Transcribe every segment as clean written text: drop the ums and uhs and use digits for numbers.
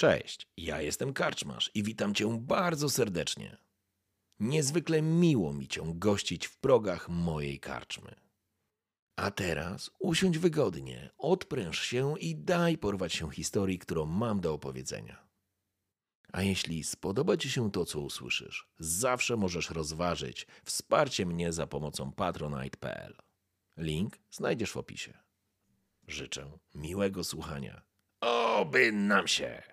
Cześć, ja jestem Karczmarz i witam cię bardzo serdecznie. Niezwykle miło mi cię gościć w progach mojej karczmy. A teraz usiądź wygodnie, odpręż się i daj porwać się historii, którą mam do opowiedzenia. A jeśli spodoba ci się to, co usłyszysz, zawsze możesz rozważyć wsparcie mnie za pomocą patronite.pl. Link znajdziesz w opisie. Życzę miłego słuchania. Oby nam się!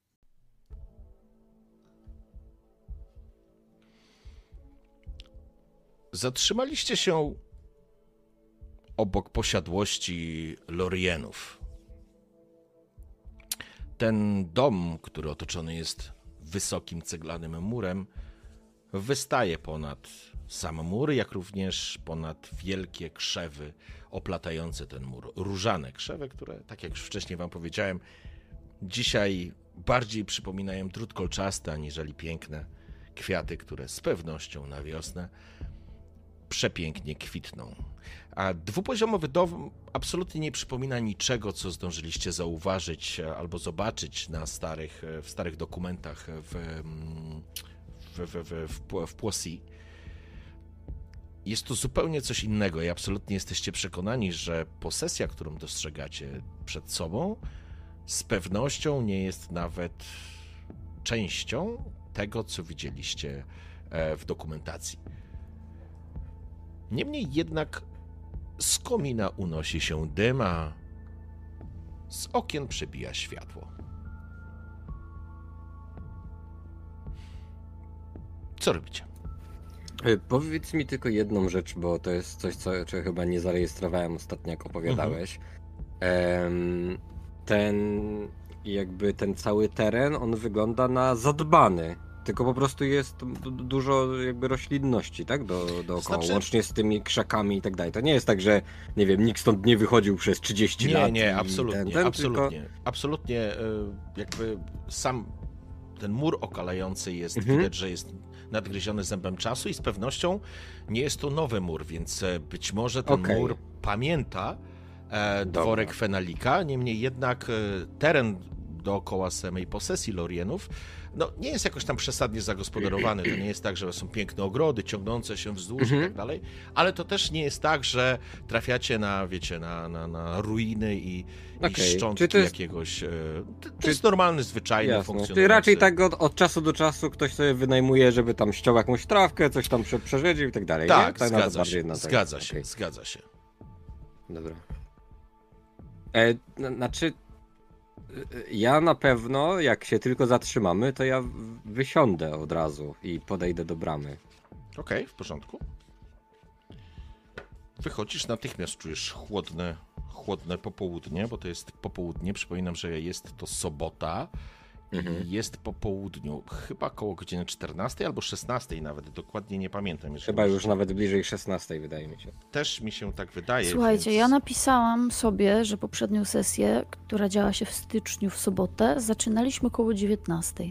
Zatrzymaliście się obok posiadłości Lorienów. Ten dom, który otoczony jest wysokim ceglanym murem, wystaje ponad sam mur, jak również ponad wielkie krzewy oplatające ten mur. Różane krzewy, które, tak jak już wcześniej wam powiedziałem, dzisiaj bardziej przypominają drut kolczasty, aniżeli piękne kwiaty, które z pewnością na wiosnę przepięknie kwitną. A dwupoziomowy dom absolutnie nie przypomina niczego, co zdążyliście zauważyć albo zobaczyć w starych dokumentach w Poissy. Jest to zupełnie coś innego i absolutnie jesteście przekonani, że posesja, którą dostrzegacie przed sobą, z pewnością nie jest nawet częścią tego, co widzieliście w dokumentacji. Niemniej jednak z komina unosi się dym, a z okien przebija światło. Co robicie? Powiedz mi tylko jedną rzecz, bo to jest coś, czego chyba nie zarejestrowałem ostatnio, jak opowiadałeś. Ten cały teren, on wygląda na zadbany. Tylko po prostu jest dużo jakby roślinności, tak? Dookoła, łącznie z tymi krzakami i tak dalej. To nie jest tak, że nie wiem, nikt stąd nie wychodził przez 30 lat. Nie, absolutnie, absolutnie. Tylko... Absolutnie jakby sam ten mur okalający jest, widać, że jest nadgryziony zębem czasu i z pewnością nie jest to nowy mur, więc być może ten mur pamięta dworek Fenalika, niemniej jednak teren dookoła samej posesji Lorienów nie jest jakoś tam przesadnie zagospodarowany. To nie jest tak, że są piękne ogrody ciągnące się wzdłuż i tak dalej, ale to też nie jest tak, że trafiacie na ruiny i szczątki jakiegoś... To jest normalny, zwyczajny, funkcjonujący... Czyli raczej tak od czasu do czasu ktoś sobie wynajmuje, żeby tam ściął jakąś trawkę, coś tam przeżydził i tak dalej. Tak, nie? Zgadza się. Dobra. Znaczy... Ja na pewno, jak się tylko zatrzymamy, to ja wysiądę od razu i podejdę do bramy. Okej, w porządku. Wychodzisz, natychmiast czujesz chłodne popołudnie, bo to jest popołudnie. Przypominam, że jest to sobota i jest po południu, chyba koło godziny 14 albo 16 nawet, dokładnie nie pamiętam. Chyba już nawet bliżej 16 wydaje mi się. Też mi się tak wydaje. Słuchajcie, więc... ja napisałam sobie, że poprzednią sesję, która działa się w styczniu w sobotę, zaczynaliśmy koło 19.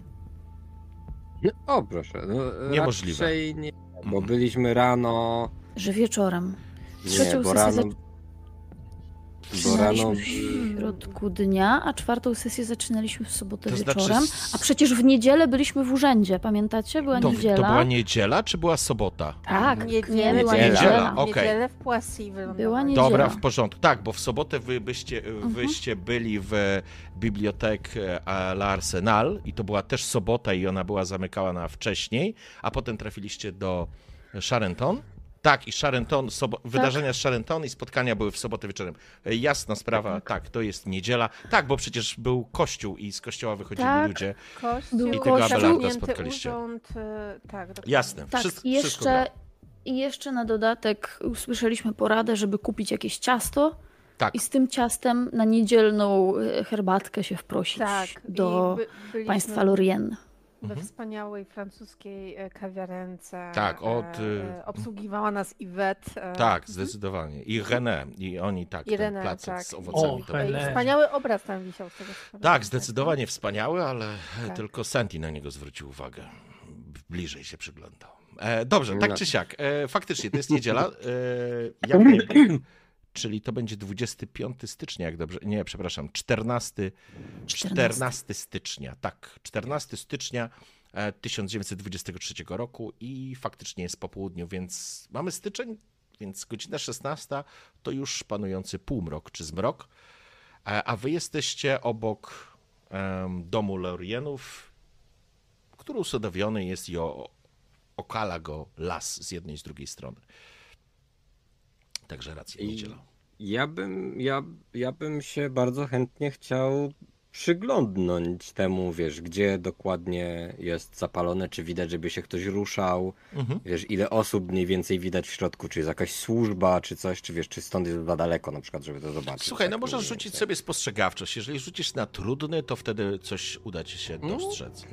O proszę, niemożliwe. Raczej nie, bo byliśmy rano... Że wieczorem. Nie, bo rano... Zaczynaliśmy w środku dnia, a czwartą sesję zaczynaliśmy w sobotę to wieczorem. Znaczy... A przecież w niedzielę byliśmy w urzędzie, pamiętacie? Była niedziela. To była niedziela, czy była sobota? Tak, Niedziela. Niedzielę w Poissy była niedziela. Dobra, w porządku. Tak, bo w sobotę wyście byli w bibliotekę L'Arsenal i to była też sobota i ona była zamykana wcześniej, a potem trafiliście do Charenton. Tak, i Charenton, wydarzenia z Charenton i spotkania były w sobotę wieczorem. Jasna sprawa, tak, to jest niedziela. Tak, bo przecież był kościół i z kościoła wychodzili ludzie. Był I tego kościół. Abelarda spotkaliście. Urząd, Jasne, tak, wszystko i jeszcze na dodatek usłyszeliśmy poradę, żeby kupić jakieś ciasto i z tym ciastem na niedzielną herbatkę się wprosić do państwa Lorien. We wspaniałej francuskiej kawiarence. Tak, obsługiwała nas Yvette. Tak, zdecydowanie. I René, i oni ten placek z owocami. Wspaniały obraz tam wisiał z tego. Tak, zdecydowanie wspaniały, ale tylko Santi na niego zwrócił uwagę. Bliżej się przyglądał. Dobrze, tak czy siak. Faktycznie, to jest niedziela. czyli to będzie 25 stycznia, jak dobrze, nie, przepraszam, 14 stycznia, tak, 14 stycznia 1923 roku i faktycznie jest po południu, więc mamy styczeń, więc godzina 16 to już panujący półmrok czy zmrok, a wy jesteście obok domu Lorienów, który usadowiony jest i okala go las z jednej i z drugiej strony. Także racja niedziela. Ja bym się bardzo chętnie chciał przyglądnąć temu, wiesz, gdzie dokładnie jest zapalone, czy widać, żeby się ktoś ruszał, wiesz, ile osób mniej więcej widać w środku, czy jest jakaś służba, czy coś, czy wiesz, czy stąd jest za daleko na przykład, żeby to zobaczyć. Słuchaj, no możesz rzucić sobie spostrzegawczość. Jeżeli rzucisz na trudny, to wtedy coś uda ci się dostrzec.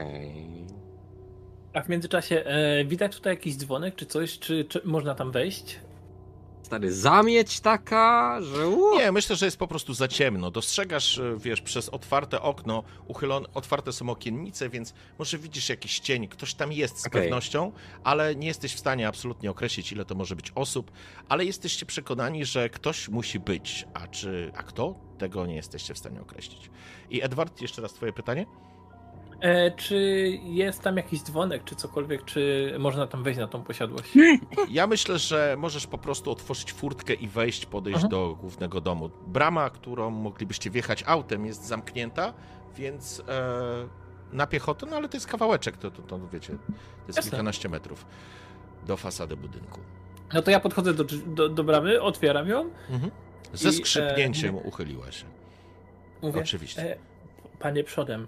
A w międzyczasie widać tutaj jakiś dzwonek, czy coś, czy można tam wejść? Stary, zamieć taka, że... Nie, myślę, że jest po prostu za ciemno. Dostrzegasz, wiesz, przez otwarte okno, otwarte są okiennice, więc może widzisz jakiś cień, ktoś tam jest z pewnością, ale nie jesteś w stanie absolutnie określić, ile to może być osób, ale jesteście przekonani, że ktoś musi być, a kto? Tego nie jesteście w stanie określić. I Edward, jeszcze raz twoje pytanie? Czy jest tam jakiś dzwonek, czy cokolwiek, czy można tam wejść na tą posiadłość? Ja myślę, że możesz po prostu otworzyć furtkę i wejść, podejść do głównego domu. Brama, którą moglibyście wjechać autem, jest zamknięta, więc na piechotę, no ale to jest kawałeczek, to wiecie, to jest kilkanaście metrów do fasady budynku. No to ja podchodzę do bramy, otwieram ją. Ze skrzypnięciem uchyliła się. Mówię, oczywiście. Panie przodem.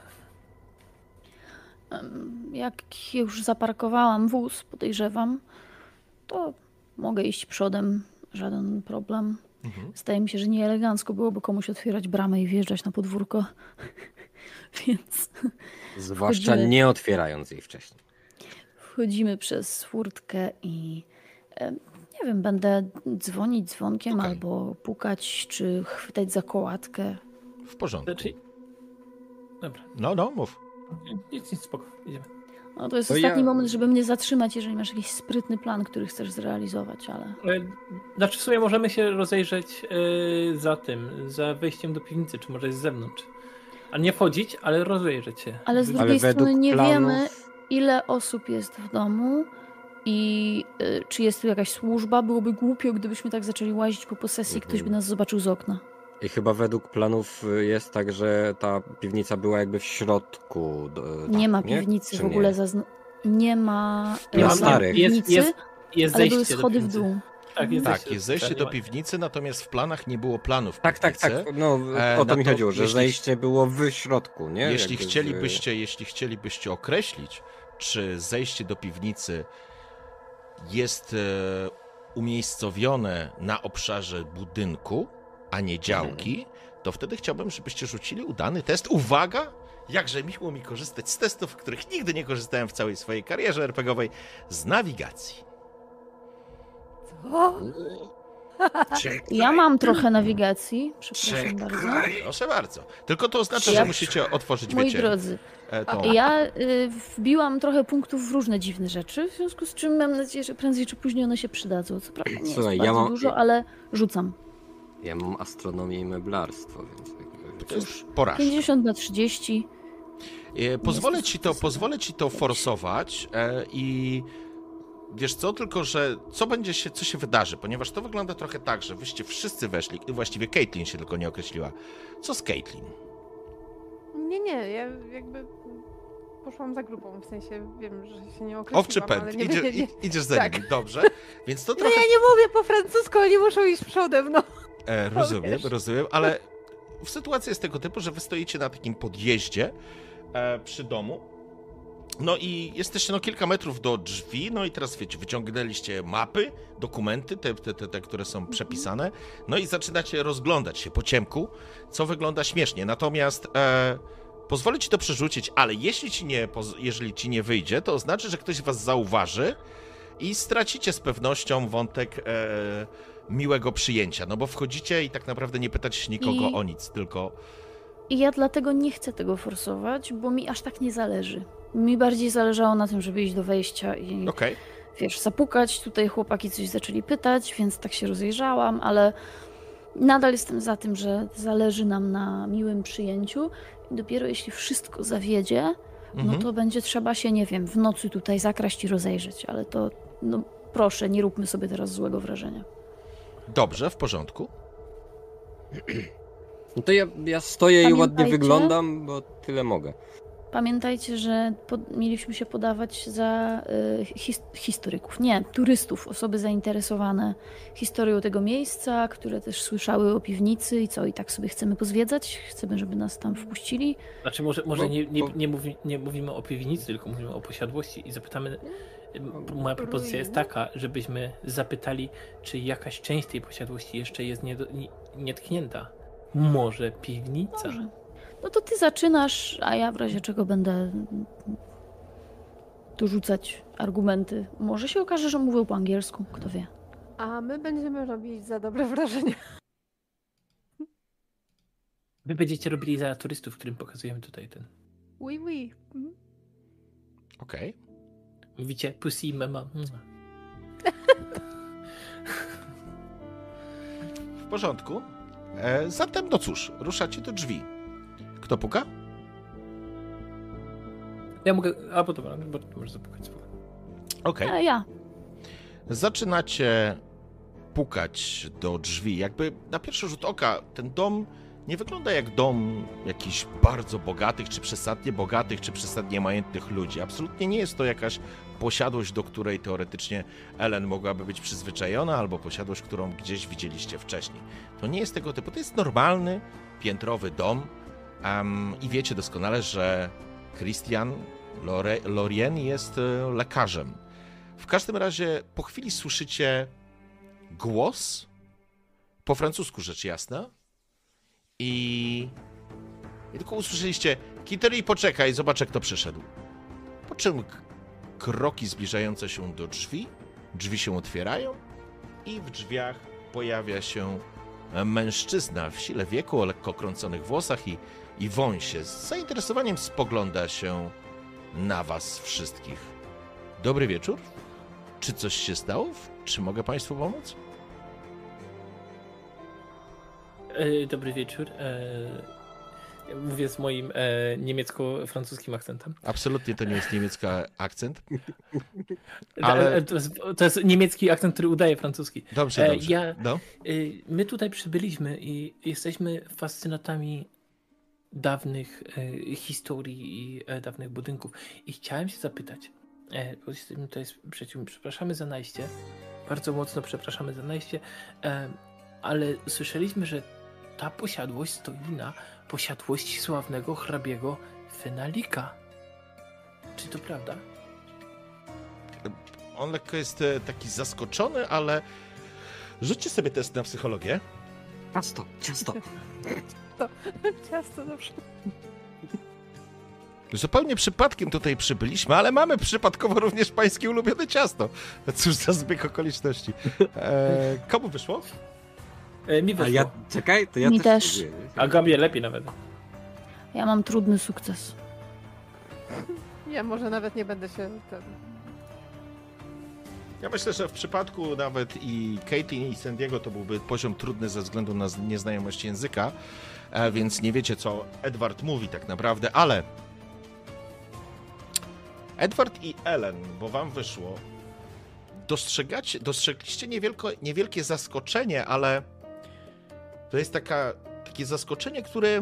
Jak już zaparkowałam wóz, podejrzewam, to mogę iść przodem, żaden problem. Zdaje mi się, że nieelegancko byłoby komuś otwierać bramę i wjeżdżać na podwórko. Więc zwłaszcza nie otwierając jej wcześniej. Wchodzimy przez furtkę i nie wiem, będę dzwonić dzwonkiem albo pukać, czy chwytać za kołatkę. W porządku. Dobra. No, mów. Nic, spoko, idziemy. No to jest ostatni moment, żeby mnie zatrzymać, jeżeli masz jakiś sprytny plan, który chcesz zrealizować, ale... Znaczy w sumie możemy się rozejrzeć za wejściem do piwnicy, czy może jest z zewnątrz. A nie wchodzić, ale rozejrzeć się. Ale z drugiej strony nie wiemy, ile osób jest w domu i czy jest tu jakaś służba. Byłoby głupio, gdybyśmy tak zaczęli łazić po posesji, ktoś by nas zobaczył z okna. I chyba według planów jest tak, że ta piwnica była jakby w środku. Nie ma piwnicy w ogóle. Nie ma starych. Piwnicy, jest ale zejście były schody w dół. Tak, jest zejście do piwnicy, natomiast w planach nie było planów piwnicy. Tak. No, o to mi chodziło, że zejście było w środku, nie? Jeśli chcielibyście określić, czy zejście do piwnicy jest umiejscowione na obszarze budynku, a nie działki, to wtedy chciałbym, żebyście rzucili udany test. Uwaga! Jakże miło mi korzystać z testów, których nigdy nie korzystałem w całej swojej karierze RPG-owej, z nawigacji. Ja mam trochę nawigacji, przepraszam bardzo. Proszę bardzo. Tylko to oznacza, że musicie otworzyć, moi drodzy, ja wbiłam trochę punktów w różne dziwne rzeczy, w związku z czym mam nadzieję, że prędzej czy później one się przydadzą. Co prawda nie jest bardzo dużo, ale rzucam. Ja mam astronomię i meblarstwo, więc... To już porażka. 50/30. Pozwolę ci to forsować i wiesz co, tylko że co się wydarzy, ponieważ to wygląda trochę tak, że wyście wszyscy weszli, właściwie Caitlin się tylko nie określiła. Co z Caitlin? Nie, ja jakby poszłam za grupą, w sensie wiem, że się nie określiłam, Owczy pęd, idziesz za nimi, dobrze. Więc to trochę... No ja nie mówię po francusku, oni muszą iść przodem, no. Rozumiem, ale sytuacja jest tego typu, że wy stoicie na takim podjeździe przy domu, no i jesteście kilka metrów do drzwi, no i teraz wiecie, wyciągnęliście mapy, dokumenty, te które są przepisane, no i zaczynacie rozglądać się po ciemku, co wygląda śmiesznie, natomiast pozwolę ci to przerzucić, ale jeżeli ci nie wyjdzie, to oznacza, że ktoś was zauważy i stracicie z pewnością wątek miłego przyjęcia, no bo wchodzicie i tak naprawdę nie pytacie się nikogo o nic, tylko... I ja dlatego nie chcę tego forsować, bo mi aż tak nie zależy. Mi bardziej zależało na tym, żeby iść do wejścia i wiesz, zapukać. Tutaj chłopaki coś zaczęli pytać, więc tak się rozejrzałam, ale nadal jestem za tym, że zależy nam na miłym przyjęciu. I dopiero jeśli wszystko zawiedzie, no to będzie trzeba się, nie wiem, w nocy tutaj zakraść i rozejrzeć, ale to, no proszę, nie róbmy sobie teraz złego wrażenia. Dobrze, w porządku. No to ja stoję i ładnie wyglądam, bo tyle mogę. Pamiętajcie, że mieliśmy się podawać za historyków, nie, turystów, osoby zainteresowane historią tego miejsca, które też słyszały o piwnicy i co, i tak sobie chcemy pozwiedzać? Chcemy, żeby nas tam wpuścili? Znaczy może nie mówimy o piwnicy, tylko mówimy o posiadłości i zapytamy, moja propozycja jest taka, żebyśmy zapytali, czy jakaś część tej posiadłości jeszcze jest nietknięta. Może piwnica? Może. No to ty zaczynasz, a ja w razie czego będę dorzucać argumenty. Może się okaże, że mówią po angielsku, kto wie. A my będziemy robić za dobre wrażenie. Wy będziecie robili za turystów, którym pokazujemy tutaj ten. Oui. Okej. Mówicie pussy mama. W porządku. Zatem, no cóż, ruszacie do drzwi. Kto puka? Ja mogę. A bo dobra, bo możesz zapukać słowo. Okej. A ja. Zaczynacie pukać do drzwi. Jakby na pierwszy rzut oka ten dom nie wygląda jak dom jakichś bardzo bogatych, czy przesadnie bogatych, czy przesadnie majętnych ludzi. Absolutnie nie jest to jakaś posiadłość, do której teoretycznie Ellen mogłaby być przyzwyczajona, albo posiadłość, którą gdzieś widzieliście wcześniej. To nie jest tego typu. To jest normalny, piętrowy dom i wiecie doskonale, że Christian Lorien jest lekarzem. W każdym razie po chwili słyszycie głos, po francusku rzecz jasna, i tylko usłyszeliście: Kittery, poczekaj, zobacz, kto przyszedł. Po czym kroki zbliżające się do drzwi, drzwi się otwierają i w drzwiach pojawia się mężczyzna w sile wieku, o lekko krąconych włosach i wąsie. Z zainteresowaniem spogląda się na was wszystkich. Dobry wieczór. Czy coś się stało? Czy mogę państwu pomóc? Dobry wieczór. Mówię z moim niemiecko-francuskim akcentem. Absolutnie to nie jest niemiecki akcent. Ale... To jest niemiecki akcent, który udaje francuski. Dobrze. My tutaj przybyliśmy i jesteśmy fascynatami dawnych historii i dawnych budynków. I chciałem się zapytać, bo jesteśmy tutaj z przyjaciółmi, przepraszamy za najście, bardzo mocno przepraszamy za najście, ale słyszeliśmy, że ta posiadłość stoi na posiadłości sławnego hrabiego Fenalika. Czy to prawda? On lekko jest taki zaskoczony, ale rzućcie sobie test na psychologię. Ciasto. Ciasto dobrze. Zupełnie przypadkiem tutaj przybyliśmy, ale mamy przypadkowo również pańskie ulubione ciasto. Cóż za zbieg okoliczności. Komu wyszło? Mi wyszło. A ja, czekaj, to ja Mi też. spróbuję. A Gabie lepiej nawet. Ja mam trudny sukces. Ja może nawet nie będę się... Ja myślę, że w przypadku nawet i Katie i Sandiego to byłby poziom trudny ze względu na nieznajomość języka, więc nie wiecie, co Edward mówi tak naprawdę, ale Edward i Ellen, bo wam wyszło, dostrzegliście niewielkie zaskoczenie, ale to jest takie zaskoczenie, które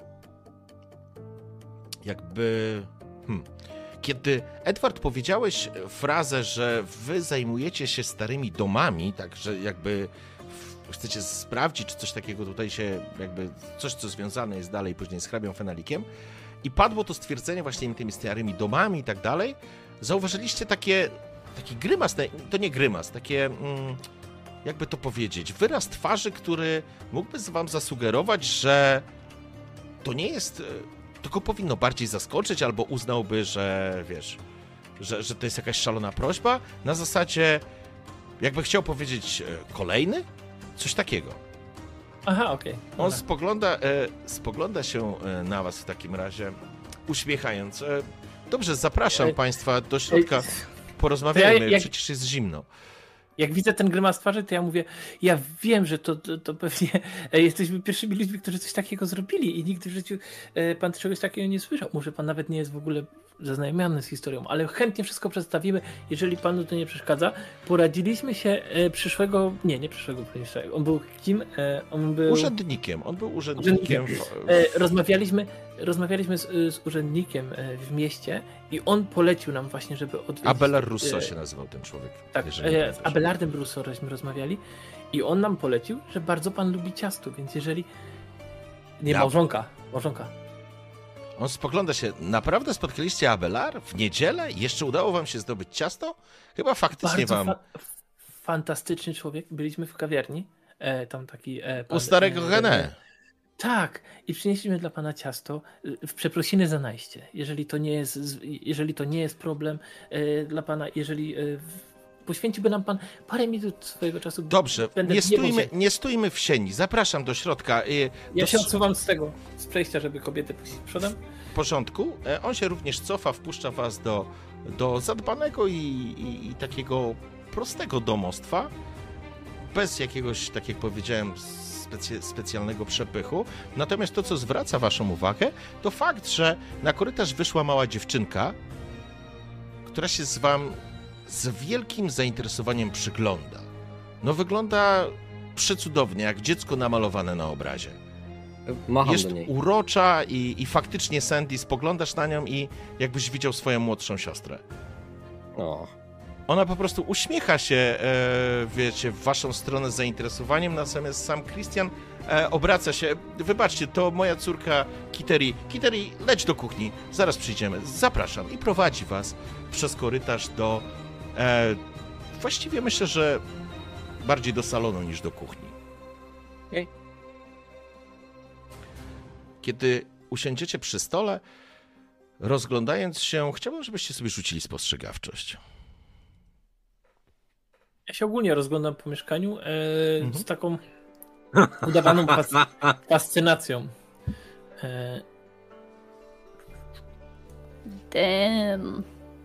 jakby... Kiedy, Edward, powiedziałeś frazę, że wy zajmujecie się starymi domami, tak, że jakby chcecie sprawdzić, czy coś takiego tutaj się, jakby coś, co związane jest dalej później z hrabią Fenalikiem, i padło to stwierdzenie właśnie tymi starymi domami i tak dalej, zauważyliście taki grymas, to nie grymas, takie, jakby to powiedzieć, wyraz twarzy, który mógłby wam zasugerować, że to nie jest... To go powinno bardziej zaskoczyć, albo uznałby, że wiesz, że to jest jakaś szalona prośba, na zasadzie jakby chciał powiedzieć kolejny? Coś takiego. Aha, okej. On spogląda się na was w takim razie, uśmiechając. Dobrze, zapraszam państwa do środka. porozmawiajmy, przecież jest zimno. Jak widzę ten grymas twarzy, to ja mówię, ja wiem, że to pewnie jesteśmy pierwszymi ludźmi, którzy coś takiego zrobili i nigdy w życiu pan czegoś takiego nie słyszał. Może pan nawet nie jest w ogóle zaznajomiony z historią, ale chętnie wszystko przedstawimy, jeżeli panu to nie przeszkadza. Poradziliśmy się nie przyszłego premiera. On był kim? On był urzędnikiem. On był urzędnikiem. Rozmawialiśmy z urzędnikiem w mieście i on polecił nam właśnie, żeby odwiedzić... Abelard Rousseau się nazywał ten człowiek. Tak, z Abelardem Rousseau żeśmy rozmawiali i on nam polecił, że bardzo pan lubi ciasto, więc jeżeli... Małżonka. On spogląda się, naprawdę spotkaliście Abelard w niedzielę? Jeszcze udało wam się zdobyć ciasto? Chyba faktycznie bardzo fantastyczny człowiek. Byliśmy w kawiarni, tam taki... u starego René. Tak, i przynieśliśmy dla pana ciasto w przeprosiny za najście. Jeżeli to nie jest problem dla pana, jeżeli poświęciłby nam pan parę minut swojego czasu. Dobrze, nie stójmy w sieni. Zapraszam do środka. Ja się odsuwam z przejścia, żeby kobiety puścić przodem. W porządku. On się również cofa, wpuszcza was do zadbanego i takiego prostego domostwa. Bez jakiegoś, tak jak powiedziałem, specjalnego przepychu. Natomiast to, co zwraca waszą uwagę, to fakt, że na korytarz wyszła mała dziewczynka, która się wam z wielkim zainteresowaniem przygląda. No wygląda przecudownie, jak dziecko namalowane na obrazie. Macham jest do niej. Urocza i faktycznie, Sandy, spoglądasz na nią i jakbyś widział swoją młodszą siostrę. O. Ona po prostu uśmiecha się, wiecie, w waszą stronę z zainteresowaniem, natomiast sam Christian obraca się. Wybaczcie, to moja córka Kiteri. Kiteri, leć do kuchni, zaraz przyjdziemy. Zapraszam. I prowadzi was przez korytarz do... właściwie myślę, że bardziej do salonu niż do kuchni. Okay. Kiedy usiądziecie przy stole, rozglądając się, chciałbym, żebyście sobie rzucili spostrzegawczość. Ja się ogólnie rozglądam po mieszkaniu z taką udawaną fascynacją. Damn.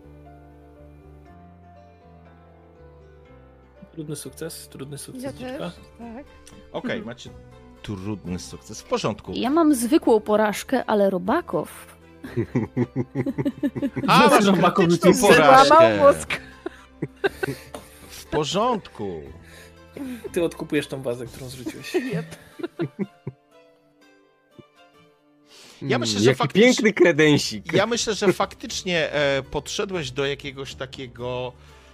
Trudny sukces. Ja też, tak. Okej, macie trudny sukces. W porządku. Ja mam zwykłą porażkę, ale robaków. A, masz Robaków krytyczną Złamał porażkę. mózg. W porządku. Ty odkupujesz tą wazę, którą zrzuciłeś. Ja myślę, że Jaki piękny kredensik. Ja myślę, że faktycznie podszedłeś do jakiegoś takiego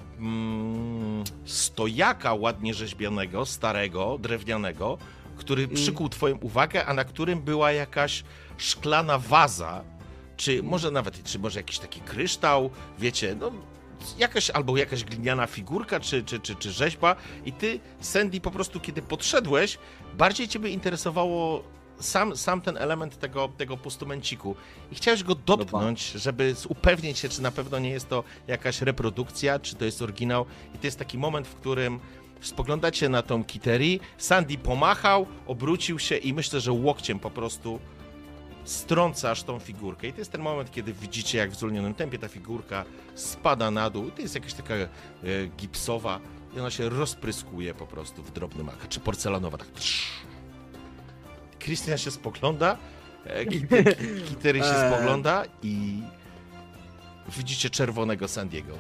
stojaka ładnie rzeźbionego, starego, drewnianego, który przykuł twoją uwagę, a na którym była jakaś szklana waza, czy może jakiś taki kryształ, wiecie, no jakaś gliniana figurka, czy rzeźba. I ty, Sandy, po prostu kiedy podszedłeś, bardziej ciebie interesowało sam ten element tego postumenciku. I chciałeś go dotknąć, żeby upewnić się, czy na pewno nie jest to jakaś reprodukcja, czy to jest oryginał. I to jest taki moment, w którym spoglądacie na tą Kiteri, Sandy pomachał, obrócił się i myślę, że łokciem po prostu strącasz tą figurkę. I to jest ten moment, kiedy widzicie, jak w zwolnionym tempie ta figurka spada na dół. I to jest jakaś taka gipsowa i ona się rozpryskuje po prostu w drobny mak. Czy porcelanowa, tak. Krystian się spogląda, Kiteri się spogląda i widzicie czerwonego Sandiego.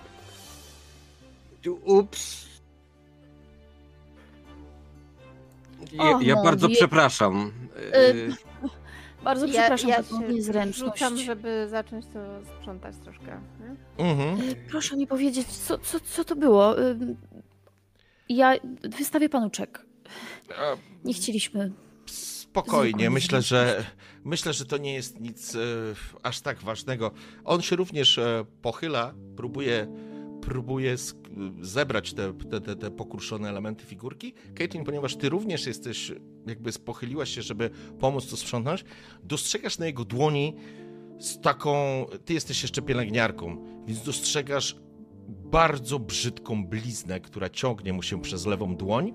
Ups. Ja bardzo przepraszam. Bardzo przepraszam ja za tą się niezręczność. rzucam, żeby zacząć to sprzątać troszkę. Proszę mi powiedzieć, co to było? Ja wystawię panu czek. Nie chcieliśmy. Spokojnie, myślę, że to nie jest nic aż tak ważnego. On się również pochyla, próbuje zebrać te pokruszone elementy figurki. Caitlin, ponieważ ty również jesteś, jakby pochyliłaś się, żeby pomóc to sprzątnąć, dostrzegasz na jego dłoni ty jesteś jeszcze pielęgniarką, więc dostrzegasz bardzo brzydką bliznę, która ciągnie mu się przez lewą dłoń,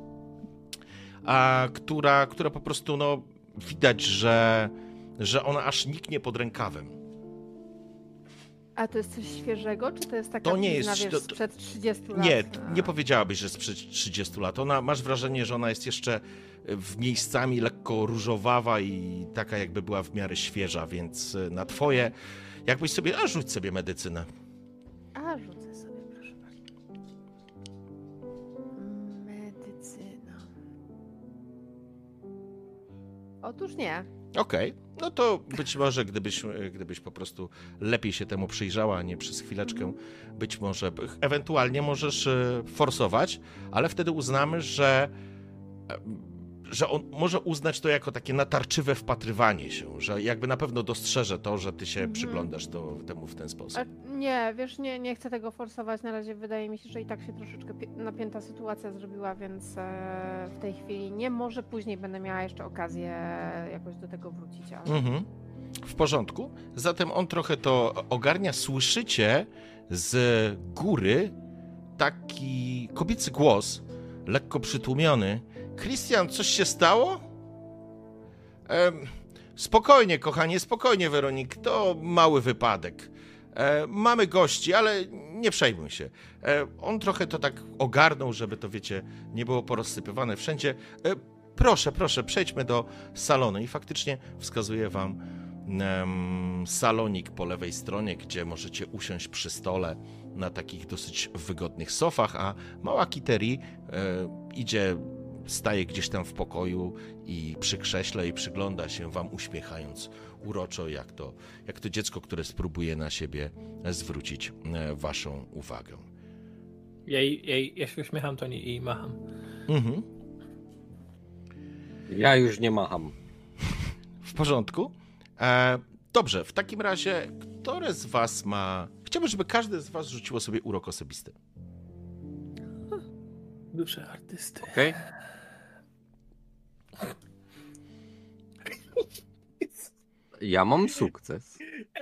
a która po prostu, no, widać, że ona aż niknie pod rękawem. A to jest coś świeżego, czy to jest taka To nie blizna, jest- wiesz, to- sprzed 30 lat? Nie powiedziałabyś, że sprzed 30 lat. Masz wrażenie, że ona jest jeszcze w miejscami lekko różowawa i taka jakby była w miarę świeża, więc na twoje, jakbyś sobie, rzuć sobie medycynę. A, rzucę sobie, proszę bardzo. Medycyna. Otóż nie. Okej, no to być może gdybyś po prostu lepiej się temu przyjrzała, a nie przez chwileczkę, być może ewentualnie możesz forsować, ale wtedy uznamy, że on może uznać to jako takie natarczywe wpatrywanie się, że jakby na pewno dostrzeże to, że ty się przyglądasz temu w ten sposób. Nie, wiesz, nie chcę tego forsować. Na razie wydaje mi się, że i tak się troszeczkę napięta sytuacja zrobiła, więc w tej chwili nie. Może później będę miała jeszcze okazję jakoś do tego wrócić, ale... W porządku. Zatem on trochę to ogarnia. Słyszycie z góry taki kobiecy głos, lekko przytłumiony. Krystian, coś się stało? Spokojnie, kochanie, spokojnie, Weronik. To mały wypadek. Mamy gości, ale nie przejmuj się. On trochę to tak ogarnął, żeby to, wiecie, nie było porozsypywane wszędzie. Proszę, przejdźmy do salonu. I faktycznie wskazuję wam salonik po lewej stronie, gdzie możecie usiąść przy stole na takich dosyć wygodnych sofach, a mała Kiteri staje gdzieś tam w pokoju i przy krześle i przygląda się wam, uśmiechając uroczo, jak to dziecko, które spróbuje na siebie zwrócić waszą uwagę. Ja się uśmiecham, to i macham. Mhm. Ja już nie macham. W porządku. Dobrze, w takim razie, które z was ma... Chciałbym, żeby każdy z was rzuciło sobie urok osobisty. Duże artysty. Okej. Ja mam sukces.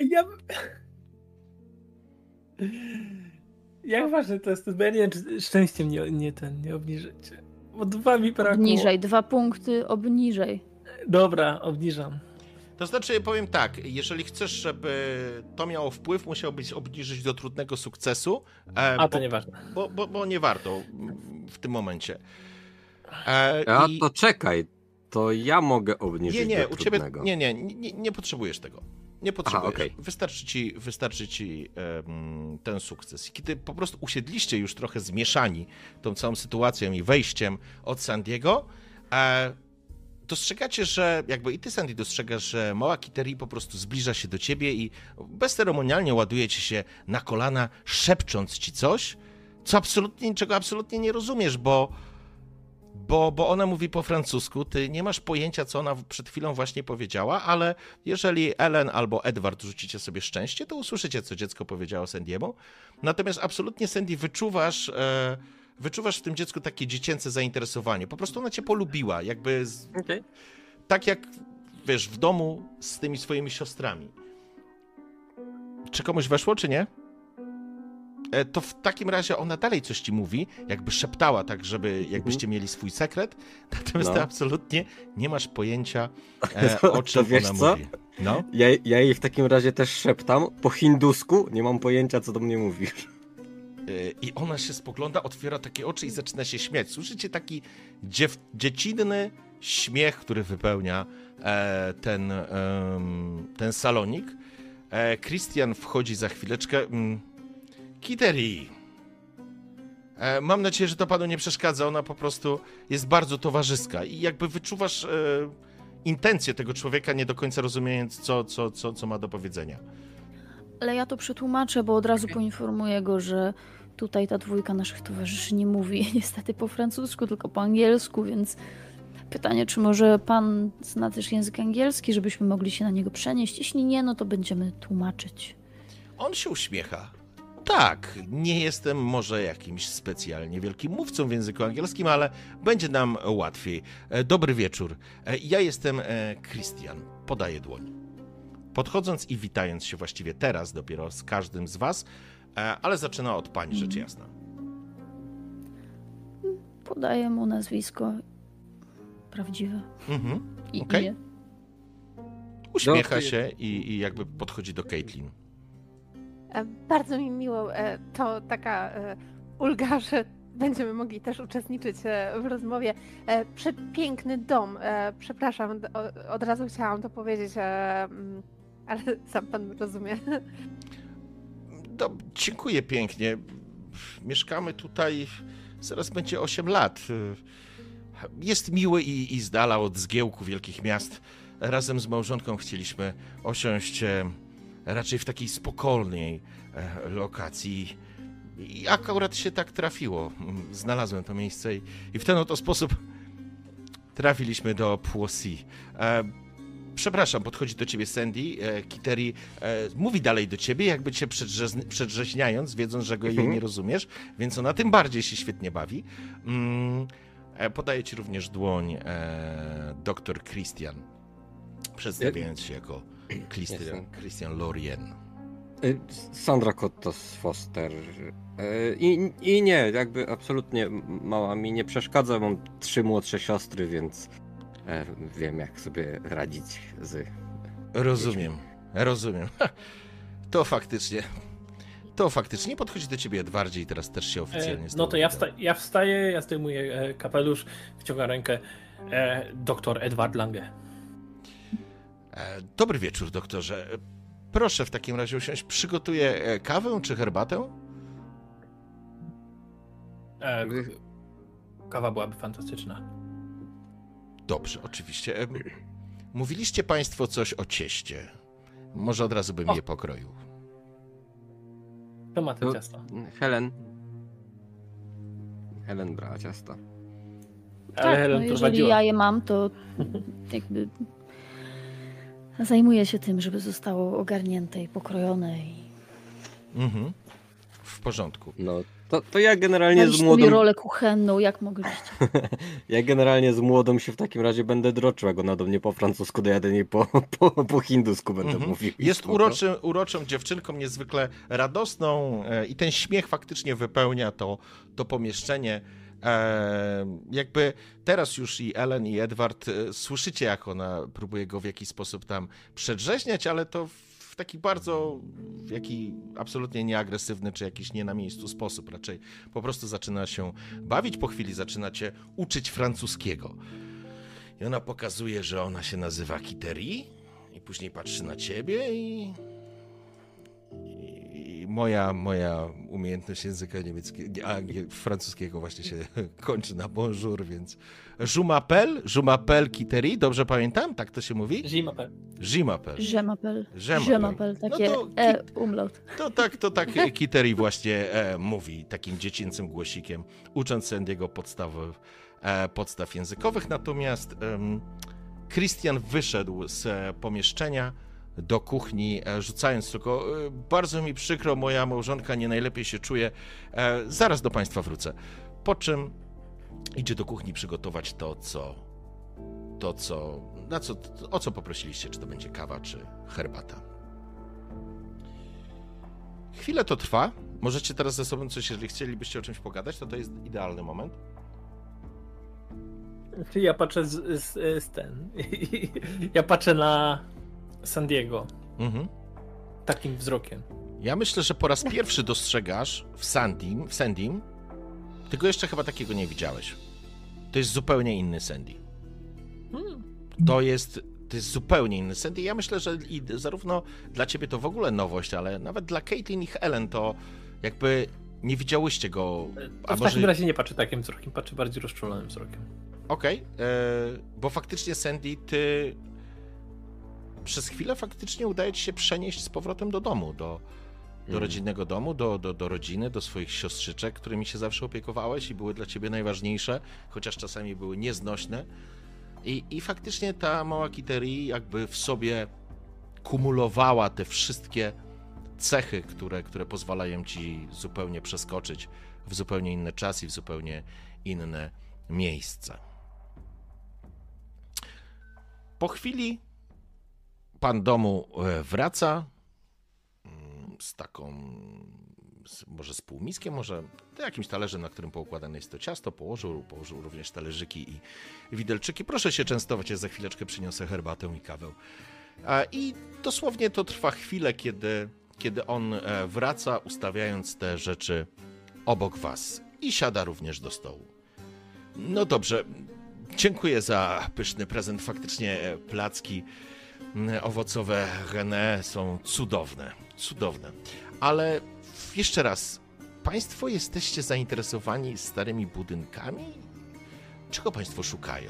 Jak ważne to jest, bo ja nie wiem, czy szczęściem nie obniżycie. Bo 2 mi brakło. Obniżaj, 2 punkty, obniżaj. Dobra, obniżam. To znaczy, powiem tak, jeżeli chcesz, żeby to miało wpływ, musiałbyś obniżyć do trudnego sukcesu. To nieważne. Bo nie warto w tym momencie. To czekaj, to ja mogę obniżyć Nie, do u ciebie trudnego. nie potrzebujesz tego. Nie potrzebujesz. okej. Wystarczy ci ten sukces. Kiedy po prostu usiedliście już trochę zmieszani tą całą sytuacją i wejściem od San Diego, dostrzegacie, że jakby i ty, Sandy, dostrzegasz, że mała Kiteri po prostu zbliża się do ciebie i bezceremonialnie ładuje ci się na kolana, szepcząc ci coś, czego absolutnie nie rozumiesz, bo ona mówi po francusku, ty nie masz pojęcia, co ona przed chwilą właśnie powiedziała, ale jeżeli Ellen albo Edward rzucicie sobie szczęście, to usłyszycie, co dziecko powiedziało Sandiemu. Natomiast absolutnie, Sandy, wyczuwasz w tym dziecku takie dziecięce zainteresowanie. Po prostu ona cię polubiła, jakby tak jak, wiesz, w domu z tymi swoimi siostrami. Czy komuś weszło, czy nie? To w takim razie ona dalej coś ci mówi, jakby szeptała, tak jakbyście mieli swój sekret, natomiast ty absolutnie nie masz pojęcia, o czym wiesz ona co? mówi. No? Ja jej w takim razie też szeptam po hindusku, nie mam pojęcia, co do mnie mówisz. I ona się spogląda, otwiera takie oczy i zaczyna się śmiać. Słyszycie taki dziecinny śmiech, który wypełnia ten salonik. Christian wchodzi za chwileczkę. Kiteri, mam nadzieję, że to panu nie przeszkadza. Ona po prostu jest bardzo towarzyska i jakby wyczuwasz intencje tego człowieka, nie do końca rozumiejąc, co ma do powiedzenia. Ale ja to przetłumaczę, bo od razu poinformuję go, że tutaj ta dwójka naszych towarzyszy nie mówi niestety po francusku, tylko po angielsku, więc pytanie, czy może pan zna też język angielski, żebyśmy mogli się na niego przenieść? Jeśli nie, no to będziemy tłumaczyć. On się uśmiecha. Tak, nie jestem może jakimś specjalnie wielkim mówcą w języku angielskim, ale będzie nam łatwiej. Dobry wieczór. Ja jestem Christian. Podaję dłoń. Podchodząc i witając się właściwie teraz dopiero z każdym z was, ale zaczyna od pani, rzecz jasna. Podaję mu nazwisko prawdziwe. I Uśmiecha się i jakby podchodzi do Caitlin. Bardzo mi miło. To taka ulga, że będziemy mogli też uczestniczyć w rozmowie. Przepiękny dom. Przepraszam, od razu chciałam to powiedzieć, ale sam pan rozumie. Dziękuję pięknie. Mieszkamy tutaj, zaraz będzie 8 lat. Jest miły i z dala od zgiełku wielkich miast. Razem z małżonką chcieliśmy osiąść raczej w takiej spokojnej lokacji. I akurat się tak trafiło. Znalazłem to miejsce i w ten oto sposób trafiliśmy do Poissy. Przepraszam, podchodzi do ciebie Sandy. Kiteri mówi dalej do ciebie, jakby cię przedrzeźniając, wiedząc, że go jej nie rozumiesz, więc ona tym bardziej się świetnie bawi. Podaje ci również dłoń dr Christian, przedstawiając się jako Christian Lorien. Sandra Cottos Foster. I nie, jakby absolutnie mała mi nie przeszkadza. Mam 3 młodsze siostry, więc wiem, jak sobie radzić z... Rozumiem. To faktycznie podchodzi do ciebie Edwardzie i teraz też się oficjalnie no to ja wstaję, ja zdejmuję kapelusz, wciągam rękę. Doktor Edward Lange. Dobry wieczór, doktorze. Proszę w takim razie usiąść. Przygotuję kawę czy herbatę? Kawa byłaby fantastyczna. Dobrze, oczywiście. Mówiliście państwo coś o cieście. Może od razu bym je pokroił. Kto ma te ciasto? Helen brała ciasto. Ale tak, Helen jeżeli prowadziła. ja je mam, to jakby zajmuję się tym, żeby zostało ogarnięte i pokrojone. W porządku. No, to ja generalnie z Daliście młodą... mi rolę kuchenną, jak mogliście. Ja generalnie z młodą się w takim razie będę droczył, jak ona do mnie po francusku dojadę, nie po hindusku będę mówił. Jest uroczą dziewczynką, niezwykle radosną i ten śmiech faktycznie wypełnia to pomieszczenie. Jakby teraz już i Ellen i Edward słyszycie, jak ona próbuje go w jakiś sposób tam przedrzeźniać, ale to w taki bardzo, absolutnie nieagresywny, czy jakiś nie na miejscu sposób. Raczej po prostu zaczyna się bawić, po chwili zaczyna cię uczyć francuskiego. I ona pokazuje, że ona się nazywa Kiteri i później patrzy na ciebie i moja umiejętność języka francuskiego właśnie się kończy na bonjour, więc je m'appelle Kiteri, dobrze pamiętam? Tak to się mówi? Je m'appelle, takie umlaut. To tak Kiteri właśnie mówi takim dziecięcym głosikiem, ucząc Sandy'ego podstaw językowych, natomiast Christian wyszedł z pomieszczenia do kuchni, rzucając tylko, bardzo mi przykro, moja małżonka nie najlepiej się czuje, zaraz do państwa wrócę. Po czym idzie do kuchni przygotować o co poprosiliście, czy to będzie kawa, czy herbata. Chwilę to trwa, możecie teraz ze sobą coś, jeżeli chcielibyście o czymś pogadać, to jest idealny moment. Ja patrzę ja patrzę na Sandiego. Takim wzrokiem. Ja myślę, że po raz pierwszy dostrzegasz w Sandym, tylko jeszcze chyba takiego nie widziałeś. To jest zupełnie inny Sandy. To jest zupełnie inny Sandy. Ja myślę, że zarówno dla ciebie to w ogóle nowość, ale nawet dla Caitlin i Helen to jakby nie widziałyście go. W takim razie nie patrzę takim wzrokiem, patrzę bardziej rozczulonym wzrokiem. Okej, bo faktycznie Sandy, ty przez chwilę faktycznie udaje ci się przenieść z powrotem do domu, do rodzinnego domu, do rodziny, do swoich siostrzyczek, którymi się zawsze opiekowałeś i były dla ciebie najważniejsze, chociaż czasami były nieznośne. I faktycznie ta mała Kiteri jakby w sobie kumulowała te wszystkie cechy, które pozwalają ci zupełnie przeskoczyć w zupełnie inny czas i w zupełnie inne miejsce. Po chwili pan domu wraca z taką, może z półmiskiem, może jakimś talerzem, na którym poukładane jest to ciasto, położył również talerzyki i widelczyki. Proszę się częstować, ja za chwileczkę przyniosę herbatę i kawę. I dosłownie to trwa chwilę, kiedy kiedy on wraca, ustawiając te rzeczy obok was i siada również do stołu. No dobrze, dziękuję za pyszny prezent. Faktycznie placki owocowe René są cudowne, cudowne. Ale jeszcze raz, państwo jesteście zainteresowani starymi budynkami? Czego państwo szukają?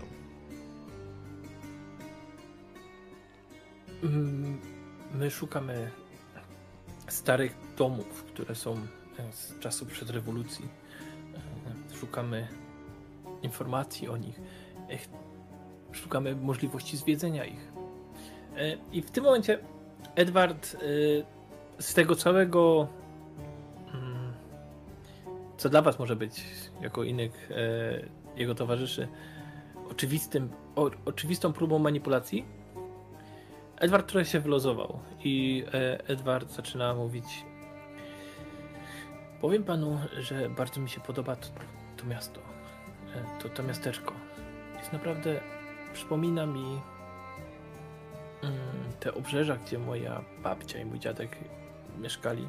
My szukamy starych domów, które są z czasów przed rewolucji. Szukamy informacji o nich. Szukamy możliwości zwiedzenia ich. I w tym momencie Edward z tego całego, co dla was może być, jako innych jego towarzyszy, oczywistą próbą manipulacji, Edward trochę się wylozował i Edward zaczyna mówić: powiem panu, że bardzo mi się podoba to miasto, to miasteczko. Jest naprawdę, przypomina mi te obrzeża, gdzie moja babcia i mój dziadek mieszkali.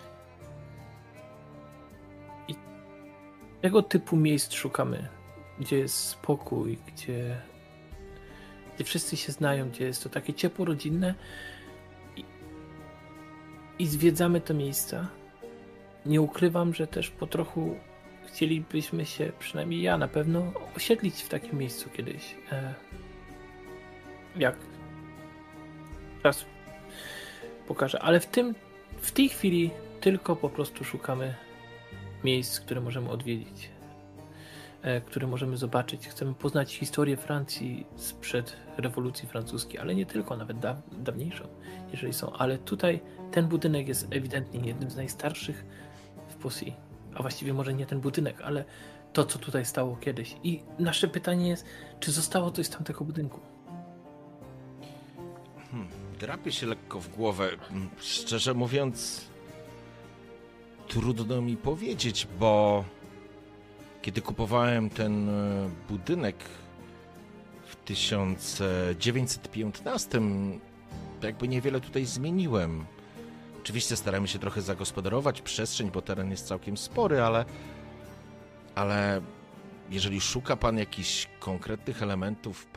I tego typu miejsc szukamy, gdzie jest spokój, gdzie wszyscy się znają, gdzie jest to takie ciepło rodzinne i zwiedzamy te miejsca. Nie ukrywam, że też po trochu chcielibyśmy się, przynajmniej ja na pewno, osiedlić w takim miejscu kiedyś. Jak czas pokaże, ale w tej chwili tylko po prostu szukamy miejsc, które możemy odwiedzić, które możemy zobaczyć. Chcemy poznać historię Francji sprzed rewolucji francuskiej, ale nie tylko, nawet dawniejszą, jeżeli są. Ale tutaj ten budynek jest ewidentnie jednym z najstarszych w Poissy. A właściwie może nie ten budynek, ale to, co tutaj stało kiedyś. I nasze pytanie jest, czy zostało coś z tamtego budynku? Drapię się lekko w głowę. Szczerze mówiąc, trudno mi powiedzieć, bo kiedy kupowałem ten budynek w 1915, to jakby niewiele tutaj zmieniłem. Oczywiście staramy się trochę zagospodarować przestrzeń, bo teren jest całkiem spory, ale jeżeli szuka pan jakichś konkretnych elementów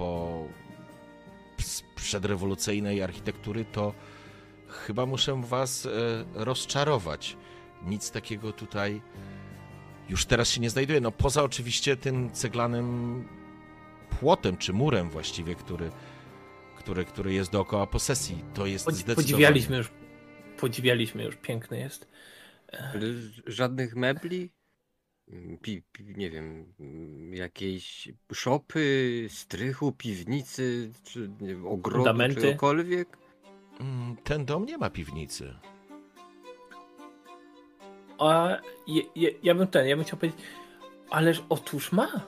przedrewolucyjnej architektury, to chyba muszę was rozczarować. Nic takiego tutaj już teraz się nie znajduje. No poza oczywiście tym ceglanym płotem, czy murem właściwie, który jest dookoła posesji. To jest zdecydowanie... Podziwialiśmy już, piękny jest. Żadnych mebli? Nie wiem, jakiejś szopy, strychu, piwnicy, czy nie wiem, ogrodu, fundamenty, czegokolwiek? Ten dom nie ma piwnicy. A ja bym chciał powiedzieć, ależ otóż ma.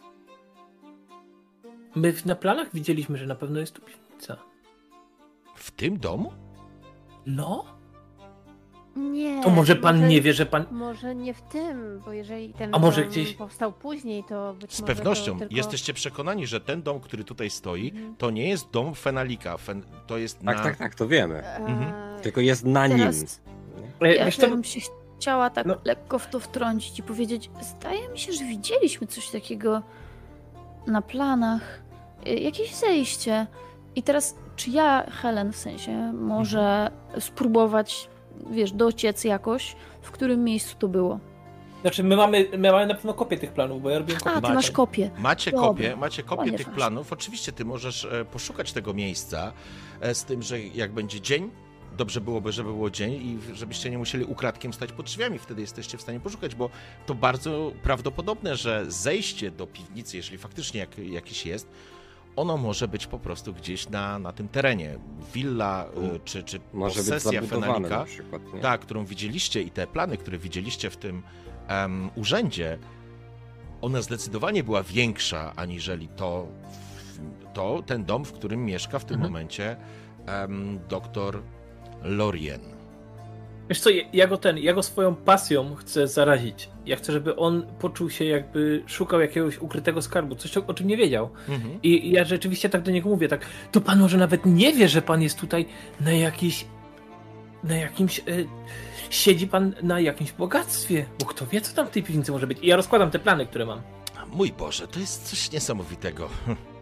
My na planach widzieliśmy, że na pewno jest tu piwnica. W tym domu? No. Nie. To może pan nie wie, że pan... Może nie w tym, bo jeżeli ten może dom gdzieś powstał później, to być Z może pewnością. to tylko... Jesteście przekonani, że ten dom, który tutaj stoi, to nie jest dom Fenalika. To jest na... Tak, to wiemy. Tylko jest na Teraz nim. ja bym się chciała tak lekko w to wtrącić i powiedzieć, zdaje mi się, że widzieliśmy coś takiego na planach. Jakieś zejście. I teraz, czy ja, Helen, w sensie, może spróbować, dociec jakoś, w którym miejscu to było? Znaczy, my mamy na pewno kopię tych planów, bo ja robiłem kopię. A, ty masz kopię. Macie kopię tych planów. Oczywiście ty możesz poszukać tego miejsca, z tym, że jak będzie dzień, dobrze byłoby, żeby było dzień i żebyście nie musieli ukradkiem stać pod drzwiami. Wtedy jesteście w stanie poszukać, bo to bardzo prawdopodobne, że zejście do piwnicy, jeżeli faktycznie jakieś jest, ono może być po prostu gdzieś na tym terenie. Willa czy posesja Fenalika, tak, którą widzieliście i te plany, które widzieliście w tym urzędzie, ona zdecydowanie była większa aniżeli ten dom, w którym mieszka w tym momencie doktor Lorien. Wiesz co, ja go swoją pasją chcę zarazić. Ja chcę, żeby on poczuł się, jakby szukał jakiegoś ukrytego skarbu, coś, o czym nie wiedział. I ja rzeczywiście tak do niego mówię, tak, to pan może nawet nie wie, że pan jest tutaj na jakiejś na jakimś... siedzi pan na jakimś bogactwie, bo kto wie, co tam w tej piwnicy może być. I ja rozkładam te plany, które mam. Mój Boże, to jest coś niesamowitego.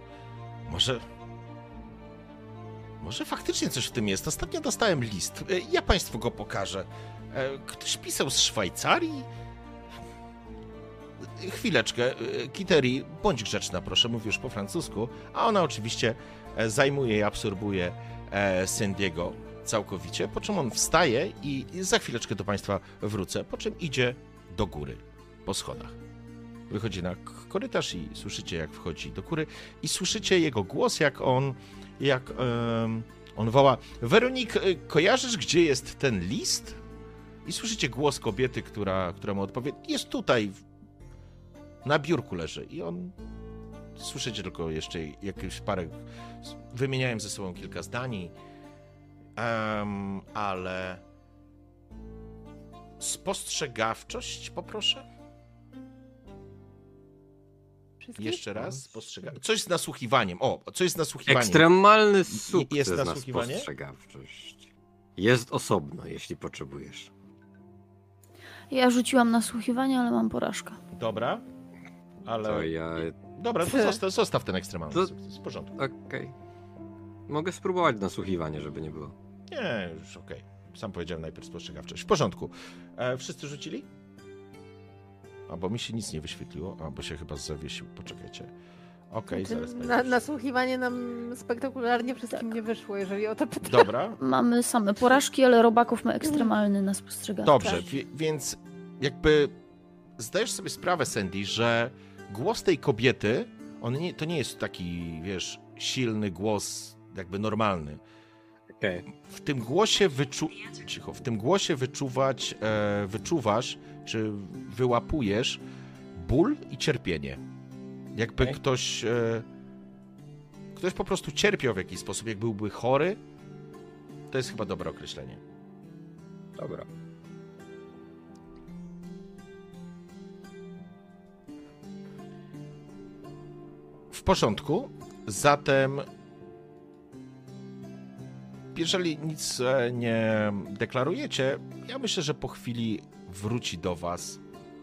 Może faktycznie coś w tym jest. Ostatnio dostałem list. Ja państwu go pokażę. Ktoś pisał z Szwajcarii? Chwileczkę. Kiteri, bądź grzeczna, proszę, mówi już po francusku. A ona oczywiście zajmuje i absorbuje Sandiego całkowicie, po czym on wstaje i za chwileczkę do państwa wrócę, po czym idzie do góry, po schodach. Wychodzi na korytarz i słyszycie, jak wchodzi do góry i słyszycie jego głos, jak on woła: Weronik, kojarzysz, gdzie jest ten list? I słyszycie głos kobiety, która mu odpowie: jest tutaj, na biurku leży. I on... Słyszycie tylko jeszcze jakieś parę... Wymieniałem ze sobą kilka zdań, ale... Spostrzegawczość, poproszę. Wszystkich? Jeszcze raz, spostrzegawczość. Coś z nasłuchiwaniem. Coś z nasłuchiwaniem. Ekstremalny sukces Jest na nasłuchiwanie? spostrzegawczość. Jest osobno, jeśli potrzebujesz. Ja rzuciłam nasłuchiwanie, ale mam porażkę. Dobra, ale... To ja... Dobra, to zostaw ten ekstremalny To- sukces. W porządku. Okej. Mogę spróbować nasłuchiwanie, żeby nie było. Nie, już okej. Sam powiedziałem najpierw spostrzegawczość. W porządku. Wszyscy rzucili? Bo mi się nic nie wyświetliło, bo się chyba zawiesił. Poczekajcie. Okej, zaraz będzie. Nasłuchiwanie nam spektakularnie wszystkim nie wyszło, jeżeli o to pytasz. Dobra, Mamy same porażki, ale robaków ma ekstremalny na spostrzegawczość. dobrze, więc jakby zdajesz sobie sprawę, Sandy, że głos tej kobiety, to nie jest taki, wiesz, silny głos, jakby normalny. Okej. W tym głosie wyczuwasz, czy wyłapujesz ból i cierpienie. Jakby ktoś po prostu cierpiał w jakiś sposób, jak byłby chory. To jest chyba dobre określenie. Dobra. W porządku. Zatem jeżeli nic nie deklarujecie, ja myślę, że po chwili wróci do was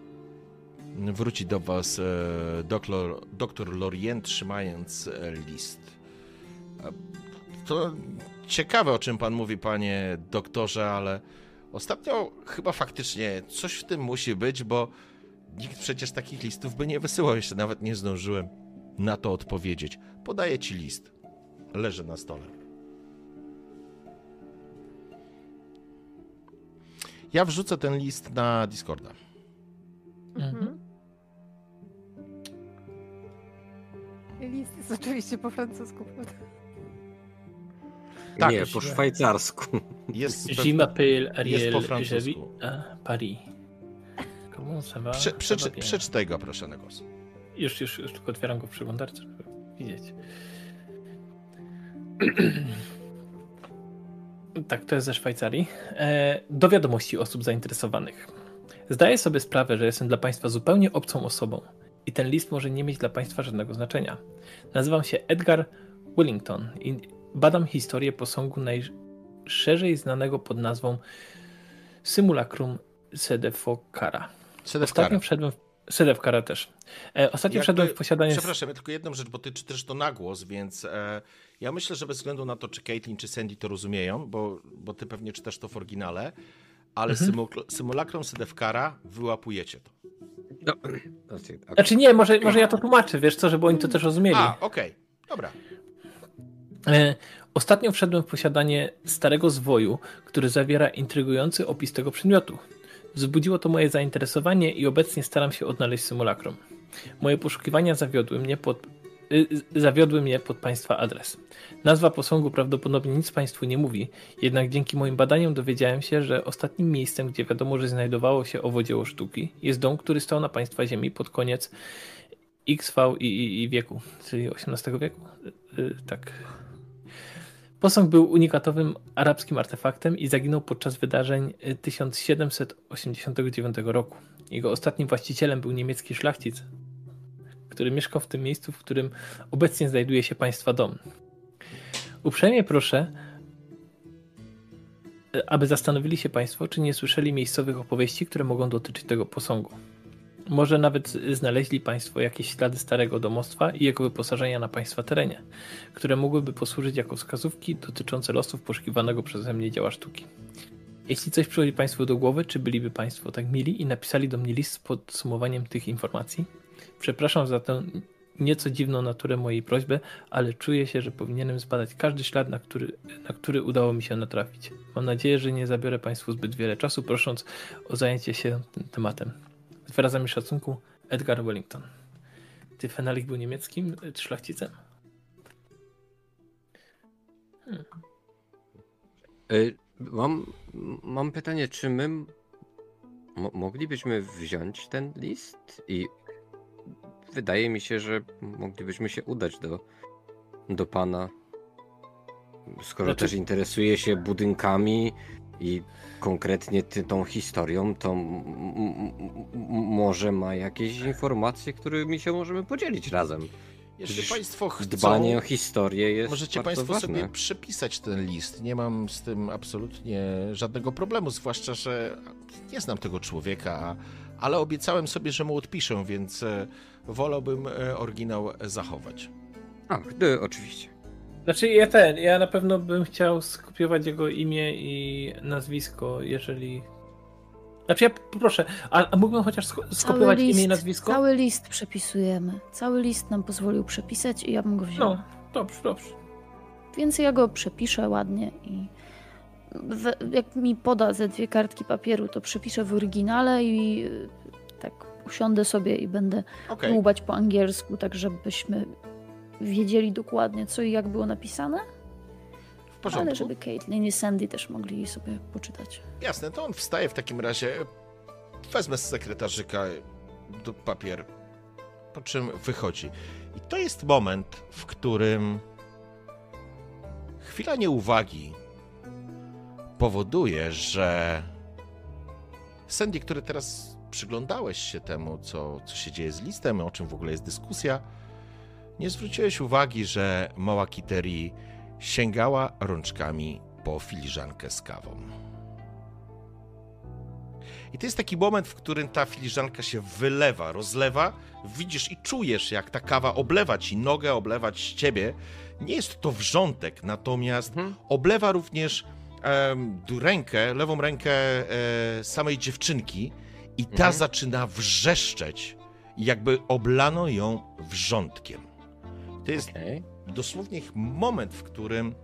doktor Lorient, trzymając list. To ciekawe, o czym pan mówi, panie doktorze, ale ostatnio chyba faktycznie coś w tym musi być, bo nikt przecież takich listów by nie wysyłał. Jeszcze nawet nie zdążyłem na to odpowiedzieć. Podaję ci list. Leży na stole. Ja wrzucę ten list na Discorda. Mhm. List jest oczywiście po francusku, prawda? Tak, nie, po szwajcarsku. Jest Je m'appelle Ariel, po je francusku. vis à Paris. Comment ça va? Przeczytaj go, proszę, na głos. Już tylko otwieram go w przeglądarce, żeby widzieć. Tak, to jest ze Szwajcarii. Do wiadomości osób zainteresowanych. Zdaję sobie sprawę, że jestem dla Państwa zupełnie obcą osobą i ten list może nie mieć dla Państwa żadnego znaczenia. Nazywam się Edgar Wellington i badam historię posągu najszerzej znanego pod nazwą Simulacrum Sedefkara. Ostatnio wszedłem w... Sedefkara też. Ostatnio wszedłem w posiadanie... Przepraszam, ja tylko jedną rzecz, bo ty czytasz to na głos, więc ja myślę, że bez względu na to, czy Caitlin, czy Sandy to rozumieją, bo ty pewnie czytasz to w oryginale, ale Simulacrum Sedefkara wyłapujecie to. No. Znaczy nie, może ja to tłumaczę, wiesz co, żeby oni to też rozumieli. Okej. Dobra. Ostatnio wszedłem w posiadanie starego zwoju, który zawiera intrygujący opis tego przedmiotu. Wzbudziło to moje zainteresowanie i obecnie staram się odnaleźć symulakrum. Moje poszukiwania zawiodły mnie pod Państwa adres. Nazwa posągu prawdopodobnie nic Państwu nie mówi, jednak dzięki moim badaniom dowiedziałem się, że ostatnim miejscem, gdzie wiadomo, że znajdowało się owo dzieło sztuki, jest dom, który stał na Państwa ziemi pod koniec XV i wieku, czyli XVIII wieku. Tak. Posąg był unikatowym arabskim artefaktem i zaginął podczas wydarzeń 1789 roku. Jego ostatnim właścicielem był niemiecki szlachcic, który mieszkał w tym miejscu, w którym obecnie znajduje się Państwa dom. Uprzejmie proszę aby zastanowili się Państwo, czy nie słyszeli miejscowych opowieści, które mogą dotyczyć tego posągu. Może nawet znaleźli Państwo jakieś ślady starego domostwa i jego wyposażenia na Państwa terenie, które mogłyby posłużyć jako wskazówki dotyczące losów poszukiwanego przeze mnie dzieła sztuki. Jeśli coś przychodzi Państwu do głowy, czy byliby Państwo tak mili i napisali do mnie list z podsumowaniem tych informacji? Przepraszam za tę nieco dziwną naturę mojej prośby, ale czuję się, że powinienem zbadać każdy ślad, na który udało mi się natrafić. Mam nadzieję, że nie zabiorę Państwu zbyt wiele czasu, prosząc o zajęcie się tym tematem. Z wyrazami szacunku, Edgar Wellington. Ty Fenalik był niemieckim szlachcicem? Mam pytanie, czy my moglibyśmy wziąć ten list i wydaje mi się, że moglibyśmy się udać do pana, skoro też interesuje się budynkami i konkretnie tą historią, to może ma jakieś informacje, którymi się możemy podzielić razem. Jeżeli Państwo chcą, dbanie o historię jest możecie bardzo Państwo ważne. sobie przepisać ten list. Nie mam z tym absolutnie żadnego problemu, zwłaszcza, że nie znam tego człowieka, ale obiecałem sobie, że mu odpiszę, więc wolałbym oryginał zachować. Oczywiście. Znaczy ja na pewno bym chciał skopiować jego imię i nazwisko, jeżeli... Znaczy ja poproszę, a mógłbym chociaż skopiować imię i nazwisko? Cały list przepisujemy. Cały list nam pozwolił przepisać i ja bym go wzięła. No, dobrze. Więc ja go przepiszę ładnie i jak mi poda ze 2 kartki papieru, to przepiszę w oryginale i tak usiądę sobie i będę dłubać po angielsku, tak żebyśmy wiedzieli dokładnie, co i jak było napisane. W porządku. Ale żeby Caitlin i Sandy też mogli sobie poczytać. Jasne, to on wstaje w takim razie, wezmę z sekretarzyka papier, po czym wychodzi. I to jest moment, w którym chwila nieuwagi powoduje, że Sandy, który teraz przyglądałeś się temu, co się dzieje z listem, o czym w ogóle jest dyskusja, nie zwróciłeś uwagi, że mała Kiteri sięgała rączkami po filiżankę z kawą. I to jest taki moment, w którym ta filiżanka się wylewa, rozlewa, widzisz i czujesz, jak ta kawa oblewa ci nogę, oblewa ci ciebie. Nie jest to wrzątek, natomiast oblewa również lewą rękę samej dziewczynki i ta zaczyna wrzeszczeć, jakby oblano ją wrzątkiem. To jest dosłownie moment, w którym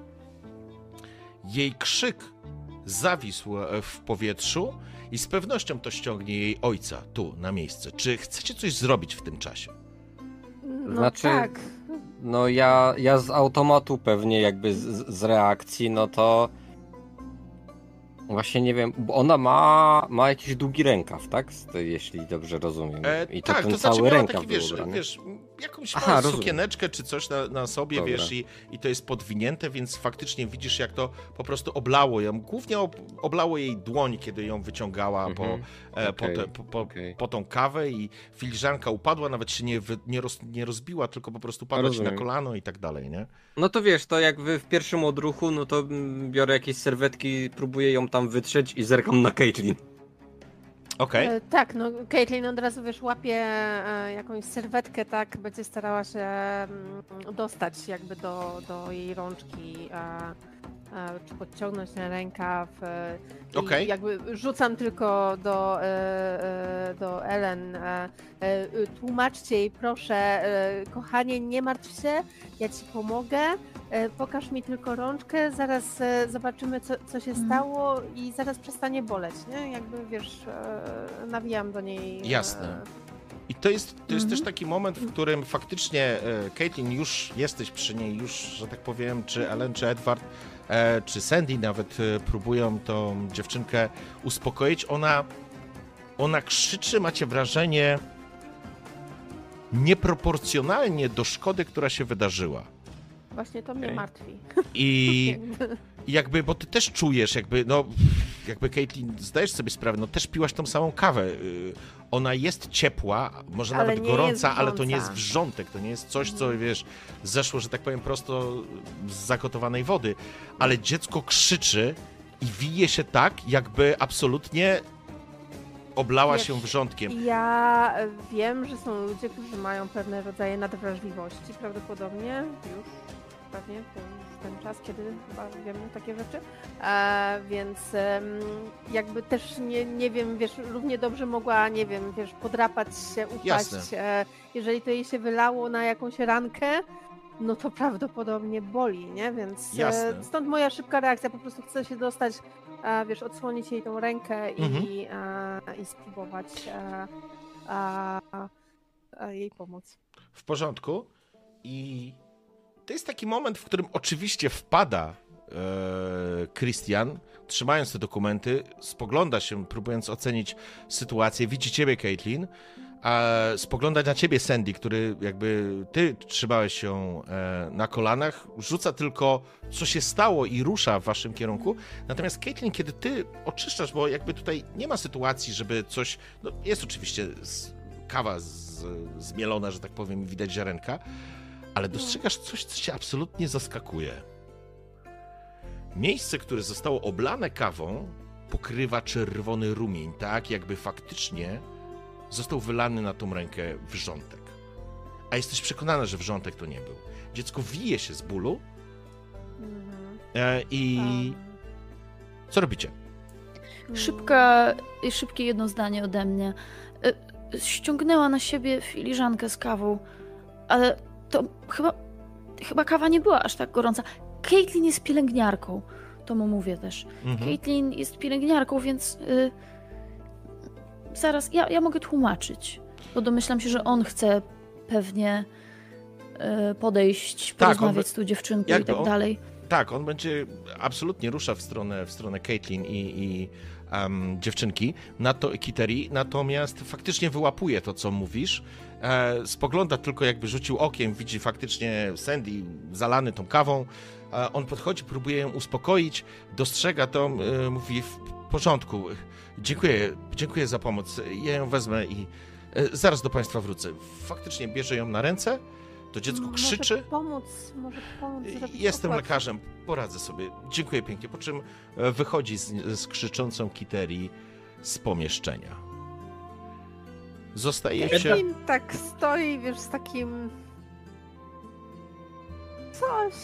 jej krzyk zawisł w powietrzu i z pewnością to ściągnie jej ojca tu, na miejsce. Czy chcecie coś zrobić w tym czasie? No Znaczy, tak. No ja z automatu pewnie jakby z reakcji, no to właśnie nie wiem, bo ona ma jakiś długi rękaw, tak? Jeśli dobrze rozumiem. I to tak, ten to cały znaczy rękaw taki, był wiesz, jakąś rozumiem. sukieneczkę czy coś na sobie, Dobra. wiesz, i to jest podwinięte, więc faktycznie widzisz, jak to po prostu oblało ją. Głównie oblało jej dłoń, kiedy ją wyciągała po tą kawę i filiżanka upadła, nawet się nie rozbiła, tylko po prostu padła ci na kolano i tak dalej, nie? No to wiesz, to jak w pierwszym odruchu, no to biorę jakieś serwetki, próbuję ją tam wytrzeć i zerkam na Caitlin. Okej. Tak, no Caitlin od razu, wiesz, łapie jakąś serwetkę, tak, będzie starała się dostać jakby do jej rączki, czy podciągnąć na rękaw. I jakby rzucam tylko do Ellen. Tłumaczcie jej, proszę, kochanie, nie martw się, ja ci pomogę. Pokaż mi tylko rączkę, zaraz zobaczymy, co się stało i zaraz przestanie boleć, nie? Jakby, wiesz, nawijam do niej. Jasne. I to jest też taki moment, w którym faktycznie Caitlin, już jesteś przy niej, już, że tak powiem, czy Ellen, czy Edward, czy Sandy nawet próbują tą dziewczynkę uspokoić. Ona krzyczy, macie wrażenie, nieproporcjonalnie do szkody, która się wydarzyła. Właśnie to mnie martwi. I jakby, bo ty też czujesz, jakby Caitlin, zdajesz sobie sprawę, no też piłaś tą samą kawę. Ona jest ciepła, może ale nawet gorąca, ale to nie jest wrzątek, to nie jest coś, co, wiesz, zeszło, że tak powiem, prosto z zagotowanej wody. Ale dziecko krzyczy i wije się tak, jakby absolutnie oblała Wiesz, się wrzątkiem. Ja wiem, że są ludzie, którzy mają pewne rodzaje nadwrażliwości, prawdopodobnie już pewnie to już ten czas, kiedy chyba wiemy takie rzeczy, więc jakby też nie wiem, wiesz, równie dobrze mogła, nie wiem, wiesz, podrapać się, upaść, jeżeli to jej się wylało na jakąś rankę, no to prawdopodobnie boli, nie? Więc stąd moja szybka reakcja, po prostu chcę się dostać, wiesz, odsłonić jej tą rękę i spróbować jej pomóc. W porządku. I to jest taki moment, w którym oczywiście wpada Christian, trzymając te dokumenty, spogląda się, próbując ocenić sytuację, widzi ciebie, Caitlin, a spogląda na ciebie, Sandy, który jakby ty trzymałeś się na kolanach, rzuca tylko, co się stało i rusza w waszym kierunku. Natomiast Caitlin, kiedy ty oczyszczasz, bo jakby tutaj nie ma sytuacji, żeby coś, no jest oczywiście kawa zmielona, że tak powiem, widać ziarenka, ale dostrzegasz coś, co cię absolutnie zaskakuje. Miejsce, które zostało oblane kawą, pokrywa czerwony rumień, tak jakby faktycznie został wylany na tą rękę wrzątek. A jesteś przekonana, że wrzątek to nie był. Dziecko wije się z bólu i... Co robicie? Szybkie jedno zdanie ode mnie. Ściągnęła na siebie filiżankę z kawą, ale to chyba kawa nie była aż tak gorąca. Caitlin jest pielęgniarką, to mu mówię też. Caitlin jest pielęgniarką, więc zaraz, ja mogę tłumaczyć, bo domyślam się, że on chce pewnie podejść, porozmawiać z tą dziewczynką i tak dalej. Tak, on będzie absolutnie rusza w stronę Caitlin i dziewczynki, Kiteri, natomiast faktycznie wyłapuje to, co mówisz. Spogląda tylko, jakby rzucił okiem, widzi faktycznie Sandy zalany tą kawą. On podchodzi, próbuje ją uspokoić, dostrzega to, mówi w porządku, dziękuję za pomoc, ja ją wezmę i zaraz do państwa wrócę. Faktycznie bierze ją na ręce, to dziecko krzyczy. Może pomóc Jestem lekarzem, poradzę sobie. Dziękuję pięknie. Po czym wychodzi z krzyczącą Kiteri z pomieszczenia. Zostajecie... Tak stoi, wiesz, z takim... Coś...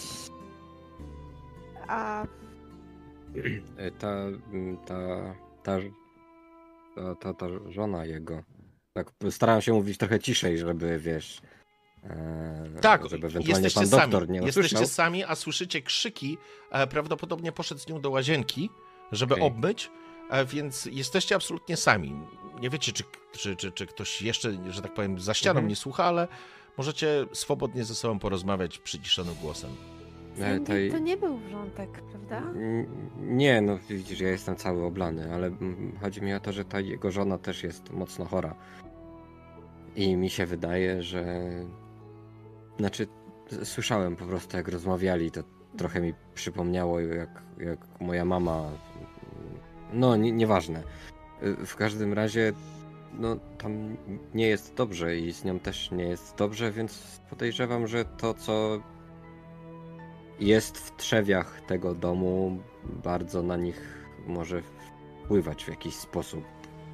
Ta żona jego. Tak, starałem się mówić trochę ciszej, żeby, wiesz... Tak, żeby ewentualnie pan doktor nie usłyszał. Jesteście sami, a słyszycie krzyki. Prawdopodobnie poszedł z nią do łazienki, żeby obmyć, więc jesteście absolutnie sami. Nie wiecie, czy ktoś jeszcze, że tak powiem, za ścianą nie słucha, ale możecie swobodnie ze sobą porozmawiać przyciszonym głosem. To nie był wrzątek, prawda? Nie, no widzisz, ja jestem cały oblany, ale chodzi mi o to, że ta jego żona też jest mocno chora. I mi się wydaje, że... Znaczy, słyszałem po prostu, jak rozmawiali, to trochę mi przypomniało, jak moja mama... No, nieważne. W każdym razie, no, tam nie jest dobrze i z nią też nie jest dobrze, więc podejrzewam, że to, co jest w trzewiach tego domu, bardzo na nich może wpływać w jakiś sposób.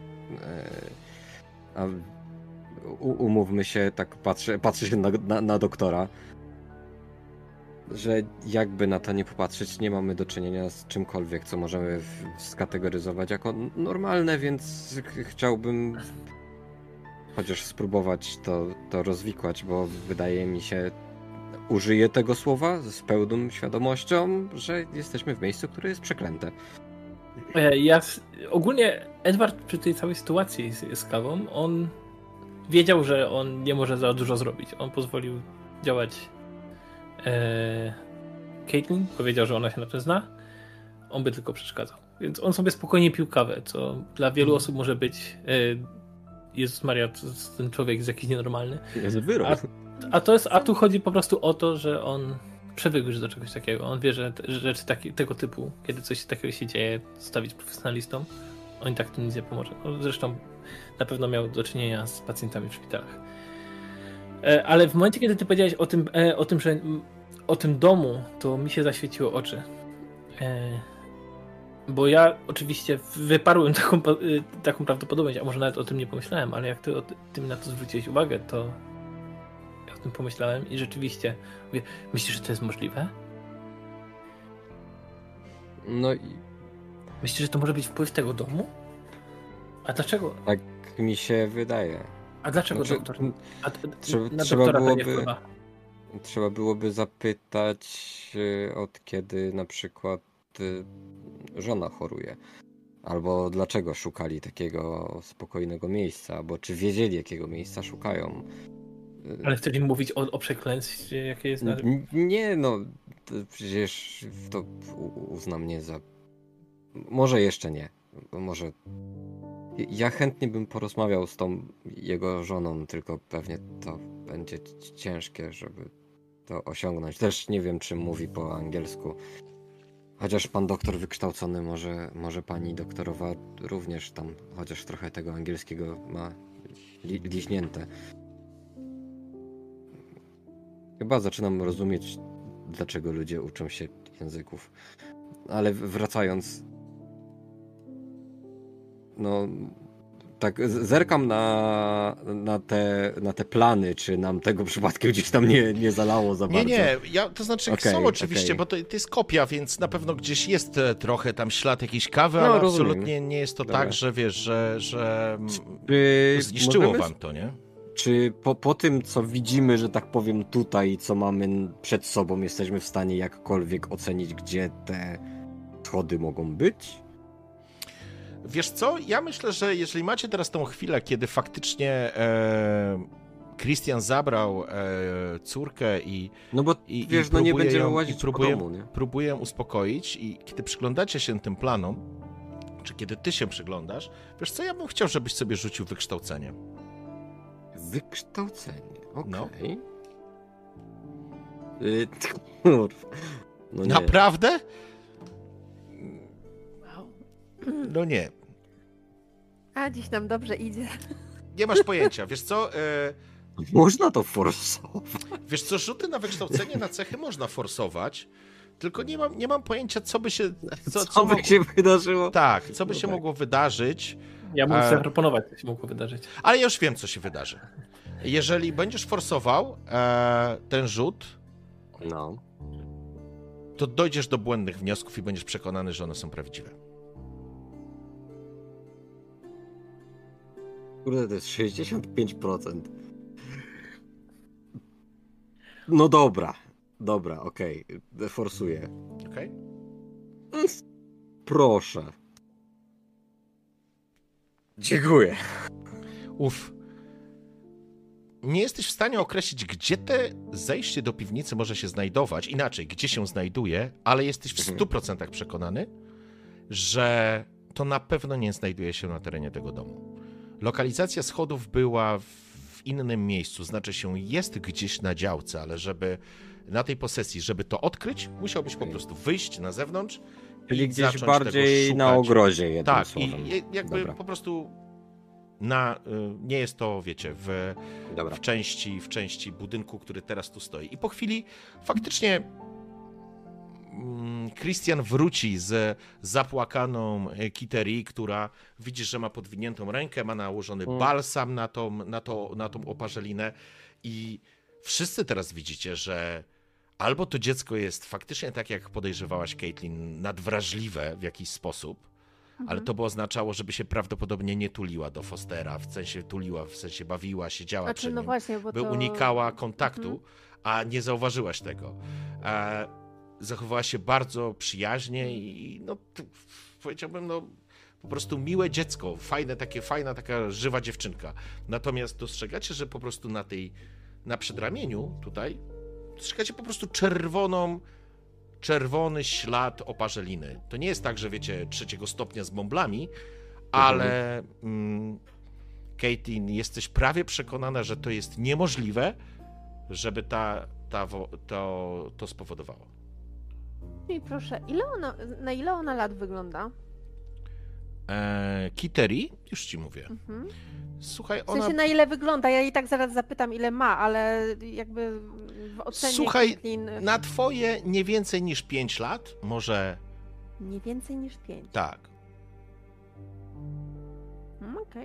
A umówmy się, tak patrzę się na doktora, że jakby na to nie popatrzeć, nie mamy do czynienia z czymkolwiek, co możemy skategoryzować jako normalne, więc chciałbym chociaż spróbować to rozwikłać, bo wydaje mi się, użyję tego słowa z pełną świadomością, że jesteśmy w miejscu, które jest przeklęte. Ogólnie Edward przy tej całej sytuacji z kawą, on wiedział, że on nie może za dużo zrobić. On pozwolił działać Caitlin, powiedział, że ona się na tym zna. On by tylko przeszkadzał. Więc on sobie spokojnie pił kawę, co dla wielu osób może być Jezus Maria, ten człowiek jest jakiś nienormalny. Jest wyrok. A tu chodzi po prostu o to, że on przywykł już do czegoś takiego. On wie, że rzeczy tego typu, kiedy coś takiego się dzieje, zostawić profesjonalistom, on i tak tym nic nie pomoże. Zresztą na pewno miał do czynienia z pacjentami w szpitalach. Ale w momencie, kiedy ty powiedziałeś o tym domu, to mi się zaświeciło oczy. Bo ja oczywiście wyparłem taką prawdopodobieść, a może nawet o tym nie pomyślałem, ale jak ty o tym na to zwróciłeś uwagę, to ja o tym pomyślałem i rzeczywiście mówię, myślisz, że to jest możliwe? No i Myślisz, że to może być wpływ tego domu? A dlaczego? tak mi się wydaje. A dlaczego Znaczy, doktor? Trzeba byłoby zapytać, od kiedy na przykład żona choruje. Albo dlaczego szukali takiego spokojnego miejsca, albo czy wiedzieli, jakiego miejsca szukają. Ale chcesz im mówić o przekleństwie, jakie jest na... Nie, no przecież to uzna mnie za... Może jeszcze nie. Może... Ja chętnie bym porozmawiał z tą jego żoną, tylko pewnie to będzie ciężkie, żeby to osiągnąć. Też nie wiem, czy mówi po angielsku. Chociaż pan doktor wykształcony, może pani doktorowa również tam, chociaż trochę tego angielskiego ma liźnięte. Chyba zaczynam rozumieć, dlaczego ludzie uczą się języków. Ale wracając... No... Tak, zerkam na te plany, czy nam tego przypadkiem gdzieś tam nie zalało za bardzo. Nie, to znaczy są oczywiście, bo to jest kopia, więc na pewno gdzieś jest trochę tam ślad jakiejś kawy, ale absolutnie nie jest to tak, że wiesz, że zniszczyło wam to, nie? Czy po tym, co widzimy, że tak powiem tutaj, co mamy przed sobą, jesteśmy w stanie jakkolwiek ocenić, gdzie te schody mogą być? Wiesz co, ja myślę, że jeżeli macie teraz tą chwilę, kiedy faktycznie Christian zabrał córkę i no bo wiesz, no nie będziemy łazić po domu, nie? Próbuję uspokoić i kiedy przyglądacie się tym planom, czy kiedy ty się przyglądasz, wiesz co, ja bym chciał, żebyś sobie rzucił wykształcenie. Wykształcenie, okej. No naprawdę? No nie. A dziś nam dobrze idzie. Nie masz pojęcia, wiesz co? Można to forsować. Wiesz co, rzuty na wykształcenie na cechy można forsować, tylko nie mam pojęcia, co by się... Co by się wydarzyło? Tak, co by się mogło wydarzyć. Ja mógł zaproponować, co się mogło wydarzyć. Ale ja już wiem, co się wydarzy. Jeżeli będziesz forsował ten rzut, to dojdziesz do błędnych wniosków i będziesz przekonany, że one są prawdziwe. Kurde, to jest 65%. No dobra, okej. Forsuję. Okej? Proszę. Dziękuję. Nie jesteś w stanie określić, gdzie te zejście do piwnicy może się znajdować, inaczej, gdzie się znajduje, ale jesteś w 100% przekonany, że to na pewno nie znajduje się na terenie tego domu. Lokalizacja schodów była w innym miejscu, znaczy się jest gdzieś na działce, ale żeby na tej posesji, żeby to odkryć, musiałbyś po prostu wyjść na zewnątrz. Czyli gdzieś bardziej na ogrodzie jednym tak, słowem. I jakby po prostu nie jest to, wiecie, w części budynku, który teraz tu stoi. I po chwili faktycznie Christian wróci z zapłakaną Kiteri, która widzisz, że ma podwiniętą rękę, ma nałożony balsam na tą oparzelinę i wszyscy teraz widzicie, że albo to dziecko jest faktycznie tak, jak podejrzewałaś, Caitlin, nadwrażliwe w jakiś sposób, ale to by oznaczało, żeby się prawdopodobnie nie tuliła do Fostera, w sensie bawiła, siedziała przy nim, by unikała kontaktu, a nie zauważyłaś tego. Zachowała się bardzo przyjaźnie i powiedziałbym, po prostu miłe dziecko, fajna taka żywa dziewczynka. Natomiast dostrzegacie, że po prostu na przedramieniu tutaj dostrzegacie po prostu czerwony ślad oparzeliny. To nie jest tak, że wiecie, 3. stopnia z bąblami, ale Caitlin, jesteś prawie przekonana, że to jest niemożliwe, żeby to spowodowało. I proszę, na ile ona lat wygląda? Kiteri? Już ci mówię. Słuchaj, w sensie na ile wygląda? Ja jej tak zaraz zapytam, ile ma, ale jakby w ocenie Słuchaj, Caitlin... na twoje nie więcej niż 5 lat, może Nie więcej niż 5. Tak. Okej.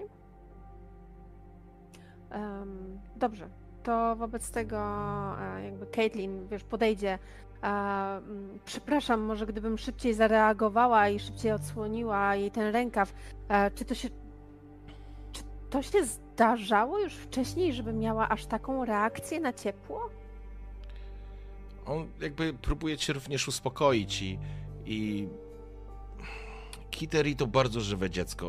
Dobrze. To wobec tego jakby Caitlin, wiesz, podejdzie. Przepraszam, może gdybym szybciej zareagowała i szybciej odsłoniła jej ten rękaw. Czy to się zdarzało już wcześniej, żeby miała aż taką reakcję na ciepło? On jakby próbuje cię również uspokoić i Kiteri to bardzo żywe dziecko.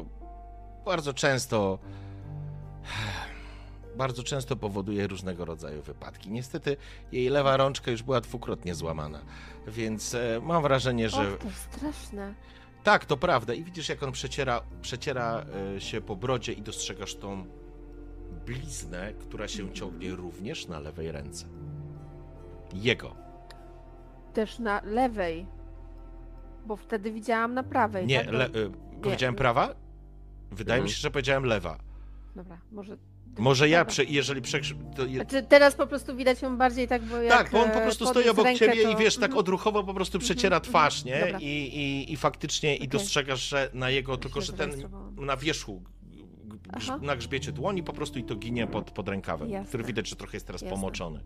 Bardzo często powoduje różnego rodzaju wypadki. Niestety jej lewa rączka już była dwukrotnie złamana, więc mam wrażenie, że... Och, to straszne. Tak, to prawda. I widzisz, jak on przeciera się po brodzie i dostrzegasz tą bliznę, która się ciągnie również na lewej ręce. Jego. Też na lewej. Bo wtedy widziałam na prawej. Nie, tak? powiedziałem prawa? Wydaje mi się, że powiedziałem lewa. Dobra, może... Może ja, Dobra. jeżeli Znaczy teraz po prostu widać ją bardziej tak, bo jak... Tak, bo on po prostu stoi obok rękę, ciebie to... i wiesz, tak odruchowo po prostu przeciera twarz, nie? Dobra. I faktycznie i dostrzegasz, że na jego, tylko że ten zarejestrowałam. na wierzchu, Aha. na grzbiecie dłoni po prostu i to ginie pod rękawem, Jasne. który widać, że trochę jest teraz Jasne. pomoczony.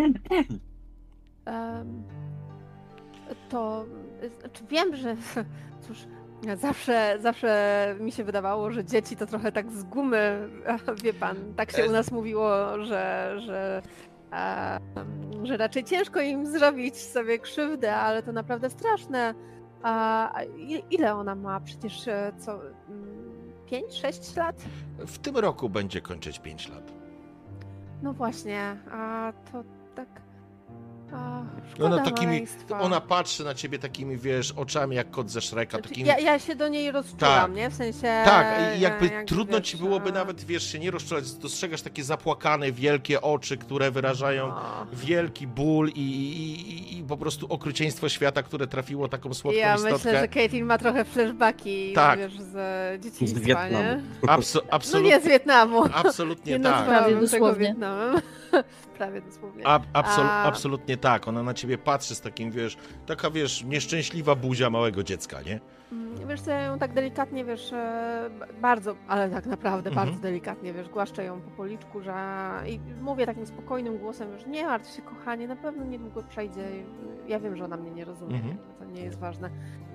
To znaczy wiem, że cóż, zawsze mi się wydawało, że dzieci to trochę tak z gumy, wie pan, tak się u nas mówiło, że raczej ciężko im zrobić sobie krzywdę, ale to naprawdę straszne. Ile ona ma? Przecież co, 5-6 lat? W tym roku będzie kończyć 5 lat. No właśnie, a to tak... Szkoda maleństwa. Ona patrzy na ciebie takimi, wiesz, oczami jak kot ze Shreka. Znaczy, Takimi... ja się do niej rozczulam, Tak. nie? W sensie... Tak, i jakby trudno wiesz, ci byłoby nawet, wiesz, się nie rozczulać. Dostrzegasz takie zapłakane, wielkie oczy, które wyrażają wielki ból i po prostu okrucieństwo świata, które trafiło taką słodką Ja istotkę. myślę, że Caitlin ma trochę flashbacki, Tak. wiesz, z dzieciństwa, Z Wietnamu. nie? Absolutnie. No nie z Wietnamu. Absolutnie Nie tak. nazwałabym Prawie tego dosłownie. Wietnamem. Prawie dosłownie. Absolutnie tak. Ona na ciebie patrzy z takim, wiesz, taka, wiesz, nieszczęśliwa buzia małego dziecka, nie? Wiesz co, ja ją tak delikatnie, wiesz, bardzo, ale tak naprawdę Mhm. bardzo delikatnie, wiesz, głaszczę ją po policzku, że... I mówię takim spokojnym głosem, już nie martw się, kochanie, na pewno niedługo przejdzie. Ja wiem, że ona mnie nie rozumie, Mhm. to nie jest ważne.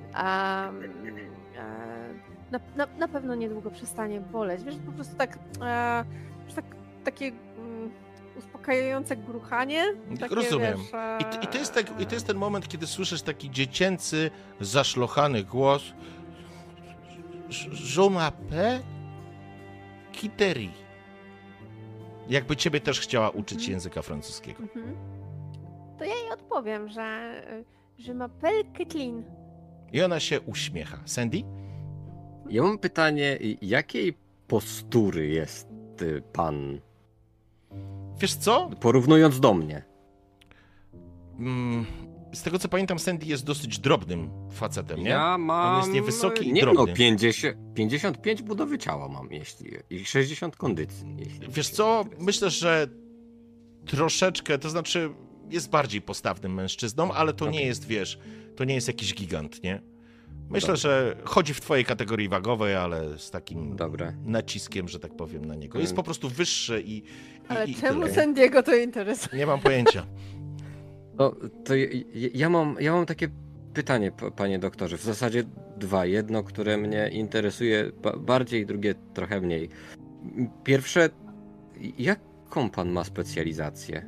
Na pewno niedługo przestanie boleć. Wiesz, po prostu tak, takie uspokajające gruchanie. Takie, Rozumiem. Wiesz, I to jest ten moment, kiedy słyszysz taki dziecięcy, zaszlochany głos. Je m'appelle Kiteri. Jakby ciebie też chciała uczyć języka francuskiego. Mhm. To ja jej odpowiem, że je m'appelle Caitlin. I ona się uśmiecha. Sandy? Ja mam pytanie, jakiej postury jest pan, Wiesz co? porównując do mnie? Z tego co pamiętam, Sandy jest dosyć drobnym facetem, nie? Ja mam... On jest niewysoki i nie, drobny. No, 55 budowy ciała mam, i 60 kondycji. Wiesz co? Myślę, że troszeczkę, to znaczy jest bardziej postawnym mężczyzną, ale to nie jest, wiesz, to nie jest jakiś gigant, nie? Myślę, że chodzi w twojej kategorii wagowej, ale z takim naciskiem, że tak powiem, na niego. Jest po prostu wyższy i Ale i czemu tyle. Sandiego to interesuje? Nie mam pojęcia. To ja mam takie pytanie, panie doktorze. W zasadzie dwa. Jedno, które mnie interesuje bardziej, drugie trochę mniej. Pierwsze, jaką pan ma specjalizację?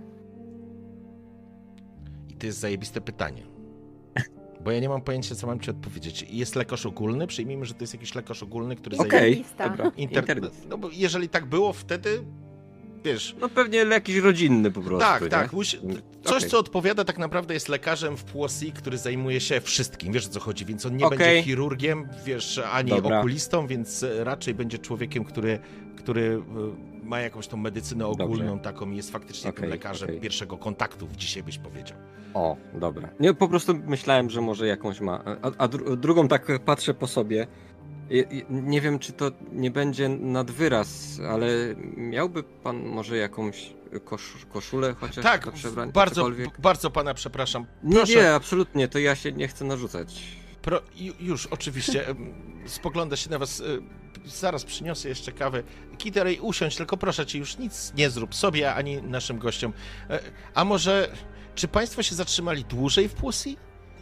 I to jest zajebiste pytanie. Bo ja nie mam pojęcia, co mam ci odpowiedzieć. Jest lekarz ogólny? Przyjmijmy, że to jest jakiś lekarz ogólny, który Okej, Internista. dobra. Internet. No bo jeżeli tak było wtedy, wiesz... No pewnie jakiś rodzinny po prostu, Tak, nie? tak. Coś, Okej. co odpowiada tak naprawdę jest lekarzem w Poissy, który zajmuje się wszystkim. Wiesz, o co chodzi, więc on nie Okej. będzie chirurgiem, wiesz, ani Dobra. okulistą, więc raczej będzie człowiekiem, który ma jakąś tą medycynę ogólną Dobrze. taką i jest faktycznie tym Okej, lekarzem okej. pierwszego kontaktu, dzisiaj byś powiedział. O, dobra. Nie, po prostu myślałem, że może jakąś ma. A drugą tak patrzę po sobie. Nie wiem, czy to nie będzie nad wyraz, ale miałby pan może jakąś koszulę chociaż Tak, do przebrania? bardzo, cokolwiek? bardzo pana przepraszam. Nie, Proszę. nie, absolutnie, to ja się nie chcę narzucać. Już, oczywiście. Spogląda się na was. Zaraz przyniosę jeszcze kawę. Kiterej, usiądź, tylko proszę cię, już nic nie zrób sobie, ani naszym gościom. A może, czy państwo się zatrzymali dłużej w Płusji?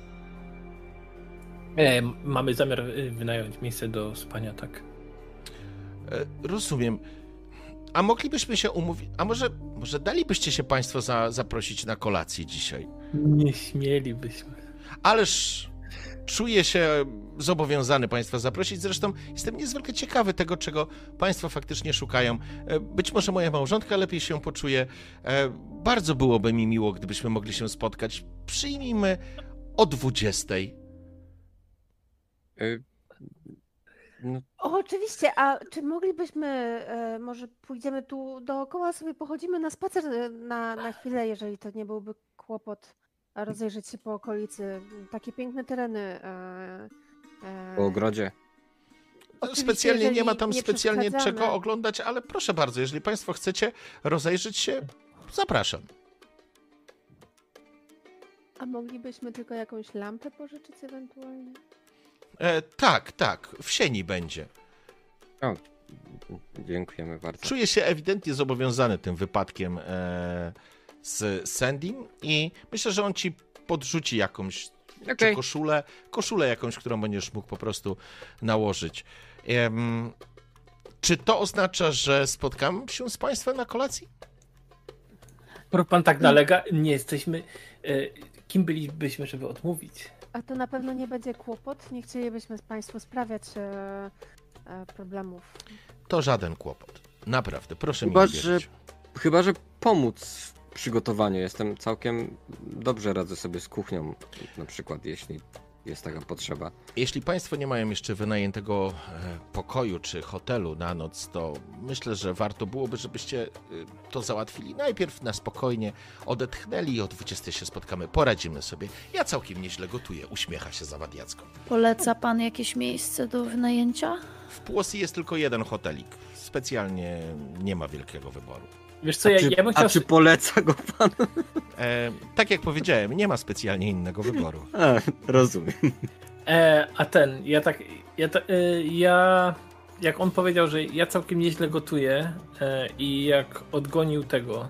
Mamy zamiar wynająć miejsce do spania, tak. Rozumiem. A moglibyśmy się umówić... A może dalibyście się państwo zaprosić na kolację dzisiaj? Nie śmielibyśmy. Ależ czuję się zobowiązany państwa zaprosić. Zresztą jestem niezwykle ciekawy tego, czego państwo faktycznie szukają. Być może moja małżonka lepiej się poczuje. Bardzo byłoby mi miło, gdybyśmy mogli się spotkać. Przyjmijmy o 20:00. No, O, oczywiście, a czy moglibyśmy, może pójdziemy tu dookoła, sobie pochodzimy na spacer na chwilę, jeżeli to nie byłby kłopot, rozejrzeć się po okolicy. Takie piękne tereny. po ogrodzie. Specjalnie nie ma tam nie specjalnie przeszkadzamy. czego oglądać, ale proszę bardzo, jeżeli państwo chcecie rozejrzeć się, zapraszam. A moglibyśmy tylko jakąś lampę pożyczyć ewentualnie? Tak, w sieni będzie. O, dziękujemy bardzo. Czuję się ewidentnie zobowiązany tym wypadkiem z Sandym i myślę, że on ci podrzuci jakąś czy Okej. koszulę jakąś, którą będziesz mógł po prostu nałożyć. Czy to oznacza, że spotkam się z państwem na kolacji? Skoro pan tak nalega, nie jesteśmy... Kim bylibyśmy, żeby odmówić? A to na pewno nie będzie kłopot. Nie chcielibyśmy państwu sprawiać problemów. To żaden kłopot. Naprawdę, proszę Chyba, mi wierzyć. Chyba, że pomóc w przygotowaniu. Jestem całkiem dobrze radzę sobie z kuchnią, na przykład, jeśli jest taka potrzeba. Jeśli państwo nie mają jeszcze wynajętego pokoju czy hotelu na noc, to myślę, że warto byłoby, żebyście to załatwili najpierw na spokojnie, odetchnęli i o 20:00 się spotkamy, poradzimy sobie. Ja całkiem nieźle gotuję, uśmiecha się zawadiacko. Poleca pan jakieś miejsce do wynajęcia? W Płosy jest tylko jeden hotelik. Specjalnie nie ma wielkiego wyboru. Wiesz co, ja bym chciał... A czy poleca go pan? Tak jak powiedziałem, nie ma specjalnie innego wyboru. Rozumiem. Jak on powiedział, że ja całkiem nieźle gotuję i jak odgonił tego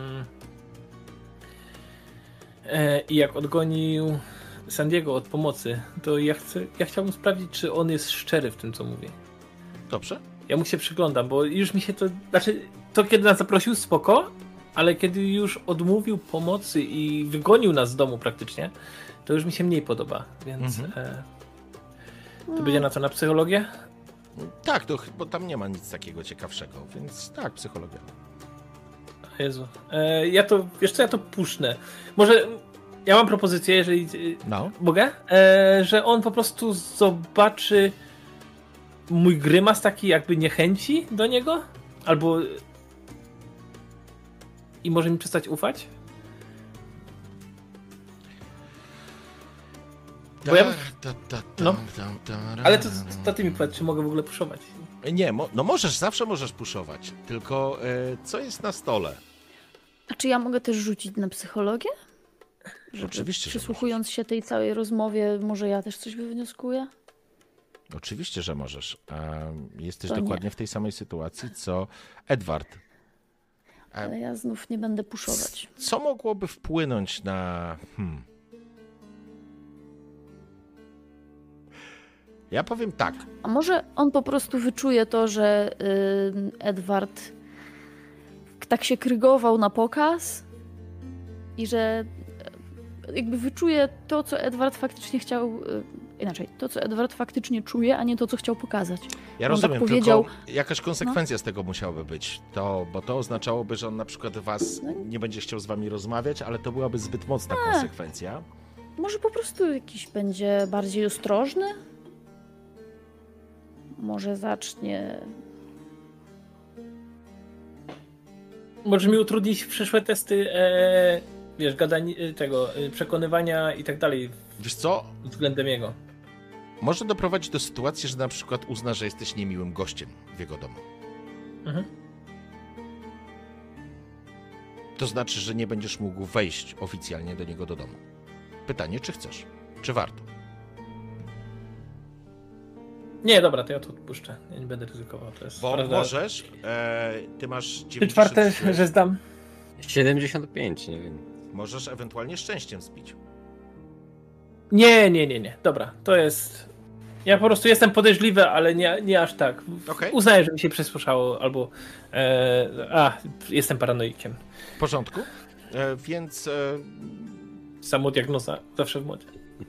i jak odgonił Sandiego od pomocy, to ja chciałbym sprawdzić, czy on jest szczery w tym, co mówi. Dobrze? Ja mu się przyglądam, bo już mi się to... Znaczy, to kiedy nas zaprosił, spoko, ale kiedy już odmówił pomocy i wygonił nas z domu praktycznie, to już mi się mniej podoba, więc to będzie na co, na psychologię? Tak, bo tam nie ma nic takiego ciekawszego, więc tak, psychologia. Jezu. Wiesz co, ja to puszczę. Może ja mam propozycję, jeżeli mogę, że on po prostu zobaczy mój grymas taki jakby niechęci do niego, albo i może mi przestać ufać? Bo ja... No. Ale to ty mi powiedz, czy mogę w ogóle puszować? Nie, zawsze możesz puszować, tylko co jest na stole? A czy ja mogę też rzucić na psychologię? Oczywiście, że przysłuchując się tej całej rozmowie, może ja też coś wywnioskuję? Oczywiście, że możesz. Jesteś To dokładnie nie. w tej samej sytuacji, co Edward. Ale ja znów nie będę puszować. Co mogłoby wpłynąć na... Ja powiem tak. A może on po prostu wyczuje to, że Edward tak się krygował na pokaz i że jakby wyczuje to, co Edward faktycznie chciał... Inaczej, to, co Edward faktycznie czuje, a nie to, co chciał pokazać. Ja On rozumiem, tak powiedział, tylko jakaś konsekwencja z tego musiałaby być. Bo to oznaczałoby, że on na przykład nie będzie chciał z wami rozmawiać, ale to byłaby zbyt mocna konsekwencja. Może po prostu jakiś będzie bardziej ostrożny? Może zacznie... Może mi utrudnić przyszłe testy wiesz, przekonywania i tak dalej. Wiesz co? Względem jego. Może doprowadzić do sytuacji, że na przykład uzna, że jesteś niemiłym gościem w jego domu. Mhm. To znaczy, że nie będziesz mógł wejść oficjalnie do niego do domu. Pytanie, czy chcesz? Czy warto? Nie, dobra, to ja to odpuszczę. Ja nie będę ryzykował. To jest Bo prawda. możesz, ty masz 3/4, 93, że zdam. 75, nie wiem. możesz ewentualnie szczęściem zbić. Nie. Dobra, to jest... Ja po prostu jestem podejrzliwy, ale nie aż tak. Okej. Uznaję, że mi się przesłyszało, albo... jestem paranoikiem. W porządku. Więc Samodiagnoza zawsze w modzie.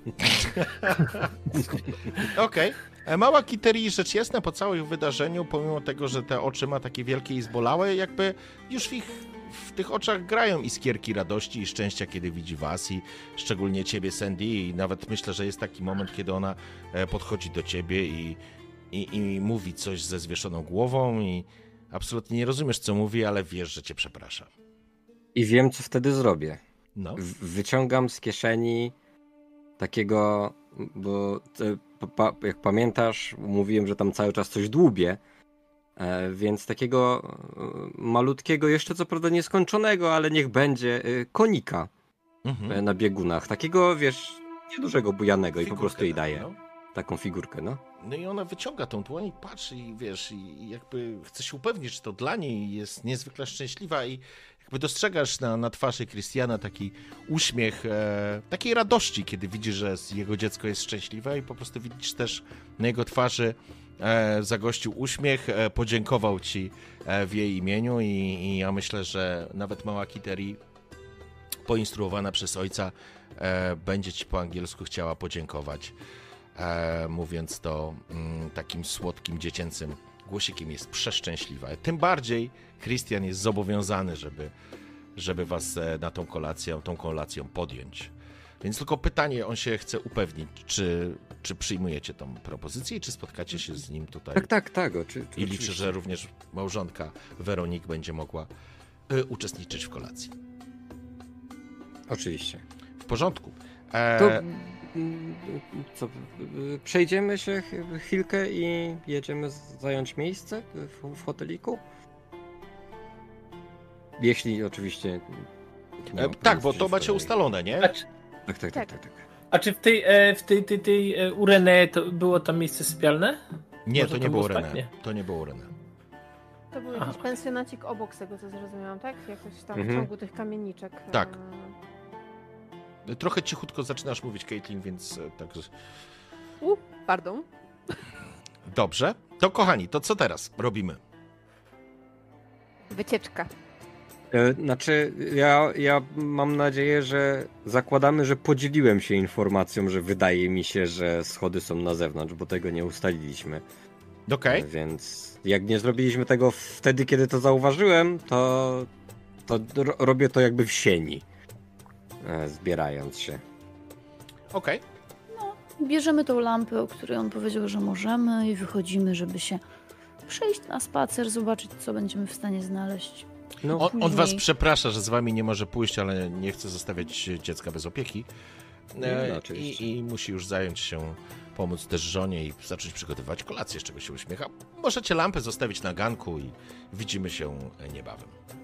okej. Mała Kiteri, rzecz jasna, po całym wydarzeniu, pomimo tego, że te oczy ma takie wielkie i zbolałe, jakby już w tych oczach grają iskierki radości i szczęścia, kiedy widzi was i szczególnie ciebie, Sandy, i nawet myślę, że jest taki moment, kiedy ona podchodzi do ciebie i mówi coś ze zwieszoną głową i absolutnie nie rozumiesz, co mówi, ale wiesz, że cię przeprasza. I wiem, co wtedy zrobię. No. Wyciągam z kieszeni takiego, bo jak pamiętasz, mówiłem, że tam cały czas coś dłubię, więc takiego malutkiego, jeszcze co prawda nieskończonego, ale niech będzie, konika na biegunach. Takiego, wiesz, niedużego, bujanego i po prostu jej daję. No. Taką figurkę, no. No i ona wyciąga tą dłoń i patrzy i wiesz, i jakby chce się upewnić, że to dla niej jest niezwykle szczęśliwa i jakby dostrzegasz na twarzy Christiana taki uśmiech takiej radości, kiedy widzisz, że jego dziecko jest szczęśliwe i po prostu widzisz też na jego twarzy zagościł uśmiech, podziękował ci w jej imieniu i ja myślę, że nawet mała Kiteri poinstruowana przez ojca będzie ci po angielsku chciała podziękować. Mówiąc to takim słodkim, dziecięcym głosikiem, jest przeszczęśliwa. Tym bardziej Christian jest zobowiązany, żeby was na tą kolacją podjąć. Więc tylko pytanie, on się chce upewnić, czy przyjmujecie tą propozycję i czy spotkacie się z nim tutaj. Tak. I liczę, że również małżonka Weronik będzie mogła uczestniczyć w kolacji. Oczywiście. W porządku. To co, przejdziemy się chwilkę i jedziemy zająć miejsce w hoteliku? Jeśli oczywiście... Tak, bo to macie ustalone, nie? Tak. A czy w tej u René to było tam miejsce sypialne? Nie, Może to to nie było było René. nie. To nie było René. To był jakiś pensjonacik obok, z tego co zrozumiałam, tak? Jakoś tam w Mhm. ciągu tych kamieniczek. Tak. Trochę cichutko zaczynasz mówić, Caitlin, więc tak. Pardon. Dobrze. To kochani, to co teraz robimy? Wycieczka. Znaczy, ja mam nadzieję, że zakładamy, że podzieliłem się informacją, że wydaje mi się, że schody są na zewnątrz, bo tego nie ustaliliśmy. Okej. Więc jak nie zrobiliśmy tego wtedy, kiedy to zauważyłem, to robię to jakby w sieni, zbierając się. Okej. Bierzemy tą lampę, o której on powiedział, że możemy i wychodzimy, żeby się przejść na spacer, zobaczyć, co będziemy w stanie znaleźć. No, On was przeprasza, że z wami nie może pójść, ale nie chce zostawiać dziecka bez opieki. oczywiście. I musi już zająć się, pomóc też żonie i zacząć przygotowywać kolację, z czego się uśmiecha. Możecie lampę zostawić na ganku i widzimy się niebawem.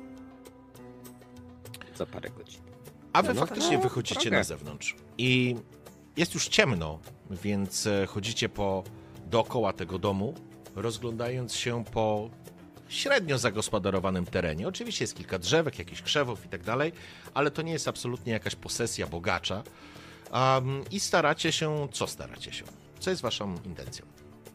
za parę godzin. A wy No, faktycznie no, wychodzicie trochę. na zewnątrz. I jest już ciemno, więc chodzicie dookoła tego domu, rozglądając się po średnio zagospodarowanym terenie. Oczywiście jest kilka drzewek, jakichś krzewów i tak dalej, ale to nie jest absolutnie jakaś posesja bogacza. I staracie się... Co staracie się? Co jest waszą intencją?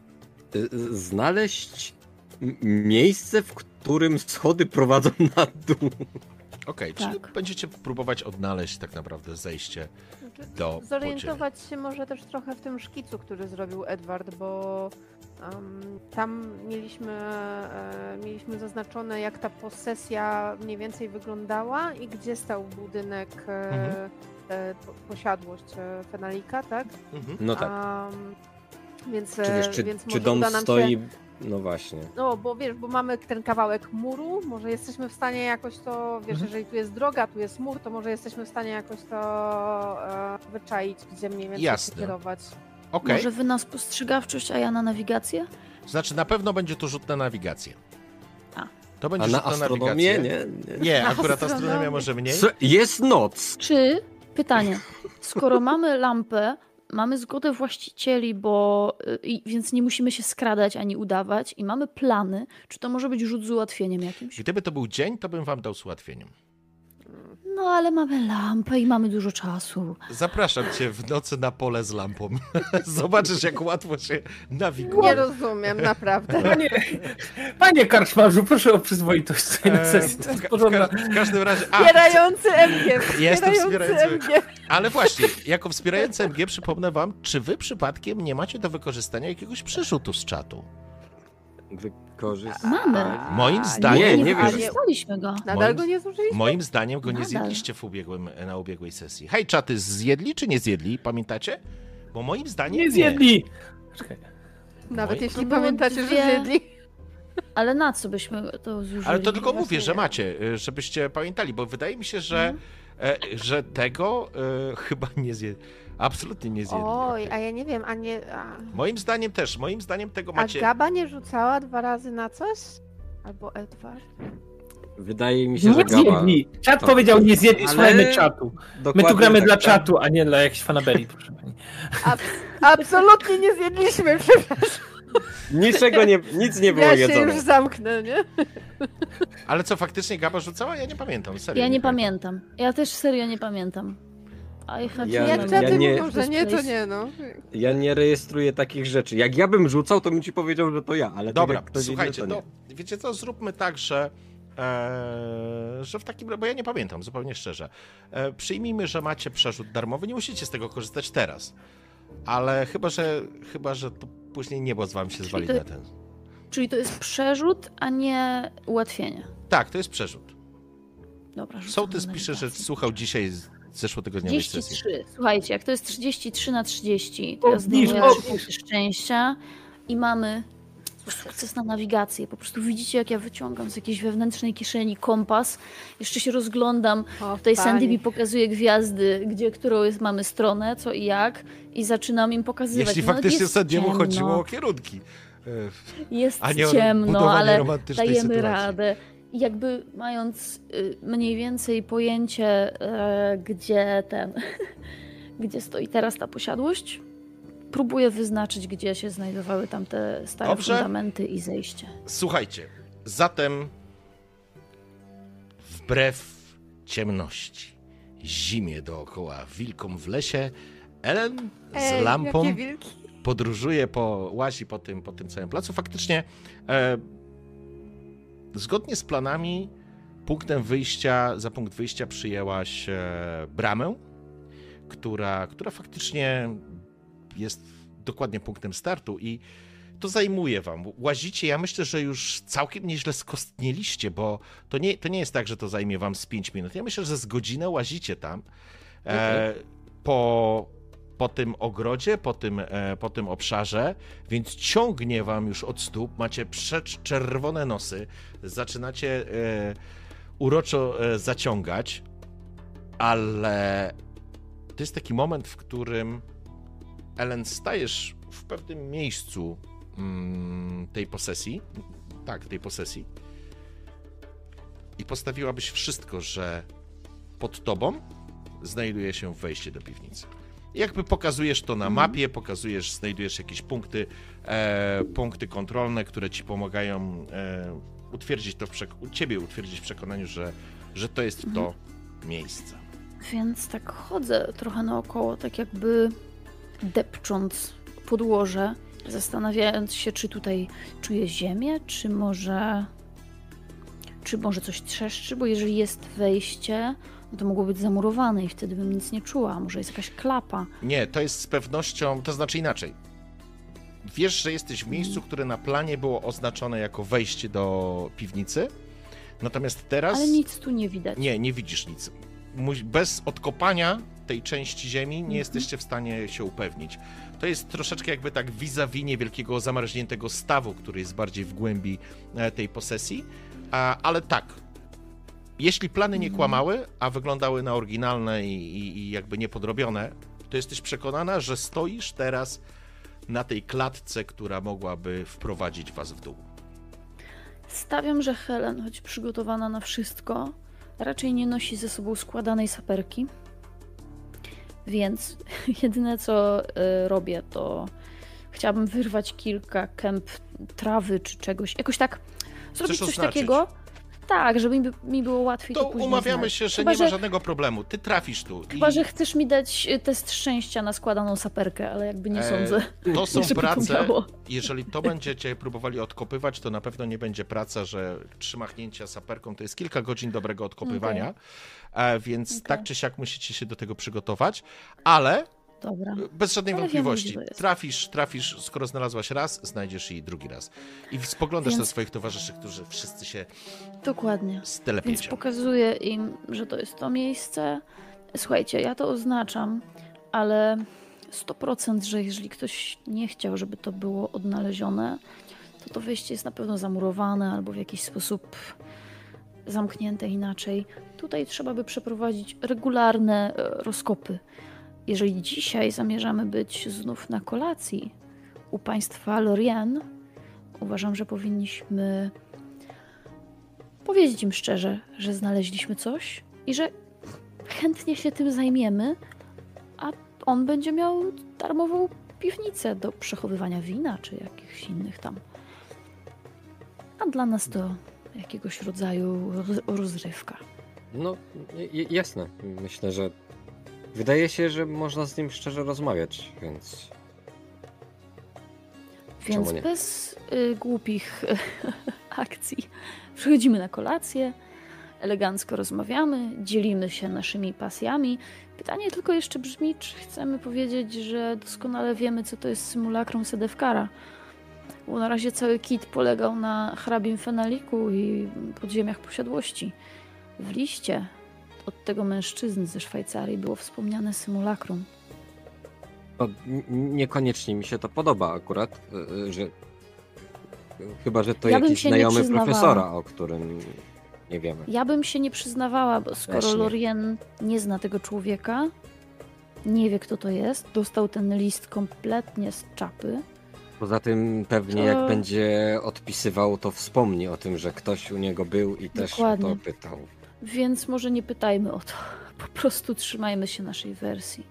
Znaleźć miejsce, w którym schody prowadzą na dół. Okej, Tak. czyli będziecie próbować odnaleźć tak naprawdę zejście do Zorientować się może też trochę w tym szkicu, który zrobił Edward, bo tam mieliśmy zaznaczone, jak ta posesja mniej więcej wyglądała i gdzie stał budynek, posiadłość Fenalika, tak? Mhm. No tak. Więc, Czy wiesz, więc czy może dom uda nam stoi... się... No właśnie. No, bo wiesz, bo mamy ten kawałek muru, może jesteśmy w stanie jakoś to, wiesz, jeżeli tu jest droga, tu jest mur, to może jesteśmy w stanie jakoś to wyczaić, gdzie mniej więcej Jasne. się kierować. Okej, Może wy na spostrzegawczość, a ja na nawigację? znaczy na pewno będzie to rzut na nawigację. A. To będzie A na rzut na astronomię? nawigację. Nie. Nie, akurat Astronomię. astronomia może mniej. Jest noc. Czy, pytanie, skoro mamy lampę, mamy zgodę właścicieli, więc nie musimy się skradać ani udawać i mamy plany. Czy to może być rzut z ułatwieniem jakimś? Gdyby to był dzień, to bym wam dał z ułatwieniem. No ale mamy lampę i mamy dużo czasu. Zapraszam cię w nocy na pole z lampą. Zobaczysz, jak łatwo się nawiguje. Nie rozumiem, naprawdę. Panie karczmarzu, proszę o przyzwoitość tutaj na sesji. To jest porządna... W każdym razie... Wspierający MG. Jestem wspierający MG. Ale właśnie, jako wspierający MG przypomnę wam, czy wy przypadkiem nie macie do wykorzystania jakiegoś przerzutu z czatu? Mamy. Moim zdaniem... Nie wiem. Wykorzystaliśmy go. Nadal go nie zużyliśmy? Moim zdaniem go nie Nadal. zjedliście na ubiegłej sesji. Hej, czaty, zjedli czy nie zjedli? Pamiętacie? Bo moim zdaniem Nie zjedli! Nawet Moi- jeśli To było pamiętacie, że dwie- zjedli. Ale na co byśmy to zużyli? Ale to tylko Właśnie mówię, że nie. macie, żebyście pamiętali, bo wydaje mi się, że tego chyba nie zjedli. Absolutnie nie zjedli. Oj, okej. a ja nie wiem, Moim zdaniem też, moim zdaniem tego a macie... Gaba nie rzucała 2 razy na coś? Albo Edward? Wydaje mi się, Nie że Gaba... zjedli! Czat to- powiedział nie zjedli, Ale słuchajmy czatu. My Dokładnie tu gramy tak, dla tak. czatu, a nie dla jakichś fanaberii, proszę pani. Absolutnie nie zjedliśmy, przepraszam. Nic nie było Ja się jedzone. już zamknę, nie? Ale co, faktycznie Gaba rzucała? Ja nie pamiętam, serio. Ja nie pamiętam. Ja też serio nie pamiętam. I have Ja- no Jak memory. czaty nie- mówią, że nie, to nie, no. Ja nie rejestruję takich rzeczy. Jak ja bym rzucał, to bym ci powiedział, że to ja, ale Dobra, tak jak ktoś słuchajcie, inny, to to wiecie co, zróbmy tak, że w takim, bo ja nie pamiętam, zupełnie szczerze. Przyjmijmy, że macie przerzut darmowy, nie musicie z tego korzystać teraz. Ale chyba, że to później niebo z wam się zwali to- na ten. Czyli to jest przerzut, a nie ułatwienie. Tak, to jest przerzut. Dobra, rzucam Sołtys na pisze, że nawigację. słuchał dzisiaj zeszłotygodniowej sesji. 33. Słuchajcie, jak to jest 33 na 30, to ja Obniż, zdejmuję obniż. 3 punkty szczęścia i mamy sukces na nawigację. Po prostu widzicie, jak ja wyciągam z jakiejś wewnętrznej kieszeni kompas. Jeszcze się rozglądam. O, Tutaj Sandy pani. mi pokazuje gwiazdy, którą mamy stronę, co i jak. I zaczynam im pokazywać. Jeśli No, faktycznie jest Sandiemu ciemno, chodziło o kierunki. Jest a nie o ciemno, budowanie ale romantycznej dajemy sytuacji. radę. I jakby mając mniej więcej pojęcie, gdzie stoi teraz ta posiadłość, próbuję wyznaczyć, gdzie się znajdowały tamte stare Dobrze. fundamenty i zejście. Słuchajcie, zatem wbrew ciemności, zimie dookoła, wilkom w lesie, Ellen z lampą Jakie wilki. podróżuje, łazi po tym całym placu. Faktycznie zgodnie z planami za punkt wyjścia przyjęłaś bramę, która faktycznie jest dokładnie punktem startu i to zajmuje wam. Łazicie, ja myślę, że już całkiem nieźle skostnieliście, bo to nie jest tak, że to zajmie wam z 5 minut. Ja myślę, że z godzinę łazicie tam po tym ogrodzie, po tym obszarze, więc ciągnie wam już od stóp, macie czerwone nosy, zaczynacie uroczo zaciągać, ale to jest taki moment, w którym Ellen, stajesz w pewnym miejscu tej posesji, i postawiłabyś wszystko, że pod tobą znajduje się wejście do piwnicy. I jakby pokazujesz to na mapie, znajdujesz jakieś punkty kontrolne, które ci pomagają utwierdzić w przekonaniu, że to jest to miejsce. Więc tak chodzę trochę naokoło, tak jakby depcząc podłoże, zastanawiając się, czy tutaj czuję ziemię, czy może coś trzeszczy, bo jeżeli jest wejście, no to mogło być zamurowane i wtedy bym nic nie czuła. Może jest jakaś klapa. Nie, to jest z pewnością, to znaczy inaczej. Wiesz, że jesteś w miejscu, które na planie było oznaczone jako wejście do piwnicy, natomiast teraz... Ale nic tu nie widać. Nie widzisz nic. Bez odkopania tej części ziemi nie jesteście w stanie się upewnić. To jest troszeczkę jakby tak vis-a-vis niewielkiego zamarzniętego stawu, który jest bardziej w głębi tej posesji, ale tak, jeśli plany nie kłamały, a wyglądały na oryginalne i jakby niepodrobione, to jesteś przekonana, że stoisz teraz na tej klatce, która mogłaby wprowadzić was w dół. Stawiam, że Helen, choć przygotowana na wszystko, raczej nie nosi ze sobą składanej saperki, Więc jedyne co robię, to chciałabym wyrwać kilka kęp trawy czy czegoś, jakoś tak zrobić coś oznaczyć? takiego. Tak, żeby mi było łatwiej to później umawiamy znaleźć. się, że Chyba, nie ma żadnego problemu. Ty trafisz tu. Chyba, że chcesz mi dać test szczęścia na składaną saperkę, ale jakby nie sądzę. To są żeby to prace, miało. jeżeli to będziecie próbowali odkopywać, to na pewno nie będzie praca, że 3 machnięcia saperką to jest kilka godzin dobrego odkopywania, więc tak czy siak musicie się do tego przygotować, ale Dobra. bez żadnej Ale wątpliwości. wiemy, gdzie to jest. Trafisz, skoro znalazłaś raz, znajdziesz i drugi raz. I spoglądasz Więc- na swoich towarzyszy, którzy wszyscy się Dokładnie. Więc stelepiecie. pokazuję im, że to jest to miejsce. Słuchajcie, ja to oznaczam, ale 100%, że jeżeli ktoś nie chciał, żeby to było odnalezione, to wejście jest na pewno zamurowane albo w jakiś sposób zamknięte inaczej. Tutaj trzeba by przeprowadzić regularne rozkopy. Jeżeli dzisiaj zamierzamy być znów na kolacji u państwa Lorien, uważam, że powinniśmy powiedzieć im szczerze, że znaleźliśmy coś i że chętnie się tym zajmiemy, a on będzie miał darmową piwnicę do przechowywania wina czy jakichś innych tam. A dla nas to jakiegoś rodzaju rozrywka. No, jasne. Myślę, że wydaje się, że można z nim szczerze rozmawiać, więc Więc Czemu nie? bez głupich akcji przychodzimy na kolację, elegancko rozmawiamy, dzielimy się naszymi pasjami. Pytanie tylko jeszcze brzmi, czy chcemy powiedzieć, że doskonale wiemy, co to jest symulakrum Sedefkara. Bo na razie cały kit polegał na hrabim Fenaliku i podziemiach posiadłości. W liście od tego mężczyzny ze Szwajcarii było wspomniane symulakrum. no, niekoniecznie mi się to podoba akurat, że chyba, że to Ja bym jakiś się nie znajomy przyznawała. profesora, o którym nie wiemy. Ja bym się nie przyznawała, bo skoro Też nie. Lorien nie zna tego człowieka, nie wie kto to jest, dostał ten list kompletnie z czapy. Poza tym pewnie To- jak będzie odpisywał, to wspomni o tym, że ktoś u niego był i też o Dokładnie. to pytał. Więc może nie pytajmy o to. Po prostu trzymajmy się naszej wersji.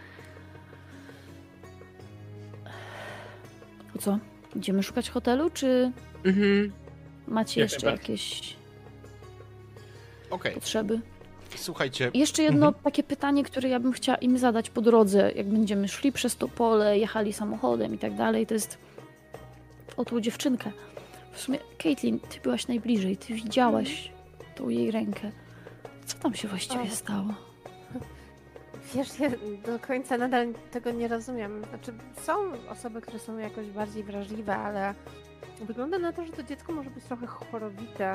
To co? Idziemy szukać hotelu, czy macie Jak jeszcze najbardziej. jakieś Okej, potrzeby? słuchajcie, I jeszcze jedno takie pytanie, które ja bym chciała im zadać po drodze, jak będziemy szli przez to pole, jechali samochodem i tak dalej, to jest o tą dziewczynkę. W sumie, Caitlin, ty byłaś najbliżej, ty widziałaś tą jej rękę. Co tam się właściwie O. stało? Wiesz, ja do końca nadal tego nie rozumiem. Znaczy, są osoby, które są jakoś bardziej wrażliwe, ale wygląda na to, że to dziecko może być trochę chorowite.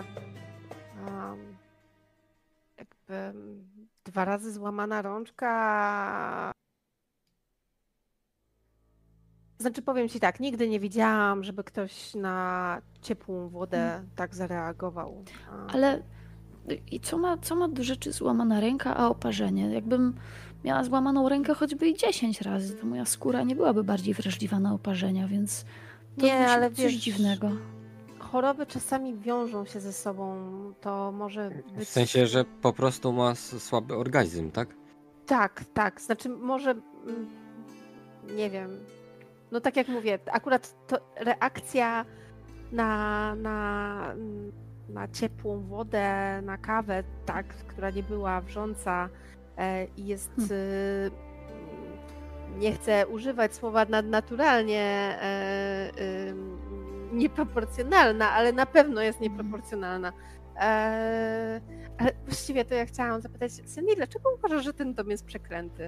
Jakby 2 razy złamana rączka. Znaczy, powiem ci tak, nigdy nie widziałam, żeby ktoś na ciepłą wodę tak zareagował. Ale i co ma do rzeczy złamana ręka, a oparzenie? Jakbym miała złamaną rękę choćby i 10 razy, to moja skóra nie byłaby bardziej wrażliwa na oparzenia, więc to Nie, musi ale być coś wiesz, dziwnego. choroby czasami wiążą się ze sobą. To może być... W sensie, że po prostu ma słaby organizm, tak? Tak. Znaczy może... Nie wiem. No tak jak mówię, akurat to reakcja na ciepłą wodę, na kawę, tak, która nie była wrząca i jest... Nie chcę używać słowa nadnaturalnie nieproporcjonalna, ale na pewno jest nieproporcjonalna. Ale właściwie to ja chciałam zapytać, Sandy, dlaczego uważasz, że ten dom jest przeklęty?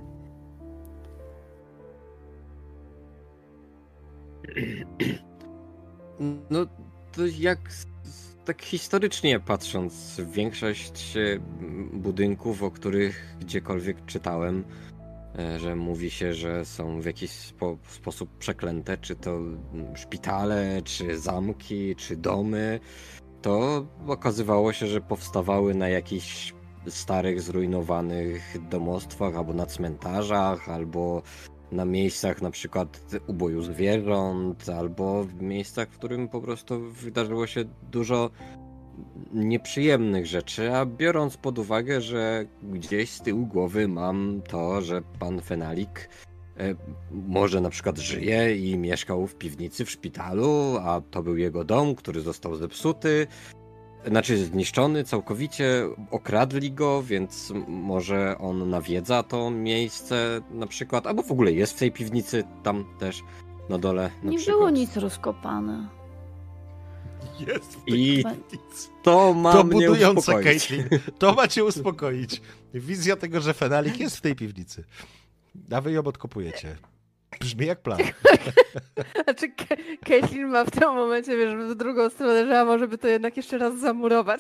No, to jak tak historycznie patrząc, większość budynków, o których gdziekolwiek czytałem, że mówi się, że są w jakiś sposób przeklęte, czy to szpitale, czy zamki, czy domy, to okazywało się, że powstawały na jakichś starych, zrujnowanych domostwach, albo na cmentarzach, albo na miejscach na przykład uboju zwierząt, albo w miejscach, w którym po prostu wydarzyło się dużo nieprzyjemnych rzeczy, a biorąc pod uwagę, że gdzieś z tyłu głowy mam to, że pan Fenalik może na przykład żyje i mieszkał w piwnicy w szpitalu, a to był jego dom, który został zepsuty, znaczy zniszczony całkowicie, okradli go, więc może on nawiedza to miejsce na przykład, albo w ogóle jest w tej piwnicy tam też na dole na Nie przykład. było nic rozkopane. Jest w I piwnicy. to ma To mnie budujące, uspokoić. Caitlin. To ma cię uspokoić. Wizja tego, że Fenalik jest w tej piwnicy. A wy ją odkopujecie. Brzmi jak plan. Znaczy, Caitlin ma w tym momencie, wiesz, w drugą stronę, że a może by to jednak jeszcze raz zamurować.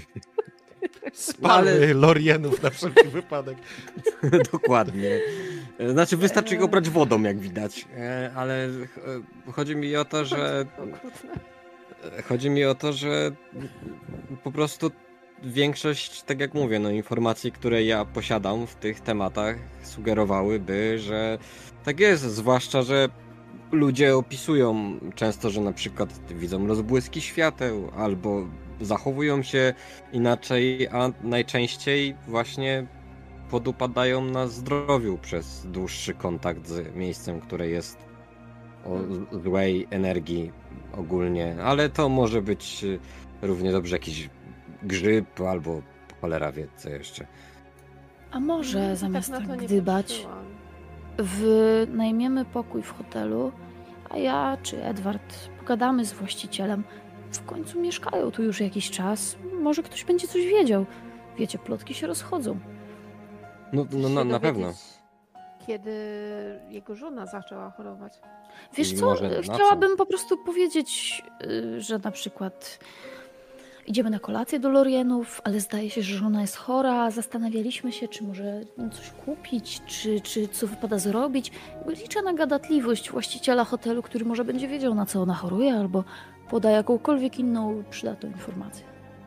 Spalmy Lorienów na wszelki wypadek. Dokładnie. Znaczy wystarczy go brać wodą, jak widać. Ale chodzi mi o to, że... Okrutne. Chodzi mi o to, że po prostu większość, tak jak mówię, no informacji, które ja posiadam w tych tematach sugerowałyby, że tak jest, zwłaszcza, że ludzie opisują często, że na przykład widzą rozbłyski świateł albo zachowują się inaczej, a najczęściej właśnie podupadają na zdrowiu przez dłuższy kontakt z miejscem, które jest o złej energii ogólnie, ale to może być równie dobrze jakiś grzyb albo cholera wie co jeszcze. A może zamiast na to tak nie gdybać, patrzyłam. wynajmiemy pokój w hotelu, a ja czy Edward pogadamy z właścicielem. W końcu mieszkają tu już jakiś czas. Może ktoś będzie coś wiedział. Wiecie, plotki się rozchodzą. No, Chcesz no się na pewno. dowiedzieć, kiedy jego żona zaczęła chorować. Wiesz I co, może na co? chciałabym po prostu powiedzieć, że na przykład idziemy na kolację do Lorienów, ale zdaje się, że żona jest chora. Zastanawialiśmy się, czy może coś kupić, czy co wypada zrobić. Liczę na gadatliwość właściciela hotelu, który może będzie wiedział, na co ona choruje, albo poda jakąkolwiek inną przydatną informację.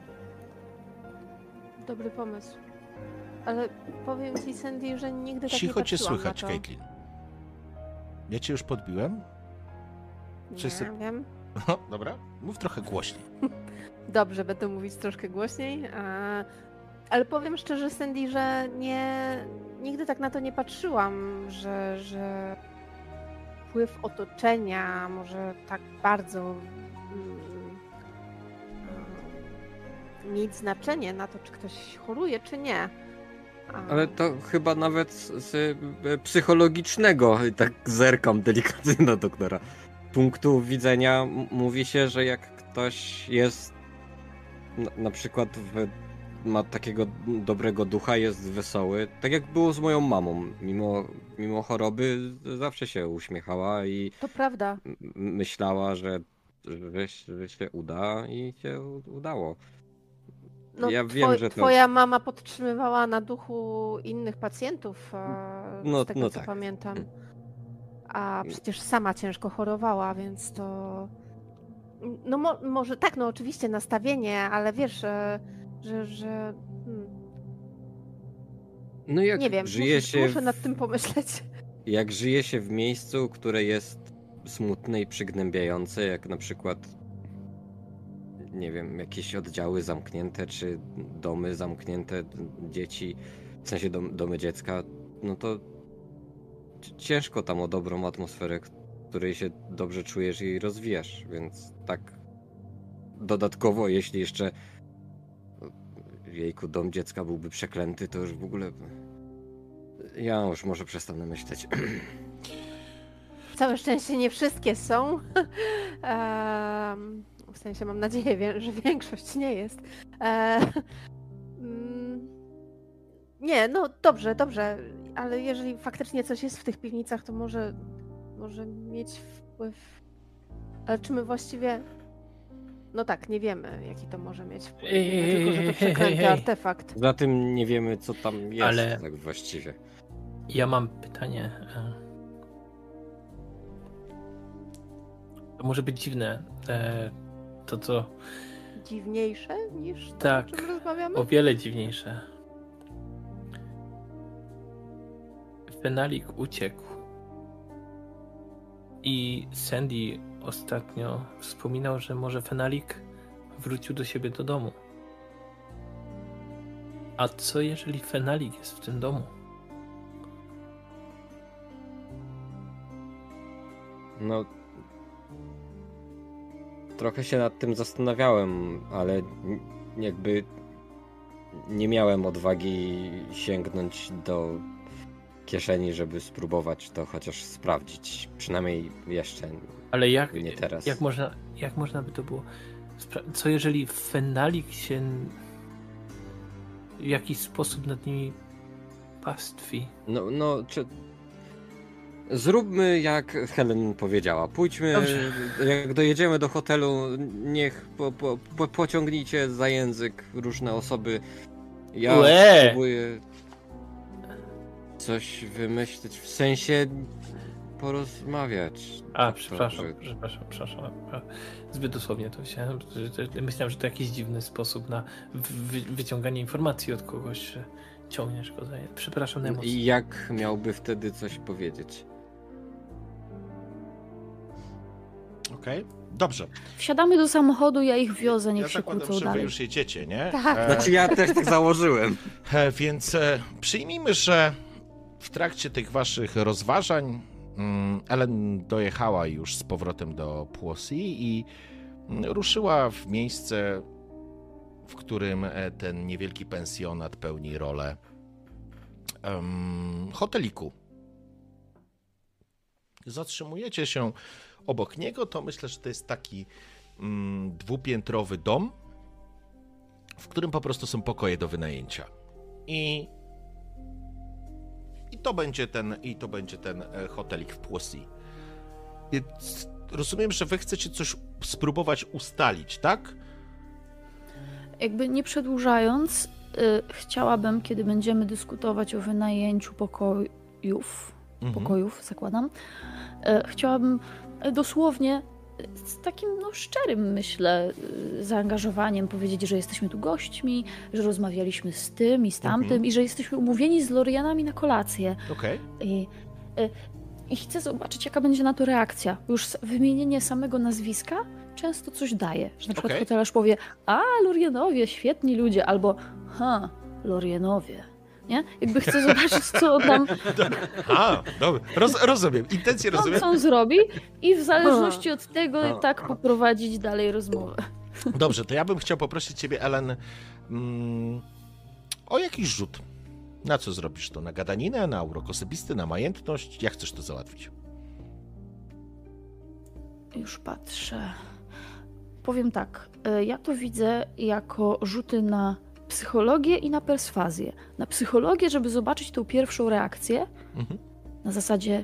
Dobry pomysł. Ale powiem ci, Sandy, że nigdy tak nie Cicho cię patrzyłam słychać, na to. Caitlin. Ja cię już podbiłem? Wszyscy- Nie wiem. O, dobra, mów trochę głośniej. Dobrze, będę mówić troszkę głośniej. Ale powiem szczerze, Sandy, że nigdy tak na to nie patrzyłam, że wpływ otoczenia może tak bardzo mieć znaczenie na to, czy ktoś choruje, czy nie. Ale to chyba nawet z psychologicznego, tak zerkam delikatnie na doktora, punktu widzenia mówi się, że jak ktoś jest na przykład ma takiego dobrego ducha, jest wesoły, tak jak było z moją mamą, mimo choroby zawsze się uśmiechała i To prawda. myślała, że się uda i się udało. No, Ja wiem, że to... Twoja mama podtrzymywała na duchu innych pacjentów, No- z tego no co tak. pamiętam. A przecież sama ciężko chorowała, więc to... No może tak, no oczywiście nastawienie, ale wiesz, że No jak nie wiem, żyje się muszę nad tym pomyśleć. Jak żyje się w miejscu, które jest smutne i przygnębiające, jak na przykład, nie wiem, jakieś oddziały zamknięte, czy domy zamknięte, dzieci, w sensie domy dziecka, no to ciężko tam o dobrą atmosferę, której się dobrze czujesz i rozwijasz, więc tak dodatkowo, jeśli jeszcze jejku, dom dziecka byłby przeklęty, to już w ogóle ja już może przestanę myśleć. Całe szczęście nie wszystkie są. W sensie mam nadzieję, że większość nie jest. Nie, no dobrze, ale jeżeli faktycznie coś jest w tych piwnicach, to może mieć wpływ. Ale czy my właściwie... No tak, nie wiemy, jaki to może mieć wpływ. Wiemy tylko, że to przeklęty artefakt. Za tym nie wiemy, co tam jest, Ale- tak właściwie. Ja mam pytanie. To może być dziwne. To co? Dziwniejsze niż to, Tak. o czym rozmawiamy? O wiele dziwniejsze. Fenalik uciekł. I Sandy ostatnio wspominał, że może Fenalik wrócił do siebie do domu. A co jeżeli Fenalik jest w tym domu? No... Trochę się nad tym zastanawiałem, ale jakby nie miałem odwagi sięgnąć do kieszeni, żeby spróbować to chociaż sprawdzić. Przynajmniej jeszcze Ale nie teraz. Jak można by to było? Co jeżeli Fenalik się w jakiś sposób nad nimi pastwi? Zróbmy jak Helen powiedziała. Pójdźmy, Dobrze. jak dojedziemy do hotelu, niech pociągnijcie za język różne osoby. Ja spróbuję coś wymyślić, w sensie porozmawiać. Przepraszam. Zbyt dosłownie to wziąłem. Myślałem, że to jakiś dziwny sposób na wyciąganie informacji od kogoś, że ciągniesz go za język. Przepraszam, Nemos. I jak miałby wtedy coś powiedzieć? Okej, dobrze. Wsiadamy do samochodu, ja ich wiozę, niech Ja się zakładam, kłócą że wy dalej. już jedziecie, nie? Tak. Znaczy ja też tak założyłem. Więc przyjmijmy, że w trakcie tych waszych rozważań Ellen dojechała już z powrotem do Poissy i ruszyła w miejsce, w którym ten niewielki pensjonat pełni rolę hoteliku. Zatrzymujecie się obok niego, to myślę, że to jest taki dwupiętrowy dom, w którym po prostu są pokoje do wynajęcia. I to będzie ten hotelik w Poissy. Więc rozumiem, że wy chcecie coś spróbować ustalić, tak? Jakby nie przedłużając, chciałabym, kiedy będziemy dyskutować o wynajęciu pokojów, zakładam, chciałabym dosłownie z takim szczerym, myślę, zaangażowaniem powiedzieć, że jesteśmy tu gośćmi, że rozmawialiśmy z tym i z tamtym i że jesteśmy umówieni z Lorianami na kolację. Okej. I chcę zobaczyć, jaka będzie na to reakcja. Już wymienienie samego nazwiska często coś daje. Że na przykład hotelarz powie, Lorianowie, świetni ludzie, albo Lorianowie. Nie? Jakby chcę zobaczyć, co on tam... Dobra. Rozumiem. Intencje rozumiem. Co on zrobi i w zależności od tego tak poprowadzić dalej rozmowę. Dobrze, to ja bym chciał poprosić ciebie, Ellen, o jakiś rzut. Na co zrobisz to? Na gadaninę, na urok osobisty, na majętność? Jak chcesz to załatwić? Już patrzę. Powiem tak, ja to widzę jako rzuty na psychologię i na perswazję. Na psychologię, żeby zobaczyć tą pierwszą reakcję, na zasadzie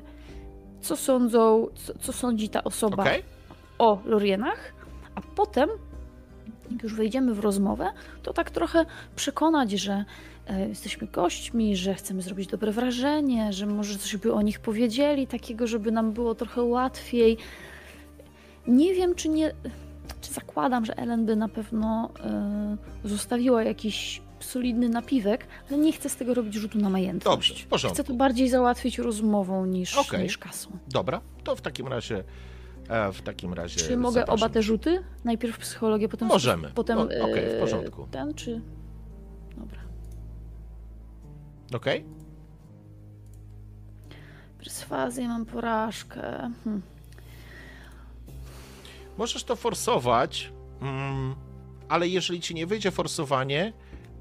co sądzi ta osoba o Lorienach, a potem, jak już wejdziemy w rozmowę, to tak trochę przekonać, że jesteśmy gośćmi, że chcemy zrobić dobre wrażenie, że może coś by o nich powiedzieli, takiego, żeby nam było trochę łatwiej. Nie wiem, czy zakładam, że Ellen by na pewno zostawiła jakiś solidny napiwek, ale nie chcę z tego robić rzutu na majętność. Dobrze, w porządku. Chcę to bardziej załatwić rozmową niż kasą. Dobra, to w takim razie Czy mogę oba te rzuty? Najpierw psychologię, potem... Możemy. Potem w porządku. Ten czy... Dobra. Okej. Perswazję, mam porażkę. Możesz to forsować, ale jeżeli ci nie wyjdzie forsowanie,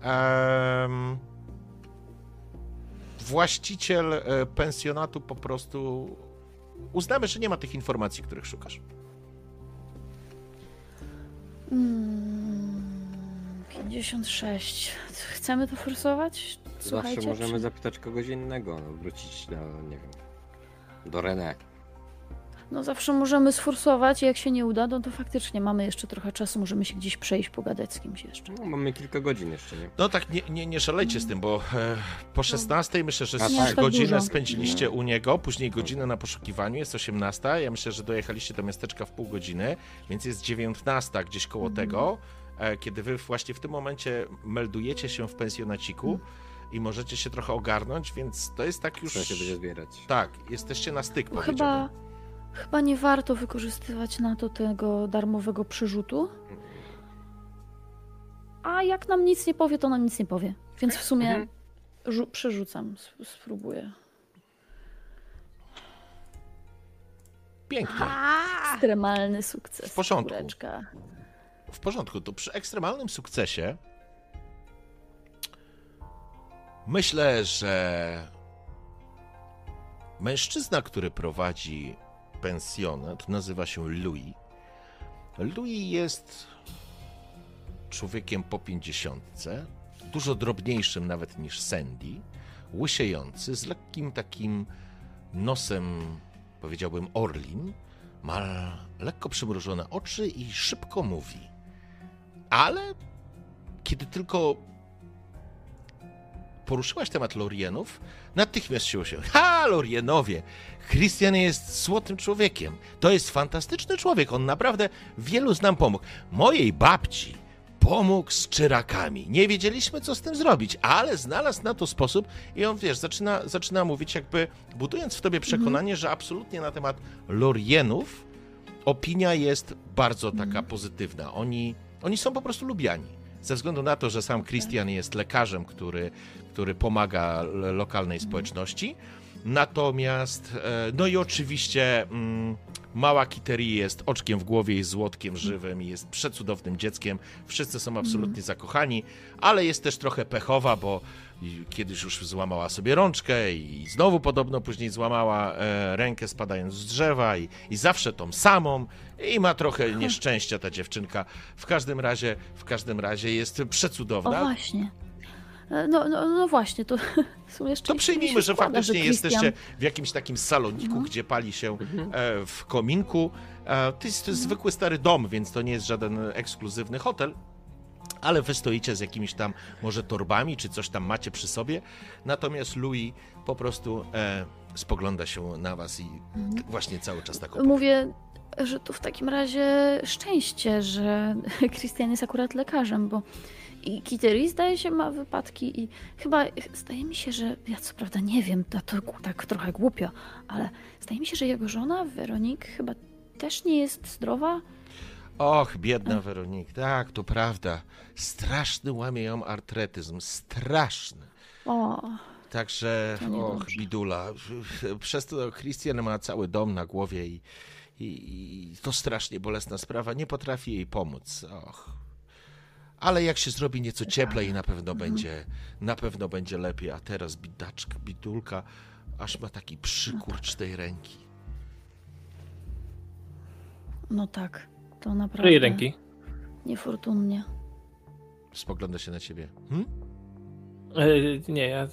właściciel pensjonatu po prostu uznamy, że nie ma tych informacji, których szukasz. 56. Chcemy to forsować? Słuchajcie, Zawsze możemy zapytać kogoś innego, wrócić nie wiem, do René. No zawsze możemy sforsować, jak się nie uda, no to faktycznie mamy jeszcze trochę czasu, możemy się gdzieś przejść, pogadać z kimś jeszcze. No, mamy kilka godzin jeszcze, nie? No tak, nie szalejcie z tym, bo po 16 myślę, że tak godzinę dużo. spędziliście u niego, później godzinę na poszukiwaniu, jest 18, ja myślę, że dojechaliście do miasteczka w pół godziny, więc jest 19 gdzieś koło tego, kiedy wy właśnie w tym momencie meldujecie się w pensjonaciku i możecie się trochę ogarnąć, więc to jest tak już... Trzeba się będzie zbierać. Tak, jesteście na styk, powiedziałbym. Chyba nie warto wykorzystywać na to tego darmowego przerzutu. a jak nam nic nie powie, to nam nic nie powie. Więc w sumie przerzucam, spróbuję. Pięknie. Ekstremalny sukces. W porządku. Kureczka. W porządku, to przy ekstremalnym sukcesie myślę, że mężczyzna, który prowadzi pensjonat, nazywa się Louis. Louis jest człowiekiem po 50, dużo drobniejszym nawet niż Sandy, łysiejący, z lekkim takim nosem, powiedziałbym, orlim, ma lekko przymrużone oczy i szybko mówi. Ale kiedy tylko poruszyłaś temat Lorienów, natychmiast się usiadł. Ha, Lorienowie! Christian jest złotym człowiekiem. To jest fantastyczny człowiek. On naprawdę wielu nam pomógł. Mojej babci pomógł z czyrakami. Nie wiedzieliśmy, co z tym zrobić, ale znalazł na to sposób i on, wiesz, zaczyna mówić, jakby budując w tobie przekonanie, że absolutnie na temat Lorienów opinia jest bardzo taka pozytywna. Oni są po prostu lubiani. Ze względu na to, że sam Christian jest lekarzem, który pomaga lokalnej społeczności. Natomiast, no i oczywiście mała Kiteri jest oczkiem w głowie, jest złotkiem żywym i jest przecudownym dzieckiem. Wszyscy są absolutnie zakochani, ale jest też trochę pechowa, bo kiedyś już złamała sobie rączkę i znowu podobno później złamała rękę spadając z drzewa i zawsze tą samą i ma trochę nieszczęścia ta dziewczynka. W każdym razie jest przecudowna. O właśnie. No właśnie, to w sumie jeszcze to przyjmijmy, że składa, faktycznie że jesteście w jakimś takim saloniku, gdzie pali się w kominku. To jest zwykły stary dom, więc to nie jest żaden ekskluzywny hotel, ale wy stoicie z jakimiś tam może torbami, czy coś tam macie przy sobie. Natomiast Louis po prostu spogląda się na was i właśnie cały czas tak opowiada. Mówię, że to w takim razie szczęście, że Christian jest akurat lekarzem, bo i Kiteri zdaje się ma wypadki i chyba zdaje mi się, że ja co prawda nie wiem, to tak trochę głupio, ale zdaje mi się, że jego żona Weronik chyba też nie jest zdrowa. Och, biedna Weronik, tak, to prawda. Straszny łamie ją artretyzm, straszny. O. Także, och, bidula. Przez to Christian ma cały dom na głowie i to strasznie bolesna sprawa. Nie potrafi jej pomóc. Och. Ale jak się zrobi nieco cieplej, na pewno będzie lepiej. A teraz bidaczka, bidulka, aż ma taki przykurcz tej ręki. No tak, to naprawdę. Której ręki? Niefortunnie. Spogląda się na ciebie. Nie, ja...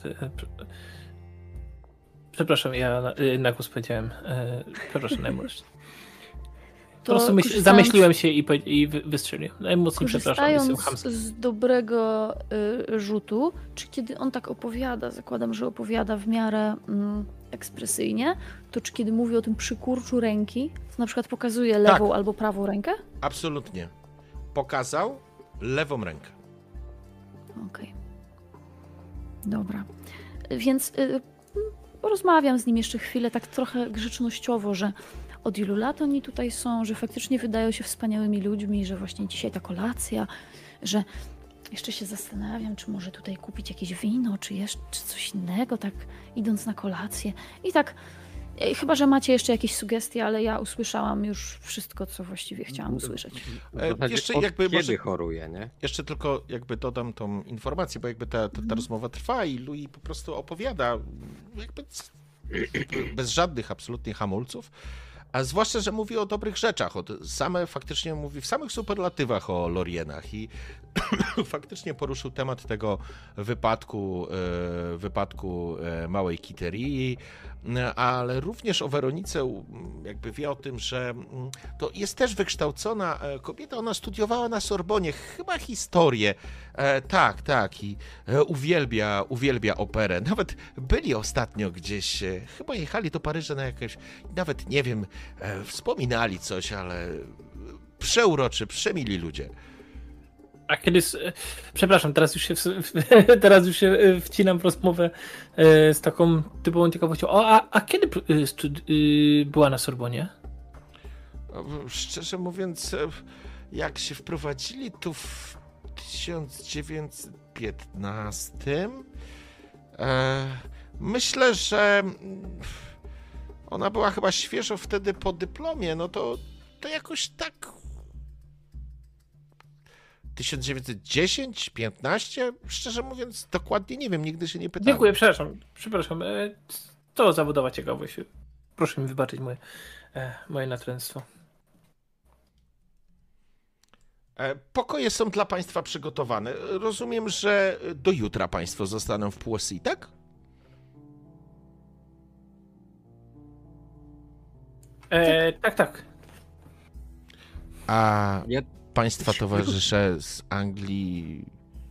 Przepraszam, ja na głos powiedziałem. Przepraszam, najmocniej. Po prostu zamyśliłem się i wystrzeliłem. Najmocniej przepraszam, jestem chamski. Z dobrego rzutu, czy kiedy on tak opowiada, zakładam, że opowiada w miarę ekspresyjnie, to czy kiedy mówi o tym przykurczu ręki, to na przykład pokazuje lewą albo prawą rękę? Absolutnie. Pokazał lewą rękę. Okej. Dobra. Więc porozmawiam z nim jeszcze chwilę, tak trochę grzecznościowo, że od ilu lat oni tutaj są, że faktycznie wydają się wspaniałymi ludźmi, że właśnie dzisiaj ta kolacja, że jeszcze się zastanawiam, czy może tutaj kupić jakieś wino, czy coś innego, tak idąc na kolację. I tak, chyba że macie jeszcze jakieś sugestie, ale ja usłyszałam już wszystko, co właściwie chciałam usłyszeć. Jeszcze jakby kiedy może choruje, nie? Jeszcze tylko jakby dodam tą informację, bo jakby ta rozmowa trwa i Louis po prostu opowiada jakby bez żadnych absolutnie hamulców. A zwłaszcza, że mówi o dobrych rzeczach, faktycznie mówi w samych superlatywach o Lorienach i faktycznie poruszył temat tego wypadku małej Kiterii, ale również o Weronice, jakby wie o tym, że to jest też wykształcona kobieta, ona studiowała na Sorbonie, chyba historię, tak, i uwielbia operę. Nawet byli ostatnio gdzieś, chyba jechali do Paryża na jakieś, nawet nie wiem, wspominali coś, ale przeuroczy, przemili ludzie. A kiedy... Przepraszam, teraz już się wcinam w rozmowę z taką typową ciekawością. A kiedy była na Sorbonie? Szczerze mówiąc, jak się wprowadzili tu 1915. Myślę, że ona była chyba świeżo wtedy po dyplomie, no to jakoś tak 1910, 15? Szczerze mówiąc, dokładnie nie wiem, nigdy się nie pytałem. Dziękuję, przepraszam. To zawodowa ciekawość. Proszę mi wybaczyć moje natręctwo. Pokoje są dla państwa przygotowane. Rozumiem, że do jutra państwo zostaną w Poissy, tak? Tak. A Ja... państwa towarzysze z Anglii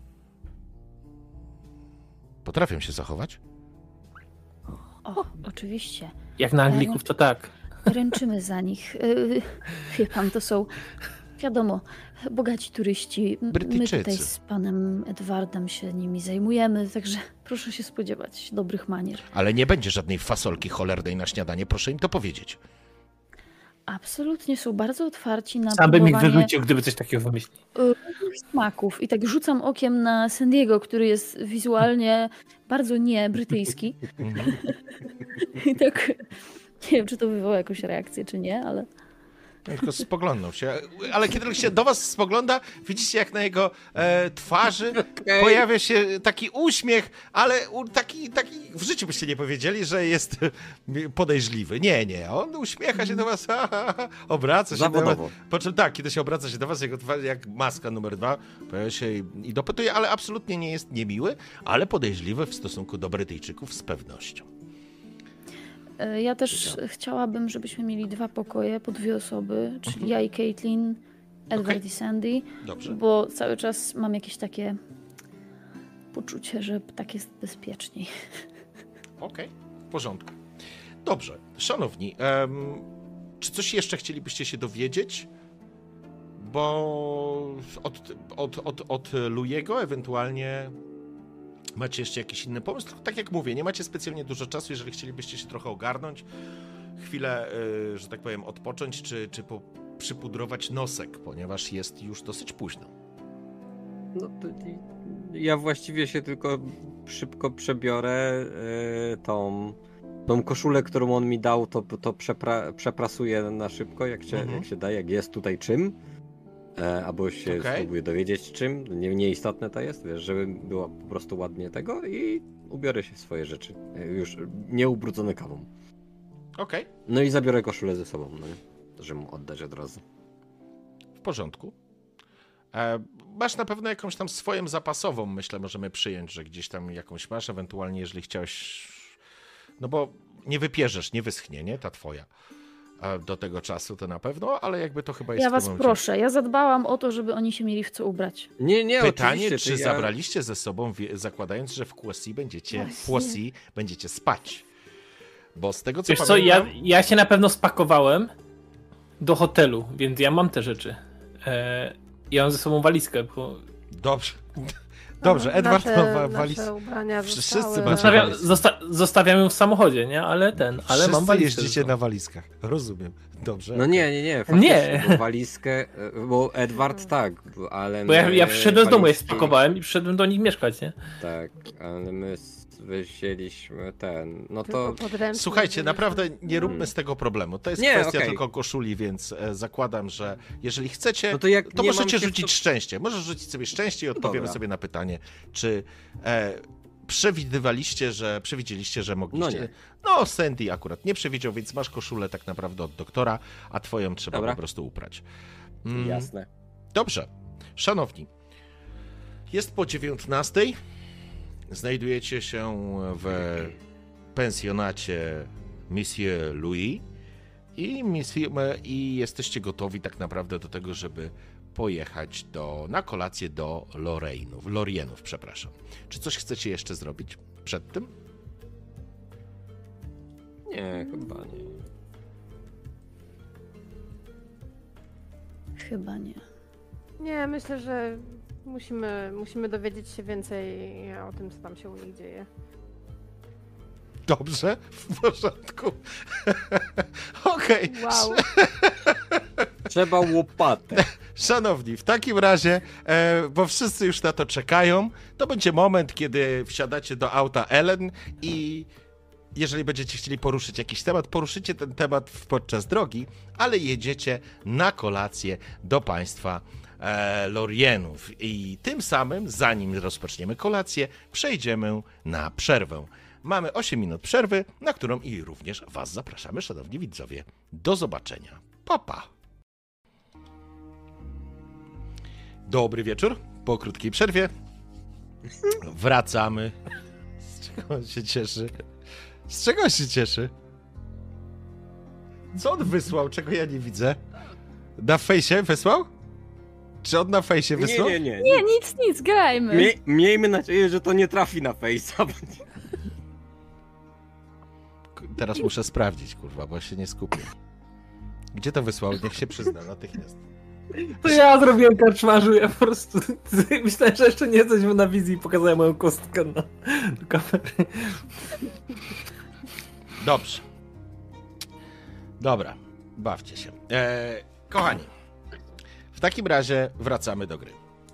potrafią się zachować? O, oczywiście. Jak na Anglików, to tak. Ręczymy za nich. Wie pan, to są, wiadomo, bogaci turyści. Brytyjczycy. My tutaj z panem Edwardem się nimi zajmujemy, także proszę się spodziewać dobrych manier. Ale nie będzie żadnej fasolki cholernej na śniadanie, proszę im to powiedzieć. Absolutnie, są bardzo otwarci na Sam bym ich próbowanie wyrzucił, gdyby coś takiego wymyślił. różnych smaków. I tak rzucam okiem na Sandiego, który jest wizualnie bardzo nie brytyjski. I tak nie wiem, czy to wywoła jakąś reakcję, czy nie, ale... Tylko spoglądał się. Ale kiedy się do was spogląda, widzicie jak na jego twarzy pojawia się taki uśmiech, ale taki w życiu byście nie powiedzieli, że jest podejrzliwy. Nie. On uśmiecha się do was, obraca się zawodowo. do was. Po czym tak, kiedy się obraca się do was, jego twarz jak maska numer 2, pojawia się i dopytuje, ale absolutnie nie jest niemiły, ale podejrzliwy w stosunku do Brytyjczyków z pewnością. Ja też chciałabym, żebyśmy mieli 2 pokoje po 2 osoby, czyli ja i Caitlin, Edward i Sandy, Dobrze. bo cały czas mam jakieś takie poczucie, że tak jest bezpieczniej. Okej, w porządku. Dobrze, szanowni, czy coś jeszcze chcielibyście się dowiedzieć? Bo od Louiego ewentualnie macie jeszcze jakiś inny pomysł? Tak jak mówię, nie macie specjalnie dużo czasu, jeżeli chcielibyście się trochę ogarnąć, chwilę, że tak powiem, odpocząć, czy przypudrować nosek, ponieważ jest już dosyć późno. No to ja właściwie się tylko szybko przebiorę, tą koszulę, którą on mi dał, to przeprasuję na szybko, jak się da, jak jest tutaj czym. Albo się spróbuję dowiedzieć czym, nieistotne to jest, wiesz, żeby było po prostu ładnie tego i ubiorę się w swoje rzeczy, już nie ubrudzone kawą. Okej. No i zabiorę koszulę ze sobą, no, żeby mu oddać od razu. W porządku. Masz na pewno jakąś tam swoją zapasową, myślę, możemy przyjąć, że gdzieś tam jakąś masz, ewentualnie jeżeli chciałeś, no bo nie wypierzesz, nie wyschnie, nie? Ta twoja. Do tego czasu to na pewno, ale jakby to chyba jest... Ja was proszę, ja zadbałam o to, żeby oni się mieli w co ubrać. Nie, pytanie, czy zabraliście ze sobą, zakładając, że w Poissy będziecie spać. Bo z tego co Wiesz pamiętam... co, ja się na pewno spakowałem do hotelu, więc ja mam te rzeczy. Ja mam ze sobą walizkę, bo... Dobrze, Edward ma nasze ubrania wszyscy zostały... macie Zostawiam ją w samochodzie, nie? Ale mam walizkę. Jeździcie na walizkach, rozumiem. Dobrze. No nie, faktycznie, bo walizkę, bo Edward tak, ale... Bo ja przyszedłem z domu, ja spakowałem i przyszedłem do nich mieszkać, nie? Tak, ale my wzięliśmy no to... Słuchajcie, naprawdę nie róbmy z tego problemu. To jest kwestia tylko koszuli, więc zakładam, że jeżeli chcecie, to możecie rzucić szczęście. Możesz rzucić sobie szczęście i odpowiemy sobie na pytanie, czy przewidzieliście, że mogliście... No, Sandy akurat nie przewidział, więc masz koszulę tak naprawdę od doktora, a twoją trzeba po prostu uprać. Jasne. Dobrze. Szanowni, jest po 19:00. Znajdujecie się w pensjonacie Monsieur Louis i jesteście gotowi tak naprawdę do tego, żeby pojechać na kolację do Lorienów, przepraszam. Czy coś chcecie jeszcze zrobić przed tym? Nie, chyba nie. Chyba nie. Nie, myślę, że musimy dowiedzieć się więcej o tym, co tam się u nich dzieje. Dobrze, w porządku. Okej. Wow. Trzeba łopatę. Szanowni, w takim razie, bo wszyscy już na to czekają, to będzie moment, kiedy wsiadacie do auta Ellen i jeżeli będziecie chcieli poruszyć jakiś temat, poruszycie ten temat podczas drogi, ale jedziecie na kolację do państwa Lorienów. I tym samym, zanim rozpoczniemy kolację, przejdziemy na przerwę. Mamy 8 minut przerwy, na którą i również was zapraszamy, szanowni widzowie. Do zobaczenia. Pa, pa. Dobry wieczór. Po krótkiej przerwie wracamy. Z czego on się cieszy? Z czego on się cieszy? Co on wysłał, czego ja nie widzę? Na fejsie wysłał? Czy on na fejsie wysłał? Nie. Nie, nic, grajmy. Miejmy nadzieję, że to nie trafi na fejsa. Teraz muszę sprawdzić, kurwa, bo się nie skupię. Gdzie to wysłał? Niech się przyzna natychmiast. To ja zrobiłem karczmarzu, ja po prostu myślałem, że jeszcze nie jesteśmy na wizji i pokazałem moją kostkę do kamery. Dobrze. Dobra, bawcie się. Kochani, w takim razie wracamy do gry.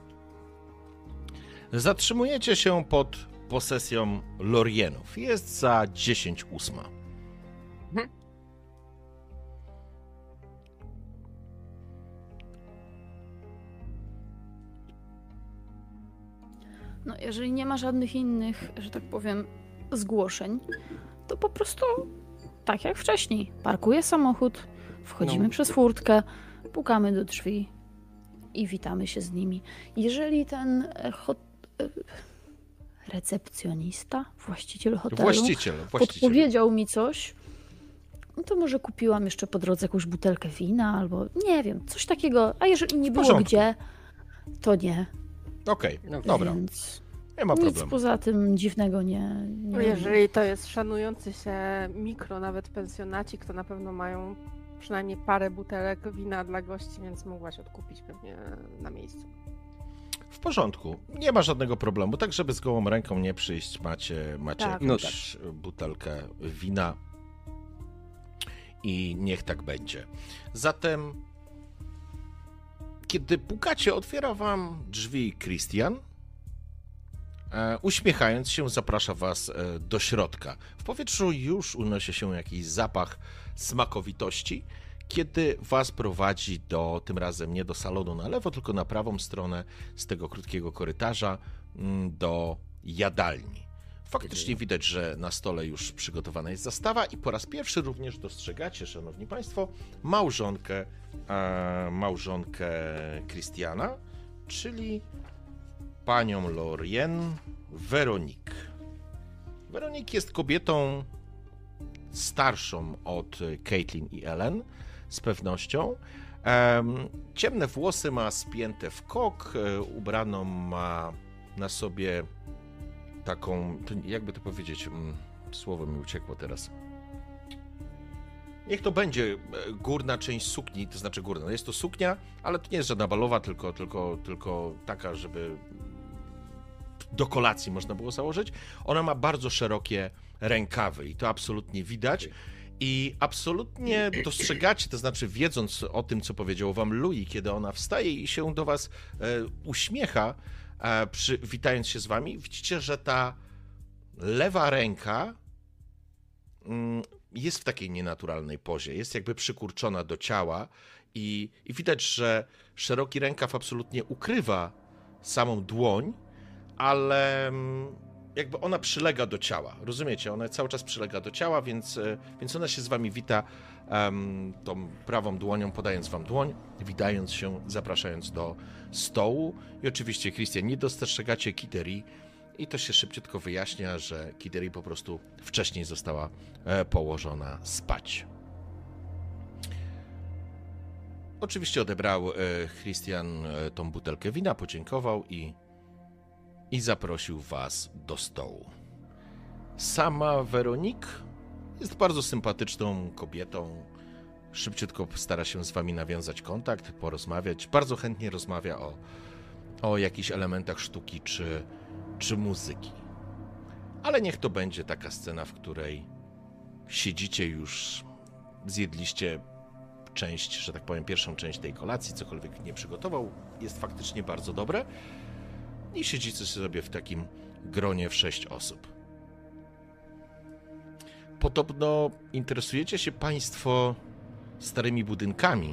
Zatrzymujecie się pod posesją Lorienów. Jest za 10:08. No, jeżeli nie ma żadnych innych, że tak powiem, zgłoszeń, to po prostu tak jak wcześniej. Parkuję samochód, wchodzimy przez furtkę, pukamy do drzwi i witamy się z nimi. Jeżeli ten recepcjonista, właściciel hotelu podpowiedział mi coś, no to może kupiłam jeszcze po drodze jakąś butelkę wina albo nie wiem, coś takiego. A jeżeli nie było gdzie, to nie. Okej, dobra. Więc nie ma problemu. Nic poza tym dziwnego nie. Jeżeli to jest szanujący się mikro, nawet pensjonacik, to na pewno mają przynajmniej parę butelek wina dla gości, więc mogłaś odkupić pewnie na miejscu. W porządku, nie ma żadnego problemu. Tak, żeby z gołą ręką nie przyjść, macie Tak. jakąś butelkę wina i niech tak będzie. Zatem, kiedy pukacie, otwiera wam drzwi Christian. Uśmiechając się, zaprasza was do środka. W powietrzu już unosi się jakiś zapach smakowitości, kiedy was prowadzi tym razem nie do salonu na lewo, tylko na prawą stronę z tego krótkiego korytarza do jadalni. Faktycznie widać, że na stole już przygotowana jest zastawa i po raz pierwszy również dostrzegacie, szanowni państwo, małżonkę Christiana, czyli panią Lorien, Veronique. Veronique jest kobietą starszą od Caitlin i Ellen, z pewnością. Ciemne włosy ma spięte w kok, ubraną ma na sobie taką, jakby to powiedzieć, słowo mi uciekło teraz. Niech to będzie górna część sukni, to znaczy górna. No jest to suknia, ale to nie jest żadna balowa, tylko taka, żeby do kolacji można było założyć. Ona ma bardzo szerokie rękawy i to absolutnie widać. I absolutnie dostrzegacie, to znaczy wiedząc o tym, co powiedział wam Louis, kiedy ona wstaje i się do was uśmiecha, witając się z wami, widzicie, że ta lewa ręka jest w takiej nienaturalnej pozie, jest jakby przykurczona do ciała i widać, że szeroki rękaw absolutnie ukrywa samą dłoń, ale jakby ona przylega do ciała, rozumiecie? Ona cały czas przylega do ciała, więc ona się z wami wita tą prawą dłonią, podając wam dłoń, witając się, zapraszając do stołu. I oczywiście, Christian, nie dostrzegacie Kiteri i to się szybciutko wyjaśnia, że Kiteri po prostu wcześniej została położona spać. Oczywiście odebrał Christian tą butelkę wina, podziękował i zaprosił was do stołu. Sama Veronique jest bardzo sympatyczną kobietą. Szybciutko stara się z wami nawiązać kontakt, porozmawiać. Bardzo chętnie rozmawia o jakichś elementach sztuki czy muzyki. Ale niech to będzie taka scena, w której siedzicie już, zjedliście część, że tak powiem, pierwszą część tej kolacji, cokolwiek nie przygotował, jest faktycznie bardzo dobre. I siedzicie sobie w takim gronie w 6 osób. Podobno interesujecie się państwo starymi budynkami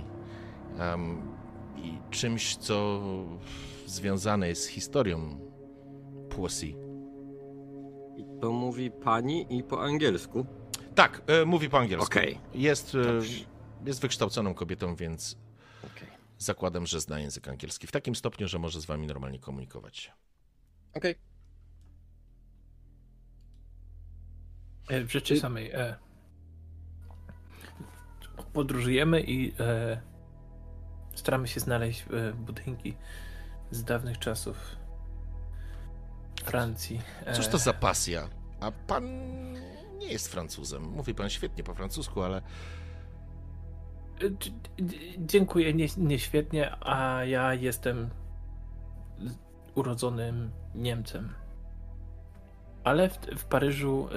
i czymś, co związane jest z historią Poissy. I to mówi pani i po angielsku? Tak, mówi po angielsku. Okej. Jest wykształconą kobietą, więc Okej. zakładam, że zna język angielski w takim stopniu, że może z wami normalnie komunikować się. Okej. W rzeczy samej podróżujemy i staramy się znaleźć budynki z dawnych czasów Francji. Cóż to za pasja? A pan nie jest Francuzem. Mówi pan świetnie po francusku, ale Dziękuję, nie świetnie, a ja jestem urodzonym Niemcem. Ale w Paryżu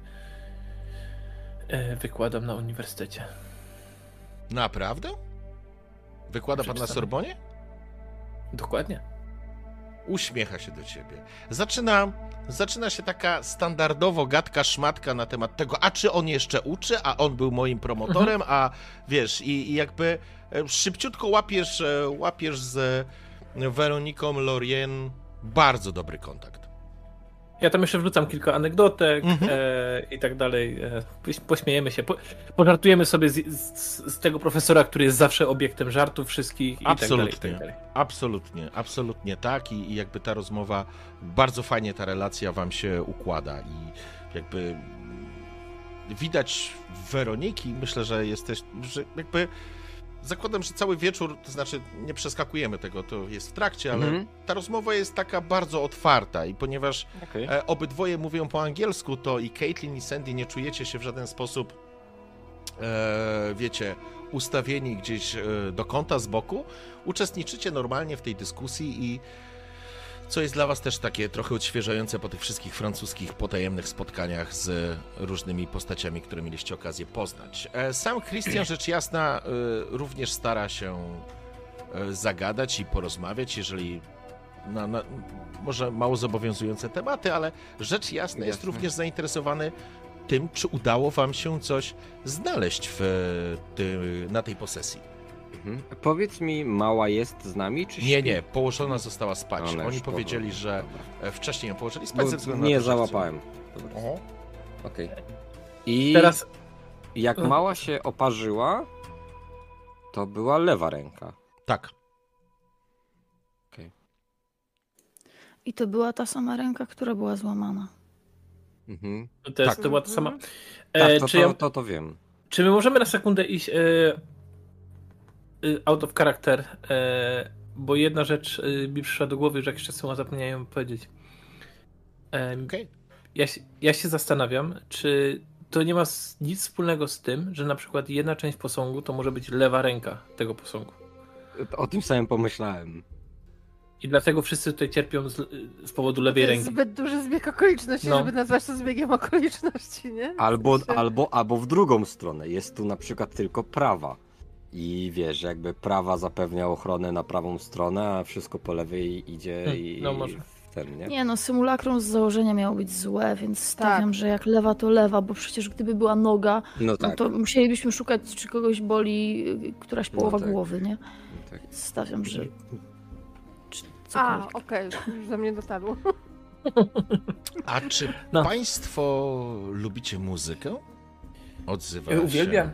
wykładam na uniwersytecie. naprawdę? Wykłada pan na Sorbonie? Dokładnie. Uśmiecha się do ciebie. Zaczyna się taka standardowo gadka szmatka na temat tego, a czy on jeszcze uczy, a on był moim promotorem, a wiesz, i jakby szybciutko łapiesz z Weroniką Lorien bardzo dobry kontakt. Ja tam jeszcze wrzucam kilka anegdotek i tak dalej. Pośmiejemy się, pożartujemy sobie z tego profesora, który jest zawsze obiektem żartów wszystkich i Absolutnie, tak dalej, i tak dalej. absolutnie tak i jakby ta rozmowa, bardzo fajnie ta relacja wam się układa i jakby widać w Weroniki, myślę, że że jakby zakładam, że cały wieczór, to znaczy nie przeskakujemy tego, to jest w trakcie, ale ta rozmowa jest taka bardzo otwarta i ponieważ obydwoje mówią po angielsku, to i Caitlin i Sandy nie czujecie się w żaden sposób, wiecie, ustawieni gdzieś do kąta z boku, uczestniczycie normalnie w tej dyskusji i co jest dla was też takie trochę odświeżające po tych wszystkich francuskich potajemnych spotkaniach z różnymi postaciami, które mieliście okazję poznać. Sam Christian, rzecz jasna, również stara się zagadać i porozmawiać, jeżeli może mało zobowiązujące tematy, ale rzecz jasna jest również zainteresowany tym, czy udało wam się coś znaleźć na tej posesji. Powiedz mi, mała jest z nami, czy śpi? Nie, położona została spać. Oni powiedzieli, że wcześniej ją położyli spać ze względu na nie to, że załapałem. Okej. I Teraz jak mała się oparzyła, to była lewa ręka. Tak. I to była ta sama ręka, która była złamana. to była ta sama. Tak, to wiem. Czy my możemy na sekundę iść out of character, bo jedna rzecz mi przyszła do głowy, że jakiś czas temu zapomniałem powiedzieć. Ja się zastanawiam, czy to nie ma nic wspólnego z tym, że na przykład jedna część posągu to może być lewa ręka tego posągu. O tym samym pomyślałem. I dlatego wszyscy tutaj cierpią z powodu lewej ręki. To jest zbyt duży zbieg okoliczności, żeby nazwać to zbiegiem okoliczności, nie? Albo w drugą stronę. Jest tu na przykład tylko prawa. I wiesz, jakby prawa zapewnia ochronę na prawą stronę, a wszystko po lewej idzie może. Nie? Nie no, symulakrum z założenia miało być złe, więc stawiam, że jak lewa to lewa, bo przecież gdyby była noga, to musielibyśmy szukać, czy kogoś boli któraś połowa głowy, nie? Stawiam, że... Okej, już do mnie dotarło. A czy państwo lubicie muzykę? Odzywa się. Uwielbiam.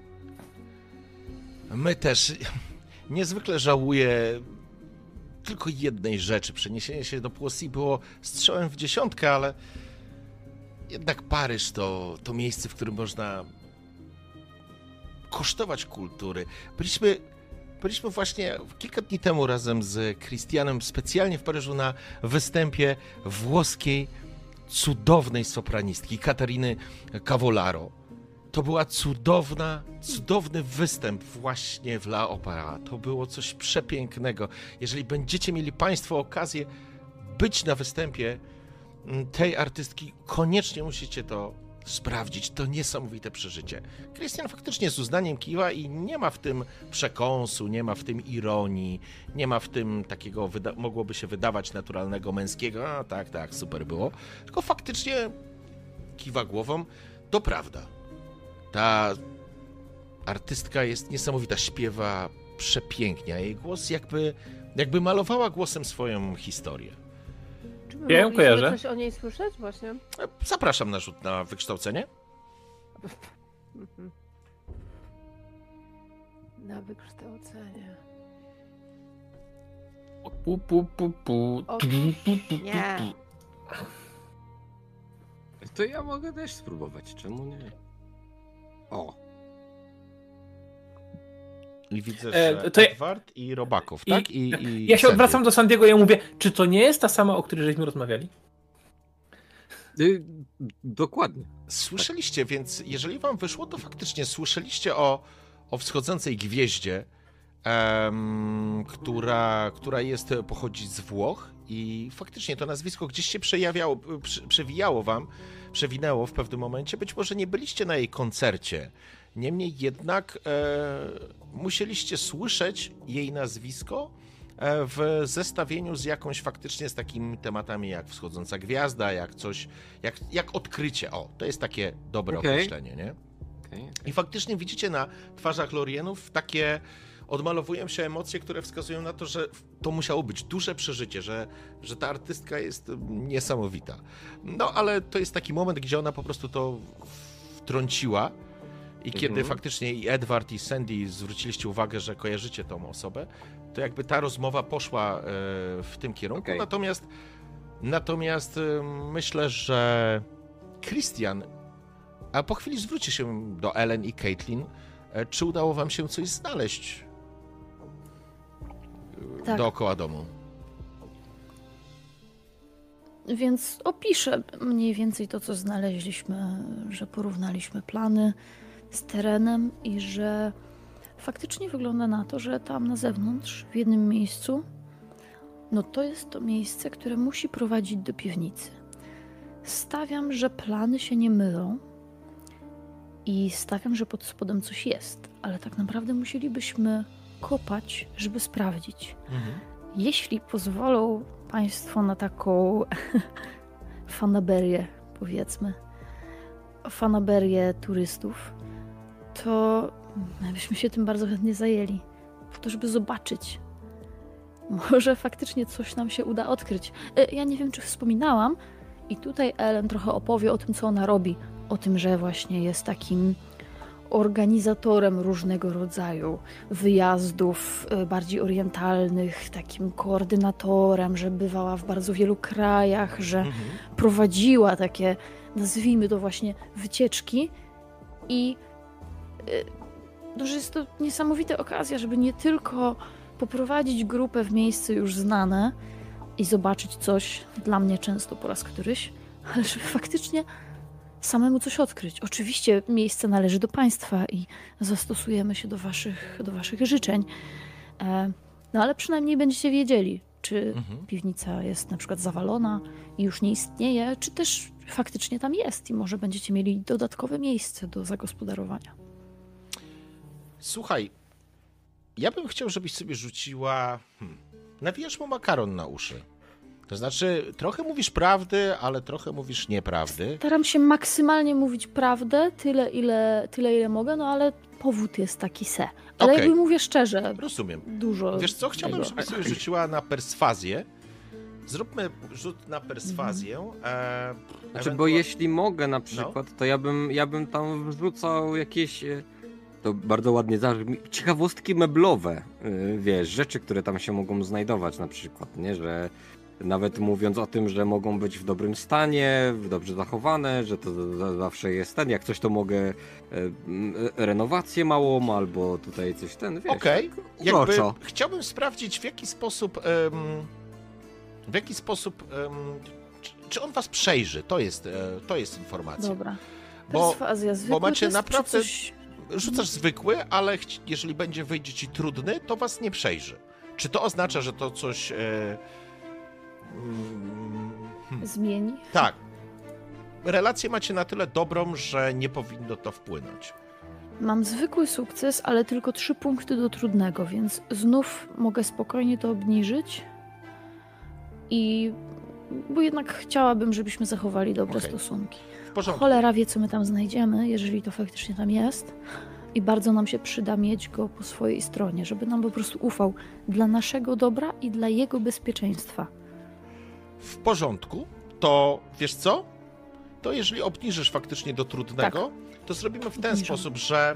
My też. Niezwykle żałuję tylko jednej rzeczy. Przeniesienie się do Poissy było strzałem w dziesiątkę, ale jednak Paryż to miejsce, w którym można kosztować kultury. Byliśmy właśnie kilka dni temu razem z Christianem specjalnie w Paryżu na występie włoskiej, cudownej sopranistki Katariny Cavallaro. To była cudowny występ właśnie w La Opera. To było coś przepięknego. Jeżeli będziecie mieli państwo okazję być na występie tej artystki, koniecznie musicie to sprawdzić. To niesamowite przeżycie. Krystian faktycznie z uznaniem kiwa i nie ma w tym przekąsu, nie ma w tym ironii, nie ma w tym takiego, mogłoby się wydawać naturalnego męskiego, a tak, super było. Tylko faktycznie kiwa głową. To prawda. Ta artystka jest niesamowita, śpiewa przepięknie, a jej głos jakby malowała głosem swoją historię. Czy Ja ją mogliśmy kojarzę. coś o niej słyszeć właśnie? Zapraszam na rzut na wykształcenie. Na wykształcenie. Pu. Nie. To ja mogę też spróbować, czemu nie? O, I widzę, że to ja- Edward i Robakow, tak? I Ja się Sandy. odwracam do Sandiego i ja mówię, czy to nie jest ta sama, o której żeśmy rozmawiali? dokładnie. Słyszeliście, więc jeżeli wam wyszło, to faktycznie słyszeliście o wschodzącej gwieździe, która pochodzi z Włoch i faktycznie to nazwisko gdzieś się przewinęło w pewnym momencie. Być może nie byliście na jej koncercie. Niemniej jednak musieliście słyszeć jej nazwisko w zestawieniu z jakąś faktycznie z takimi tematami jak wschodząca gwiazda, jak coś, jak odkrycie. O, to jest takie dobre określenie, nie? Okay. I faktycznie widzicie na twarzach Lorienów takie odmalowują się emocje, które wskazują na to, że to musiało być duże przeżycie, że ta artystka jest niesamowita. No, ale to jest taki moment, gdzie ona po prostu to wtrąciła i kiedy faktycznie i Edward i Sandy zwróciliście uwagę, że kojarzycie tą osobę, to jakby ta rozmowa poszła w tym kierunku. Okay. Natomiast myślę, że Christian, a po chwili zwróci się do Ellen i Caitlin, czy udało wam się coś znaleźć dookoła domu? Więc opiszę mniej więcej to, co znaleźliśmy, że porównaliśmy plany z terenem i że faktycznie wygląda na to, że tam na zewnątrz, w jednym miejscu, no to jest to miejsce, które musi prowadzić do piwnicy. Stawiam, że plany się nie mylą i stawiam, że pod spodem coś jest, ale tak naprawdę musielibyśmy kopać, żeby sprawdzić. Jeśli pozwolą Państwo na taką fanaberię, powiedzmy, fanaberię turystów, to my byśmy się tym bardzo chętnie zajęli, po to, żeby zobaczyć. Może faktycznie coś nam się uda odkryć. Ja nie wiem, czy wspominałam, i tutaj Ellen trochę opowie o tym, co ona robi. O tym, że właśnie jest takim organizatorem różnego rodzaju wyjazdów bardziej orientalnych, takim koordynatorem, że bywała w bardzo wielu krajach, że prowadziła takie, nazwijmy to właśnie, wycieczki i że jest to niesamowita okazja, żeby nie tylko poprowadzić grupę w miejsce już znane i zobaczyć coś, dla mnie często po raz któryś, ale żeby faktycznie samemu coś odkryć. Oczywiście miejsce należy do Państwa i zastosujemy się do waszych życzeń, no ale przynajmniej będziecie wiedzieli, czy piwnica jest na przykład zawalona i już nie istnieje, czy też faktycznie tam jest i może będziecie mieli dodatkowe miejsce do zagospodarowania. Słuchaj, ja bym chciał, żebyś sobie rzuciła... Nawijasz mu makaron na uszy. To znaczy, trochę mówisz prawdy, ale trochę mówisz nieprawdy. Staram się maksymalnie mówić prawdę, tyle ile mogę, no ale powód jest taki se. Ale jakby mówię szczerze, rozumiem. Dużo. Wiesz co, chciałbym, żebyś sobie rzuciła na perswazję. Zróbmy rzut na perswazję. Znaczy, bo jeśli mogę na przykład, to ja bym tam wrzucał jakieś... To bardzo ładnie zabrzmi. Ciekawostki meblowe, wiesz, rzeczy, które tam się mogą znajdować na przykład, nie, że nawet mówiąc o tym, że mogą być w dobrym stanie, dobrze zachowane, że to zawsze jest ten, jak coś to mogę renowację małą, albo tutaj coś ten, wiesz. Okej, jakby chciałbym sprawdzić w jaki sposób czy on was przejrzy, to jest informacja. Dobra. Perswazja, bo macie test, naprawdę... coś... Rzucasz zwykły, ale jeżeli wyjdzie ci trudny, to was nie przejrzy. Czy to oznacza, że to coś... zmieni? Tak. relację macie na tyle dobrą, że nie powinno to wpłynąć. Mam zwykły sukces, ale tylko 3 punkty do trudnego, więc znów mogę spokojnie to obniżyć. Bo jednak chciałabym, żebyśmy zachowali dobre stosunki. W porządku. Cholera wie, co my tam znajdziemy, jeżeli to faktycznie tam jest. I bardzo nam się przyda mieć go po swojej stronie, żeby nam po prostu ufał dla naszego dobra i dla jego bezpieczeństwa. W porządku. To wiesz co? To jeżeli obniżysz faktycznie do trudnego, to zrobimy w ten sposób, że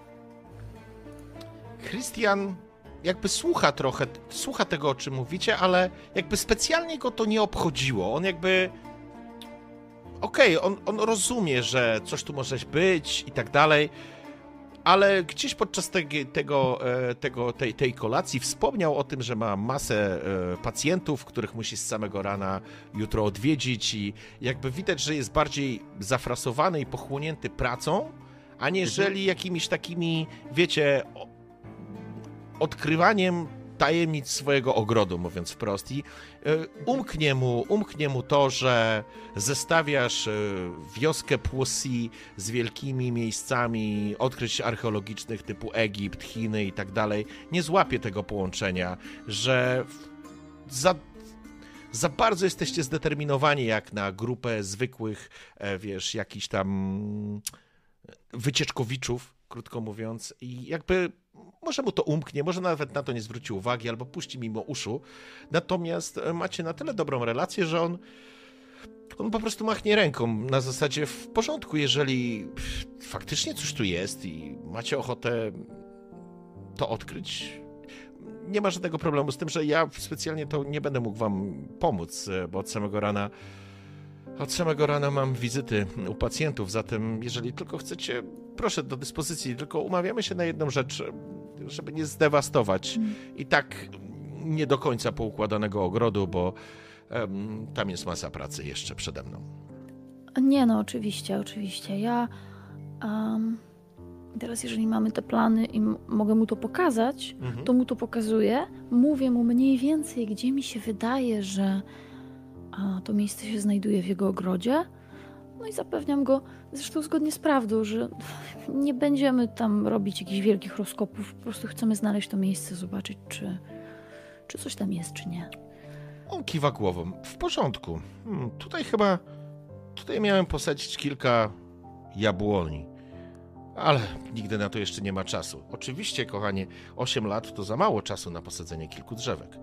Christian jakby słucha tego, o czym mówicie, ale jakby specjalnie go to nie obchodziło. On jakby... on rozumie, że coś tu może być i tak dalej, ale gdzieś podczas tej kolacji wspomniał o tym, że ma masę pacjentów, których musi z samego rana jutro odwiedzić i jakby widać, że jest bardziej zafrasowany i pochłonięty pracą, aniżeli jakimiś takimi, wiecie, odkrywaniem tajemnic swojego ogrodu, mówiąc wprost. I umknie mu to, że zestawiasz wioskę Płosi z wielkimi miejscami odkryć archeologicznych typu Egipt, Chiny i tak dalej. Nie złapie tego połączenia, że za bardzo jesteście zdeterminowani jak na grupę zwykłych, wiesz, jakichś tam wycieczkowiczów, krótko mówiąc, i jakby może mu to umknie, może nawet na to nie zwróci uwagi, albo puści mimo uszu. Natomiast macie na tyle dobrą relację, że on po prostu machnie ręką na zasadzie w porządku, jeżeli faktycznie coś tu jest i macie ochotę to odkryć. Nie ma żadnego problemu z tym, że ja specjalnie to nie będę mógł wam pomóc, bo od samego rana mam wizyty u pacjentów, zatem jeżeli tylko chcecie, proszę, do dyspozycji, tylko umawiamy się na jedną rzecz, żeby nie zdewastować i tak nie do końca poukładanego ogrodu, bo tam jest masa pracy jeszcze przede mną. Nie no, oczywiście. Ja teraz jeżeli mamy te plany i mogę mu to pokazać, to mu to pokazuję. Mówię mu mniej więcej, gdzie mi się wydaje, że to miejsce się znajduje w jego ogrodzie. No i zapewniam go, zresztą zgodnie z prawdą, że nie będziemy tam robić jakichś wielkich rozkopów. Po prostu chcemy znaleźć to miejsce, zobaczyć, czy coś tam jest, czy nie. On kiwa głową. W porządku. Tutaj miałem posadzić kilka jabłoni. Ale nigdy na to jeszcze nie ma czasu. Oczywiście, kochanie, 8 lat to za mało czasu na posadzenie kilku drzewek.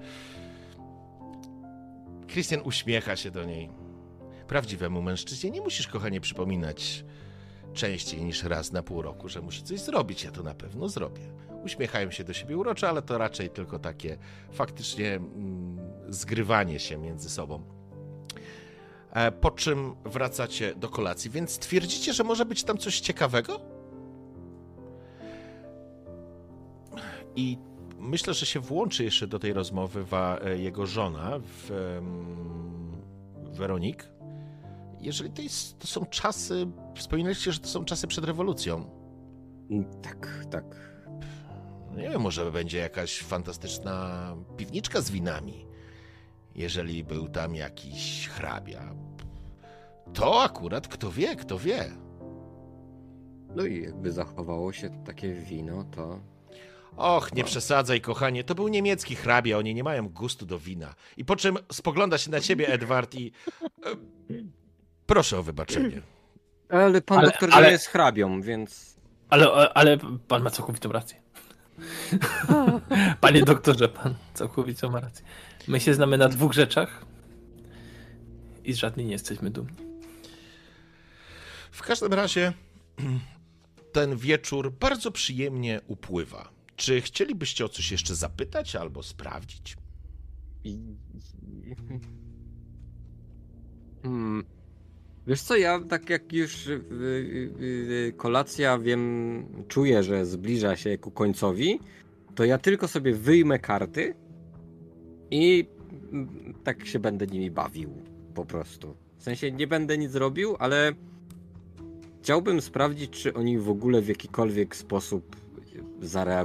Christian uśmiecha się do niej. Prawdziwemu mężczyźnie nie musisz, kochanie, przypominać częściej niż raz na pół roku, że musi coś zrobić. Ja to na pewno zrobię. Uśmiechają się do siebie urocze, ale to raczej tylko takie faktycznie zgrywanie się między sobą. Po czym wracacie do kolacji, więc twierdzicie, że może być tam coś ciekawego? I myślę, że się włączy jeszcze do tej rozmowy jego żona, Weronik. Jeżeli to są czasy, wspominaliście, że to są czasy przed rewolucją. Tak. Nie wiem, może będzie jakaś fantastyczna piwniczka z winami. Jeżeli był tam jakiś hrabia. To akurat kto wie. No i jakby zachowało się takie wino, to... Och, nie przesadzaj, kochanie, to był niemiecki hrabia, oni nie mają gustu do wina. I po czym spogląda się na ciebie, Edward, i... proszę o wybaczenie. Ale pan doktor nie jest hrabią, więc... Ale pan ma całkowitą rację. Panie doktorze, pan całkowicie ma rację. My się znamy na 2 rzeczach i z żadnej nie jesteśmy dumni. W każdym razie ten wieczór bardzo przyjemnie upływa. Czy chcielibyście o coś jeszcze zapytać albo sprawdzić? Wiesz co, ja tak jak już kolacja czuję, że zbliża się ku końcowi, to ja tylko sobie wyjmę karty i tak się będę nimi bawił po prostu. W sensie nie będę nic robił, ale chciałbym sprawdzić, czy oni w ogóle w jakikolwiek sposób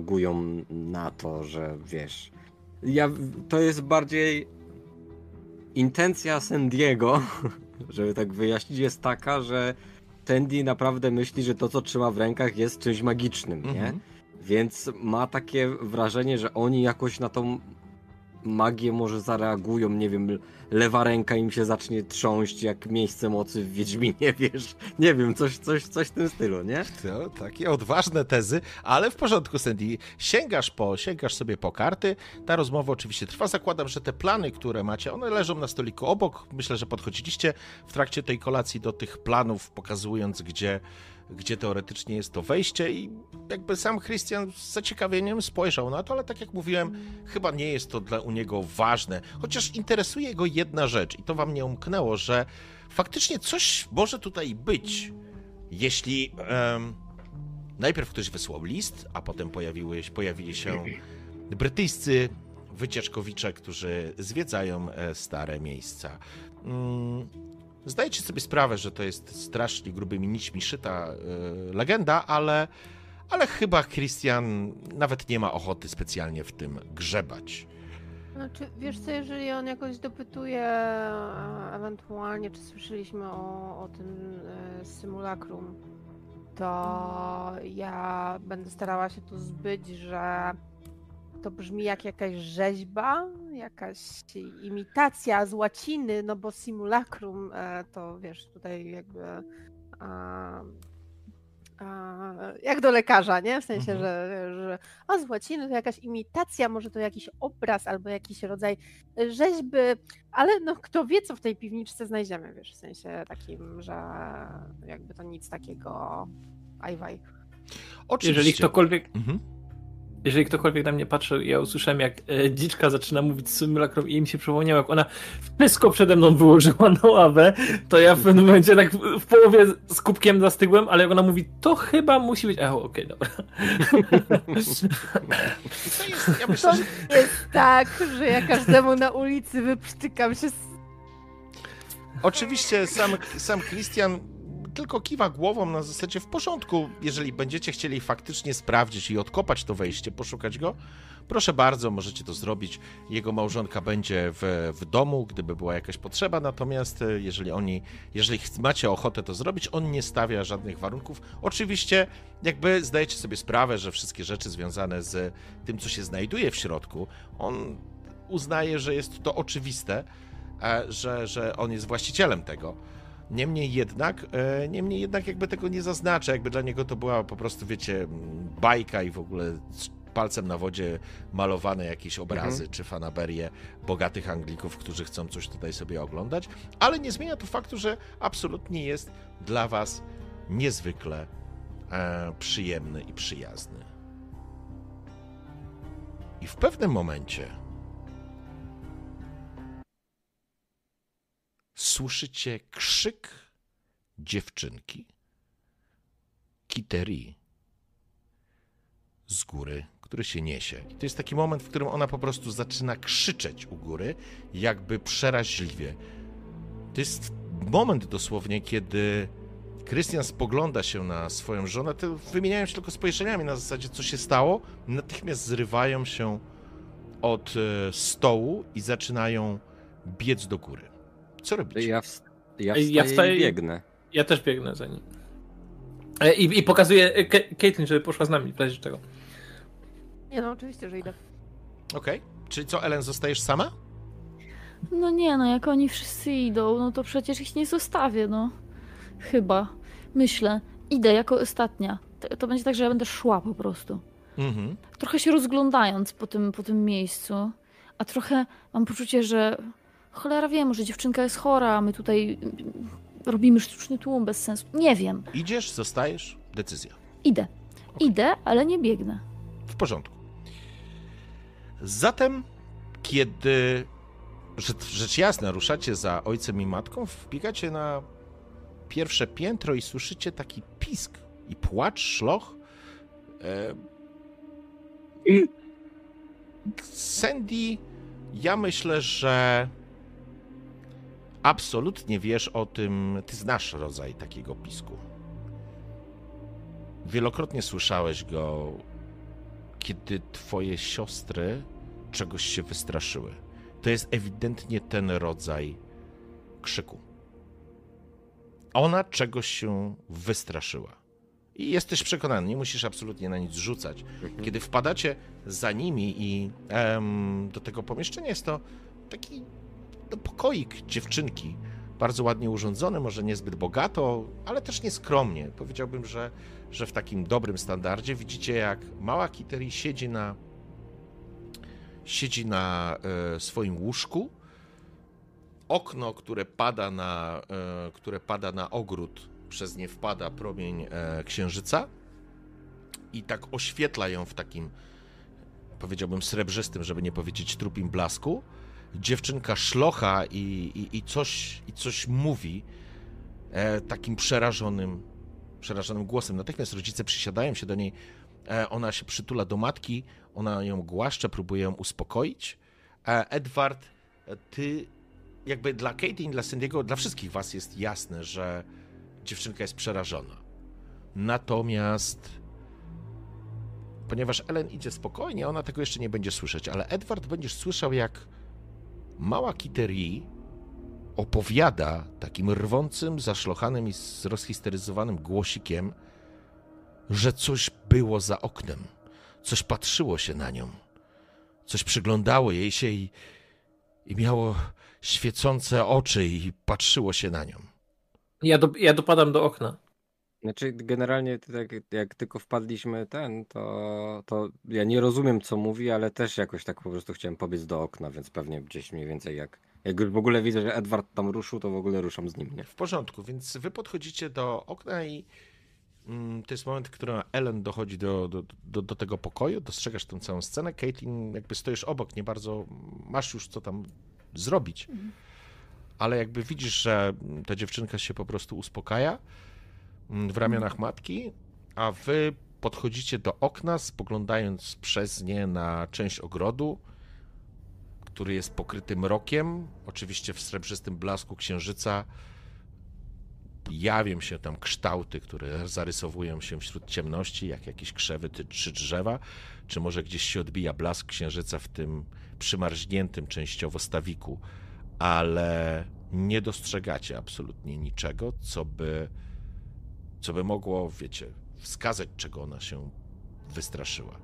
zareagują na to, że wiesz... To jest bardziej intencja Sandiego, żeby tak wyjaśnić, jest taka, że Sandy naprawdę myśli, że to, co trzyma w rękach, jest czymś magicznym, nie? Więc ma takie wrażenie, że oni jakoś na tą magię może zareagują, nie wiem, lewa ręka im się zacznie trząść jak miejsce mocy w Wiedźminie, wiesz, nie wiem, coś w tym stylu, nie? To takie odważne tezy, ale w porządku, Sandy. Sięgasz sobie po karty, ta rozmowa oczywiście trwa. Zakładam, że te plany, które macie, one leżą na stoliku obok. Myślę, że podchodziliście w trakcie tej kolacji do tych planów, pokazując, gdzie teoretycznie jest to wejście i jakby sam Christian z zaciekawieniem spojrzał na to, ale tak jak mówiłem, chyba nie jest to u niego ważne, chociaż interesuje go jedna rzecz i to wam nie umknęło, że faktycznie coś może tutaj być, jeśli najpierw ktoś wysłał list, a potem pojawili się brytyjscy wycieczkowicze, którzy zwiedzają stare miejsca. Zdajecie sobie sprawę, że to jest strasznie grubymi nićmi szyta legenda, ale chyba Christian nawet nie ma ochoty specjalnie w tym grzebać. Znaczy, wiesz co, jeżeli on jakoś dopytuje ewentualnie, czy słyszeliśmy o tym symulakrum, to ja będę starała się tu zbyć, że to brzmi jak jakaś rzeźba, jakaś imitacja z łaciny, no bo simulacrum to wiesz, tutaj jakby jak do lekarza, nie? W sensie, że z łaciny to jakaś imitacja, może to jakiś obraz albo jakiś rodzaj rzeźby, ale no kto wie, co w tej piwniczce znajdziemy, wiesz, w sensie takim, że jakby to nic takiego ajwaj. Oczywiście. Jeżeli ktokolwiek na mnie patrzył i ja usłyszałem, jak dziczka zaczyna mówić z symulakrom i im się przypomniało, jak ona wszystko przede mną wyłożyła na ławę, to ja w pewnym momencie tak w połowie z kubkiem zastygłem, ale jak ona mówi, to chyba musi być... Okej, dobra. Ja myślę, to jest tak, że ja każdemu na ulicy wyprztykam się Oczywiście sam Christian tylko kiwa głową na zasadzie w porządku. Jeżeli będziecie chcieli faktycznie sprawdzić i odkopać to wejście, poszukać go, proszę bardzo, możecie to zrobić. Jego małżonka będzie w domu, gdyby była jakaś potrzeba, natomiast jeżeli macie ochotę to zrobić, on nie stawia żadnych warunków. Oczywiście jakby zdajecie sobie sprawę, że wszystkie rzeczy związane z tym, co się znajduje w środku, on uznaje, że jest to oczywiste, że on jest właścicielem tego. Niemniej jednak jakby tego nie zaznaczę, jakby dla niego to była po prostu, wiecie, bajka i w ogóle palcem na wodzie malowane jakieś obrazy czy fanaberie bogatych Anglików, którzy chcą coś tutaj sobie oglądać, ale nie zmienia to faktu, że absolutnie jest dla was niezwykle przyjemny i przyjazny. I w pewnym momencie słyszycie krzyk dziewczynki, Kiteri, z góry, który się niesie. I to jest taki moment, w którym ona po prostu zaczyna krzyczeć u góry, jakby przeraźliwie. To jest moment dosłownie, kiedy Christian spogląda się na swoją żonę, to wymieniają się tylko spojrzeniami na zasadzie, co się stało, natychmiast zrywają się od stołu i zaczynają biec do góry. Co robicie? Ja wstaję i biegnę. Ja też biegnę za nim. I pokazuję Caitlin, żeby poszła z nami w razie czego. Nie no, oczywiście, że idę. Okej. Czyli co, Ellen, zostajesz sama? No nie, no jak oni wszyscy idą, no to przecież ich nie zostawię, no. Chyba. Myślę. Idę jako ostatnia. To będzie tak, że ja będę szła po prostu. Trochę się rozglądając po tym miejscu, a trochę mam poczucie, że cholera wie, może dziewczynka jest chora, a my tutaj robimy sztuczny tłum bez sensu. Nie wiem. Idziesz, zostajesz? Decyzja. Idę. Okay. Idę, ale nie biegnę. W porządku. Zatem, kiedy rzecz jasna ruszacie za ojcem i matką, wbiegacie na pierwsze piętro i słyszycie taki pisk i płacz, szloch. Sandy, ja myślę, że absolutnie wiesz o tym, ty znasz rodzaj takiego pisku. Wielokrotnie słyszałeś go, kiedy twoje siostry czegoś się wystraszyły. to jest ewidentnie ten rodzaj krzyku. Ona czegoś się wystraszyła. I jesteś przekonany, nie musisz absolutnie na nic rzucać. Kiedy wpadacie za nimi i do tego pomieszczenia, jest to taki pokoik dziewczynki, bardzo ładnie urządzony, może niezbyt bogato, ale też nieskromnie. Powiedziałbym, że w takim dobrym standardzie. Widzicie, jak mała Kiteri siedzi na swoim łóżku. Okno, które pada na ogród, przez nie wpada promień księżyca i tak oświetla ją w takim, powiedziałbym, srebrzystym, żeby nie powiedzieć trupim blasku. Dziewczynka szlocha i coś mówi takim przerażonym głosem. Natychmiast rodzice przysiadają się do niej, ona się przytula do matki, ona ją głaszcze, próbuje ją uspokoić. Edward, ty jakby dla Caitlin, dla Sandiego, dla wszystkich was jest jasne, że dziewczynka jest przerażona. Natomiast ponieważ Ellen idzie spokojnie, ona tego jeszcze nie będzie słyszeć, ale Edward, będziesz słyszał, jak mała Kiteri opowiada takim rwącym, zaszlochanym i rozhisteryzowanym głosikiem, że coś było za oknem, coś patrzyło się na nią, coś przyglądało jej się i miało świecące oczy i patrzyło się na nią. Ja dopadam do okna. Znaczy, generalnie jak tylko wpadliśmy to ja nie rozumiem, co mówi, ale też jakoś tak po prostu chciałem pobiec do okna, więc pewnie gdzieś mniej więcej jak już w ogóle widzę, że Edward tam ruszył, to w ogóle ruszam z nim, nie? W porządku, więc wy podchodzicie do okna i to jest moment, w którym Ellen dochodzi do tego pokoju, dostrzegasz tę całą scenę. Caitlin, jakby stoisz obok, nie bardzo masz już co tam zrobić, ale jakby widzisz, że ta dziewczynka się po prostu uspokaja w ramionach matki, a wy podchodzicie do okna, spoglądając przez nie na część ogrodu, który jest pokryty mrokiem, oczywiście w srebrzystym blasku księżyca jawią się tam kształty, które zarysowują się wśród ciemności, jak jakieś krzewy czy drzewa, czy może gdzieś się odbija blask księżyca w tym przymarzniętym częściowo stawiku, ale nie dostrzegacie absolutnie niczego, co by mogło, wiecie, wskazać, czego ona się wystraszyła.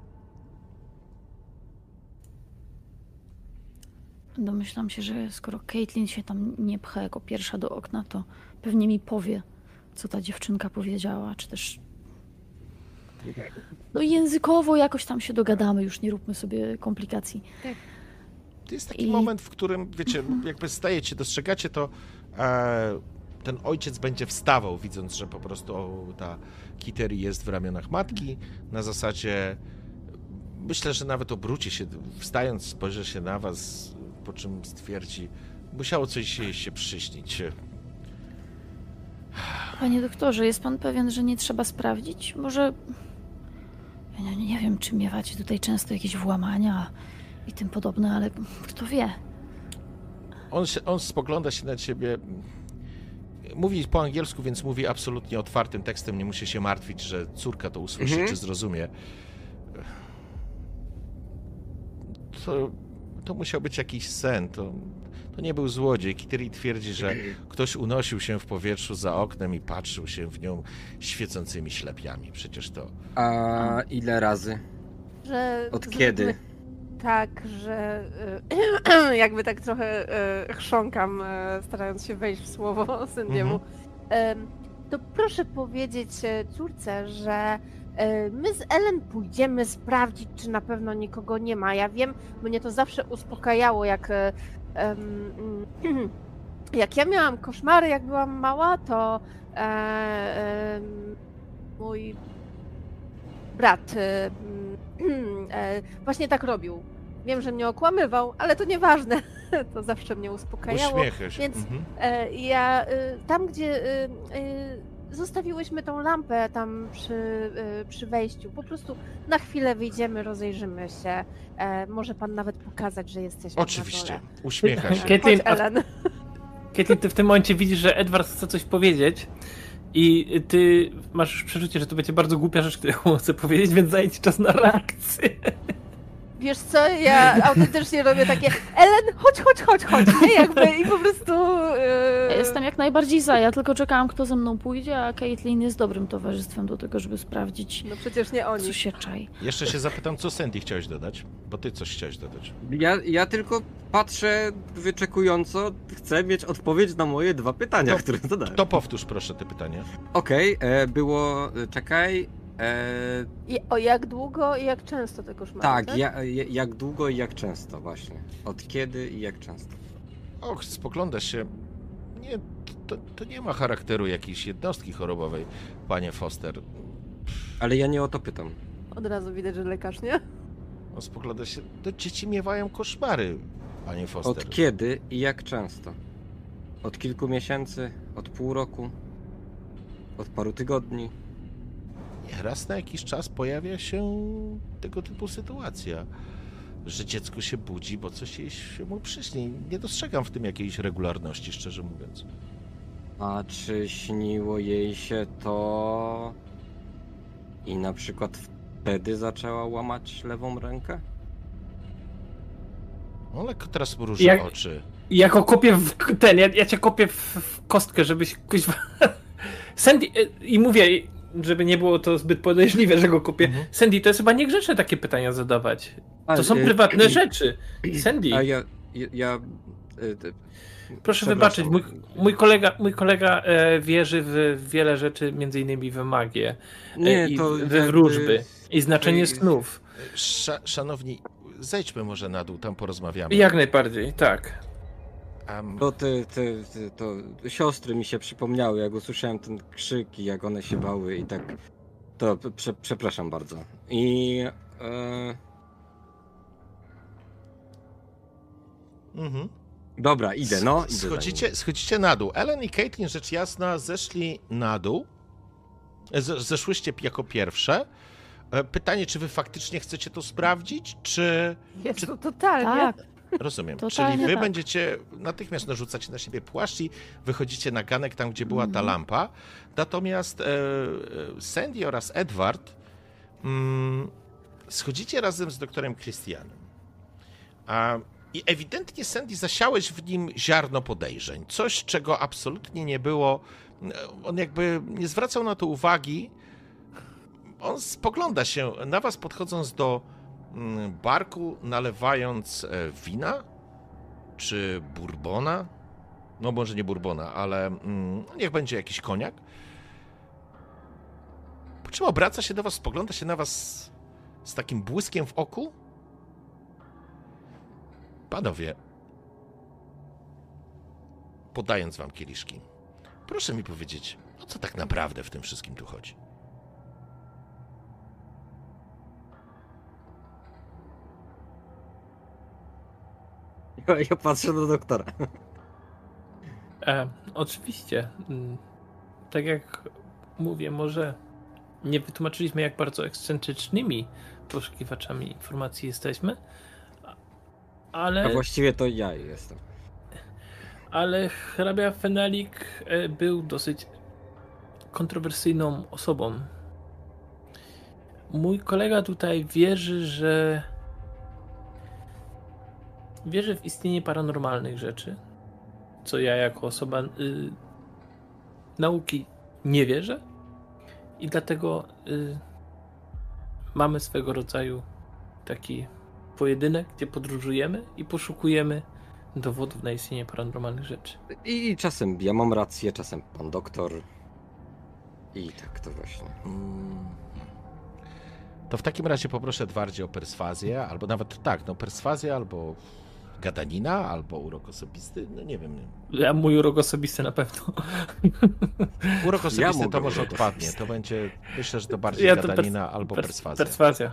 Domyślam się, że skoro Caitlin się tam nie pcha jako pierwsza do okna, to pewnie mi powie, co ta dziewczynka powiedziała, czy też no językowo jakoś tam się dogadamy, już nie róbmy sobie komplikacji. Tak. To jest taki moment, w którym, wiecie, jakby stajecie, dostrzegacie to, ten ojciec będzie wstawał, widząc, że po prostu ta Kiteri jest w ramionach matki, na zasadzie, myślę, że nawet obróci się, wstając, spojrzy się na was, po czym stwierdzi, musiało coś się przyśnić. Panie doktorze, jest pan pewien, że nie trzeba sprawdzić? Może, ja nie wiem, czy miewacie tutaj często jakieś włamania i tym podobne, ale kto wie. On spogląda się na ciebie, mówi po angielsku, więc mówi absolutnie otwartym tekstem, nie musi się martwić, że córka to usłyszy, czy zrozumie. To musiał być jakiś sen, to nie był złodziej. Kiteri twierdzi, że ktoś unosił się w powietrzu za oknem i patrzył się w nią świecącymi ślepiami. Przecież to... A ile razy? Od kiedy? Tak, że jakby tak trochę chrząkam, starając się wejść w słowo Sandiemu. To proszę powiedzieć córce, że my z Ellen pójdziemy sprawdzić, czy na pewno nikogo nie ma. Ja wiem, mnie to zawsze uspokajało, jak ja miałam koszmary, jak byłam mała, to mój brat właśnie tak robił. Wiem, że mnie okłamywał, ale to nieważne. To zawsze mnie uspokajało. Uśmiechę się. Więc ja tam, gdzie zostawiłyśmy tą lampę tam przy wejściu, po prostu na chwilę wyjdziemy, rozejrzymy się. Może pan nawet pokazać, że jesteśmy Oczywiście. na dole. Uśmiecha się. Caitlin, Ellen. Caitlin, ty w tym momencie widzisz, że Edward chce coś powiedzieć i ty masz przeczucie, że to będzie bardzo głupia rzecz, którą chce powiedzieć, więc daje ci czas na reakcję. Wiesz co, ja autentycznie robię takie Ellen, chodź, nie? Jakby i po prostu... Ja jestem jak najbardziej za, ja tylko czekałam, kto ze mną pójdzie, a Caitlyn jest dobrym towarzystwem do tego, żeby sprawdzić, No przecież nie oni. co się czai. Jeszcze się zapytam, co Sandy chciałeś dodać? Bo ty coś chciałeś dodać. Ja tylko patrzę wyczekująco, chcę mieć odpowiedź na moje 2 pytania, które zadałem. To powtórz proszę te pytania. Okej, było, czekaj, I o jak długo i jak często te koszmary, tak, jak długo i jak często właśnie. Od kiedy i jak często. Och, spoglądasz się. Nie, to nie ma charakteru jakiejś jednostki chorobowej, panie Foster. Ale ja nie o to pytam. Od razu widać, że lekarz, nie? No, spoglądasz się. To dzieci miewają koszmary, panie Foster. Od kiedy i jak często? Od kilku miesięcy? Od pół roku? Od paru tygodni? Raz na jakiś czas pojawia się tego typu sytuacja, że dziecko się budzi, bo coś jej się mu przyśni. Nie dostrzegam w tym jakiejś regularności, szczerze mówiąc. A czy śniło jej się to i na przykład wtedy zaczęła łamać lewą rękę? No, lekko teraz mruży oczy. Jako kopię w ten, ja cię kopię w kostkę, żebyś kuźwa... Sandy, i mówię, żeby nie było to zbyt podejrzliwe, że go kopię. Sandy, to jest chyba niegrzeczne takie pytania zadawać. To są prywatne rzeczy. Sandy. A ja proszę wybaczyć, mój kolega wierzy w wiele rzeczy, między innymi w magię. I we wróżby. I znaczenie snów. Szanowni, zejdźmy może na dół, tam porozmawiamy. Jak najbardziej, tak. To siostry mi się przypomniały, jak usłyszałem ten krzyk i jak one się bały i tak. To przepraszam bardzo. I. Dobra, idę. Schodzicie na dół. Ellen i Caitlyn, rzecz jasna, zeszli na dół. Zeszłyście jako pierwsze. Pytanie, czy wy faktycznie chcecie to sprawdzić, czy... Jest to totalnie. Tak. Rozumiem. Totalnie Czyli wy tak. będziecie natychmiast narzucać na siebie płaszcz i wychodzicie na ganek tam, gdzie była ta lampa. Natomiast Sandy oraz Edward schodzicie razem z doktorem Christianem. I ewidentnie, Sandy, zasiałeś w nim ziarno podejrzeń. Coś, czego absolutnie nie było. On jakby nie zwracał na to uwagi. On spogląda się na was, podchodząc do barku, nalewając wina czy bourbona. No może nie bourbona, ale niech będzie jakiś koniak. Po czym obraca się do was, spogląda się na was z takim błyskiem w oku. Panowie, podając wam kieliszki, proszę mi powiedzieć, o co tak naprawdę w tym wszystkim tu chodzi? Ja patrzę do doktora. Oczywiście. Tak jak mówię, może nie wytłumaczyliśmy, jak bardzo ekscentrycznymi poszukiwaczami informacji jesteśmy, ale... A właściwie to ja jestem. Ale hrabia Fenalik był dosyć kontrowersyjną osobą. Mój kolega tutaj wierzy w istnienie paranormalnych rzeczy, co ja jako osoba nauki nie wierzę i dlatego mamy swego rodzaju taki pojedynek, gdzie podróżujemy i poszukujemy dowodów na istnienie paranormalnych rzeczy. I czasem ja mam rację, czasem pan doktor. I tak to właśnie. To w takim razie poproszę Edwardzie o perswazję, albo nawet tak, no perswazję, albo gadanina, albo urok osobisty, no nie wiem. Ja mój urok osobisty na pewno. Urok osobisty to może odpadnie, to będzie, myślę, że to bardziej gadanina albo perswazja. Perswazja.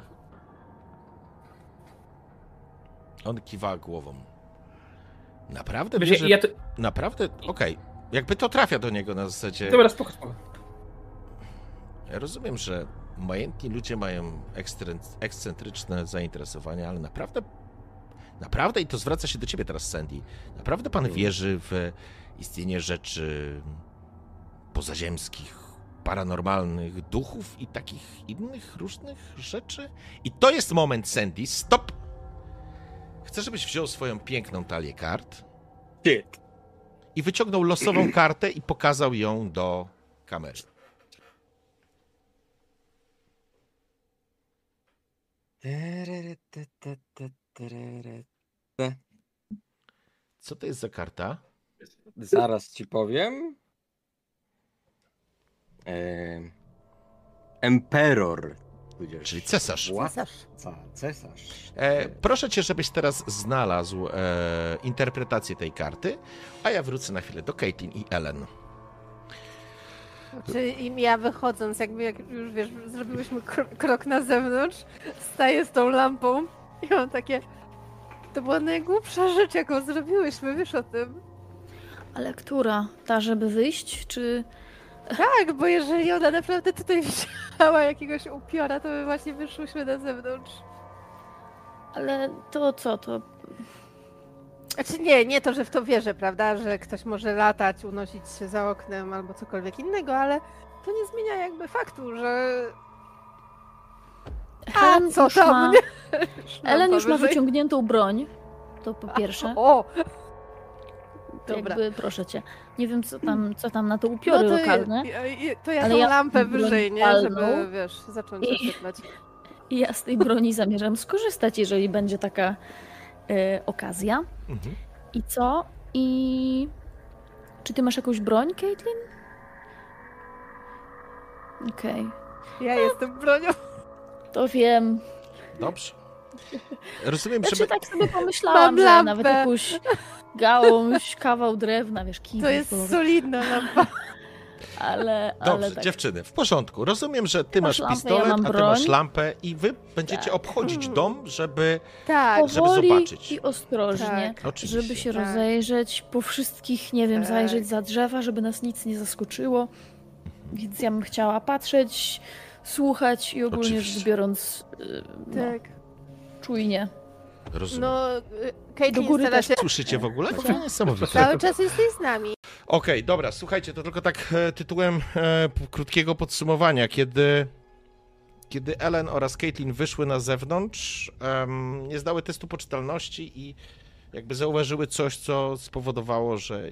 On kiwa głową. Naprawdę? Wiesz, Naprawdę? Okej. Jakby to trafia do niego na zasadzie... Dobra, spoko. Ja rozumiem, że majętni ludzie mają ekscentryczne zainteresowania, ale naprawdę, i to zwraca się do ciebie teraz, Sandy, naprawdę pan wierzy w istnienie rzeczy pozaziemskich, paranormalnych, duchów i takich innych różnych rzeczy? I to jest moment, Sandy, stop! Chcę, żebyś wziął swoją piękną talię kart Shit. i wyciągnął losową kartę i pokazał ją do kamery. Co to jest za karta? Zaraz ci powiem. Emperor. Czyli cesarz. Cesarz. Proszę cię, żebyś teraz znalazł interpretację tej karty, a ja wrócę na chwilę do Caitlin i Ellen. Czy im ja wychodząc, jakby jak już wiesz, zrobiłyśmy krok na zewnątrz, staję z tą lampą i mam takie... To była najgłupsza rzecz, jaką zrobiłyśmy, wiesz o tym? Ale która? Ta, żeby wyjść, czy... Tak, bo jeżeli ona naprawdę tutaj widziała jakiegoś upiora, to my właśnie wyszłyśmy na zewnątrz. Ale to co, to... Znaczy nie to, że w to wierzę, prawda, że ktoś może latać, unosić się za oknem albo cokolwiek innego, ale to nie zmienia jakby faktu, że... Helen co już tam? ma... Ellen już ma powyżej. wyciągniętą broń, to po pierwsze. O! Dobra. Jakby, proszę cię, nie wiem co tam na to upiory lokalne. To ja ale tą ja lampę broń wyżej, nie? palną Żeby, wiesz, zacząć oświetlać. I ja z tej broni zamierzam skorzystać, jeżeli będzie taka okazja. Mhm. I co? I... Czy ty masz jakąś broń, Caitlin? Okej. Ja jestem bronią. To wiem. Dobrze. Rozumiem, Znaczy żeby... tak sobie pomyślałam, Mam że lampę. nawet jakąś gałąź, kawał drewna, wiesz, kiwi. To jest solidna lampa. Ale Dobrze, tak. dziewczyny, w porządku. Rozumiem, że ty masz lampę, pistolet, ja mam a ty broń. masz lampę i wy będziecie Tak. obchodzić dom, żeby... Tak, żeby Powoli zobaczyć. i ostrożnie, Tak. Oczywiście. żeby się Tak. rozejrzeć po wszystkich, nie wiem, Tak. zajrzeć za drzewa, żeby nas nic nie zaskoczyło. Więc ja bym chciała patrzeć, słuchać i ogólnie Oczywiście. rzecz biorąc tak. czujnie. Rozumiem. No, Do Caitlin góry stara też. się... Słyszycie w ogóle? Niesamowite. Cały czas jesteś z nami. Okej, dobra, słuchajcie, to tylko tak tytułem krótkiego podsumowania. Kiedy Ellen oraz Caitlin wyszły na zewnątrz, nie zdały testu poczytalności i jakby zauważyły coś, co spowodowało, że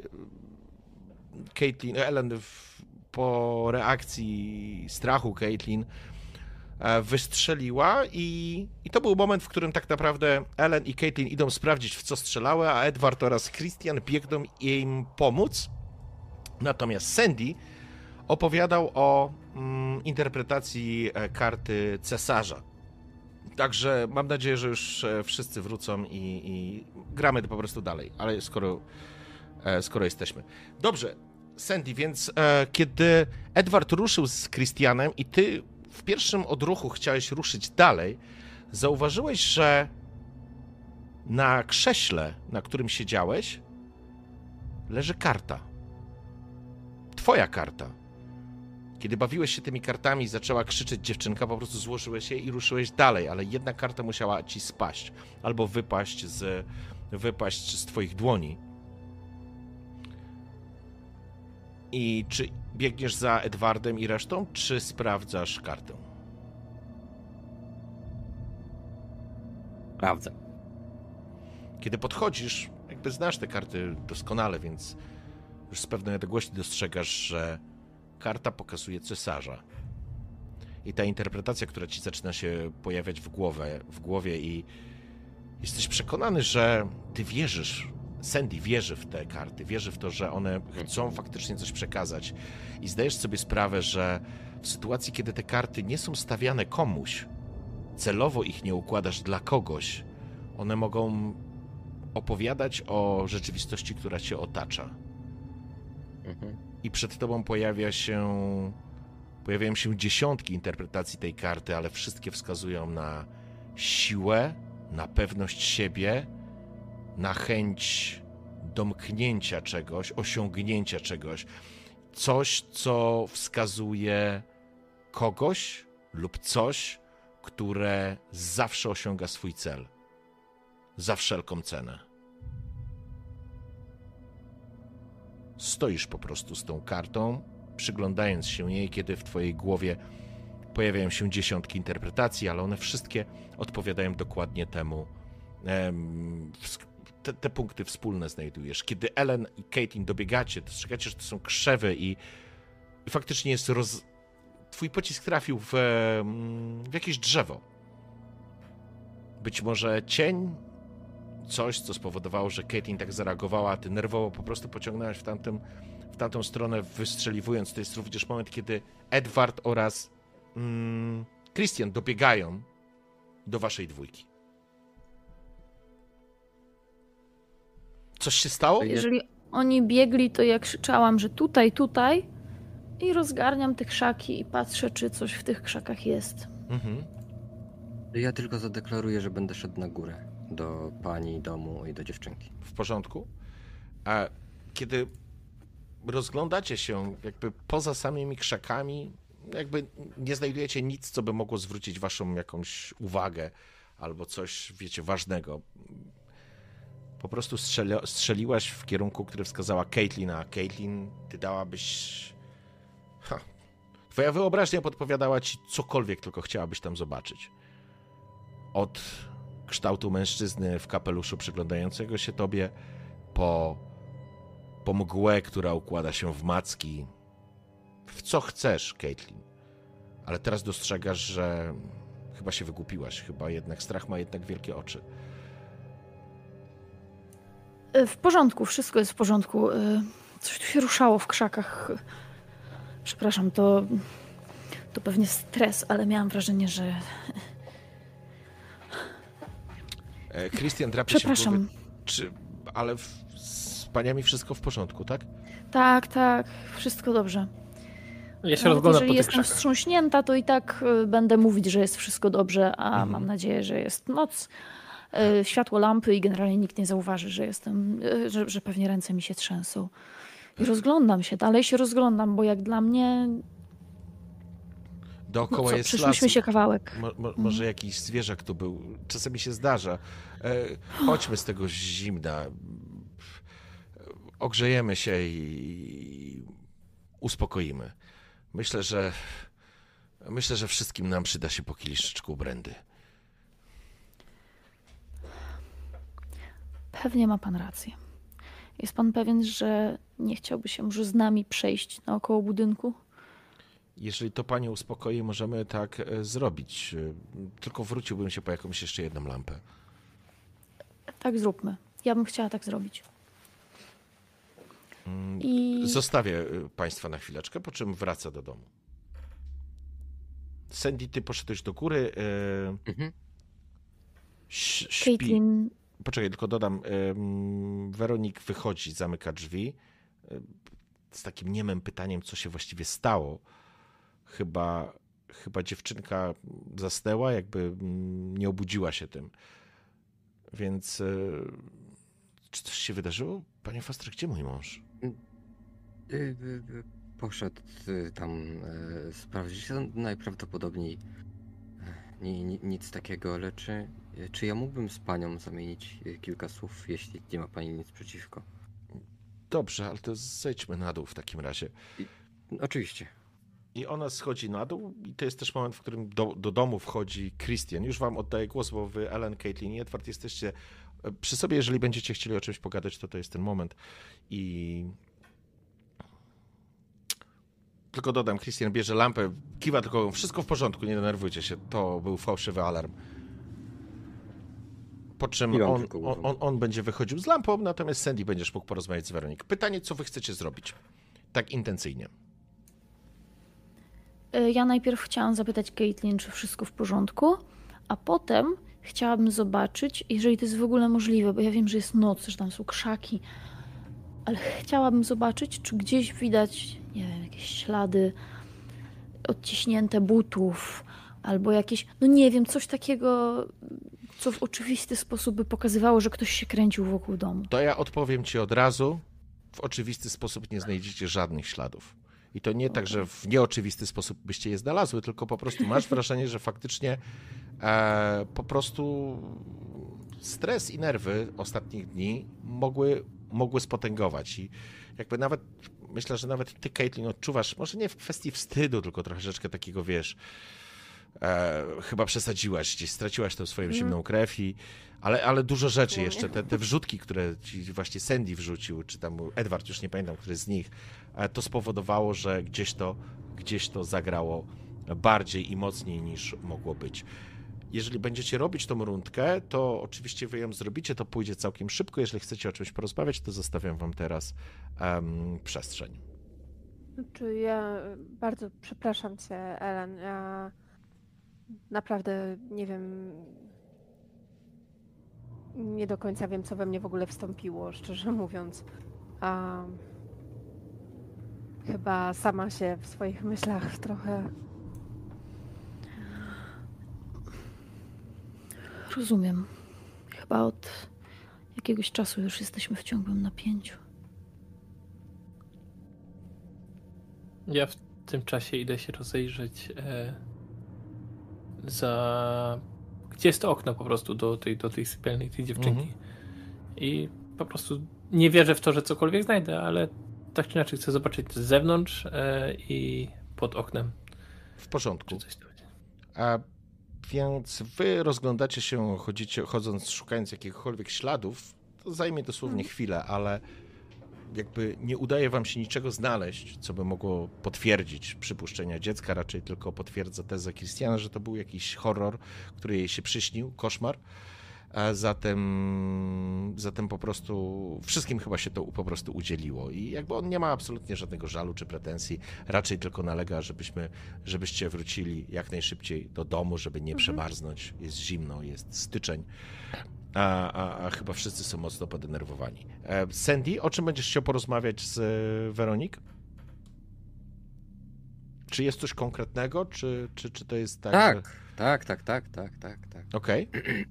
Ellen po reakcji strachu Caitlin wystrzeliła i to był moment, w którym tak naprawdę Ellen i Caitlin idą sprawdzić, w co strzelały, a Edward oraz Christian biegną im pomóc. Natomiast Sandy opowiadał o interpretacji karty cesarza. Także mam nadzieję, że już wszyscy wrócą i gramy to po prostu dalej, ale skoro jesteśmy. Dobrze, Sandy, więc kiedy Edward ruszył z Christianem i ty w pierwszym odruchu chciałeś ruszyć dalej, zauważyłeś, że na krześle, na którym siedziałeś, leży karta. Twoja karta. Kiedy bawiłeś się tymi kartami i zaczęła krzyczeć dziewczynka, po prostu złożyłeś je i ruszyłeś dalej, ale jedna karta musiała ci spaść albo wypaść z twoich dłoni. I czy biegniesz za Edwardem i resztą, czy sprawdzasz kartę? Sprawdzę. Kiedy podchodzisz, jakby znasz te karty doskonale, więc już z pewnej odległości dostrzegasz, że karta pokazuje cesarza. I ta interpretacja, która ci zaczyna się pojawiać w głowie i jesteś przekonany, że ty wierzysz, Sandy wierzy w te karty, wierzy w to, że one chcą faktycznie coś przekazać. I zdajesz sobie sprawę, że w sytuacji, kiedy te karty nie są stawiane komuś, celowo ich nie układasz dla kogoś, one mogą opowiadać o rzeczywistości, która cię otacza. I przed tobą pojawiają się dziesiątki interpretacji tej karty, ale wszystkie wskazują na siłę, na pewność siebie, na chęć domknięcia czegoś, osiągnięcia czegoś. Coś, co wskazuje kogoś lub coś, które zawsze osiąga swój cel. Za wszelką cenę. Stoisz po prostu z tą kartą, przyglądając się jej, kiedy w twojej głowie pojawiają się dziesiątki interpretacji, ale one wszystkie odpowiadają dokładnie temu, te punkty wspólne znajdujesz. Kiedy Ellen i Caitlin dobiegacie, dostrzegacie, że to są krzewy i faktycznie jest twój pocisk trafił w jakieś drzewo. Być może cień, coś, co spowodowało, że Caitlin tak zareagowała, a ty nerwowo po prostu pociągnąłeś w tamtą stronę, wystrzeliwując. To jest również moment, kiedy Edward oraz Christian dobiegają do waszej dwójki. Coś się stało? Jeżeli oni biegli, to ja krzyczałam, że tutaj, tutaj i rozgarniam te krzaki i patrzę, czy coś w tych krzakach jest. Mhm. Ja tylko zadeklaruję, że będę szedł na górę do pani domu i do dziewczynki. W porządku. A kiedy rozglądacie się jakby poza samymi krzakami, jakby nie znajdujecie nic, co by mogło zwrócić waszą jakąś uwagę albo coś, wiecie, ważnego. Po prostu strzeliłaś w kierunku, który wskazała Caitlin, a Caitlin, ty dałabyś... Twoja wyobraźnia podpowiadała ci cokolwiek tylko chciałabyś tam zobaczyć. Od kształtu mężczyzny w kapeluszu przyglądającego się tobie, po mgłę, która układa się w macki. W co chcesz, Caitlin. Ale teraz dostrzegasz, że chyba się wygłupiłaś. Chyba jednak strach ma jednak wielkie oczy. W porządku, wszystko jest w porządku. Coś tu się ruszało w krzakach. Przepraszam, to pewnie stres, ale miałam wrażenie, że... Christian drapie się w Przepraszam. głowie. Ale z paniami wszystko w porządku, tak? Tak, wszystko dobrze. Ja się Nawet rozglądam po jeżeli tych jestem krzakach. wstrząśnięta, to i tak będę mówić, że jest wszystko dobrze, a mam nadzieję, że jest noc, światło lampy i generalnie nikt nie zauważy, że jestem, że pewnie ręce mi się trzęsą. I rozglądam się, dalej się rozglądam, bo jak dla mnie... Dookoła jest przeszliśmy las. się kawałek. Może jakiś zwierzak tu był. Czasami się zdarza. Chodźmy z tego zimna. Ogrzejemy się i uspokoimy. Myślę, że wszystkim nam przyda się po kieliszeczku brandy. Pewnie ma pan rację. Jest pan pewien, że nie chciałby się może z nami przejść naokoło budynku? Jeżeli to panią uspokoi, możemy tak zrobić. Tylko wróciłbym się po jakąś jeszcze jedną lampę. Tak zróbmy. Ja bym chciała tak zrobić. Zostawię państwa na chwileczkę, po czym wraca do domu. Sandy, ty poszedłeś do góry. Śpi. Caitlin... Poczekaj, tylko dodam. Weronik wychodzi, zamyka drzwi z takim niemym pytaniem, co się właściwie stało. Chyba dziewczynka zasnęła, jakby nie obudziła się tym. Więc czy coś się wydarzyło? Panie Foster, gdzie mój mąż? Poszedł tam sprawdzić. Najprawdopodobniej nic takiego, ale czy ja mógłbym z panią zamienić kilka słów, jeśli nie ma pani nic przeciwko? Dobrze, ale to zejdźmy na dół w takim razie. Oczywiście. I ona schodzi na dół i to jest też moment, w którym do domu wchodzi Christian. Już wam oddaję głos, bo wy, Ellen, Caitlin i Edward jesteście przy sobie. Jeżeli będziecie chcieli o czymś pogadać, to jest ten moment. I tylko dodam, Christian bierze lampę, kiwa tylko, wszystko w porządku, nie denerwujcie się, to był fałszywy alarm. Po czym on będzie wychodził z lampą, natomiast Sandy będziesz mógł porozmawiać z Weronik. Pytanie, co wy chcecie zrobić? Tak intencyjnie. Ja najpierw chciałam zapytać Caitlin, czy wszystko w porządku, a potem chciałabym zobaczyć, jeżeli to jest w ogóle możliwe, bo ja wiem, że jest noc, że tam są krzaki, ale chciałabym zobaczyć, czy gdzieś widać, nie wiem, jakieś ślady odciśnięte butów, albo jakieś, no nie wiem, coś takiego, co w oczywisty sposób by pokazywało, że ktoś się kręcił wokół domu. To ja odpowiem ci od razu. W oczywisty sposób nie znajdziecie żadnych śladów. I to nie tak, że w nieoczywisty sposób byście je znalazły, tylko po prostu masz wrażenie, że faktycznie po prostu stres i nerwy ostatnich dni mogły spotęgować. I jakby nawet, myślę, że nawet ty, Caitlin, odczuwasz, może nie w kwestii wstydu, tylko troszeczkę takiego, wiesz, chyba przesadziłaś, gdzieś straciłaś tą swoją zimną krew ale dużo rzeczy jeszcze, te wrzutki, które ci właśnie Sandy wrzucił, czy tam Edward, już nie pamiętam, który z nich, to spowodowało, że gdzieś to zagrało bardziej i mocniej niż mogło być. Jeżeli będziecie robić tą rundkę, to oczywiście wy ją zrobicie, to pójdzie całkiem szybko. Jeżeli chcecie o czymś porozmawiać, to zostawiam wam teraz przestrzeń. Znaczy, ja bardzo przepraszam cię, Ellen. Ja naprawdę nie wiem, nie do końca wiem, co we mnie w ogóle wstąpiło, szczerze mówiąc. Chyba sama się w swoich myślach trochę... Rozumiem. Chyba od jakiegoś czasu już jesteśmy w ciągłym napięciu. Ja w tym czasie idę się rozejrzeć gdzie jest to okno po prostu do tej sypialni, tej dziewczynki. I po prostu nie wierzę w to, że cokolwiek znajdę, ale tak czy inaczej chcę zobaczyć z zewnątrz i pod oknem. W porządku. Czy coś tu będzie. Więc wy rozglądacie się, chodząc, szukając jakichkolwiek śladów. To zajmie dosłownie chwilę, ale jakby nie udaje wam się niczego znaleźć, co by mogło potwierdzić przypuszczenia dziecka, raczej tylko potwierdza tezę Christiana, że to był jakiś horror, który jej się przyśnił, koszmar. A zatem po prostu wszystkim chyba się to po prostu udzieliło i jakby on nie ma absolutnie żadnego żalu czy pretensji, raczej tylko nalega, żebyście wrócili jak najszybciej do domu, żeby nie przemarznąć, jest zimno, jest styczeń, a chyba wszyscy są mocno podenerwowani. Sandy, o czym będziesz chciał porozmawiać z Weronik? Czy jest coś konkretnego, czy to jest tak? Tak. Okej.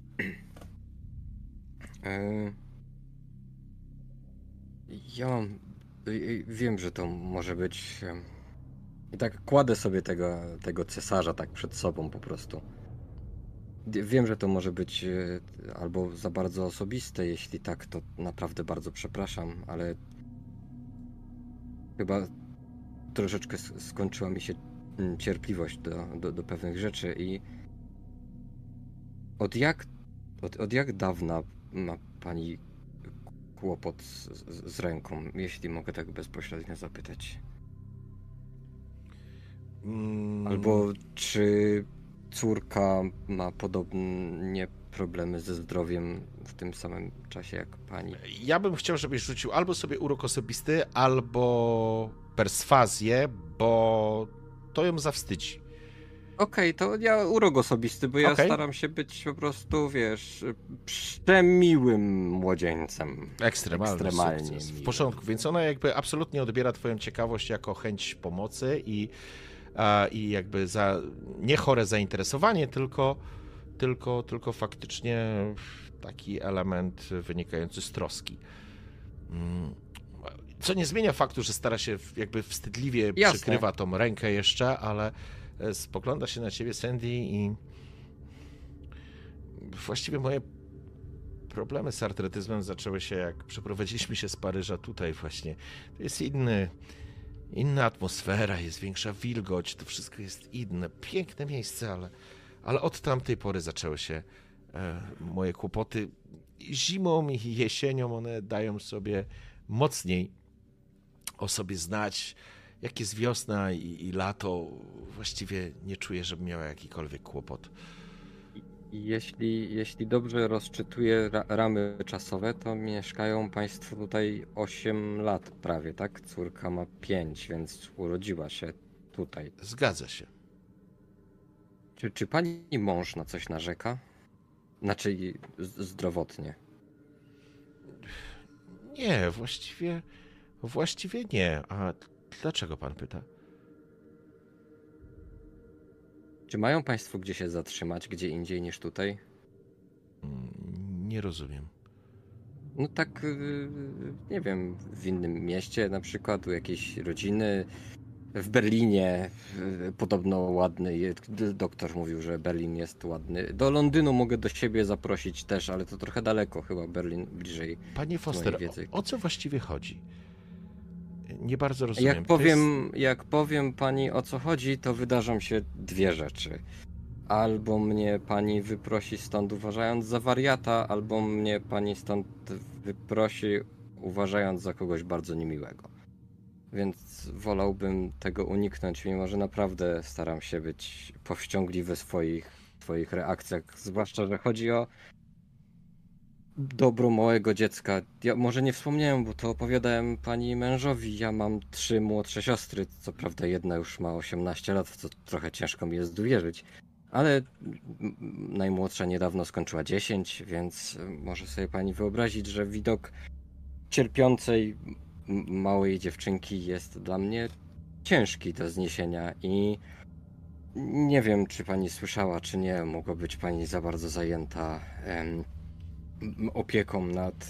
Ja wiem, że to może być... I tak kładę sobie tego cesarza tak przed sobą po prostu. Wiem, że to może być albo za bardzo osobiste, jeśli tak, to naprawdę bardzo przepraszam, ale chyba troszeczkę skończyła mi się cierpliwość do pewnych rzeczy i od jak dawna ma pani kłopot z ręką, jeśli mogę tak bezpośrednio zapytać? Albo czy córka ma podobnie problemy ze zdrowiem w tym samym czasie jak pani? Ja bym chciał, żebyś rzucił albo sobie urok osobisty, albo perswazję, bo to ją zawstydzi. Okej, to ja urok osobisty, bo ja staram się być po prostu, wiesz, przemiłym młodzieńcem. Ekstremalnie. W porządku, więc ona jakby absolutnie odbiera twoją ciekawość jako chęć pomocy i jakby nie chore zainteresowanie, tylko faktycznie taki element wynikający z troski. Co nie zmienia faktu, że stara się jakby wstydliwie przykrywa tą rękę jeszcze, ale spogląda się na ciebie, Sandy, i właściwie moje problemy z artretyzmem zaczęły się, jak przeprowadziliśmy się z Paryża tutaj właśnie. To jest inna atmosfera, jest większa wilgoć, to wszystko jest inne. Piękne miejsce, ale od tamtej pory zaczęły się moje kłopoty. Zimą i jesienią one dają sobie mocniej o sobie znać. Jak jest wiosna i lato, właściwie nie czuję, żebym miał jakikolwiek kłopot. Jeśli dobrze rozczytuję ramy czasowe, to mieszkają państwo tutaj 8 lat prawie, tak? Córka ma 5, więc urodziła się tutaj. Zgadza się. Czy pani mąż na coś narzeka? Znaczy zdrowotnie? Nie, właściwie nie. A dlaczego pan pyta? Czy mają państwo gdzie się zatrzymać, gdzie indziej niż tutaj? Nie rozumiem. No tak, nie wiem, w innym mieście na przykład, u jakiejś rodziny, w Berlinie, podobno ładny, doktor mówił, że Berlin jest ładny. Do Londynu mogę do siebie zaprosić też, ale to trochę daleko, chyba Berlin bliżej. Panie Foster, o co właściwie chodzi? Nie bardzo rozumiem. Jak powiem pani o co chodzi, to wydarzą się dwie rzeczy. Albo mnie pani wyprosi stąd uważając za wariata, albo mnie pani stąd wyprosi uważając za kogoś bardzo niemiłego. Więc wolałbym tego uniknąć, mimo że naprawdę staram się być powściągliwy w swoich reakcjach, zwłaszcza, że chodzi o dobro małego dziecka. Ja może nie wspomniałem, bo to opowiadałem pani mężowi. Ja mam 3 młodsze siostry, co prawda jedna już ma 18 lat, co trochę ciężko mi jest uwierzyć. Ale najmłodsza niedawno skończyła 10, więc może sobie pani wyobrazić, że widok cierpiącej małej dziewczynki jest dla mnie ciężki do zniesienia i nie wiem, czy pani słyszała, czy nie, mogła być pani za bardzo zajęta opieką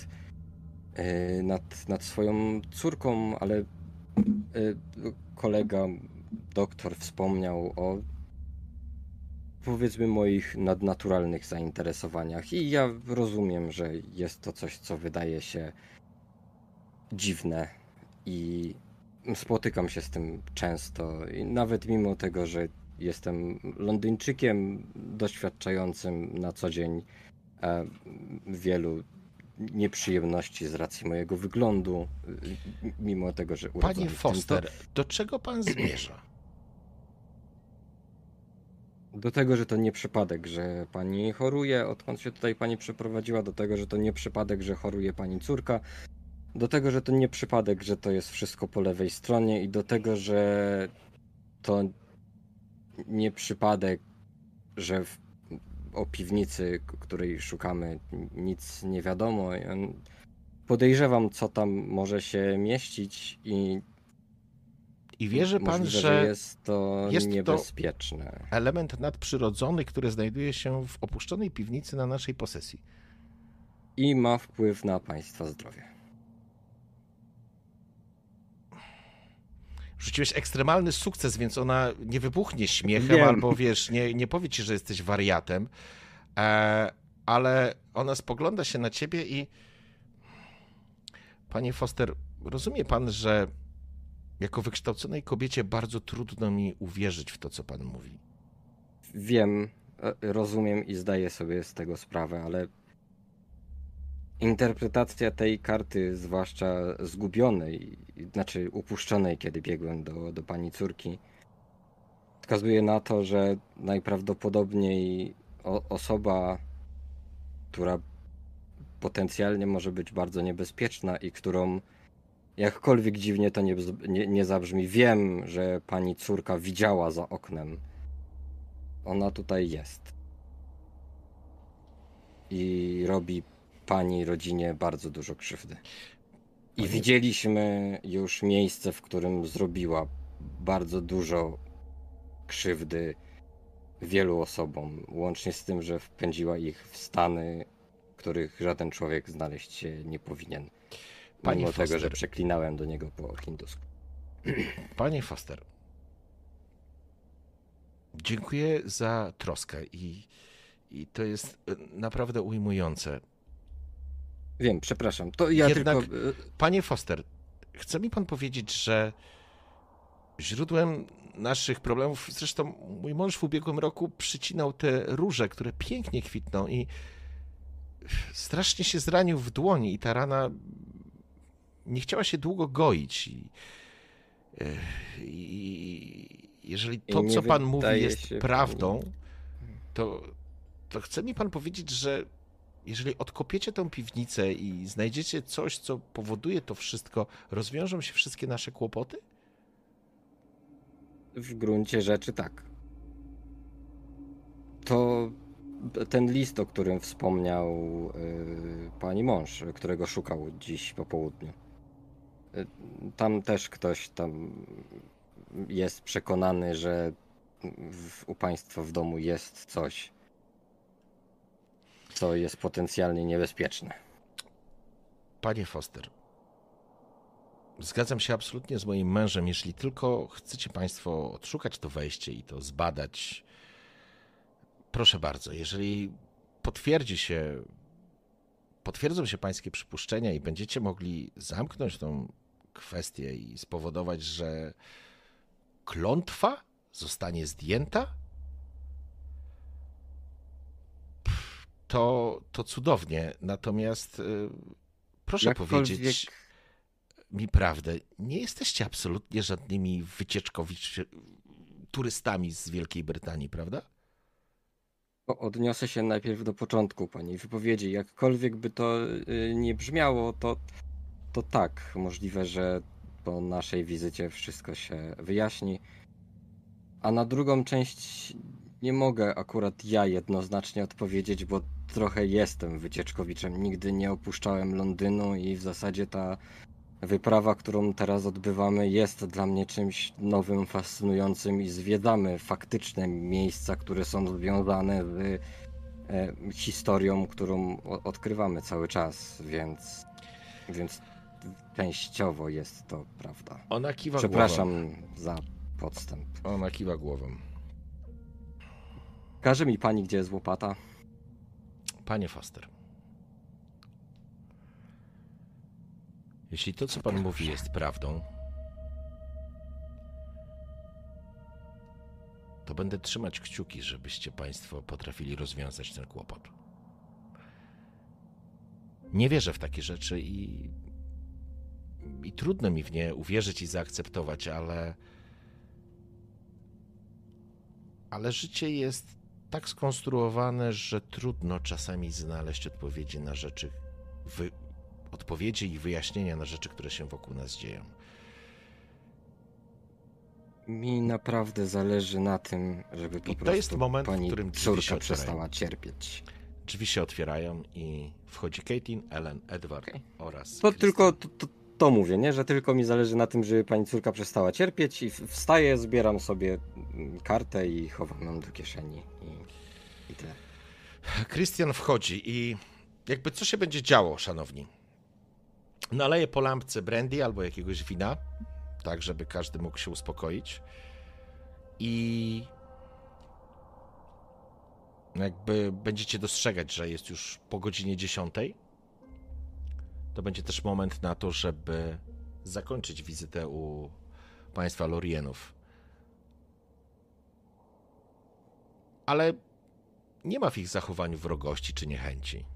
nad swoją córką, ale kolega, doktor wspomniał o, powiedzmy, moich nadnaturalnych zainteresowaniach i ja rozumiem, że jest to coś, co wydaje się dziwne i spotykam się z tym często i nawet mimo tego, że jestem Londyńczykiem doświadczającym na co dzień wielu nieprzyjemności z racji mojego wyglądu, mimo tego, że Panie Foster, do czego pan zmierza? Do tego, że to nie przypadek, że pani choruje, odkąd się tutaj pani przeprowadziła, do tego, że to nie przypadek, że choruje pani córka, do tego, że to nie przypadek, że to jest wszystko po lewej stronie i do tego, że to nie przypadek, że o piwnicy, której szukamy, nic nie wiadomo. Podejrzewam, co tam może się mieścić I wierzy pan, możliwe, że jest to niebezpieczne. To element nadprzyrodzony, który znajduje się w opuszczonej piwnicy na naszej posesji. I ma wpływ na państwa zdrowie. Rzuciłeś ekstremalny sukces, więc ona nie wybuchnie śmiechem, Wiem. albo wiesz, nie powie ci, że jesteś wariatem, ale ona spogląda się na ciebie i panie Foster, rozumie pan, że jako wykształconej kobiecie bardzo trudno mi uwierzyć w to, co pan mówi. Wiem, rozumiem i zdaję sobie z tego sprawę, ale interpretacja tej karty, zwłaszcza zgubionej, znaczy upuszczonej, kiedy biegłem do pani córki, wskazuje na to, że najprawdopodobniej osoba, która potencjalnie może być bardzo niebezpieczna i którą, jakkolwiek dziwnie to nie zabrzmi, wiem, że pani córka widziała za oknem. Ona tutaj jest. I robi pani rodzinie bardzo dużo krzywdy. I widzieliśmy już miejsce, w którym zrobiła bardzo dużo krzywdy wielu osobom, łącznie z tym, że wpędziła ich w stany, których żaden człowiek znaleźć się nie powinien. Mimo tego, że przeklinałem do niego po hindusku. Panie Foster, dziękuję za troskę i to jest naprawdę ujmujące. Wiem, przepraszam. To ja Jednak, tylko... Panie Foster, chce mi pan powiedzieć, że źródłem naszych problemów, zresztą mój mąż w ubiegłym roku przycinał te róże, które pięknie kwitną i strasznie się zranił w dłoni i ta rana nie chciała się długo goić. I jeżeli to, co pan mówi, jest prawdą, to chce mi pan powiedzieć, że jeżeli odkopiecie tą piwnicę i znajdziecie coś, co powoduje to wszystko, rozwiążą się wszystkie nasze kłopoty? W gruncie rzeczy tak. To ten list, o którym wspomniał pani mąż, którego szukał dziś po południu. Tam też ktoś tam jest przekonany, że u państwa w domu jest coś, co jest potencjalnie niebezpieczne. Panie Foster, zgadzam się absolutnie z moim mężem. Jeżeli tylko chcecie państwo odszukać to wejście i to zbadać, proszę bardzo. Jeżeli potwierdzą się pańskie przypuszczenia i będziecie mogli zamknąć tą kwestię i spowodować, że klątwa zostanie zdjęta, to cudownie. Natomiast proszę Jakkolwiek- powiedzieć mi prawdę. Nie jesteście absolutnie żadnymi turystami z Wielkiej Brytanii, prawda? Odniosę się najpierw do początku pani wypowiedzi. Jakkolwiek by to nie brzmiało, to tak, możliwe, że po naszej wizycie wszystko się wyjaśni. A na drugą część nie mogę akurat ja jednoznacznie odpowiedzieć, bo trochę jestem wycieczkowiczem. Nigdy nie opuszczałem Londynu i w zasadzie ta wyprawa, którą teraz odbywamy, jest dla mnie czymś nowym, fascynującym i zwiedzamy faktyczne miejsca, które są związane z historią, którą odkrywamy cały czas, więc częściowo jest to prawda. Ona kiwa Przepraszam głową. za podstęp. Ona kiwa głową. Każe mi pani, gdzie jest łopata? Panie Foster, jeśli to, co pan mówi, jest prawdą, to będę trzymać kciuki, żebyście państwo potrafili rozwiązać ten kłopot. Nie wierzę w takie rzeczy i trudno mi w nie uwierzyć i zaakceptować, ale życie jest tak skonstruowane, że trudno czasami znaleźć odpowiedzi na rzeczy, odpowiedzi i wyjaśnienia na rzeczy, które się wokół nas dzieją. Mi naprawdę zależy na tym, żeby po I prostu to jest moment, w pani którym drzwi się córka otwierają. przestała cierpieć. Drzwi się otwierają i wchodzi Caitlin, Ellen, Edward oraz To Christian. tylko to mówię, nie? Że tylko mi zależy na tym, żeby pani córka przestała cierpieć i wstaję, zbieram sobie kartę i chowam ją do kieszeni i tyle. Christian wchodzi i jakby co się będzie działo, szanowni? Naleje po lampce brandy albo jakiegoś wina, tak żeby każdy mógł się uspokoić i jakby będziecie dostrzegać, że jest już po godzinie 10. To będzie też moment na to, żeby zakończyć wizytę u państwa Lorienów. Ale nie ma w ich zachowaniu wrogości czy niechęci.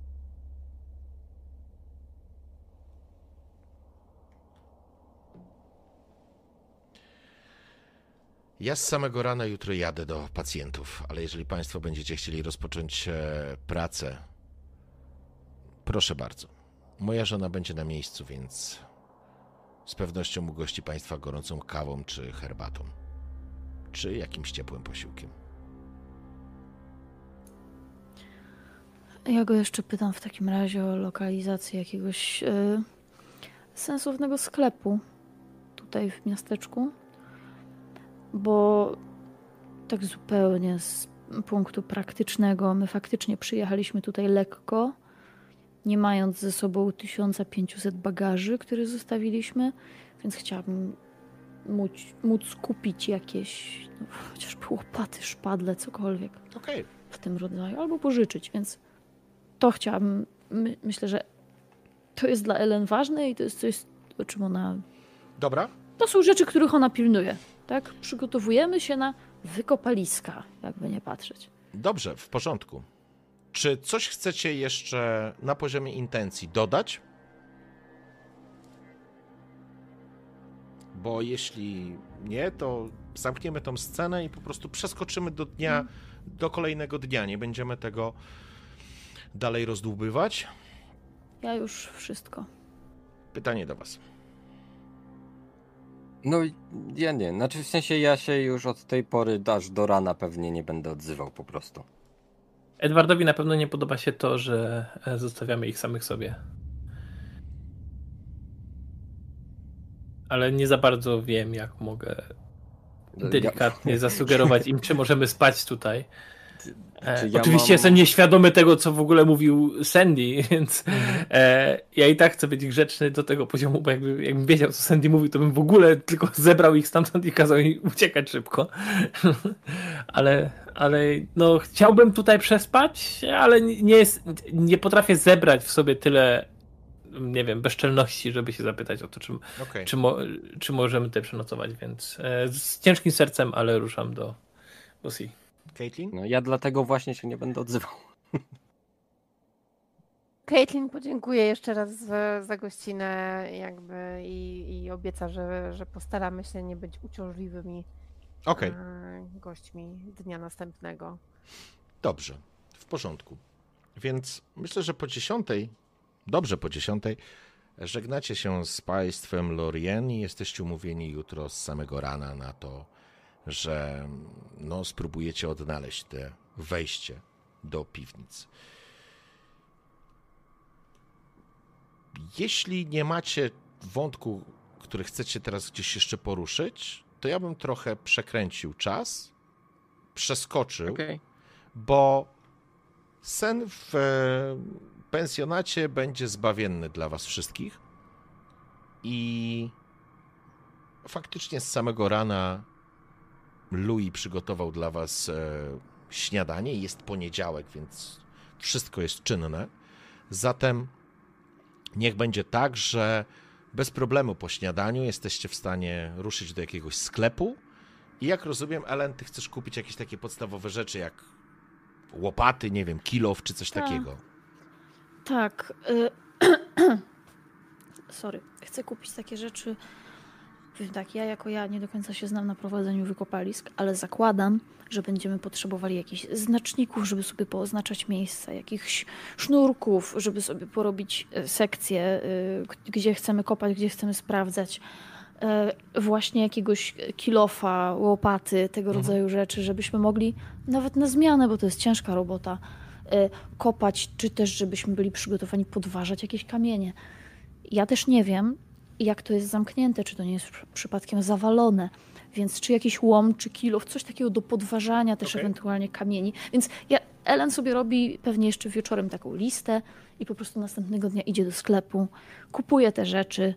Ja z samego rana jutro jadę do pacjentów, ale jeżeli państwo będziecie chcieli rozpocząć pracę, proszę bardzo. Moja żona będzie na miejscu, więc z pewnością ugości państwa gorącą kawą czy herbatą, czy jakimś ciepłym posiłkiem. Ja go jeszcze pytam w takim razie o lokalizację jakiegoś sensownego sklepu tutaj w miasteczku, bo tak zupełnie z punktu praktycznego my faktycznie przyjechaliśmy tutaj lekko, nie mając ze sobą 1500 bagaży, które zostawiliśmy, więc chciałabym móc kupić jakieś, chociażby łopaty, szpadle, cokolwiek Okej. w tym rodzaju, albo pożyczyć, więc to chciałabym, myślę, że to jest dla Ellen ważne i to jest coś, o czym ona... Dobra. To są rzeczy, których ona pilnuje, tak? Przygotowujemy się na wykopaliska, jakby nie patrzeć. Dobrze, w porządku. Czy coś chcecie jeszcze na poziomie intencji dodać? Bo jeśli nie, to zamkniemy tą scenę i po prostu przeskoczymy do kolejnego dnia. Nie będziemy tego dalej rozdłubywać. Ja już wszystko. Pytanie do was. No ja nie, znaczy w sensie ja się już od tej pory aż do rana pewnie nie będę odzywał po prostu. Edwardowi na pewno nie podoba się to, że zostawiamy ich samych sobie. Ale nie za bardzo wiem, jak mogę delikatnie zasugerować im, czy możemy spać tutaj. Oczywiście jestem nieświadomy tego, co w ogóle mówił Sandy, więc ja i tak chcę być grzeczny do tego poziomu, bo jakbym wiedział, co Sandy mówił, to bym w ogóle tylko zebrał ich stamtąd i kazał im uciekać szybko. ale no, chciałbym tutaj przespać, ale nie potrafię zebrać w sobie tyle, nie wiem, bezczelności, żeby się zapytać o to, czy możemy tutaj przenocować, więc z ciężkim sercem, ale ruszam do Lucy. Caitlin? No ja dlatego właśnie się nie będę odzywał. Caitlin podziękuję jeszcze raz za gościnę jakby i obieca, że postaramy się nie być uciążliwymi gośćmi dnia następnego. Dobrze, w porządku. Więc myślę, że po 10:00, żegnacie się z państwem Lorien i jesteście umówieni jutro z samego rana na to, że spróbujecie odnaleźć te wejście do piwnic. Jeśli nie macie wątku, który chcecie teraz gdzieś jeszcze poruszyć, to ja bym trochę przekręcił czas, przeskoczył, bo sen w pensjonacie będzie zbawienny dla was wszystkich i faktycznie z samego rana Louis przygotował dla was śniadanie. Jest poniedziałek, więc wszystko jest czynne. Zatem niech będzie tak, że bez problemu po śniadaniu jesteście w stanie ruszyć do jakiegoś sklepu i jak rozumiem, Ellen, ty chcesz kupić jakieś takie podstawowe rzeczy jak łopaty, nie wiem, kilof czy coś takiego. Tak. Sorry. Chcę kupić takie rzeczy. Powiem tak, ja nie do końca się znam na prowadzeniu wykopalisk, ale zakładam, że będziemy potrzebowali jakichś znaczników, żeby sobie pooznaczać miejsca, jakichś sznurków, żeby sobie porobić sekcje, gdzie chcemy kopać, gdzie chcemy sprawdzać. Właśnie jakiegoś kilofa, łopaty, tego rodzaju rzeczy, żebyśmy mogli nawet na zmianę, bo to jest ciężka robota, kopać, czy też żebyśmy byli przygotowani podważać jakieś kamienie. Ja też nie wiem, jak to jest zamknięte, czy to nie jest przypadkiem zawalone, więc czy jakiś łom, czy kilof, coś takiego do podważania też ewentualnie kamieni. Więc Ellen sobie robi pewnie jeszcze wieczorem taką listę i po prostu następnego dnia idzie do sklepu, kupuje te rzeczy,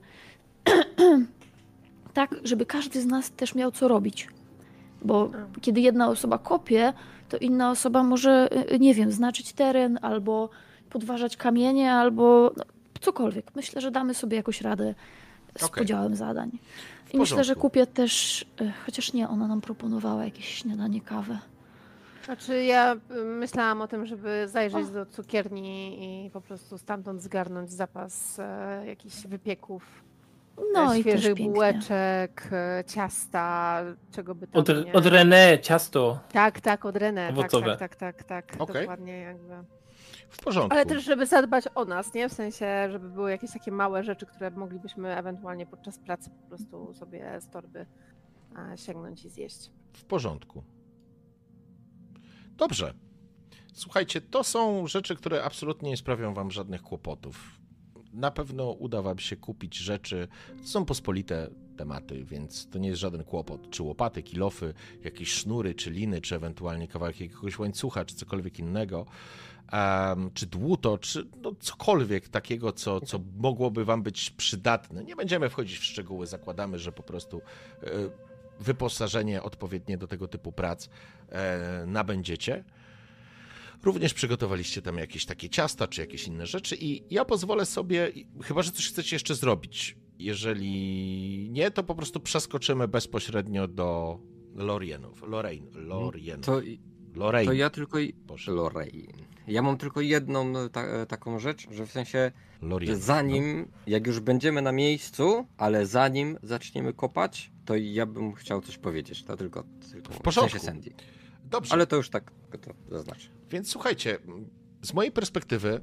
tak, żeby każdy z nas też miał co robić. Bo kiedy jedna osoba kopie, to inna osoba może, nie wiem, znaczyć teren, albo podważać kamienie, albo cokolwiek. Myślę, że damy sobie jakoś radę z podziałem zadań. I myślę, że kupię też, chociaż nie, ona nam proponowała jakieś śniadanie, kawę. Znaczy ja myślałam o tym, żeby zajrzeć do cukierni i po prostu stamtąd zgarnąć zapas jakichś wypieków. Świeżych bułeczek, ciasta, czego by tam nie... Od René ciasto. Tak, od René. Owocowe. Tak. Dokładnie jakby. W porządku. Ale też, żeby zadbać o nas, nie? W sensie, żeby były jakieś takie małe rzeczy, które moglibyśmy ewentualnie podczas pracy po prostu sobie z torby sięgnąć i zjeść. W porządku. Dobrze. Słuchajcie, to są rzeczy, które absolutnie nie sprawią wam żadnych kłopotów. Na pewno uda wam się kupić rzeczy, to są pospolite tematy, więc to nie jest żaden kłopot. Czy łopaty, kilofy, jakieś sznury, czy liny, czy ewentualnie kawałek jakiegoś łańcucha, czy cokolwiek innego, czy dłuto, czy cokolwiek takiego, co mogłoby wam być przydatne. Nie będziemy wchodzić w szczegóły, zakładamy, że po prostu wyposażenie odpowiednie do tego typu prac nabędziecie. Również przygotowaliście tam jakieś takie ciasta, czy jakieś inne rzeczy i ja pozwolę sobie, chyba że coś chcecie jeszcze zrobić. Jeżeli nie, to po prostu przeskoczymy bezpośrednio do Lorienów. Lorienów. To ja tylko... Lorraine. Ja mam tylko jedną taką rzecz, że w sensie, że zanim, jak już będziemy na miejscu, ale zanim zaczniemy kopać, to ja bym chciał coś powiedzieć. To tylko w porządku. W sensie Sandy. Dobrze. Ale to już tak to zaznaczę. Więc słuchajcie, z mojej perspektywy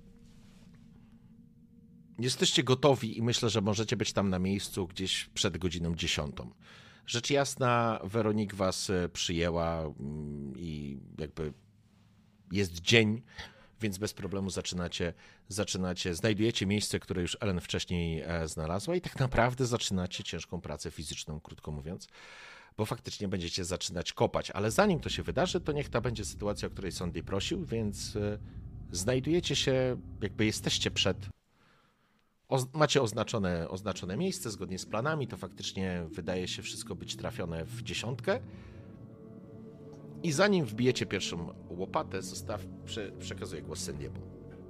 jesteście gotowi i myślę, że możecie być tam na miejscu gdzieś przed godziną 10. Rzecz jasna, Weronik was przyjęła i jakby jest dzień, więc bez problemu znajdujecie miejsce, które już Ellen wcześniej znalazła i tak naprawdę zaczynacie ciężką pracę fizyczną, krótko mówiąc, bo faktycznie będziecie zaczynać kopać, ale zanim to się wydarzy, to niech ta będzie sytuacja, o której Sandy prosił, więc znajdujecie się, jakby jesteście macie oznaczone miejsce zgodnie z planami, to faktycznie wydaje się wszystko być trafione w 10. I zanim wbijecie pierwszą łopatę, przekazuję głos Sandy'emu.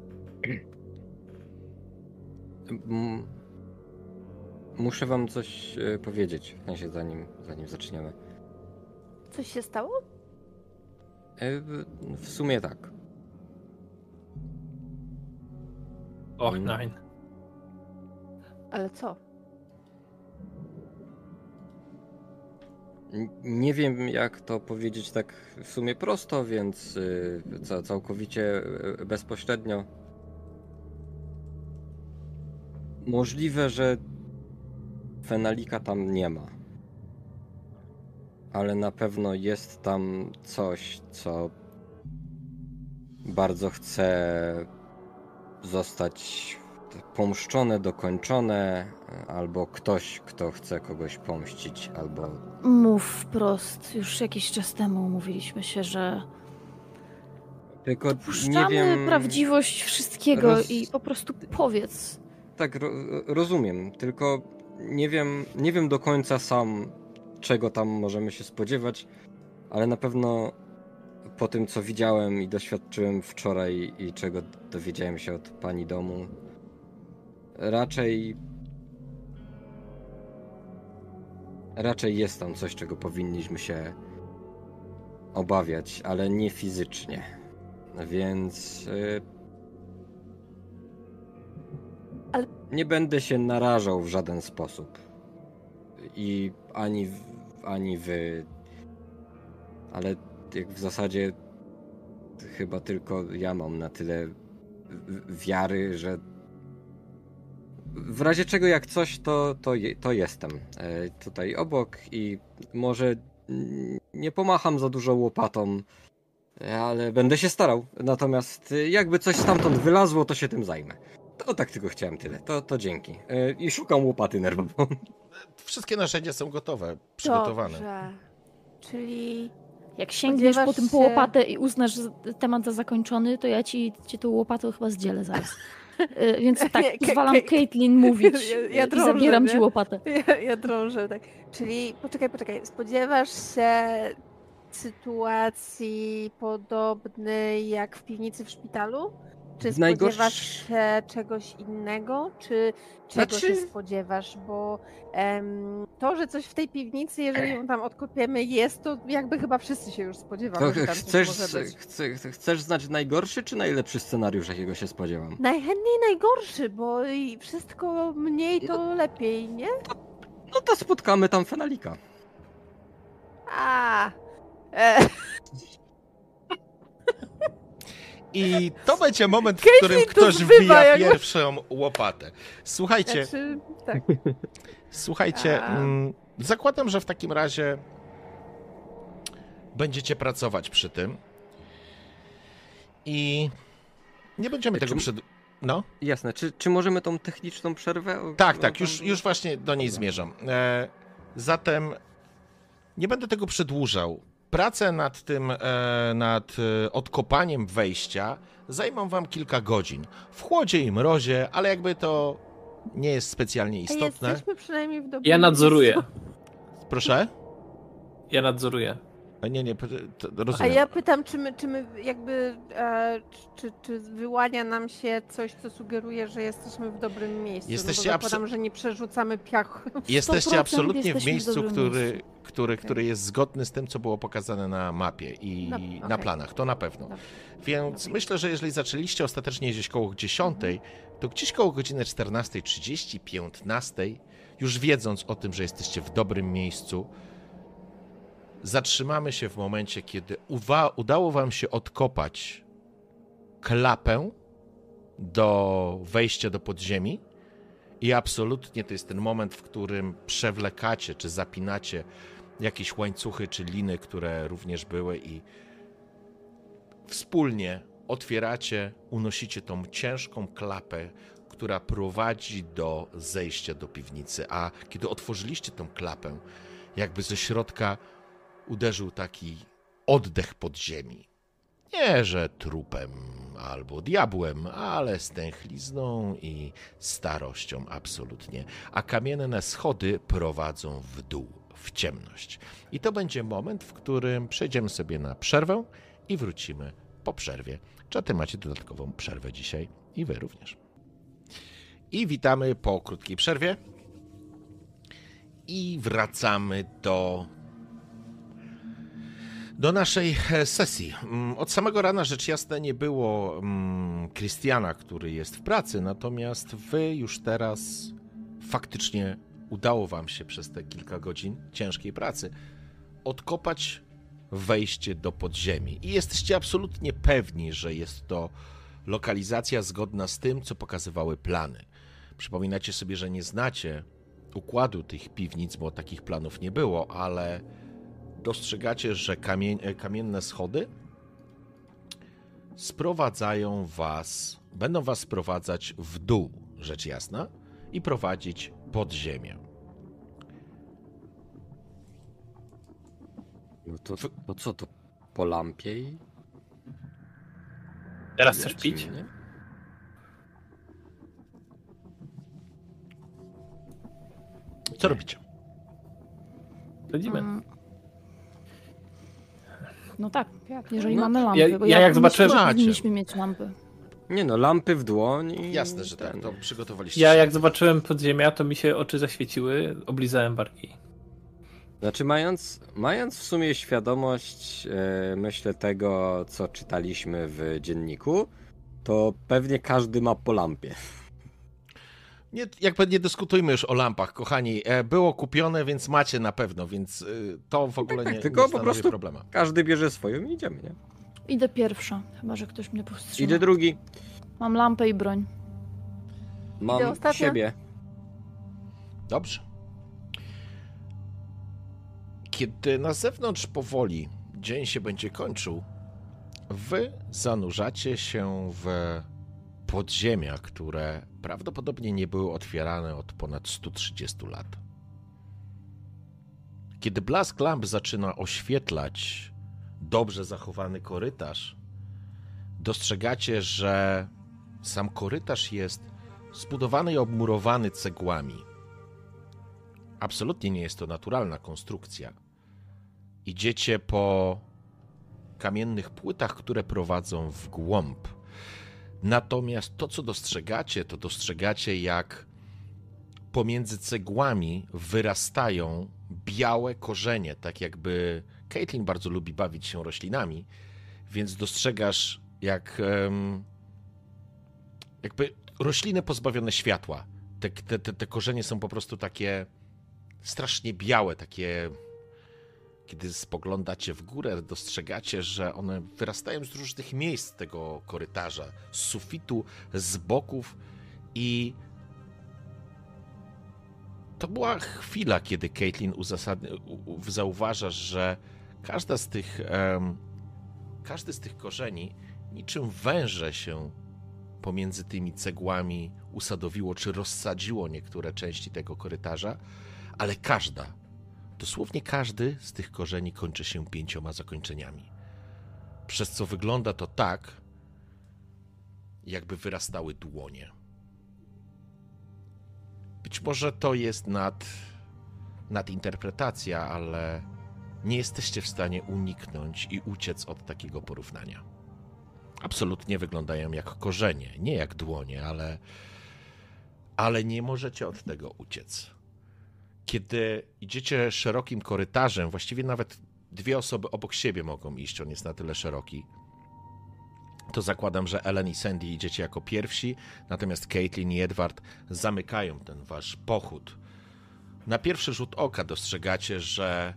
Muszę wam coś powiedzieć, w sensie zanim zaczniemy. Coś się stało? W sumie tak. Och nein. Ale co? Nie wiem, jak to powiedzieć tak w sumie prosto, więc całkowicie bezpośrednio. Możliwe, że Fenalika tam nie ma. Ale na pewno jest tam coś, co bardzo chce zostać pomszczone, dokończone, albo ktoś, kto chce kogoś pomścić, albo... Mów wprost. Już jakiś czas temu mówiliśmy się, że Tylko puszczamy nie wiem... prawdziwość wszystkiego i po prostu powiedz. Tak, rozumiem, tylko nie wiem do końca sam, czego tam możemy się spodziewać, ale na pewno po tym, co widziałem i doświadczyłem wczoraj i czego dowiedziałem się od pani domu, raczej jest tam coś, czego powinniśmy się obawiać, ale nie fizycznie. Więc Ale- nie będę się narażał w żaden sposób. I ani wy. Ale jak w zasadzie chyba tylko ja mam na tyle wiary, że w razie czego jak coś, to jestem tutaj obok i może nie pomacham za dużo łopatą, ale będę się starał. Natomiast jakby coś stamtąd wylazło, to się tym zajmę. To tak tylko chciałem tyle. To dzięki. I szukam łopaty nerwową. Wszystkie narzędzia są gotowe, przygotowane. Dobrze. Czyli Jak sięgniesz po Spodziewasz tym się- po łopatę i uznasz temat za zakończony, to ja ci tą łopatę chyba zdzielę zaraz. Więc tak, Nie, pozwalam Caitlin mówić Ja i drążę, zabieram nie? ci łopatę. Ja drążę, tak. Czyli poczekaj. Spodziewasz się sytuacji podobnej jak w piwnicy w szpitalu? Czy W najgorsz- spodziewasz się czegoś innego? Czy czego Znaczy- się spodziewasz? Bo to, że coś w tej piwnicy, jeżeli ją tam odkopiemy jest, to jakby chyba wszyscy się już spodziewamy, To że tam coś może być. chcesz znać najgorszy czy najlepszy scenariusz, jakiego się spodziewam? Najchętniej najgorszy, bo i wszystko mniej to lepiej, nie? No to spotkamy tam Fenalika. A. I to będzie moment, w Caitlin którym tu ktoś zbywa wbija jakby. pierwszą łopatę. Słuchajcie, Znaczy, tak. Słuchajcie, A. zakładam, że w takim razie będziecie pracować przy tym i nie będziemy tego No? Jasne, czy możemy tą techniczną przerwę? Tak, już właśnie do niej zmierzam. Zatem nie będę tego przedłużał. Prace nad tym, nad odkopaniem wejścia zajmą wam kilka godzin. W chłodzie i mrozie, ale jakby to nie jest specjalnie istotne. Jesteśmy przynajmniej w dobrym Ja nadzoruję. miejscu. Proszę? Ja nadzoruję. Nie, to A rozumiem. ja pytam, czy my jakby, czy wyłania nam się coś, co sugeruje, że jesteśmy w dobrym miejscu? Jesteście no bo zakładam, że nie przerzucamy piachu. Jesteście 100% absolutnie w jesteśmy w miejscu, dobrym miejscu. który jest zgodny z tym, co było pokazane na mapie i No, na okej. planach, to na pewno. Dobrze. Więc Okej. myślę, że jeżeli zaczęliście ostatecznie gdzieś koło 10, to gdzieś koło godziny 14:30, 15, już wiedząc o tym, że jesteście w dobrym miejscu, zatrzymamy się w momencie, kiedy udało wam się odkopać klapę do wejścia do podziemi i absolutnie to jest ten moment, w którym przewlekacie czy zapinacie jakieś łańcuchy czy liny, które również były i wspólnie otwieracie, unosicie tą ciężką klapę, która prowadzi do zejścia do piwnicy. A kiedy otworzyliście tą klapę, jakby ze środka uderzył taki oddech podziemi. Nie, że trupem albo diabłem, ale stęchlizną i starością absolutnie. A kamienne schody prowadzą w dół, w ciemność. I to będzie moment, w którym przejdziemy sobie na przerwę i wrócimy po przerwie. Czy ty macie dodatkową przerwę dzisiaj i wy również. I witamy po krótkiej przerwie. I wracamy Do naszej sesji. Od samego rana rzecz jasna nie było Krystiana, który jest w pracy, natomiast wy już teraz faktycznie udało wam się przez te kilka godzin ciężkiej pracy odkopać wejście do podziemi. I jesteście absolutnie pewni, że jest to lokalizacja zgodna z tym, co pokazywały plany. Przypominacie sobie, że nie znacie układu tych piwnic, bo takich planów nie było, ale dostrzegacie, że kamienne schody będą was sprowadzać w dół, rzecz jasna, i prowadzić pod ziemię. No to co, to po lampie i... Teraz chcesz pić? Nie? Co robicie? Chodzimy. No tak, jeżeli No, mamy lampy. ja Bo jak zobaczyłem- powinniśmy mieć lampy. Nie no, lampy w dłoń i... Jasne, że tak, to przygotowaliście Ja się. jak zobaczyłem podziemia, to mi się oczy zaświeciły, oblizałem barki. Znaczy mając w sumie świadomość, myślę, tego, co czytaliśmy w dzienniku, to pewnie każdy ma po lampie. Nie dyskutujmy już o lampach, kochani. Było kupione, więc macie na pewno, więc to w ogóle tak, nie, tylko nie po stanowi prostu problemu. Każdy bierze swoją i idziemy, nie? Idę pierwsza, chyba że ktoś mnie powstrzyma. Idę drugi. Mam lampę i broń. Mam Idę ostatnia. siebie. Dobrze. Kiedy na zewnątrz powoli dzień się będzie kończył, wy zanurzacie się w podziemia, które prawdopodobnie nie były otwierane od ponad 130 lat. Kiedy blask lamp zaczyna oświetlać dobrze zachowany korytarz, dostrzegacie, że sam korytarz jest zbudowany i obmurowany cegłami. Absolutnie nie jest to naturalna konstrukcja. Idziecie po kamiennych płytach, które prowadzą w głąb. Natomiast to, co dostrzegacie, jak pomiędzy cegłami wyrastają białe korzenie, tak jakby Caitlin bardzo lubi bawić się roślinami, więc dostrzegasz, jakby rośliny pozbawione światła. Te korzenie są po prostu takie strasznie białe, takie... Kiedy spoglądacie w górę, dostrzegacie, że one wyrastają z różnych miejsc tego korytarza, z sufitu, z boków i to była chwila, kiedy Caitlin zauważa, że każdy z tych korzeni niczym węże się pomiędzy tymi cegłami usadowiło, czy rozsadziło niektóre części tego korytarza, ale dosłownie każdy z tych korzeni kończy się 5 zakończeniami. Przez co wygląda to tak, jakby wyrastały dłonie. Być może to jest nadinterpretacja, ale nie jesteście w stanie uniknąć i uciec od takiego porównania. Absolutnie wyglądają jak korzenie, nie jak dłonie, ale nie możecie od tego uciec. Kiedy idziecie szerokim korytarzem, właściwie nawet 2 osoby obok siebie mogą iść, on jest na tyle szeroki, to zakładam, że Ellen i Sandy idziecie jako pierwsi, natomiast Caitlin i Edward zamykają ten wasz pochód. Na pierwszy rzut oka dostrzegacie, że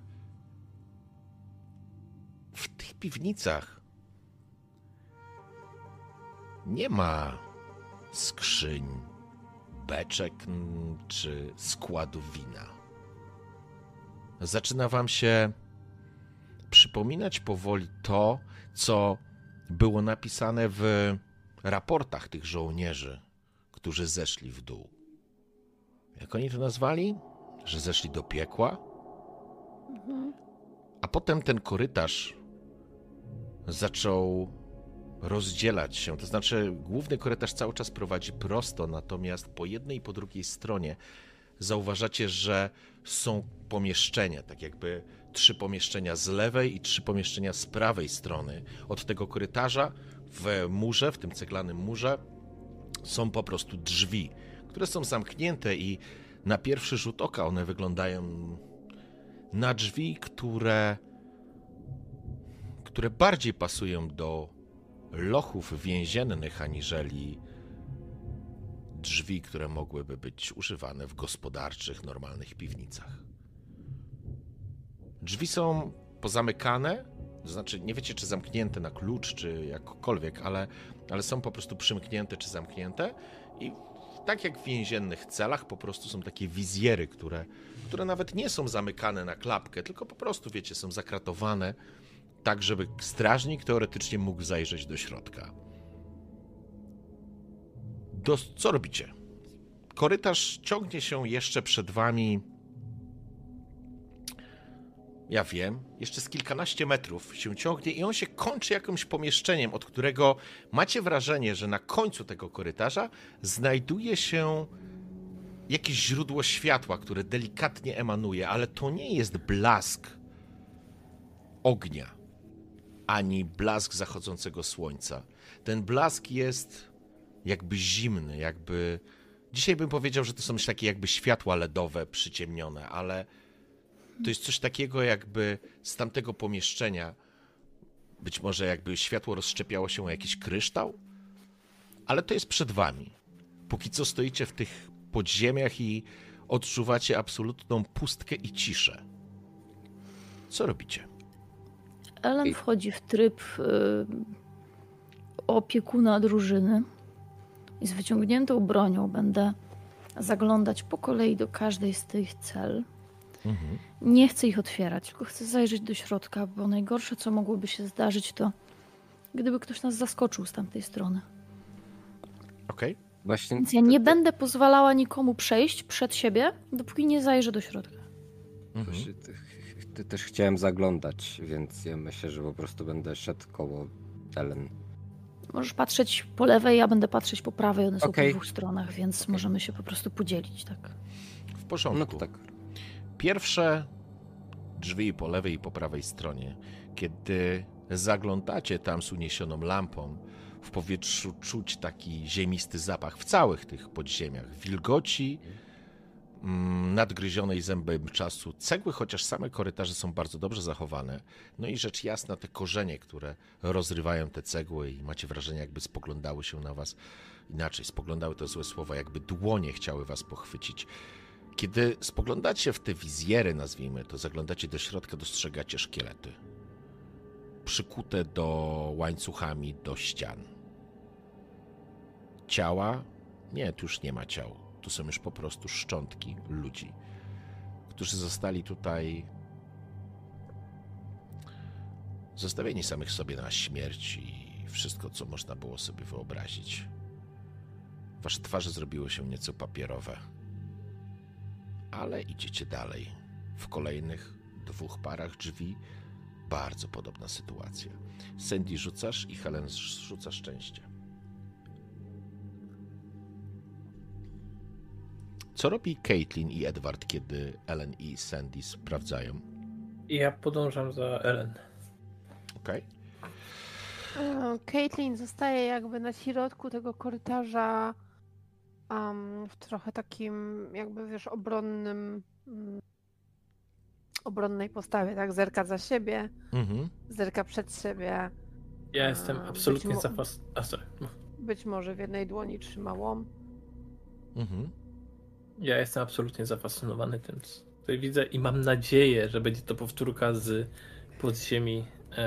w tych piwnicach nie ma skrzyń, beczek czy składów wina. Zaczyna wam się przypominać powoli to, co było napisane w raportach tych żołnierzy, którzy zeszli w dół. Jak oni to nazwali? Że zeszli do piekła? A potem ten korytarz zaczął rozdzielać się. To znaczy, główny korytarz cały czas prowadzi prosto, natomiast po jednej i po drugiej stronie zauważacie, że są pomieszczenia, tak jakby 3 pomieszczenia z lewej i 3 pomieszczenia z prawej strony. Od tego korytarza w murze, w tym ceglanym murze, są po prostu drzwi, które są zamknięte i na pierwszy rzut oka one wyglądają na drzwi, które które bardziej pasują do lochów więziennych, aniżeli drzwi, które mogłyby być używane w gospodarczych, normalnych piwnicach. Drzwi są pozamykane, to znaczy nie wiecie, czy zamknięte na klucz, czy jakkolwiek, ale są po prostu przymknięte, czy zamknięte i tak jak w więziennych celach po prostu są takie wizjery, które nawet nie są zamykane na klapkę, tylko po prostu, wiecie, są zakratowane tak, żeby strażnik teoretycznie mógł zajrzeć do środka. Co robicie? Korytarz ciągnie się jeszcze przed wami, ja wiem, jeszcze z kilkanaście metrów się ciągnie i on się kończy jakimś pomieszczeniem, od którego macie wrażenie, że na końcu tego korytarza znajduje się jakieś źródło światła, które delikatnie emanuje, ale to nie jest blask ognia, ani blask zachodzącego słońca. Ten blask jest jakby zimny, jakby... Dzisiaj bym powiedział, że to są takie jakby światła LEDowe przyciemnione, ale to jest coś takiego jakby z tamtego pomieszczenia, być może jakby światło rozszczepiało się o jakiś kryształ, ale to jest przed wami. Póki co stoicie w tych podziemiach i odczuwacie absolutną pustkę i ciszę. Co robicie? Ellen wchodzi w tryb opiekuna drużyny i z wyciągniętą bronią będę zaglądać po kolei do każdej z tych cel. Mhm. Nie chcę ich otwierać, tylko chcę zajrzeć do środka, bo najgorsze, co mogłoby się zdarzyć, to gdyby ktoś nas zaskoczył z tamtej strony. Okej. Właśnie Więc ja nie będę pozwalała nikomu przejść przed siebie, dopóki nie zajrzę do środka. Mhm. Też chciałem zaglądać, więc ja myślę, że po prostu będę szedł koło Ellen. Możesz patrzeć po lewej, ja będę patrzeć po prawej, one są po 2 stronach, więc możemy się po prostu podzielić, tak? W porządku. No to tak. Pierwsze drzwi po lewej i po prawej stronie, kiedy zaglądacie tam z uniesioną lampą, w powietrzu czuć taki ziemisty zapach w całych tych podziemiach. Wilgoci, nadgryzionej zębem czasu cegły, chociaż same korytarze są bardzo dobrze zachowane. No i rzecz jasna te korzenie, które rozrywają te cegły i macie wrażenie, jakby spoglądały się na was inaczej. Spoglądały to złe słowa, jakby dłonie chciały was pochwycić. Kiedy spoglądacie w te wizjery, nazwijmy to, zaglądacie do środka, dostrzegacie szkielety. Przykute łańcuchami do ścian. Ciała? Nie, tu już nie ma ciał. Tu są już po prostu szczątki ludzi, którzy zostali tutaj zostawieni samych sobie na śmierć i wszystko, co można było sobie wyobrazić. Wasze twarze zrobiły się nieco papierowe. Ale idziecie dalej. W kolejnych 2 parach drzwi bardzo podobna sytuacja. Sandy rzucasz i Helen rzuca szczęście. Co robi Caitlin i Edward, kiedy Ellen i Sandy sprawdzają? Ja podążam za Ellen. Okej. Caitlin zostaje jakby na środku tego korytarza w trochę takim jakby, wiesz, obronnej postawie, tak? Zerka za siebie, zerka przed siebie. Ja jestem absolutnie Być może w jednej dłoni trzyma łom. Ja jestem absolutnie zafascynowany tym, co tutaj widzę i mam nadzieję, że będzie to powtórka z podziemi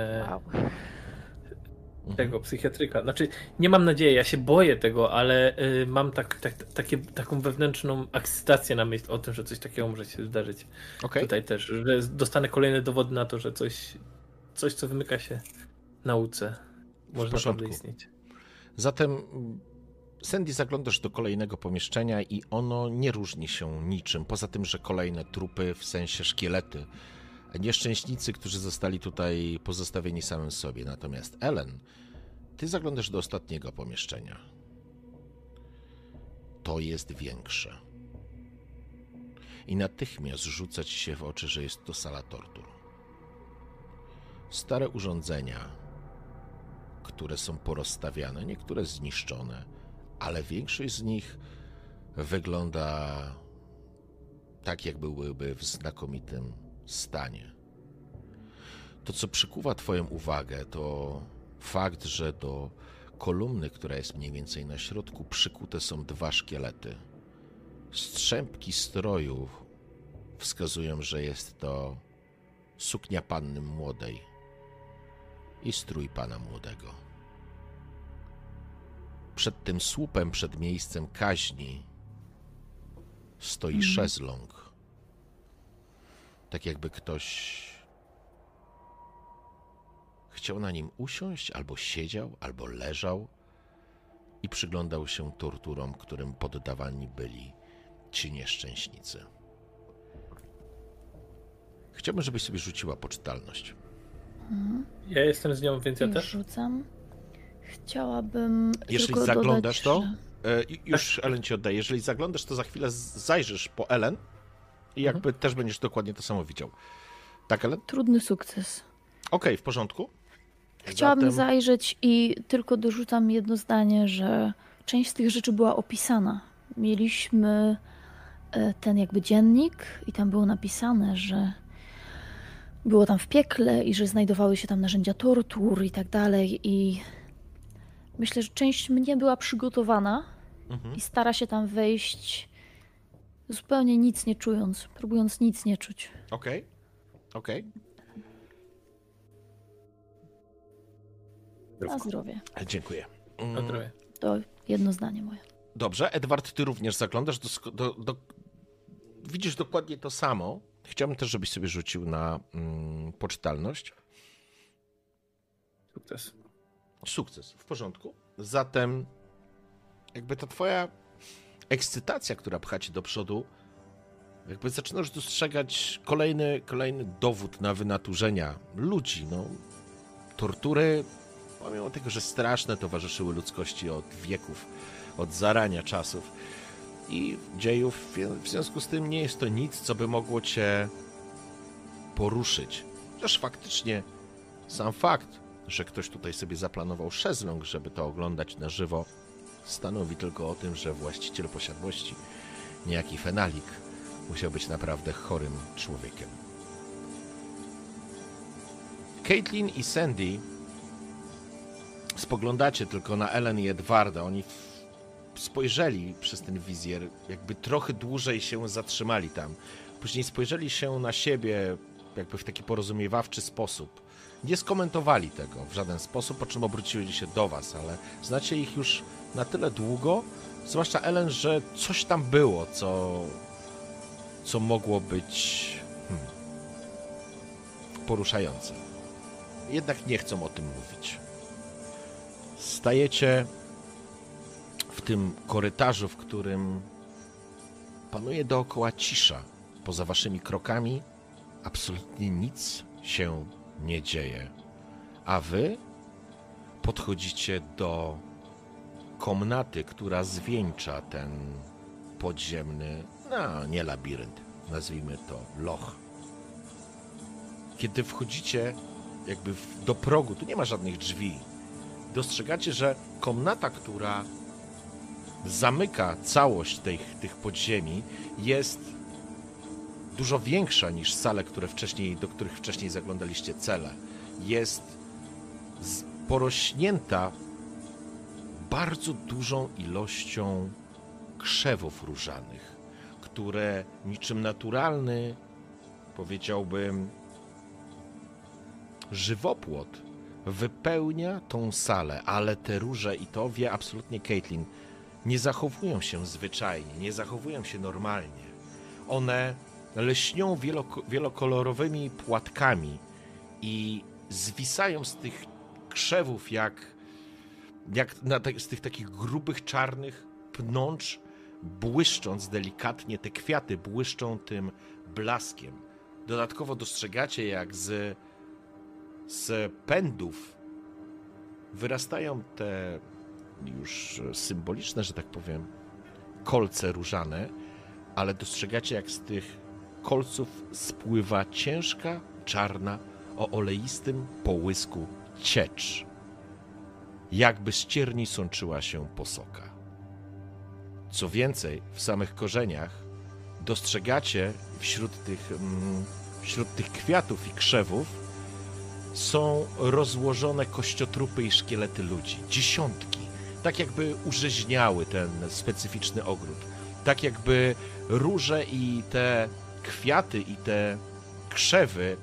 tego psychiatryka. Znaczy, nie mam nadziei, ja się boję tego, ale mam taką wewnętrzną ekscytację na myśl o tym, że coś takiego może się zdarzyć. Tutaj też, że dostanę kolejne dowody na to, że coś co wymyka się nauce, może naprawdę istnieć. Zatem Sandy, zaglądasz do kolejnego pomieszczenia i ono nie różni się niczym, poza tym, że kolejne trupy, w sensie szkielety, nieszczęśnicy, którzy zostali tutaj pozostawieni samym sobie. Natomiast Ellen, ty zaglądasz do ostatniego pomieszczenia. To jest większe. I natychmiast rzuca ci się w oczy, że jest to sala tortur. Stare urządzenia, które są porozstawiane, niektóre zniszczone, ale większość z nich wygląda tak, jak byłyby w znakomitym stanie. To, co przykuwa twoją uwagę, to fakt, że do kolumny, która jest mniej więcej na środku, przykute są 2 szkielety. Strzępki stroju wskazują, że jest to suknia panny młodej i strój pana młodego. Przed tym słupem, przed miejscem kaźni stoi szezlong. Tak jakby ktoś chciał na nim usiąść, albo siedział, albo leżał i przyglądał się torturom, którym poddawani byli ci nieszczęśnicy. Chciałbym, żebyś sobie rzuciła poczytalność. Ja jestem z nią, więc ja Już też. rzucam. Chciałabym. Jeżeli tylko zaglądasz dodać, już Ellen ci oddaję, jeżeli zaglądasz, to za chwilę zajrzysz po Ellen i jakby też będziesz dokładnie to samo widział. Tak, Ellen? Trudny sukces. Okej, w porządku. Chciałabym zajrzeć i tylko dorzucam jedno zdanie, że część z tych rzeczy była opisana. Mieliśmy ten jakby dziennik i tam było napisane, że było tam w piekle i że znajdowały się tam narzędzia tortur i tak dalej i myślę, że część mnie była przygotowana i stara się tam wejść zupełnie nic nie czując, próbując nic nie czuć. Okej. Na zdrowie. Dziękuję. Na zdrowie. To jedno zdanie moje. Dobrze, Edward, ty również zaglądasz, widzisz dokładnie to samo. Chciałbym też, żebyś sobie rzucił na poczytalność. Sukces, w porządku. Zatem jakby ta twoja ekscytacja, która pcha cię do przodu, jakby zaczynasz dostrzegać kolejny dowód na wynaturzenia ludzi. No, tortury, pomimo tego, że straszne, towarzyszyły ludzkości od wieków, od zarania czasów i dziejów. W związku z tym nie jest to nic, co by mogło cię poruszyć. Chociaż faktycznie sam fakt, że ktoś tutaj sobie zaplanował szezlong, żeby to oglądać na żywo, stanowi tylko o tym, że właściciel posiadłości, niejaki Fenalik, musiał być naprawdę chorym człowiekiem. Caitlin i Sandy spoglądacie tylko na Ellen i Edwarda. Oni spojrzeli przez ten wizjer, jakby trochę dłużej się zatrzymali tam. Później spojrzeli się na siebie jakby w taki porozumiewawczy sposób. Nie skomentowali tego w żaden sposób, po czym obrócili się do was, ale znacie ich już na tyle długo, zwłaszcza Ellen, że coś tam było, co mogło być poruszające. Jednak nie chcą o tym mówić. Stajecie w tym korytarzu, w którym panuje dookoła cisza. Poza waszymi krokami absolutnie nic się nie dzieje. A wy podchodzicie do komnaty, która zwieńcza ten podziemny, nie labirynt, nazwijmy to loch. Kiedy wchodzicie jakby do progu, tu nie ma żadnych drzwi, dostrzegacie, że komnata, która zamyka całość tych podziemi, jest dużo większa niż sale, do których wcześniej zaglądaliście cele. Jest porośnięta bardzo dużą ilością krzewów różanych, które niczym naturalny, powiedziałbym, żywopłot wypełnia tą salę, ale te róże, i to wie absolutnie Caitlin, nie zachowują się zwyczajnie, nie zachowują się normalnie. One lśnią wielokolorowymi płatkami i zwisają z tych krzewów z tych takich grubych, czarnych pnącz, błyszcząc delikatnie, te kwiaty błyszczą tym blaskiem. Dodatkowo dostrzegacie, jak z pędów wyrastają te już symboliczne, że tak powiem, kolce różane, ale dostrzegacie, jak z tych kolców spływa ciężka, czarna, o oleistym połysku ciecz. Jakby z cierni sączyła się posoka. Co więcej, w samych korzeniach dostrzegacie wśród tych kwiatów i krzewów są rozłożone kościotrupy i szkielety ludzi. Dziesiątki. Tak jakby urzeźniały ten specyficzny ogród. Tak jakby róże i te kwiaty i te krzewy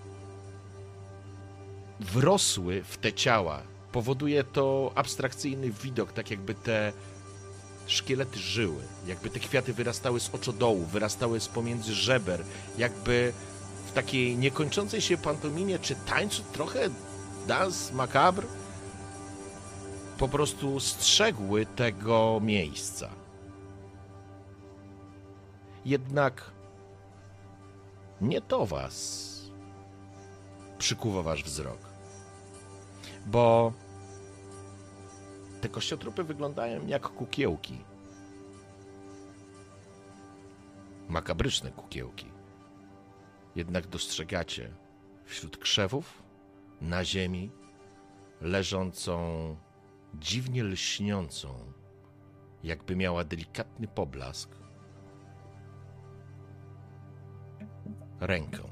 wrosły w te ciała. Powoduje to abstrakcyjny widok, tak jakby te szkielety żyły, jakby te kwiaty wyrastały z oczodołu, wyrastały z pomiędzy żeber, jakby w takiej niekończącej się pantomimie czy tańcu trochę dans macabre po prostu strzegły tego miejsca. Jednak nie to was przykuwa wasz wzrok, bo te kościotrupy wyglądają jak kukiełki. Makabryczne kukiełki. Jednak dostrzegacie wśród krzewów na ziemi leżącą, dziwnie lśniącą, jakby miała delikatny poblask, rękę.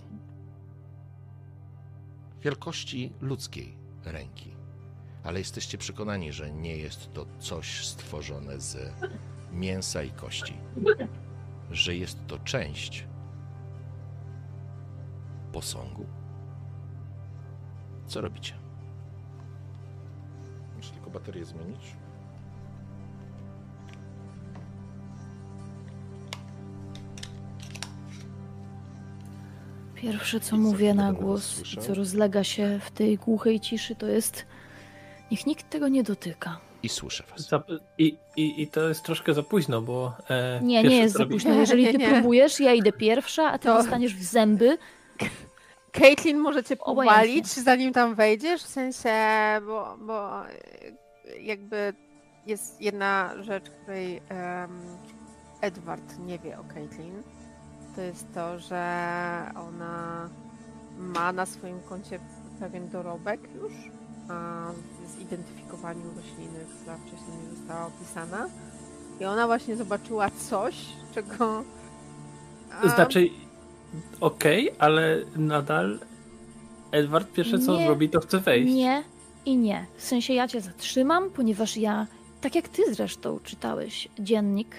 Wielkości ludzkiej ręki. Ale jesteście przekonani, że nie jest to coś stworzone z mięsa i kości. Że jest to część posągu. Co robicie? Muszę tylko baterię zmienić. Pierwsze, co mówię na głos i co rozlega się w tej głuchej ciszy, to jest: niech nikt tego nie dotyka. I słyszę was. I to jest troszkę za późno, bo... Nie jest za późno. Jeżeli ty próbujesz, ja idę pierwsza, a ty dostaniesz w zęby. Caitlin może cię powalić, zanim tam wejdziesz, w sensie, bo jakby jest jedna rzecz, której Edward nie wie o Caitlin. To jest to, że ona ma na swoim koncie pewien dorobek już w zidentyfikowaniu rośliny, która wcześniej nie została opisana. I ona właśnie zobaczyła coś, czego... Znaczy, okej, ale nadal Edward pierwsze co zrobi, to chce wejść. Nie i nie. W sensie ja cię zatrzymam, ponieważ ja, tak jak ty zresztą czytałeś dziennik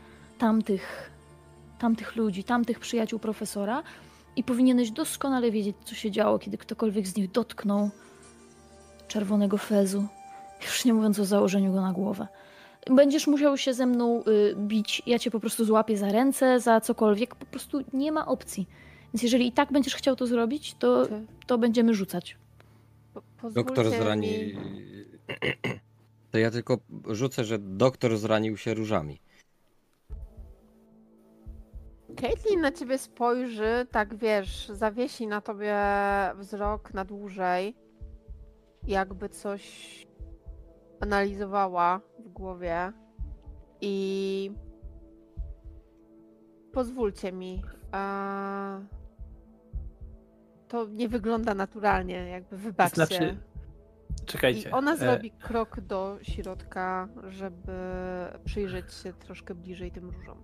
tamtych ludzi, tamtych przyjaciół profesora i powinieneś doskonale wiedzieć, co się działo, kiedy ktokolwiek z nich dotknął czerwonego fezu. Już nie mówiąc o założeniu go na głowę. Będziesz musiał się ze mną bić, ja cię po prostu złapię za ręce, za cokolwiek, po prostu nie ma opcji. Więc jeżeli i tak będziesz chciał to zrobić, to będziemy rzucać. Doktor zrani... To ja tylko rzucę, że doktor zranił się różami. Caitlin na ciebie spojrzy, tak wiesz, zawiesi na tobie wzrok na dłużej, jakby coś analizowała w głowie i pozwólcie mi, to nie wygląda naturalnie, jakby wybaczcie. Znaczy, czekajcie. I ona zrobi krok do środka, żeby przyjrzeć się troszkę bliżej tym różom.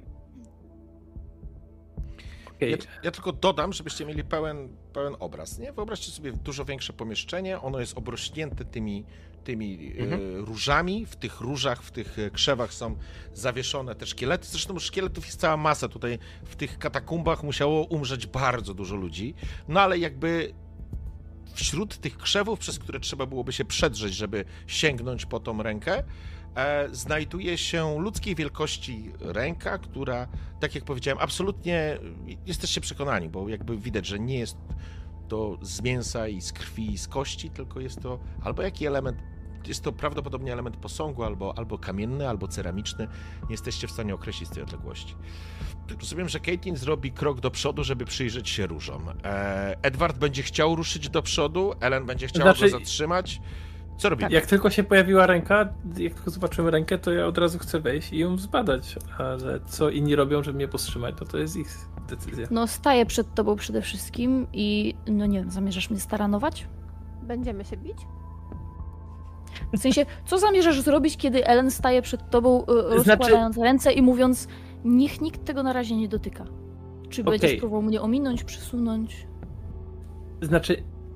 Ja tylko dodam, żebyście mieli pełen obraz. Nie? Wyobraźcie sobie dużo większe pomieszczenie, ono jest obrośnięte tymi różami. W tych różach, w tych krzewach są zawieszone te szkielety. Zresztą szkieletów jest cała masa. Tutaj w tych katakumbach musiało umrzeć bardzo dużo ludzi. No ale jakby wśród tych krzewów, przez które trzeba byłoby się przedrzeć, żeby sięgnąć po tą rękę, znajduje się ludzkiej wielkości ręka, która, tak jak powiedziałem, absolutnie jesteście przekonani, bo jakby widać, że nie jest to z mięsa i z krwi i z kości, tylko jest to albo jaki element, jest to prawdopodobnie element posągu, albo kamienny, albo ceramiczny. Nie jesteście w stanie określić tej odległości. Rozumiem, że Caitlin zrobi krok do przodu, żeby przyjrzeć się różom. Edward będzie chciał ruszyć do przodu, Ellen będzie chciała go zatrzymać. Co robimy? Jak tylko się pojawiła ręka, jak tylko zobaczymy rękę, to ja od razu chcę wejść i ją zbadać. Ale co inni robią, żeby mnie powstrzymać, to jest ich decyzja. No staję przed tobą przede wszystkim i no nie wiem, zamierzasz mnie staranować? Będziemy się bić? W sensie, co zamierzasz zrobić, kiedy Ellen staje przed tobą, rozkładając ręce i mówiąc: niech nikt tego na razie nie dotyka? Czy będziesz próbował mnie ominąć, przesunąć? Znaczy,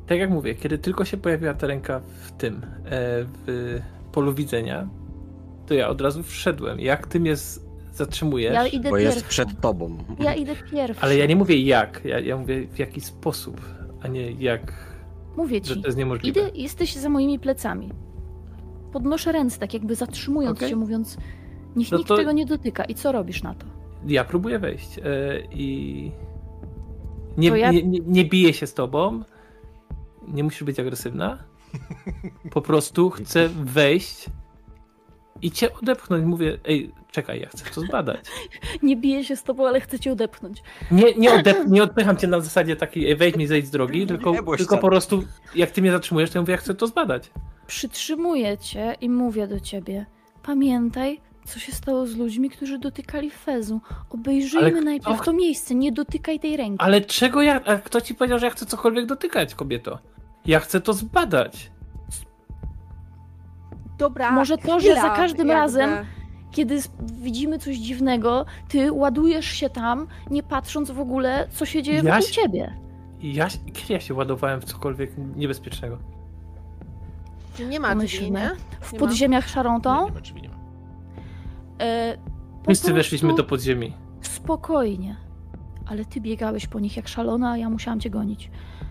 tak jak mówię, kiedy tylko się pojawiła ta ręka w polu widzenia, to ja od razu wszedłem. Jak ty mnie zatrzymujesz? Ja idę Bo pierwsza. jest przed tobą. Ja idę pierwsza. Ale ja nie mówię jak, ja mówię w jaki sposób, a nie jak, Mówię że ci, to jest niemożliwe. jesteś za moimi plecami. Podnoszę ręce, tak jakby zatrzymując Okej. się, mówiąc, niech No nikt to- tego nie dotyka. I co robisz na to? Ja próbuję wejść i To ja- nie biję się z tobą, nie musisz być agresywna, po prostu chcę wejść i cię odepchnąć. Mówię, ej, czekaj, ja chcę to zbadać. Nie biję się z tobą, ale chcę cię odepchnąć. Nie odpycham cię na zasadzie takiej, ej, wejdź mi, zejdź z drogi, tylko Nieboszczan. po prostu jak ty mnie zatrzymujesz, to ja mówię, ja chcę to zbadać. Przytrzymuję cię i mówię do ciebie, pamiętaj, co się stało z ludźmi, którzy dotykali fezu. Obejrzyjmy Ale najpierw to miejsce, nie dotykaj tej ręki. Ale czego a kto ci powiedział, że ja chcę cokolwiek dotykać, kobieto? Ja chcę to zbadać. Dobra, Może to, że chwila, za każdym jakby. razem, kiedy widzimy coś dziwnego, ty ładujesz się tam, nie patrząc w ogóle, co się dzieje wokół ciebie. Kiedy ja się ładowałem w cokolwiek niebezpiecznego? Nie ma drzwi, Pomyślmy. nie? W Nie ma? podziemiach Charenton? Nie ma drzwi, nie ma. Po Wszyscy prostu weszliśmy do podziemi. Spokojnie. Ale ty biegałeś po nich jak szalona, a ja musiałam cię gonić.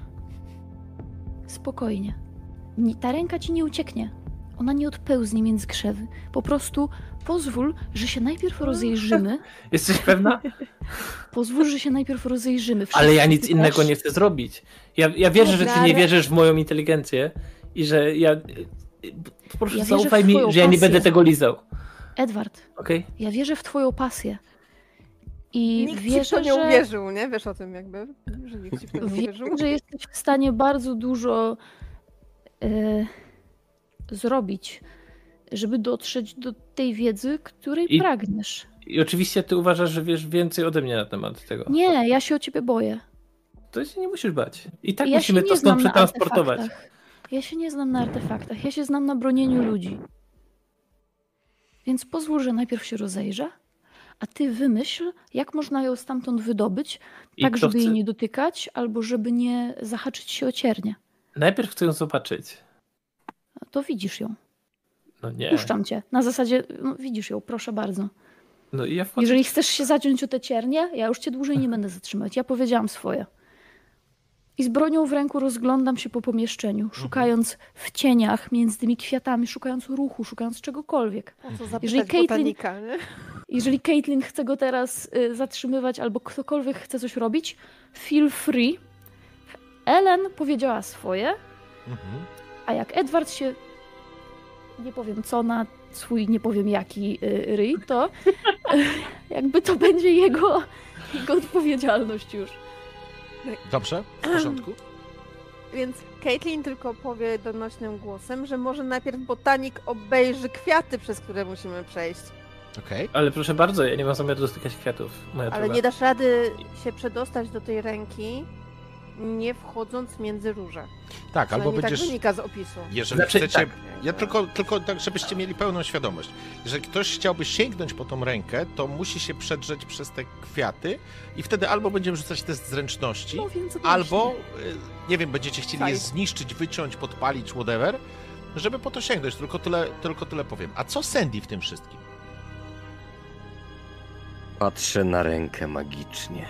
Spokojnie. Ta ręka ci nie ucieknie. Ona nie odpełznie między krzewy. Po prostu pozwól, że się najpierw rozejrzymy. Jesteś pewna? Pozwól, że się najpierw rozejrzymy. Ale ja Wszyscy nic też. innego nie chcę zrobić. Ja wierzę, że ty nie wierzysz w moją inteligencję i że ja... Po prostu Ja wierzę zaufaj w mi, twoją że ja nie pasję. będę tego lizał. Edward, Okej? ja wierzę w twoją pasję. I Nikt ci w wierzę, to nie że... uwierzył, nie? Wiesz o tym jakby, że nikt ci w to nie uwierzył. Wiem, że jesteś w stanie bardzo dużo zrobić, żeby dotrzeć do tej wiedzy, której I- pragniesz. I oczywiście ty uważasz, że wiesz więcej ode mnie na temat tego. Nie, ja się o ciebie boję. To się nie musisz bać. I tak Ja musimy się to nie stąd znam na przetransportować. artefaktach. Ja się nie znam na artefaktach, ja się znam na bronieniu ludzi. Więc pozwól, że najpierw się rozejrzę, a ty wymyśl, jak można ją stamtąd wydobyć, I tak kto żeby jej chce- nie dotykać, albo żeby nie zahaczyć się o ciernie. Najpierw chcę ją zobaczyć. To widzisz ją. No nie. Puszczam cię. Na zasadzie, no, widzisz ją, proszę bardzo. No i ja wchodzę. Jeżeli chcesz się zaciąć o te ciernie, ja już cię dłużej nie będę zatrzymać. Ja powiedziałam swoje. I z bronią w ręku rozglądam się po pomieszczeniu, szukając w cieniach między tymi kwiatami, szukając ruchu, szukając czegokolwiek. O co Jeżeli zapytać Caitlyn- botanika, nie? Jeżeli Caitlyn chce go teraz zatrzymywać albo ktokolwiek chce coś robić, feel free. Ellen powiedziała swoje, Mhm. a jak Edward się, nie powiem co, na swój nie powiem jaki ryj, to jakby to będzie jego odpowiedzialność już. Dobrze, w porządku. Więc Caitlyn tylko powie donośnym głosem, że może najpierw botanik obejrzy kwiaty, przez które musimy przejść. Okej. Ale proszę bardzo, ja nie mam zamiaru dotykać kwiatów. Moja Ale droga. nie dasz rady się przedostać do tej ręki, nie wchodząc między róże. Tak, albo Przynajmniej będziesz... tak wynika z opisu. Jeżeli Znaczy, chcecie... tak. Ja tylko tak, żebyście mieli pełną świadomość. Jeżeli ktoś chciałby sięgnąć po tą rękę, to musi się przedrzeć przez te kwiaty i wtedy albo będziemy rzucać test zręczności, No więc albo, nie wiem, będziecie chcieli je Fajnie. zniszczyć, wyciąć, podpalić, whatever, żeby po to sięgnąć. Tylko tyle powiem. A co Sandy w tym wszystkim? Patrzę na rękę magicznie.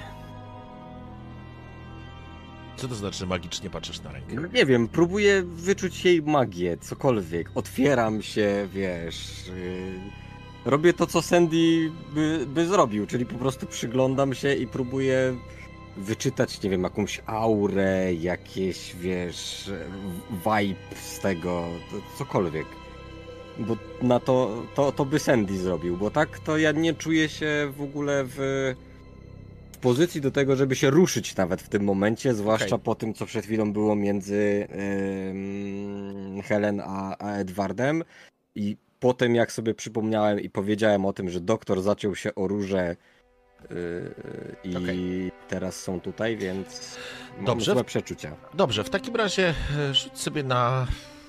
Co to znaczy, że magicznie patrzysz na rękę? Nie wiem, próbuję wyczuć jej magię, cokolwiek. Otwieram się, wiesz. Robię to, co Sandy by zrobił, czyli po prostu przyglądam się i próbuję wyczytać, nie wiem, jakąś aurę, jakieś, wiesz, vibe z tego, cokolwiek. Bo na to by Sandy zrobił, bo tak to ja nie czuję się w ogóle w pozycji do tego, żeby się ruszyć nawet w tym momencie, zwłaszcza Okej. po tym, co przed chwilą było między Helen a Edwardem i po tym, jak sobie przypomniałem i powiedziałem o tym, że doktor zaciął się o róże i Okej. teraz są tutaj, więc mam Dobrze. złe przeczucia. Dobrze, w takim razie rzuć sobie na...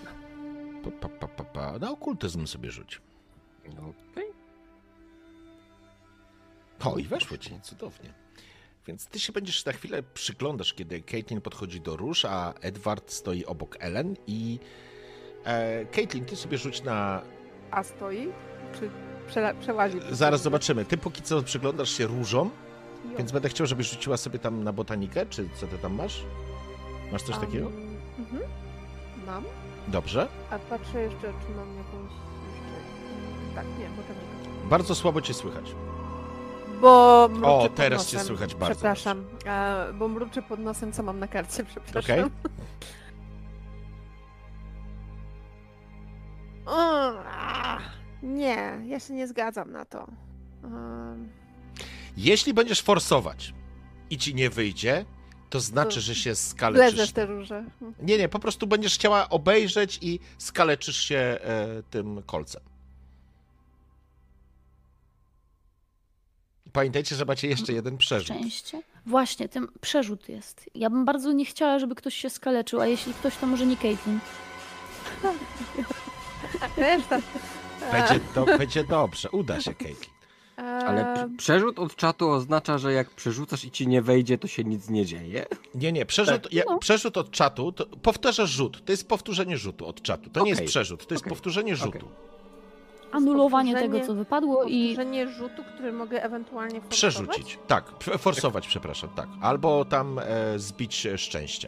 Na okultyzm sobie rzuć. Okej. O, i weszło ci, cudownie. Więc ty się będziesz na chwilę przyglądasz, kiedy Caitlin podchodzi do róż, a Edward stoi obok Ellen i Caitlin, ty sobie rzuć na... A stoi? Czy przełazi? Zaraz zobaczymy. Ty póki co przyglądasz się różom, Jo. więc będę chciał, żebyś rzuciła sobie tam na botanikę, czy co ty tam masz? Masz coś takiego? Mam. Dobrze. A patrzę jeszcze, czy mam jakąś jeszcze... Tak, nie, botanika. Bardzo słabo cię słychać. Bo mruczę O, pod teraz nosem. cię słychać bardzo. Przepraszam, bo mruczę pod nosem, co mam na karcie, przepraszam. Okej. Nie, ja się nie zgadzam na to. Jeśli będziesz forsować i ci nie wyjdzie, to znaczy, że się skaleczysz. Leżesz te róże. Nie, po prostu będziesz chciała obejrzeć i skaleczysz się tym kolcem. Pamiętajcie, że macie jeszcze jeden przerzut. Szczęście. Właśnie, ten przerzut jest. Ja bym bardzo nie chciała, żeby ktoś się skaleczył, a jeśli ktoś, to może nie Caitlin. Reszta. Będzie dobrze, uda się, Caitlin. Ale przerzut od czatu oznacza, że jak przerzucasz i ci nie wejdzie, to się nic nie dzieje? Nie, przerzut od czatu, to powtarzasz rzut. To jest powtórzenie rzutu od czatu. To nie jest przerzut, to jest powtórzenie rzutu. Anulowanie tego, co wypadło i... Powtórzenie rzutu, który mogę ewentualnie forsować? Przerzucić. Tak, forsować, przepraszam, tak. Albo tam zbić szczęściem.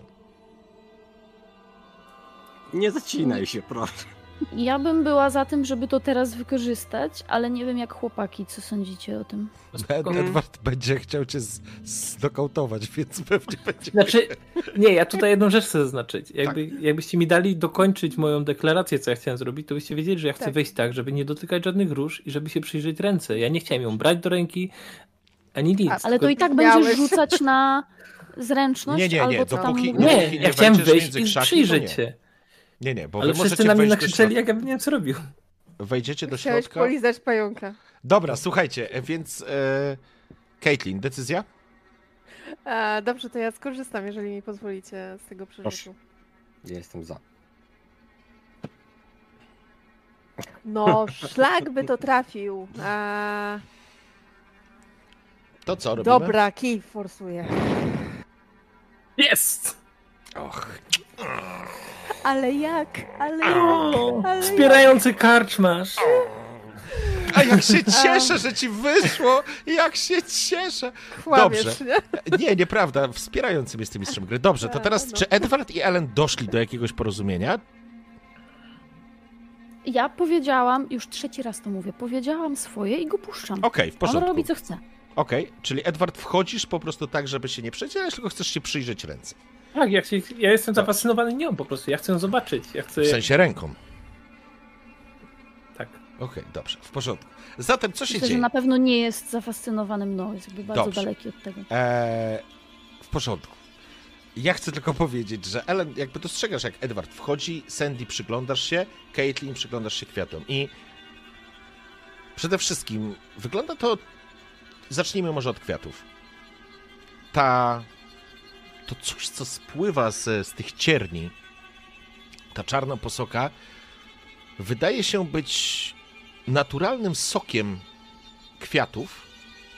Nie zacinaj się, proszę. Ja bym była za tym, żeby to teraz wykorzystać, ale nie wiem jak chłopaki, co sądzicie o tym. Edward będzie chciał cię zdokautować, więc pewnie będzie... Znaczy, nie, ja tutaj jedną rzecz chcę zaznaczyć. Jakbyście mi dali dokończyć moją deklarację, co ja chciałem zrobić, to byście wiedzieli, że ja chcę wejść tak, żeby nie dotykać żadnych róż i żeby się przyjrzeć ręce. Ja nie chciałem ją brać do ręki, ani nic. Ale to i tak będziesz rzucać na zręczność? Nie, albo co dopóki tam... Nie, ja chciałem wejść i krzaki, przyjrzeć się. Nie, bo ale wy wszyscy możecie na mnie wejść do nakrzyczeli, środka. jak ja bym nie wiem, co robił. Wejdziecie do Chciałeś środka. polizać pająka. Dobra, słuchajcie, więc Caitlin, decyzja? Dobrze, to ja skorzystam, jeżeli mi pozwolicie z tego przerzutu. Proszę. Ja jestem za. No, szlak by to trafił. To co robimy? Dobra, kij forsuje. Jest! Och. Ale jak? Ale Wspierający karczmasz. A jak się cieszę, że ci wyszło! Jak się cieszę! Kłamiesz, Dobrze. nie? Nieprawda. Wspierającym jest mistrzem gry. Dobrze, to teraz czy Edward i Ellen doszli do jakiegoś porozumienia? Ja powiedziałam, już trzeci raz to mówię, powiedziałam swoje i go puszczam. Okej, w On porządku. robi co chce. Okej, czyli Edward wchodzisz po prostu tak, żeby się nie przecierać, tylko chcesz się przyjrzeć ręce. Tak, ja jestem zafascynowany nią po prostu. Ja chcę ją zobaczyć. Ja chcę... W sensie ręką. Tak. Okej, dobrze, w porządku. Zatem co się Myślę, że dzieje? na pewno nie jest zafascynowany mną, jest jakby bardzo Dobrze. daleki od tego. W porządku. Ja chcę tylko powiedzieć, że Ellen, jakby dostrzegasz, jak Edward wchodzi, Sandy przyglądasz się, Caitlin przyglądasz się kwiatom i przede wszystkim wygląda to... Zacznijmy może od kwiatów. To coś, co spływa z tych cierni, ta czarna posoka, wydaje się być naturalnym sokiem kwiatów,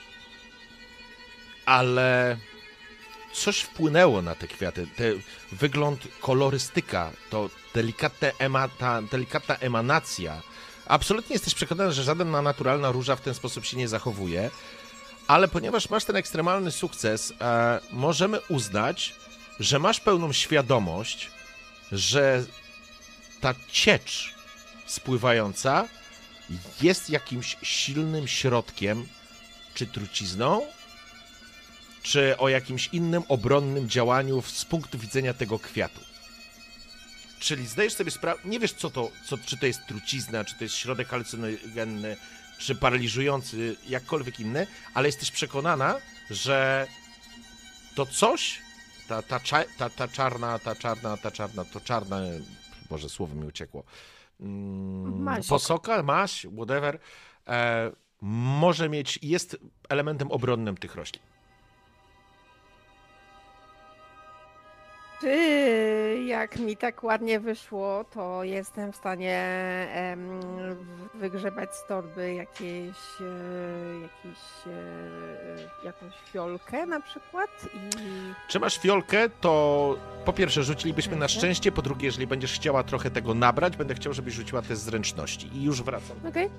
ale coś wpłynęło na te kwiaty. Wygląd, kolorystyka, to ta delikatna emanacja. Absolutnie jesteś przekonany, że żadna naturalna róża w ten sposób się nie zachowuje, ale ponieważ masz ten ekstremalny sukces, możemy uznać, że masz pełną świadomość, że ta ciecz spływająca jest jakimś silnym środkiem, czy trucizną, czy o jakimś innym obronnym działaniu z punktu widzenia tego kwiatu. Czyli zdajesz sobie sprawę, nie wiesz czy to jest trucizna, czy to jest środek halucynogenny, czy paraliżujący, jakkolwiek inny, ale jesteś przekonana, że to coś, ta czarna, Boże, słowo mi uciekło, posoka, maź, whatever, może mieć, jest elementem obronnym tych roślin. Czy jak mi tak ładnie wyszło, to jestem w stanie wygrzebać z torby jakąś fiolkę na przykład? Czy masz fiolkę, to po pierwsze rzucilibyśmy na szczęście, po drugie, jeżeli będziesz chciała trochę tego nabrać, będę chciał, żebyś rzuciła test zręczności. I już wracam. Okej.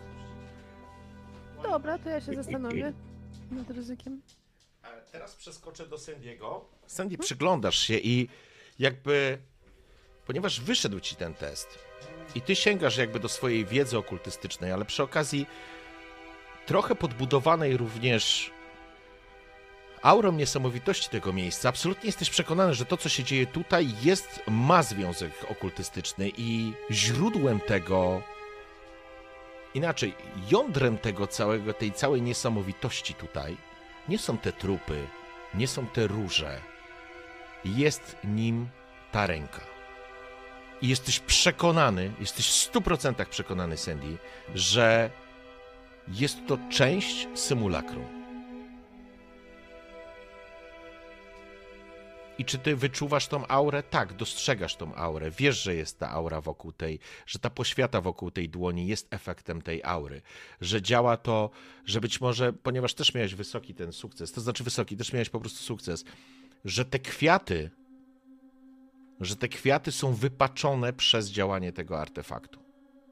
Dobra, to ja się zastanowię nad ryzykiem. Teraz przeskoczę do Sandiego. Sandy, przyglądasz się i jakby, ponieważ wyszedł ci ten test i ty sięgasz jakby do swojej wiedzy okultystycznej, ale przy okazji trochę podbudowanej również aurą niesamowitości tego miejsca, absolutnie jesteś przekonany, że to, co się dzieje tutaj, ma związek okultystyczny i źródłem tego, inaczej, jądrem tej całej niesamowitości tutaj nie są te trupy, nie są te róże. Jest nim ta ręka. I jesteś przekonany, jesteś w 100% przekonany, Sandy, że jest to część symulakrum. I czy ty wyczuwasz tą aurę? Tak, dostrzegasz tą aurę. Wiesz, że jest ta aura wokół że ta poświata wokół tej dłoni jest efektem tej aury. Że działa to, że być może, ponieważ też miałeś wysoki ten sukces, to znaczy wysoki, też miałeś po prostu sukces, że te kwiaty są wypaczone przez działanie tego artefaktu.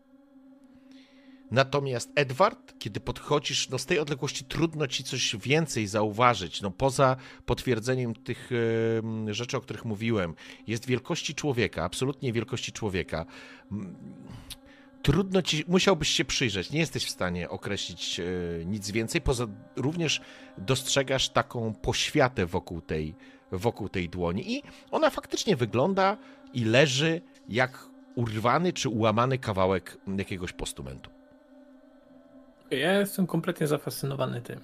Natomiast Edward, kiedy podchodzisz, z tej odległości trudno ci coś więcej zauważyć, poza potwierdzeniem tych rzeczy, o których mówiłem. Jest wielkości człowieka, absolutnie wielkości człowieka. Trudno ci, musiałbyś się przyjrzeć, nie jesteś w stanie określić nic więcej, również dostrzegasz taką poświatę wokół tej dłoni i ona faktycznie wygląda i leży jak urwany czy ułamany kawałek jakiegoś postumentu. Ja jestem kompletnie zafascynowany tym.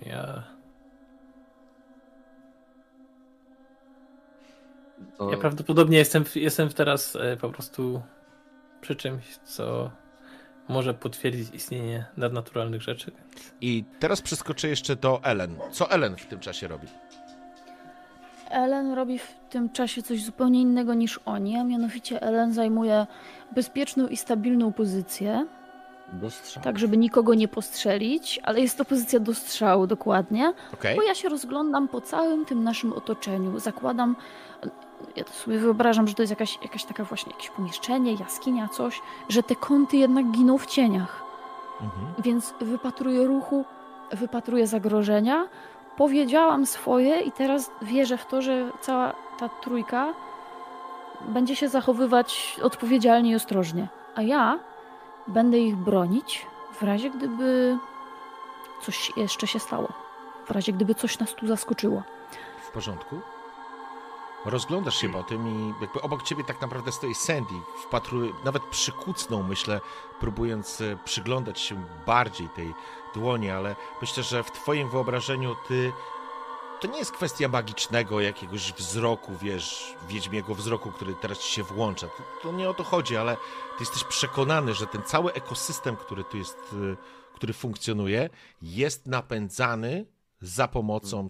Ja prawdopodobnie jestem teraz po prostu przy czymś, co może potwierdzić istnienie nadnaturalnych rzeczy. I teraz przeskoczę jeszcze do Ellen. Co Ellen w tym czasie robi? Ellen robi w tym czasie coś zupełnie innego niż oni, a mianowicie Ellen zajmuje bezpieczną i stabilną pozycję. Do strzału. Tak, żeby nikogo nie postrzelić, ale jest to pozycja do strzału dokładnie, Okay. bo ja się rozglądam po całym tym naszym otoczeniu. Zakładam, ja to sobie wyobrażam, że to jest jakaś taka właśnie jakieś pomieszczenie, jaskinia, coś, że te kąty jednak giną w cieniach. Więc wypatruję ruchu, wypatruję zagrożenia, powiedziałam swoje i teraz wierzę w to, że cała ta trójka będzie się zachowywać odpowiedzialnie i ostrożnie. A ja będę ich bronić w razie, gdyby coś jeszcze się stało. W razie, gdyby coś nas tu zaskoczyło. W porządku. Rozglądasz się po tym i jakby obok ciebie tak naprawdę stoi Sandy. Nawet przykucnął, myślę, próbując przyglądać się bardziej tej dłoni, ale myślę, że w twoim wyobrażeniu to nie jest kwestia magicznego jakiegoś wzroku, wiesz, wiedźmiego wzroku, który teraz ci się włącza. To nie o to chodzi, ale ty jesteś przekonany, że ten cały ekosystem, który tu jest, który funkcjonuje, jest napędzany za pomocą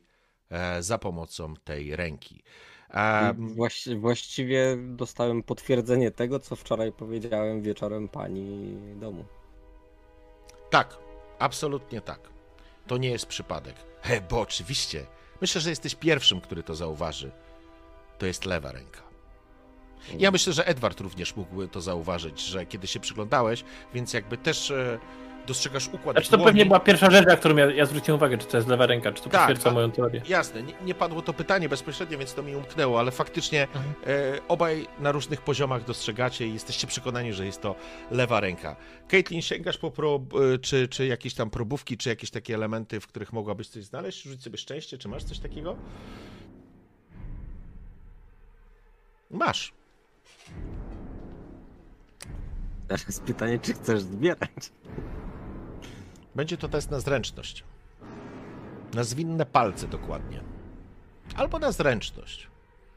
tej ręki. Właściwie dostałem potwierdzenie tego, co wczoraj powiedziałem wieczorem pani domu. Tak, absolutnie tak. To nie jest przypadek. Bo oczywiście, myślę, że jesteś pierwszym, który to zauważy. To jest lewa ręka. Ja myślę, że Edward również mógł to zauważyć, że kiedy się przyglądałeś, więc jakby też dostrzegasz układ Znaczy to dłoni. pewnie była pierwsza rzecz, na którą ja zwróciłem uwagę, czy to jest lewa ręka, czy to potwierdza moją teorię. Jasne, nie padło to pytanie bezpośrednio, więc to mi umknęło, ale faktycznie obaj na różnych poziomach dostrzegacie i jesteście przekonani, że jest to lewa ręka. Caitlin, sięgasz po czy jakieś tam probówki, czy jakieś takie elementy, w których mogłabyś coś znaleźć? Rzuć sobie szczęście, czy masz coś takiego? Masz. Teraz pytanie, czy chcesz zbierać? Będzie to test na zręczność. Na zwinne palce dokładnie. Albo na zręczność.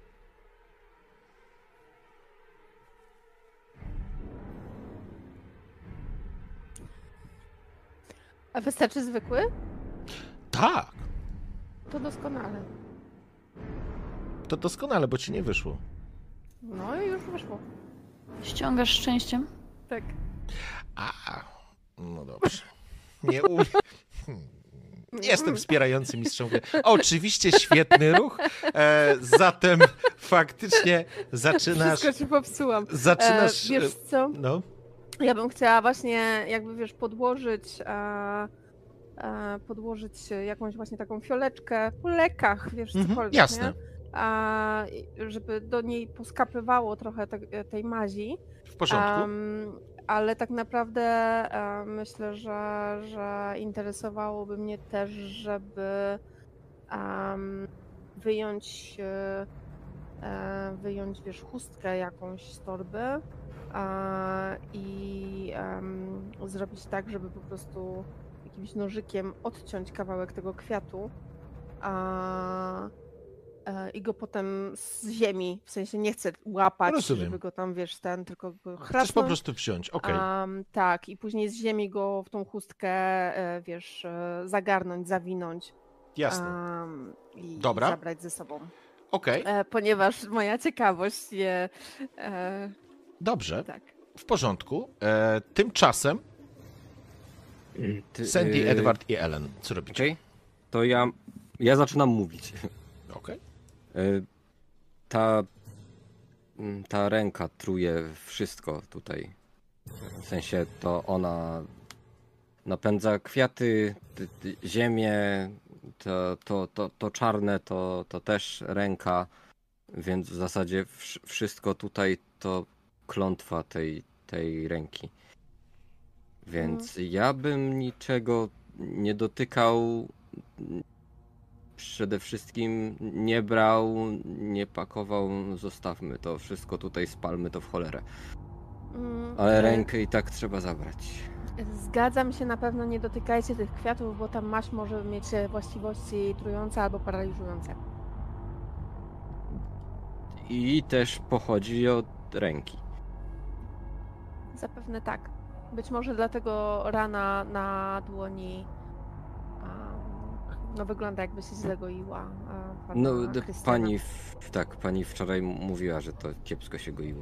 A wystarczy zwykły? Tak. To doskonale. To doskonale, bo ci nie wyszło. No i już wyszło. Ściągasz szczęściem? Tak. No dobrze. Nie jestem wspierającym mistrzem gry. Oczywiście świetny ruch. Zatem faktycznie zaczynasz... Wszystko ci popsułam. Zaczynasz... Wiesz co? No. Ja bym chciała właśnie jakby, wiesz, podłożyć jakąś właśnie taką fioleczkę po lekach, wiesz, cokolwiek, jasne. Nie? Żeby do niej poskapywało trochę tej mazi. W porządku. Ale tak naprawdę myślę, że interesowałoby mnie też, żeby wyjąć, wiesz, chustkę jakąś z torby i zrobić tak, żeby po prostu jakimś nożykiem odciąć kawałek tego kwiatu i go potem z ziemi, w sensie nie chcę łapać, Rozumiem. żeby go tam, wiesz, tylko go Chcesz chrapnąć. po prostu wziąć, okej. Tak, i później z ziemi go w tą chustkę, wiesz, zagarnąć, zawinąć. Jasne. I Dobra. zabrać ze sobą. Okej, Ponieważ moja ciekawość je... dobrze, tak. w porządku. Tymczasem Sandy, Edward i Ellen, co robicie? Okej, to ja zaczynam mówić. Okej. Ta ręka truje wszystko tutaj. W sensie to ona napędza kwiaty, ziemię, to czarne to też ręka, więc w zasadzie wszystko tutaj to klątwa tej ręki. Więc ja bym niczego nie dotykał, przede wszystkim nie brał, nie pakował, zostawmy to wszystko tutaj, spalmy to w cholerę. Ale rękę i tak trzeba zabrać. Zgadzam się, na pewno nie dotykajcie tych kwiatów, bo tam maść może mieć właściwości trujące albo paraliżujące. I też pochodzi od ręki. Zapewne tak. Być może dlatego rana na dłoni no wygląda, jakby się źle goiła. No Krystyna. pani wczoraj mówiła, że to kiepsko się goiło.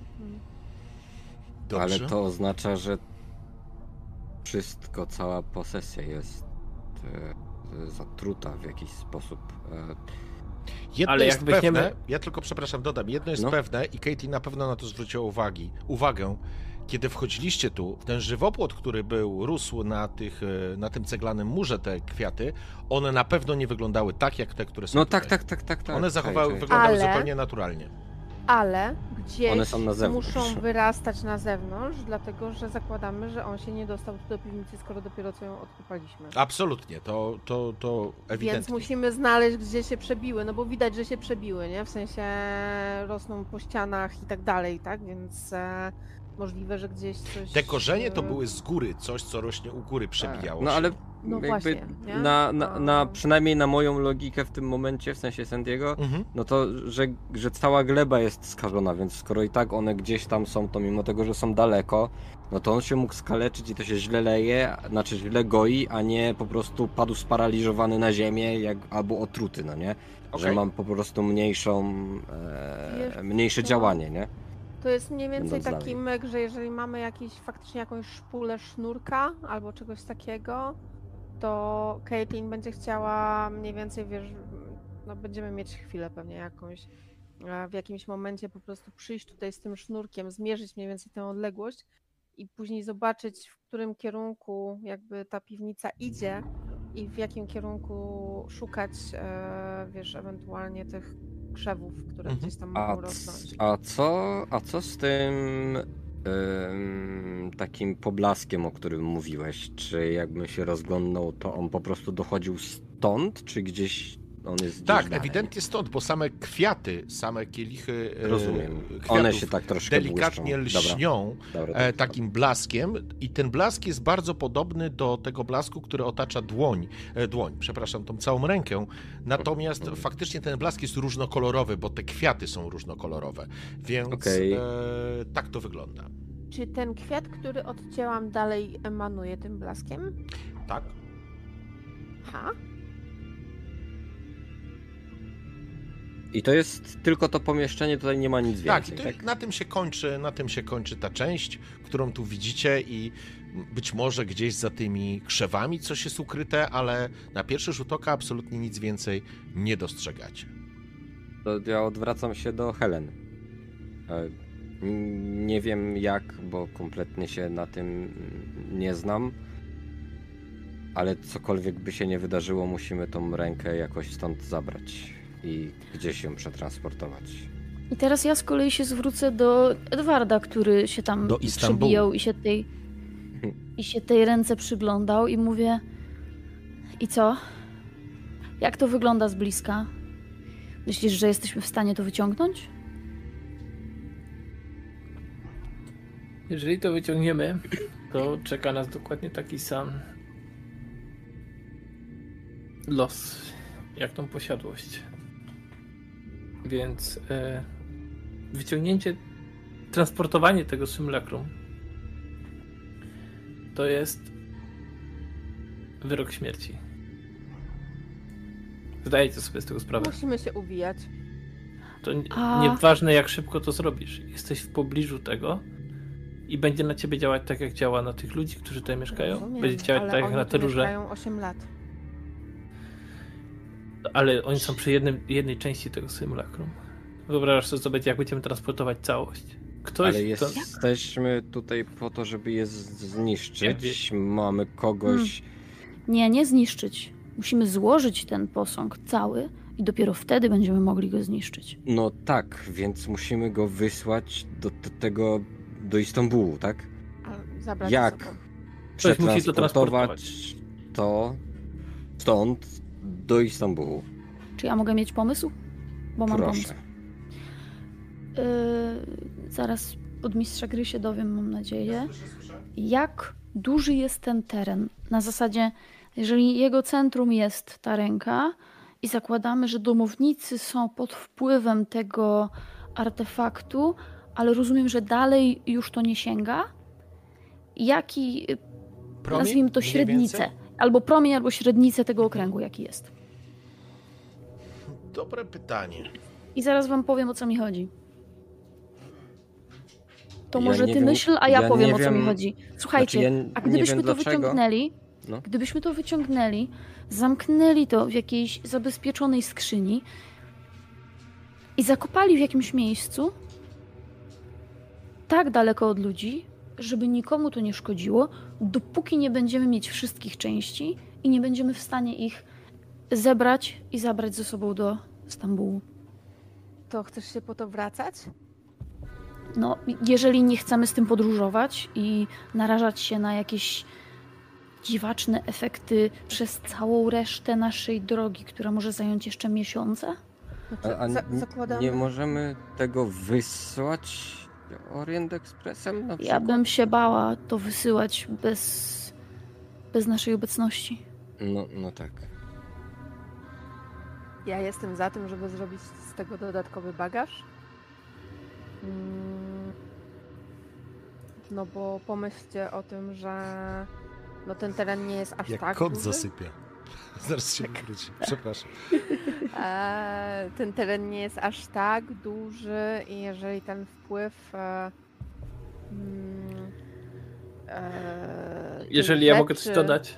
Dobrze. Ale to oznacza, że wszystko, cała posesja jest zatruta w jakiś sposób. Jedno Ale jest jak pewne, weźmiemy- ja tylko przepraszam, dodam, jedno jest No. pewne i Katie na pewno na to zwróciła uwagę, kiedy wchodziliście tu, w ten żywopłot, który rósł na tym ceglanym murze, te kwiaty, one na pewno nie wyglądały tak, jak te, które są No tutaj. tak. One Czekaj. wyglądały Ale- zupełnie naturalnie. Ale gdzieś One są na zewnątrz. muszą wyrastać na zewnątrz, dlatego że zakładamy, że on się nie dostał tu do piwnicy, skoro dopiero co ją odkopaliśmy. Absolutnie, to ewidentnie. Więc musimy znaleźć, gdzie się przebiły, no bo widać, że się przebiły, nie? W sensie rosną po ścianach i tak dalej, tak? Więc możliwe, że gdzieś coś... Te korzenie to były z góry, coś, co rośnie u góry, przebijało No się. ale No jakby właśnie, nie? przynajmniej na moją logikę w tym momencie, w sensie Sandiego, Mhm. no to, że cała gleba jest skażona, więc skoro i tak one gdzieś tam są, to mimo tego, że są daleko, no to on się mógł skaleczyć i to się źle leje, znaczy źle goi, a nie po prostu padł sparaliżowany na ziemię albo otruty, no nie? Że Okej. mam po prostu mniejsze co? działanie, nie? To jest mniej więcej Będąc taki dalej. myk, że jeżeli mamy faktycznie jakąś szpulę sznurka albo czegoś takiego, to Caitlin będzie chciała mniej więcej, wiesz, no będziemy mieć chwilę pewnie jakąś, w jakimś momencie po prostu przyjść tutaj z tym sznurkiem, zmierzyć mniej więcej tę odległość i później zobaczyć, w którym kierunku jakby ta piwnica idzie i w jakim kierunku szukać, wiesz, ewentualnie tych krzewów, które Mhm. gdzieś tam mogą rosnąć. A co z tym takim poblaskiem, o którym mówiłeś? Czy jakbym się rozglądnął, to on po prostu dochodził stąd, czy gdzieś on jest gdzieś Tak, dalej? ewidentnie stąd, bo same kwiaty, same kielichy Rozumiem. kwiatów One się tak troszkę delikatnie błyszczą. lśnią Dobra. takim blaskiem i ten blask jest bardzo podobny do tego blasku, który otacza tą całą rękę. Natomiast faktycznie ten blask jest różnokolorowy, bo te kwiaty są różnokolorowe, więc Okej. tak to wygląda. Czy ten kwiat, który odcięłam, dalej emanuje tym blaskiem? I to jest tylko to pomieszczenie, tutaj nie ma nic Tak, więcej, tak? na tym się kończy ta część, którą tu widzicie i być może gdzieś za tymi krzewami coś jest ukryte, ale na pierwszy rzut oka absolutnie nic więcej nie dostrzegacie. To ja odwracam się do Helen. Nie wiem jak, bo kompletnie się na tym nie znam, ale cokolwiek by się nie wydarzyło, musimy tą rękę jakoś stąd zabrać i gdzieś ją przetransportować. I teraz ja z kolei się zwrócę do Edwarda, który się tam Do Istambułu. przebijał i się tej ręce przyglądał i mówię: i co? Jak to wygląda z bliska? Myślisz, że jesteśmy w stanie to wyciągnąć? Jeżeli to wyciągniemy, to czeka nas dokładnie taki sam los, jak tą posiadłość. Więc wyciągnięcie, transportowanie tego symulakrum to jest wyrok śmierci. Zdajecie sobie z tego sprawę. Musimy się uwijać. To nieważne jak szybko to zrobisz. Jesteś w pobliżu tego i będzie na ciebie działać tak jak działa na tych ludzi, którzy tutaj mieszkają. Rozumiem, Będzie działać ale tak jak oni na tu terrorze. mieszkają 8 lat. Ale oni są przy jednej części tego symulakrum. Wyobrażasz sobie, co będzie, jak będziemy transportować całość. Ktoś, Ale kto... jesteśmy tutaj po to, żeby je zniszczyć. Mamy kogoś... Nie zniszczyć. Musimy złożyć ten posąg cały i dopiero wtedy będziemy mogli go zniszczyć. No tak, więc musimy go wysłać do Istambułu, tak? A zabrać Jak ze sobą. Ktoś musi to przetransportować to stąd do Istambułu? Czy ja mogę mieć pomysł? Bo mam pomysł. Proszę. Zaraz od mistrza gry się dowiem, mam nadzieję. Jak duży jest ten teren? Na zasadzie, jeżeli jego centrum jest ta ręka i zakładamy, że domownicy są pod wpływem tego artefaktu, ale rozumiem, że dalej już to nie sięga? Jaki, Promień? nazwijmy to Mniej średnicę, więcej? albo promień, albo średnicę tego okręgu, jaki jest? Dobre pytanie. I zaraz wam powiem, o co mi chodzi. To Ja może nie ty wiem- myśl, a ja ja powiem, nie o co mi wiem- chodzi. Słuchajcie, Znaczy, ja a nie gdybyśmy wiem to dlaczego. wyciągnęli, No. gdybyśmy to wyciągnęli, zamknęli to w jakiejś zabezpieczonej skrzyni i zakopali w jakimś miejscu tak daleko od ludzi, żeby nikomu to nie szkodziło, dopóki nie będziemy mieć wszystkich części i nie będziemy w stanie ich zebrać i zabrać ze sobą do Stambułu. To chcesz się po to wracać? No, jeżeli nie chcemy z tym podróżować i narażać się na jakieś dziwaczne efekty przez całą resztę naszej drogi, która może zająć jeszcze miesiące? Znaczy, A zakładamy... nie możemy tego wysłać Orient Expressem na Ja przykład? bym się bała to wysyłać bez naszej obecności. No tak. Ja jestem za tym, żeby zrobić z tego dodatkowy bagaż. No bo pomyślcie o tym, że no ten teren nie jest aż Jak tak kot duży. zasypia. Zaraz się wróci. Przepraszam. Ten teren nie jest aż tak duży i jeżeli ten wpływ Jeżeli tych ja mogę coś rzeczy- dodać,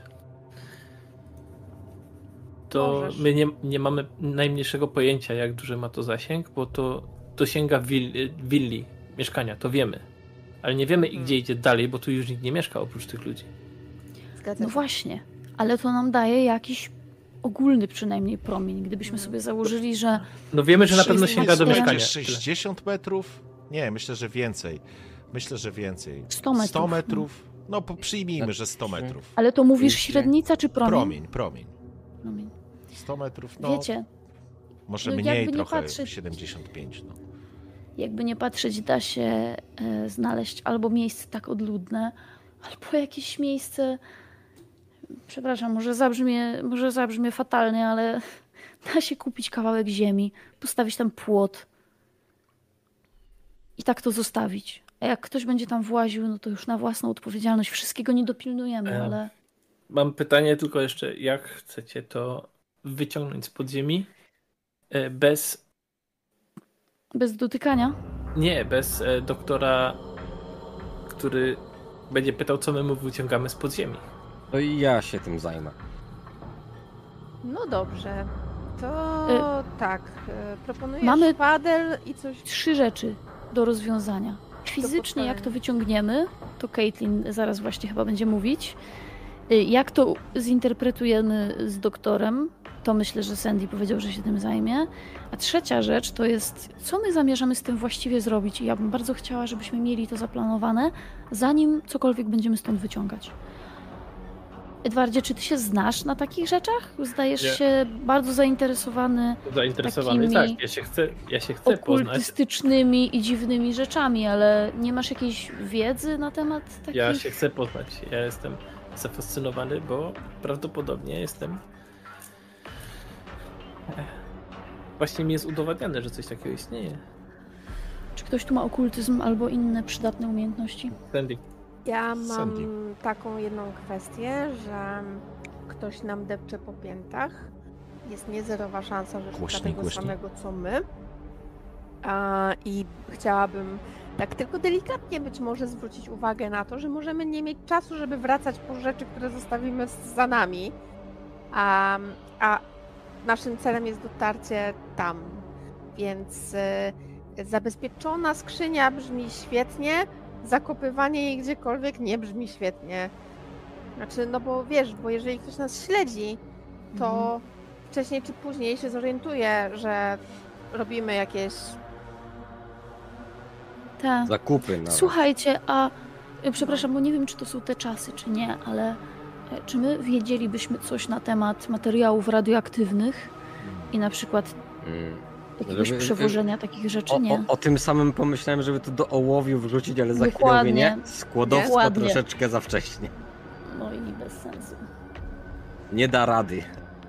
to Możesz. my nie mamy najmniejszego pojęcia, jak duży ma to zasięg, bo to sięga willi, mieszkania, to wiemy. Ale nie wiemy, gdzie idzie dalej, bo tu już nikt nie mieszka oprócz tych ludzi. Zgadza No się. właśnie, ale to nam daje jakiś ogólny przynajmniej promień. Gdybyśmy sobie założyli, że No wiemy, że na pewno Wszystko sięga do jest mieszkania. 60 metrów? Nie, myślę, że więcej. 100 metrów. 100 metrów? No, przyjmijmy, że 100 metrów. Ale to mówisz Wiecie- średnica czy promień? Promień. Promień. 100 metrów, no Wiecie, może no mniej jakby nie trochę, patrzeć- 75. No. jakby nie patrzeć, da się znaleźć albo miejsce tak odludne, albo jakieś miejsce, przepraszam, może zabrzmie fatalnie, ale da się kupić kawałek ziemi, postawić tam płot i tak to zostawić. A jak ktoś będzie tam właził, no to już na własną odpowiedzialność. Wszystkiego nie dopilnujemy, ale Mam pytanie tylko jeszcze, jak chcecie to wyciągnąć z podziemi bez Bez dotykania? Nie, bez doktora, który będzie pytał, co my mu wyciągamy z podziemi. To i ja się tym zajmę. No dobrze. To tak. Proponuję Mamy- szpadel i coś. 3 rzeczy do rozwiązania. Fizycznie jak to wyciągniemy, to Caitlin zaraz właśnie chyba będzie mówić. Jak to zinterpretujemy z doktorem, to myślę, że Sandy powiedział, że się tym zajmie. A trzecia rzecz to jest, co my zamierzamy z tym właściwie zrobić. I ja bym bardzo chciała, żebyśmy mieli to zaplanowane, zanim cokolwiek będziemy stąd wyciągać. Edwardzie, czy ty się znasz na takich rzeczach? Zdajesz Nie. się bardzo zainteresowany Zainteresowany, takimi tak, ja się chcę poznać. okultystycznymi i dziwnymi rzeczami, ale nie masz jakiejś wiedzy na temat takich? Ja się chcę poznać. Ja jestem zafascynowany, bo prawdopodobnie jestem... Właśnie mi jest udowadniane, że coś takiego istnieje. Czy ktoś tu ma okultyzm albo inne przydatne umiejętności? Sandy. Ja mam Sandy. taką jedną kwestię, że ktoś nam depcze po piętach. Jest niezerowa szansa, że szuka Głośniej, tego głośniej. samego co my. I chciałabym tak tylko delikatnie być może zwrócić uwagę na to, że możemy nie mieć czasu, żeby wracać po rzeczy, które zostawimy za nami. A naszym celem jest dotarcie tam. Więc zabezpieczona skrzynia brzmi świetnie, zakopywanie jej gdziekolwiek nie brzmi świetnie. Znaczy, no bo wiesz, bo jeżeli ktoś nas śledzi, to wcześniej czy później się zorientuje, że robimy jakieś... Tak. Zakupy nawet. Słuchajcie, a przepraszam, bo nie wiem, czy to są te czasy, czy nie, ale czy my wiedzielibyśmy coś na temat materiałów radioaktywnych i na przykład jakiegoś Żeby- przewożenia takich rzeczy? Nie. O tym samym pomyślałem, żeby to do ołowiu wrzucić, ale za chwilę mówię Dokładnie. nie. Skłodowska Dokładnie. troszeczkę za wcześnie. No i bez sensu. Nie da rady.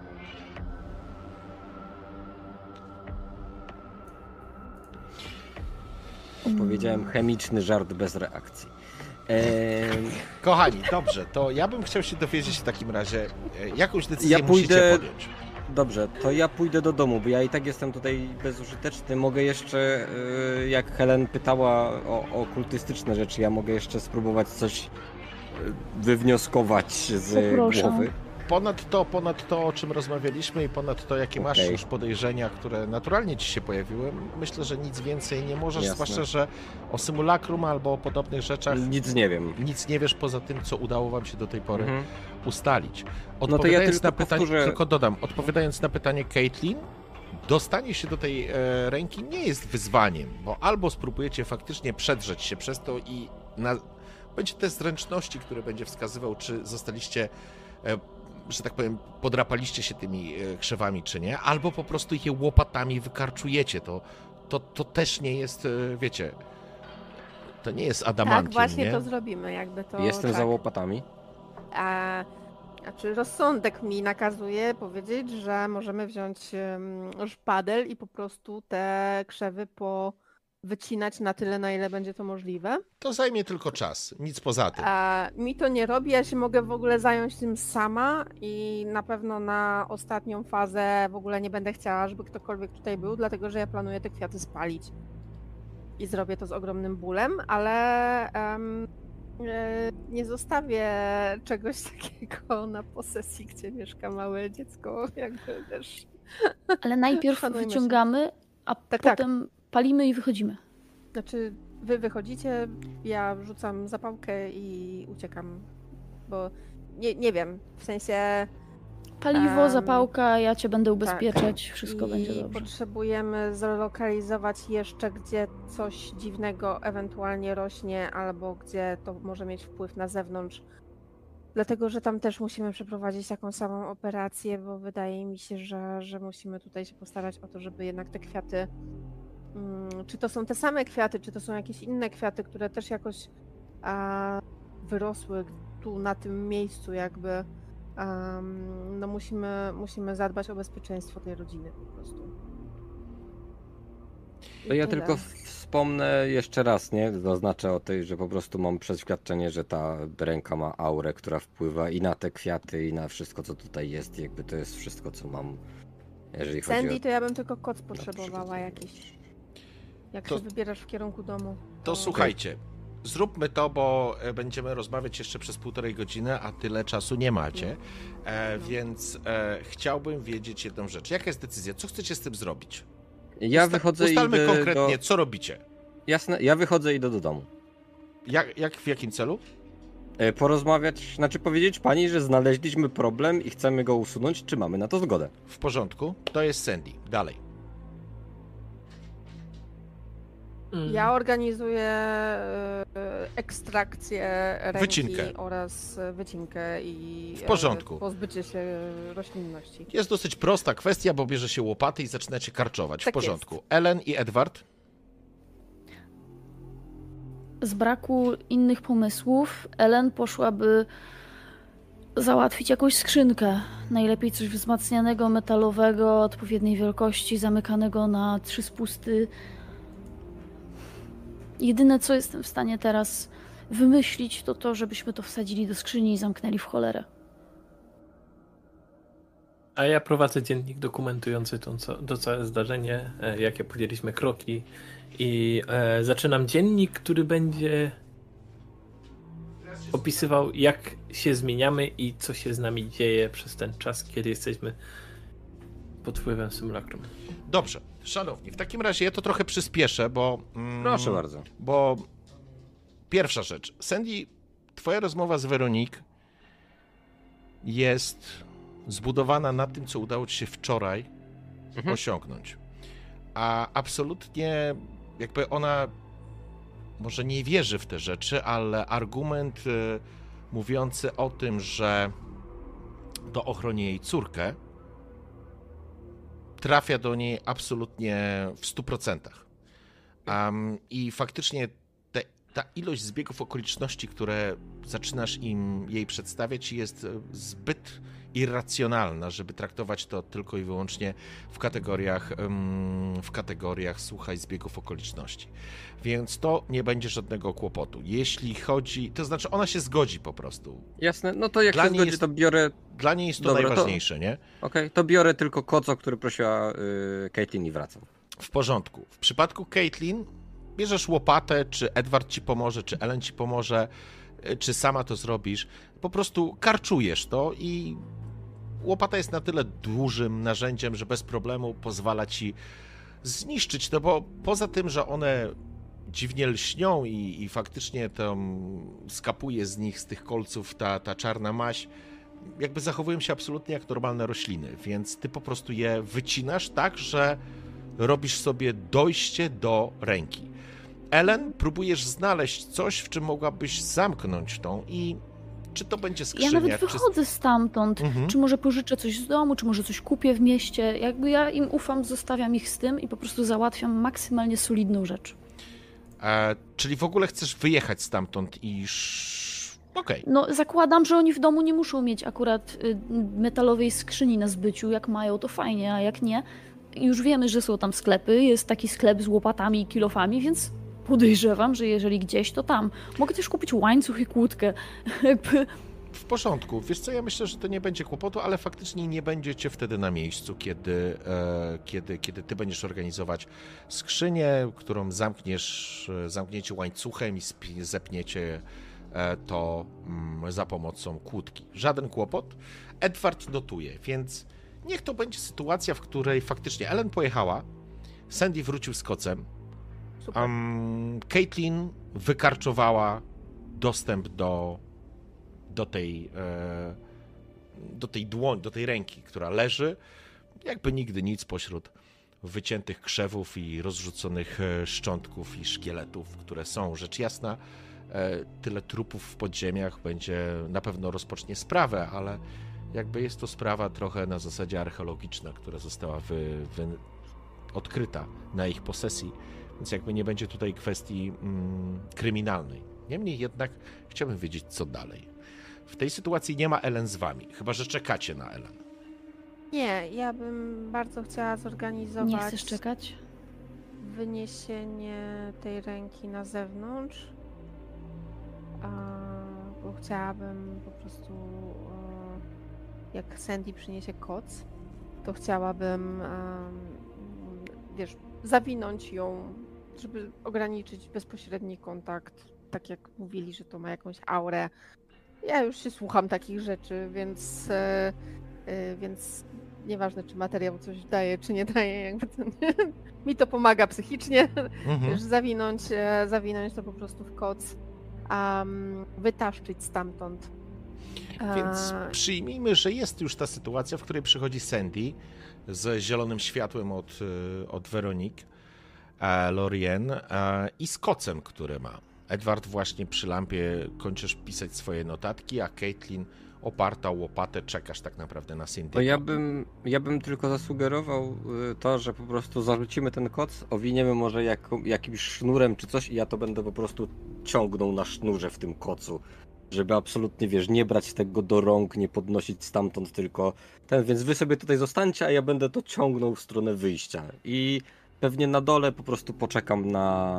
Powiedziałem chemiczny żart bez reakcji. Kochani, dobrze, to ja bym chciał się dowiedzieć w takim razie, jakąś decyzję Ja musicie pójdę- podjąć. Dobrze, to ja pójdę do domu, bo ja i tak jestem tutaj bezużyteczny. Mogę jeszcze, jak Helen pytała o okultystyczne rzeczy, ja mogę jeszcze spróbować coś wywnioskować z Poproszę. głowy. Ponad to, o czym rozmawialiśmy i ponad to, jakie masz Okej. już podejrzenia, które naturalnie ci się pojawiły, myślę, że nic więcej nie możesz, Jasne. zwłaszcza, że o symulakrum albo o podobnych rzeczach Nic nie wiem. nic nie wiesz poza tym, co udało wam się do tej pory Mhm. ustalić. to ja Odpowiadając tylko na pytanie, powtórzę- tylko dodam, odpowiadając na pytanie Caitlin, dostanie się do tej ręki nie jest wyzwaniem, bo albo spróbujecie faktycznie przedrzeć się przez to i będzie test zręczności, który będzie wskazywał, czy zostaliście, że tak powiem, podrapaliście się tymi krzewami, czy nie, albo po prostu je łopatami wykarczujecie. To też nie jest, wiecie, to nie jest adamantium, Tak, właśnie nie? to zrobimy, jakby to... Jestem tak. za łopatami. Znaczy rozsądek mi nakazuje powiedzieć, że możemy wziąć szpadel i po prostu te krzewy wycinać na tyle, na ile będzie to możliwe. To zajmie tylko czas, nic poza tym. Mi to nie robi, ja się mogę w ogóle zająć tym sama i na pewno na ostatnią fazę w ogóle nie będę chciała, żeby ktokolwiek tutaj był, dlatego że ja planuję te kwiaty spalić. I zrobię to z ogromnym bólem, ale nie zostawię czegoś takiego na posesji, gdzie mieszka małe dziecko, jakby też. Ale najpierw Szanujmy się. wyciągamy, a Tak. potem palimy i wychodzimy. Znaczy, wy wychodzicie, ja rzucam zapałkę i uciekam, bo nie wiem, w sensie Paliwo, zapałka, ja cię będę ubezpieczać, wszystko i będzie dobrze. potrzebujemy zlokalizować jeszcze, gdzie coś dziwnego ewentualnie rośnie, albo gdzie to może mieć wpływ na zewnątrz. Dlatego, że tam też musimy przeprowadzić taką samą operację, bo wydaje mi się, że musimy tutaj się postarać o to, żeby jednak te kwiaty, czy to są te same kwiaty, czy to są jakieś inne kwiaty, które też jakoś wyrosły tu na tym miejscu jakby. No musimy zadbać o bezpieczeństwo tej rodziny po prostu. I To ja tyle. tylko wspomnę jeszcze raz, nie? Zaznaczę o tej, że po prostu mam przeświadczenie, że ta ręka ma aurę, która wpływa i na te kwiaty, i na wszystko, co tutaj jest. Jakby to jest wszystko, co mam, jeżeli chodzi Sandy, o... to ja bym tylko koc na to potrzebowała przygotowanie. jakiś. Jak się wybierasz w kierunku domu. To słuchajcie, zróbmy to, bo będziemy rozmawiać jeszcze przez 1,5 godziny, a tyle czasu nie macie. Więc chciałbym wiedzieć jedną rzecz. Jaka jest decyzja? Co chcecie z tym zrobić? Ja wychodzę i ustalmy idę konkretnie, co robicie. Jasne, ja wychodzę i idę do domu. W jakim celu? Porozmawiać, znaczy powiedzieć pani, że znaleźliśmy problem i chcemy go usunąć, czy mamy na to zgodę. W porządku. To jest Sandy. Dalej. Ja organizuję ekstrakcję ręki Wycinkę. oraz wycinkę i W porządku. pozbycie się roślinności. Jest dosyć prosta kwestia, bo bierze się łopaty i zaczynacie karczować. W Tak porządku. jest. Ellen i Edward? Z braku innych pomysłów Ellen poszłaby załatwić jakąś skrzynkę. Najlepiej coś wzmacnianego, metalowego, odpowiedniej wielkości, zamykanego na 3 spusty. Jedyne, co jestem w stanie teraz wymyślić, to to, żebyśmy to wsadzili do skrzyni i zamknęli w cholerę. A ja prowadzę dziennik dokumentujący to całe zdarzenie, jakie podjęliśmy kroki i zaczynam dziennik, który będzie opisywał, jak się zmieniamy i co się z nami dzieje przez ten czas, kiedy jesteśmy pod wpływem symulakrum. Dobrze. Szanowni, w takim razie ja to trochę przyspieszę, bo... Proszę bardzo. Bo pierwsza rzecz. Sandy, twoja rozmowa z Weronik jest zbudowana na tym, co udało ci się wczoraj osiągnąć. A absolutnie jakby ona może nie wierzy w te rzeczy, ale argument mówiący o tym, że to ochroni jej córkę, trafia do niej absolutnie w 100%. I faktycznie ta ilość zbiegów okoliczności, które zaczynasz jej przedstawiać, jest zbyt irracjonalna, żeby traktować to tylko i wyłącznie w kategoriach słuchaj, zbiegów okoliczności. Więc to nie będzie żadnego kłopotu. Jeśli chodzi, to znaczy ona się zgodzi po prostu. Jasne, no to jak się zgodzi, to biorę... Dla niej jest to Dobra, najważniejsze, nie? Okej, to biorę tylko koc, o który prosiła Caitlin i wracam. W porządku. W przypadku Caitlin bierzesz łopatę, czy Edward ci pomoże, czy Ellen ci pomoże, czy sama to zrobisz. Po prostu karczujesz to i łopata jest na tyle dużym narzędziem, że bez problemu pozwala ci zniszczyć to, bo poza tym, że one dziwnie lśnią i faktycznie tam skapuje z nich, z tych kolców ta czarna maź, jakby zachowują się absolutnie jak normalne rośliny, więc ty po prostu je wycinasz tak, że robisz sobie dojście do ręki. Ellen, próbujesz znaleźć coś, w czym mogłabyś zamknąć tą i czy to będzie skrzynia? Ja nawet wychodzę stamtąd. Czy może pożyczę coś z domu, czy może coś kupię w mieście. Jakby ja im ufam, zostawiam ich z tym i po prostu załatwiam maksymalnie solidną rzecz. Czyli w ogóle chcesz wyjechać stamtąd i... Okej. No zakładam, że oni w domu nie muszą mieć akurat metalowej skrzyni na zbyciu. Jak mają, to fajnie, a jak nie, już wiemy, że są tam sklepy. Jest taki sklep z łopatami i kilofami, więc podejrzewam, że jeżeli gdzieś, to tam. Mogę też kupić łańcuch i kłódkę. Jakby... W porządku. Wiesz co, ja myślę, że to nie będzie kłopotu, ale faktycznie nie będziecie wtedy na miejscu, kiedy ty będziesz organizować skrzynię, którą zamkniecie łańcuchem i zepniecie to za pomocą kłódki. Żaden kłopot. Edward notuje, więc niech to będzie sytuacja, w której faktycznie Ellen pojechała, Sandy wrócił z kocem, Caitlin wykarczowała dostęp do tej ręki, która leży, jakby nigdy nic pośród wyciętych krzewów i rozrzuconych szczątków i szkieletów, które są. Rzecz jasna, tyle trupów w podziemiach na pewno rozpocznie sprawę, ale jakby jest to sprawa trochę na zasadzie archeologiczna, która została odkryta na ich posesji, więc jakby nie będzie tutaj kwestii kryminalnej. Niemniej jednak chciałbym wiedzieć, co dalej. W tej sytuacji nie ma Ellen z wami, chyba że czekacie na Ellen. Nie, ja bym bardzo chciała zorganizować... Nie chcesz czekać? Wyniesienie tej ręki na zewnątrz, bo chciałabym po prostu, jak Sandy przyniesie koc, to chciałabym, wiesz, zawinąć ją żeby ograniczyć bezpośredni kontakt, tak jak mówili, że to ma jakąś aurę. Ja już się słucham takich rzeczy, więc nieważne, czy materiał coś daje, czy nie daje, jakby to nie, mi to pomaga psychicznie, już zawinąć to po prostu w koc, wytaszczyć stamtąd. Więc przyjmijmy, że jest już ta sytuacja, w której przychodzi Sandy z zielonym światłem od Veronique, Lorien i z kocem, który ma. Edward właśnie przy lampie kończysz pisać swoje notatki, a Caitlin oparta o łopatę czekasz tak naprawdę na Sandy. To ja bym tylko zasugerował to, że po prostu zarzucimy ten koc, owiniemy może jakimś sznurem czy coś i ja to będę po prostu ciągnął na sznurze w tym kocu. Żeby absolutnie, wiesz, nie brać tego do rąk, nie podnosić stamtąd tylko więc wy sobie tutaj zostańcie, a ja będę to ciągnął w stronę wyjścia. I pewnie na dole po prostu poczekam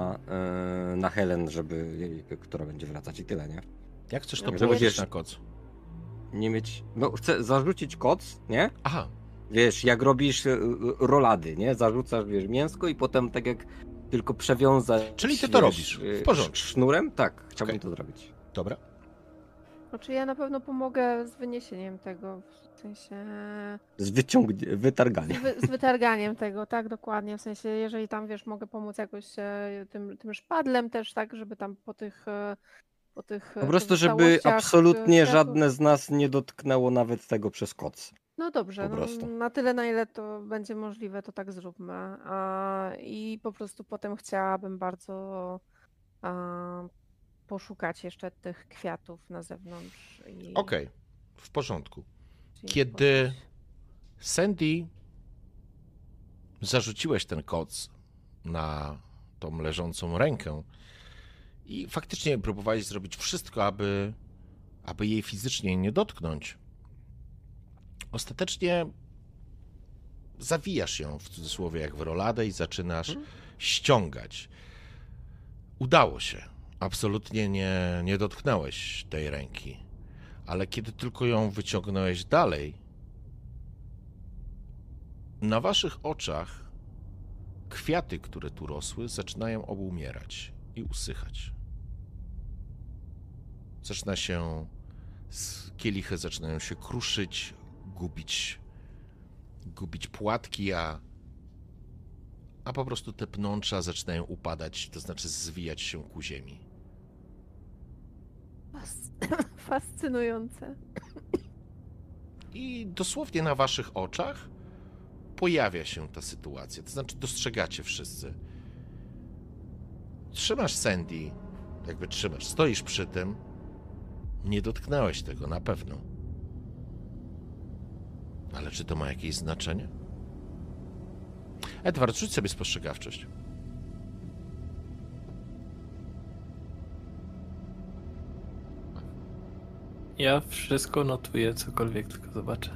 na Helen, która będzie wracać i tyle, nie? Jak chcesz to Żeby położyć na koc? Nie mieć... No, chcę zarzucić koc, nie? Aha. Wiesz, jak robisz rolady, nie? Zarzucasz, wiesz, mięsko i potem tak jak tylko przewiązać... Czyli ty to robisz, w porządku. Sznurem? Tak, chciałbym to zrobić. Dobra. Znaczy ja na pewno pomogę z wyniesieniem tego, w sensie... Wytarganiem. Z wytarganiem tego, tak, dokładnie, w sensie jeżeli tam, wiesz, mogę pomóc jakoś tym szpadlem też, tak, żeby tam po tych Po prostu, żeby absolutnie żadne z nas nie dotknęło nawet tego przez koc. No dobrze, po prostu. na tyle na ile to będzie możliwe, to tak zróbmy. I po prostu potem chciałabym bardzo poszukać jeszcze tych kwiatów na zewnątrz. Okej, w porządku. Kiedy Sandy zarzuciłeś ten koc na tą leżącą rękę i faktycznie próbowałeś zrobić wszystko, aby jej fizycznie nie dotknąć, ostatecznie zawijasz ją, w cudzysłowie, jak w roladę i zaczynasz ściągać. Udało się. Absolutnie nie dotknąłeś tej ręki. Ale kiedy tylko ją wyciągnąłeś dalej, na waszych oczach kwiaty, które tu rosły, zaczynają obumierać i usychać. Kielichy zaczynają się kruszyć, gubić płatki, a po prostu te pnącza zaczynają upadać, to znaczy zwijać się ku ziemi. Fascynujące. I dosłownie na waszych oczach pojawia się ta sytuacja, to znaczy dostrzegacie wszyscy. Trzymasz Sandy, stoisz przy tym, nie dotknąłeś tego na pewno. Ale czy to ma jakieś znaczenie? Edward, rzuć sobie spostrzegawczość. Ja wszystko notuję, cokolwiek tylko zobaczę.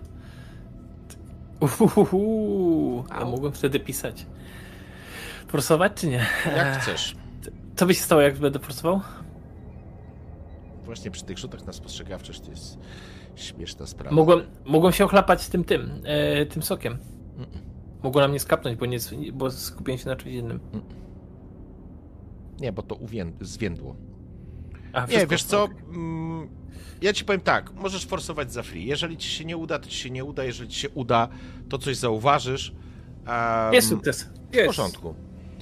Ja mogłem wtedy pisać. Forsować czy nie? Jak chcesz. Co by się stało, jak będę forsował? Właśnie przy tych rzutach na spostrzegawczość to jest śmieszna sprawa. Mogłem się ochlapać tym sokiem. Mogło na mnie skapnąć, bo skupiłem się na czymś innym. Nie, bo to zwiędło. Nie, wiesz co? Ja ci powiem tak, możesz forsować za free. Jeżeli ci się nie uda, to ci się nie uda. Jeżeli ci się uda, to coś zauważysz. Jest sukces. W porządku.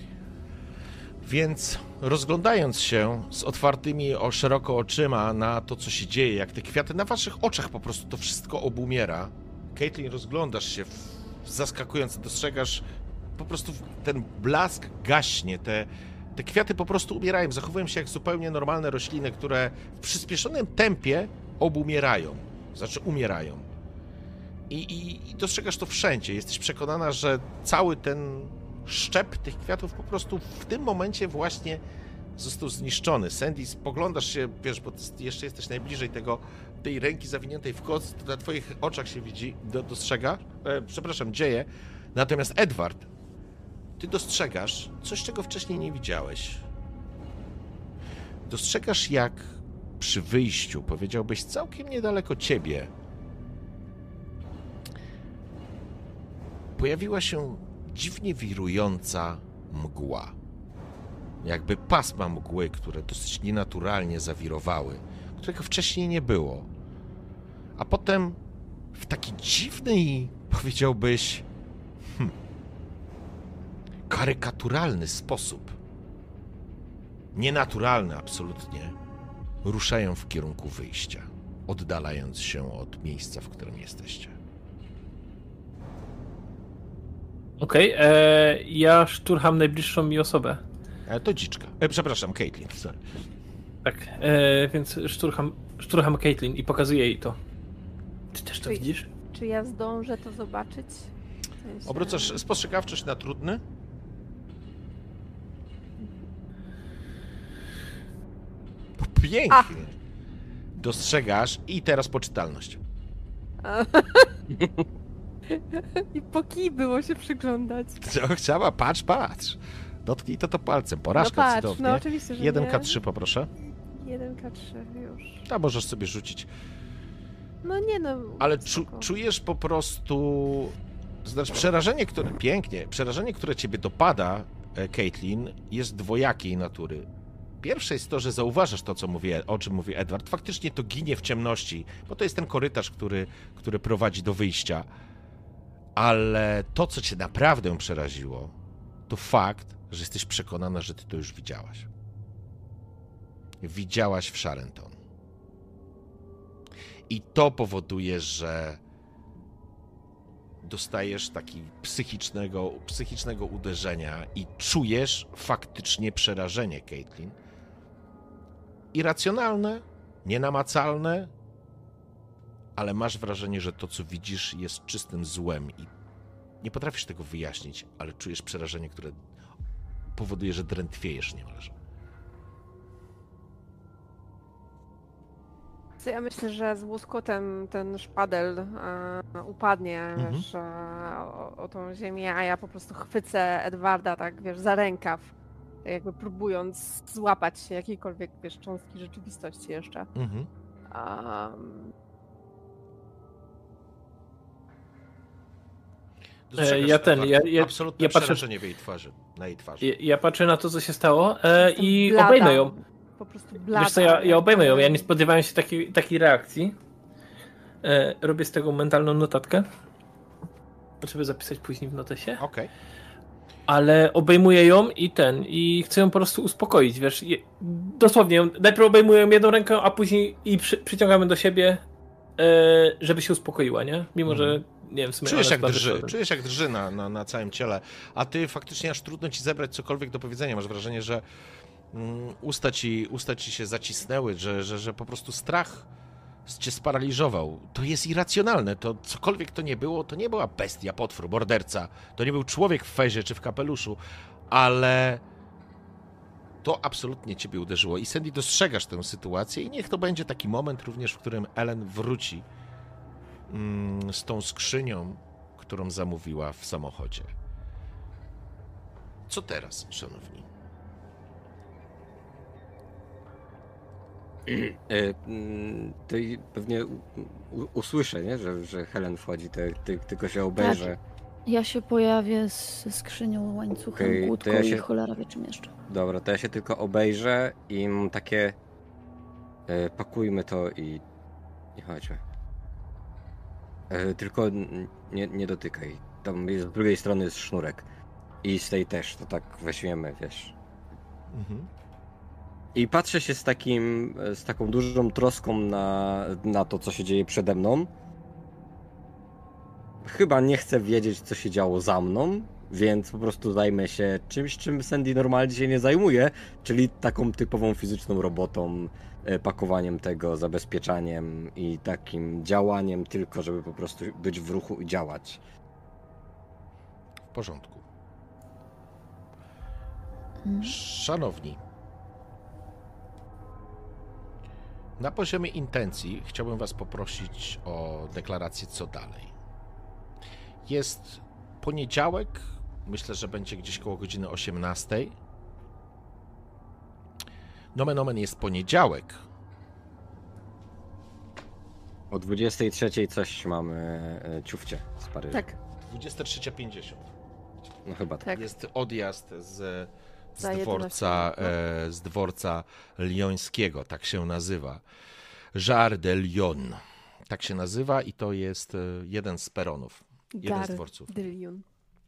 Więc rozglądając się z otwartymi szeroko oczyma na to, co się dzieje, jak te kwiaty na waszych oczach po prostu to wszystko obumiera. Caitlin, rozglądasz się zaskakująco, dostrzegasz po prostu ten blask gaśnie, te kwiaty po prostu umierają, zachowują się jak zupełnie normalne rośliny, które w przyspieszonym tempie obumierają, znaczy umierają. I dostrzegasz to wszędzie. Jesteś przekonana, że cały ten szczep tych kwiatów po prostu w tym momencie właśnie został zniszczony. Sandy, spoglądasz się, wiesz, bo jeszcze jesteś najbliżej tej ręki zawiniętej w koc, to na twoich oczach się widzi, dzieje. Natomiast Edward, ty dostrzegasz coś, czego wcześniej nie widziałeś. Dostrzegasz, jak przy wyjściu, powiedziałbyś, całkiem niedaleko ciebie, pojawiła się dziwnie wirująca mgła. jakby pasma mgły, które dosyć nienaturalnie zawirowały, którego wcześniej nie było. A potem w taki dziwny i, powiedziałbyś, karykaturalny sposób, nienaturalny absolutnie, ruszają w kierunku wyjścia, oddalając się od miejsca, w którym jesteście. Okej, ja szturcham najbliższą mi osobę. To dziczka. Przepraszam, Caitlin, sorry. Tak, więc szturcham Caitlin i pokazuję jej to. Ty też to widzisz? Czy ja zdążę to zobaczyć? W sensie... Obrócasz spostrzegawczość na trudny? Pięknie. Dostrzegasz i teraz poczytalność. I po kij było się przyglądać. Co chciała? Patrz. Dotknij to palcem. Porażka No patrz, cudownie. no oczywiście, że 1K3 poproszę. 1K3 już. A możesz sobie rzucić. No nie no. Ale spoko. czujesz po prostu... Znaczy przerażenie, które... Pięknie. Przerażenie, które ciebie dopada, Caitlin, jest dwojakiej natury. Pierwsze jest to, że zauważasz to, o czym mówi Edward. Faktycznie to ginie w ciemności, bo to jest ten korytarz, który prowadzi do wyjścia. Ale to, co cię naprawdę przeraziło, to fakt, że jesteś przekonana, że ty to już widziałaś. Widziałaś w Charenton. I to powoduje, że dostajesz takiego psychicznego uderzenia i czujesz faktycznie przerażenie, Caitlin. Irracjonalne, nienamacalne, ale masz wrażenie, że to, co widzisz, jest czystym złem i nie potrafisz tego wyjaśnić, ale czujesz przerażenie, które powoduje, że drętwiejesz niemalże. Ja myślę, że z łuskotem ten szpadel upadnie, wiesz, o tą ziemię, a ja po prostu chwycę Edwarda, tak, wiesz, za rękaw, jakby próbując złapać się jakiejkolwiek, wiesz, cząstki rzeczywistości jeszcze. Absolutne przerażenie w jej twarzy, na jej twarzy. Ja patrzę na to, co się stało i blada. obejmę ją. Po prostu blada. Wiesz co, ja obejmę ją, ja nie spodziewałem się takiej reakcji. Robię z tego mentalną notatkę, żeby zapisać później w notesie. Okej. Ale obejmuję ją i chcę ją po prostu uspokoić, wiesz. Dosłownie, najpierw obejmuję ją jedną ręką, a później przyciągamy do siebie, żeby się uspokoiła, nie? Mimo, że nie wiem, w sumie Czujesz jak drży na całym ciele, a ty faktycznie aż trudno ci zebrać cokolwiek do powiedzenia. Masz wrażenie, że usta ci się zacisnęły, że po prostu strach cię sparaliżował. To jest irracjonalne. To cokolwiek to nie było, to nie była bestia, potwór, morderca. To nie był człowiek w fezie czy w kapeluszu, ale to absolutnie ciebie uderzyło. I Sandy, dostrzegasz tę sytuację i niech to będzie taki moment również, w którym Ellen wróci z tą skrzynią, którą zamówiła w samochodzie. Co teraz, szanowni? To pewnie usłyszę, nie? Że Helen wchodzi, tylko się obejrzę. Tak. Ja się pojawię ze skrzynią, łańcuchem, kłódką i cholera wie czym jeszcze. Dobra, to ja się tylko obejrzę i mam takie... pakujmy to i chodźmy. Tylko nie dotykaj. Tam jest, z drugiej strony jest sznurek. I z tej też, to tak weźmiemy, wiesz. I patrzę się z taką dużą troską na to, co się dzieje przede mną. Chyba nie chcę wiedzieć, co się działo za mną, więc po prostu zajmę się czymś, czym Sandy normalnie się nie zajmuje, czyli taką typową fizyczną robotą, pakowaniem tego, zabezpieczaniem i takim działaniem tylko, żeby po prostu być w ruchu i działać. W porządku. Szanowni, na poziomie intencji chciałbym was poprosić o deklarację, co dalej. Jest poniedziałek, myślę, że będzie gdzieś koło godziny 18. Nomen omen jest poniedziałek. O 23:00 coś mamy ciufcie z Paryża. Tak. 23:50. No chyba tak. Jest odjazd z z dworca lyońskiego, tak się nazywa. Gare de Lyon. Tak się nazywa i to jest jeden z peronów. Jeden z dworców. de Lyon.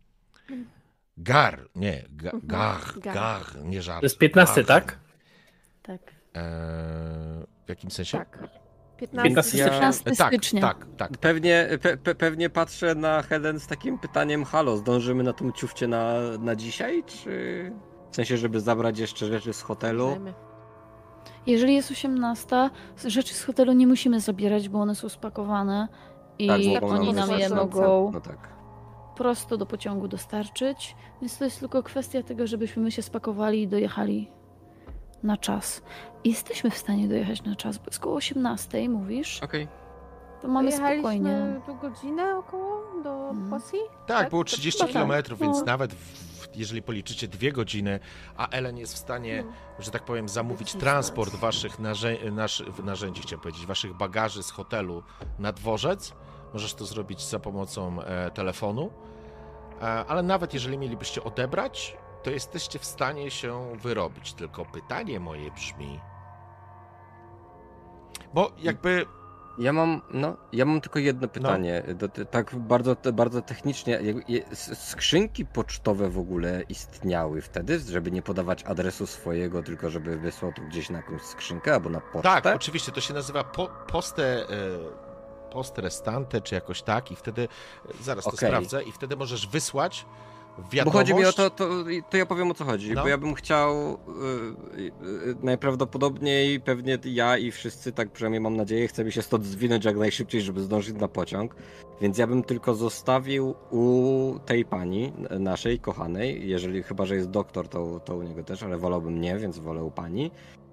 Gar, nie żart. To jest 15, tak? Tak. W jakim sensie? Tak. 15 stycznia. Tak. Pewnie patrzę na Helen z takim pytaniem: halo, zdążymy na tą ciufcie na dzisiaj? Czy w sensie, żeby zabrać jeszcze rzeczy z hotelu? Jeżeli jest 18, rzeczy z hotelu nie musimy zabierać, bo one są spakowane i Tak, oni nam je mogą No tak. prosto do pociągu dostarczyć. Więc to jest tylko kwestia tego, żebyśmy my się spakowali i dojechali na czas. I jesteśmy w stanie dojechać na czas, bo jest koło 18, mówisz? Okej. To mamy spokojnie. Jechaliśmy tu godzinę około do Poissy? Tak, było 30 tak. kilometrów, więc No. nawet jeżeli policzycie 2 godziny, a Ellen jest w stanie, że tak powiem, zamówić transport waszych narzędzi, chciałem powiedzieć, waszych bagaży z hotelu na dworzec, możesz to zrobić za pomocą telefonu, ale nawet jeżeli mielibyście odebrać, to jesteście w stanie się wyrobić. Tylko pytanie moje brzmi, bo jakby... Ja mam tylko jedno pytanie, tak bardzo technicznie. Skrzynki pocztowe w ogóle istniały wtedy, żeby nie podawać adresu swojego, tylko żeby wysłał to gdzieś na jakąś skrzynkę albo na pocztę? Tak, oczywiście, to się nazywa post restante, czy jakoś tak i wtedy, zaraz to sprawdzę, i wtedy możesz wysłać wiadomość. Bo chodzi mi o to ja powiem, o co chodzi, No. bo ja bym chciał najprawdopodobniej pewnie ja i wszyscy, tak przynajmniej mam nadzieję, chcemy się stąd zwinąć jak najszybciej, żeby zdążyć na pociąg, więc ja bym tylko zostawił u tej pani, naszej kochanej, chyba że jest doktor, to u niego też, ale wolałbym nie, więc wolę u pani,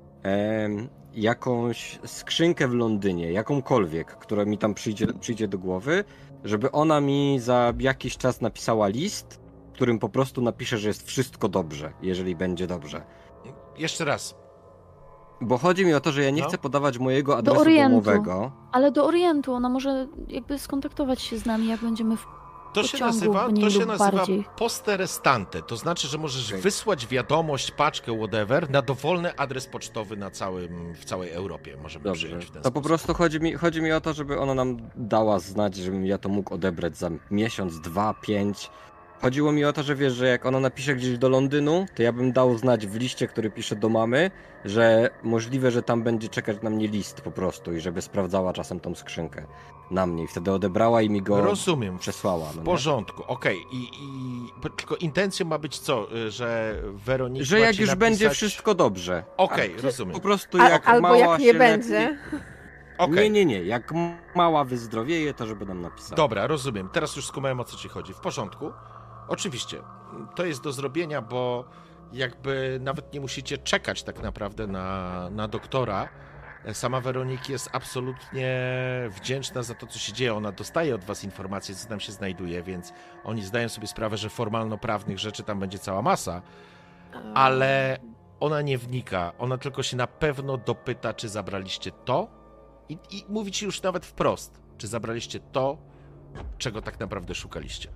jakąś skrzynkę w Londynie, jakąkolwiek, która mi tam przyjdzie do głowy, żeby ona mi za jakiś czas napisała list, w którym po prostu napisze, że jest wszystko dobrze, jeżeli będzie dobrze. Jeszcze raz. Bo chodzi mi o to, że ja nie chcę podawać mojego Do adresu Orientu. domowego. Ale do Orientu, ona może jakby skontaktować się z nami, jak będziemy w To się pociągu nazywa mniej lub bardziej. poste restante. To znaczy, że możesz wysłać wiadomość, paczkę, whatever, na dowolny adres pocztowy w całej Europie. Możemy przyjąć w ten To sposób. po prostu chodzi mi o to, żeby ona nam dała znać, żebym ja to mógł odebrać za miesiąc, 2, 5. Chodziło mi o to, że wiesz, że jak ona napisze gdzieś do Londynu, to ja bym dał znać w liście, który pisze do mamy, że możliwe, że tam będzie czekać na mnie list po prostu i żeby sprawdzała czasem tą skrzynkę na mnie i wtedy odebrała i mi go przesłała. W porządku, okej. Tylko intencją ma być co? Że Weronika że jak już będzie wszystko dobrze. Okej, rozumiem. Po prostu jak albo mała jak nie się będzie. Okay. Nie. Jak mała wyzdrowieje, to żeby nam napisała. Dobra, rozumiem. Teraz już skumałem, o co ci chodzi. W porządku. Oczywiście, to jest do zrobienia, bo jakby nawet nie musicie czekać tak naprawdę na doktora. Sama Weroniki jest absolutnie wdzięczna za to, co się dzieje. Ona dostaje od was informacje, co tam się znajduje, więc oni zdają sobie sprawę, że formalno-prawnych rzeczy tam będzie cała masa, ale ona nie wnika. Ona tylko się na pewno dopyta, czy zabraliście to i mówi ci już nawet wprost, czy zabraliście to, czego tak naprawdę szukaliście.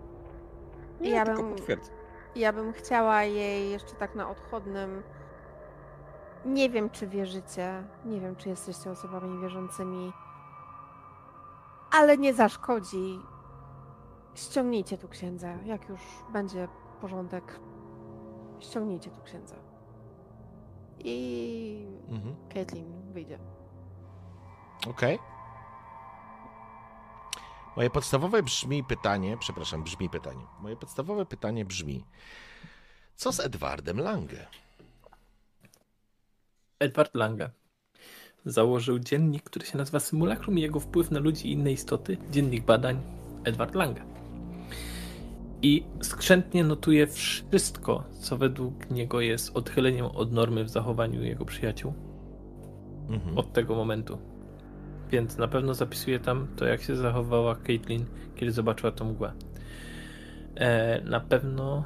Ja bym chciała jej jeszcze tak na odchodnym. Nie wiem, czy wierzycie, nie wiem, czy jesteście osobami wierzącymi, ale nie zaszkodzi. Ściągnijcie tu księdza, jak już będzie porządek. Ściągnijcie tu księdza. I Caitlin wyjdzie. Okej. Moje podstawowe pytanie. Moje podstawowe pytanie brzmi: co z Edwardem Lange? Edward Lange założył dziennik, który się nazywa Symulacrum i jego wpływ na ludzi i inne istoty. Dziennik badań Edward Lange. I skrzętnie notuje wszystko, co według niego jest odchyleniem od normy w zachowaniu jego przyjaciół. Od tego momentu. Więc na pewno zapisuje tam to, jak się zachowała Caitlin, kiedy zobaczyła tą mgłę. Na pewno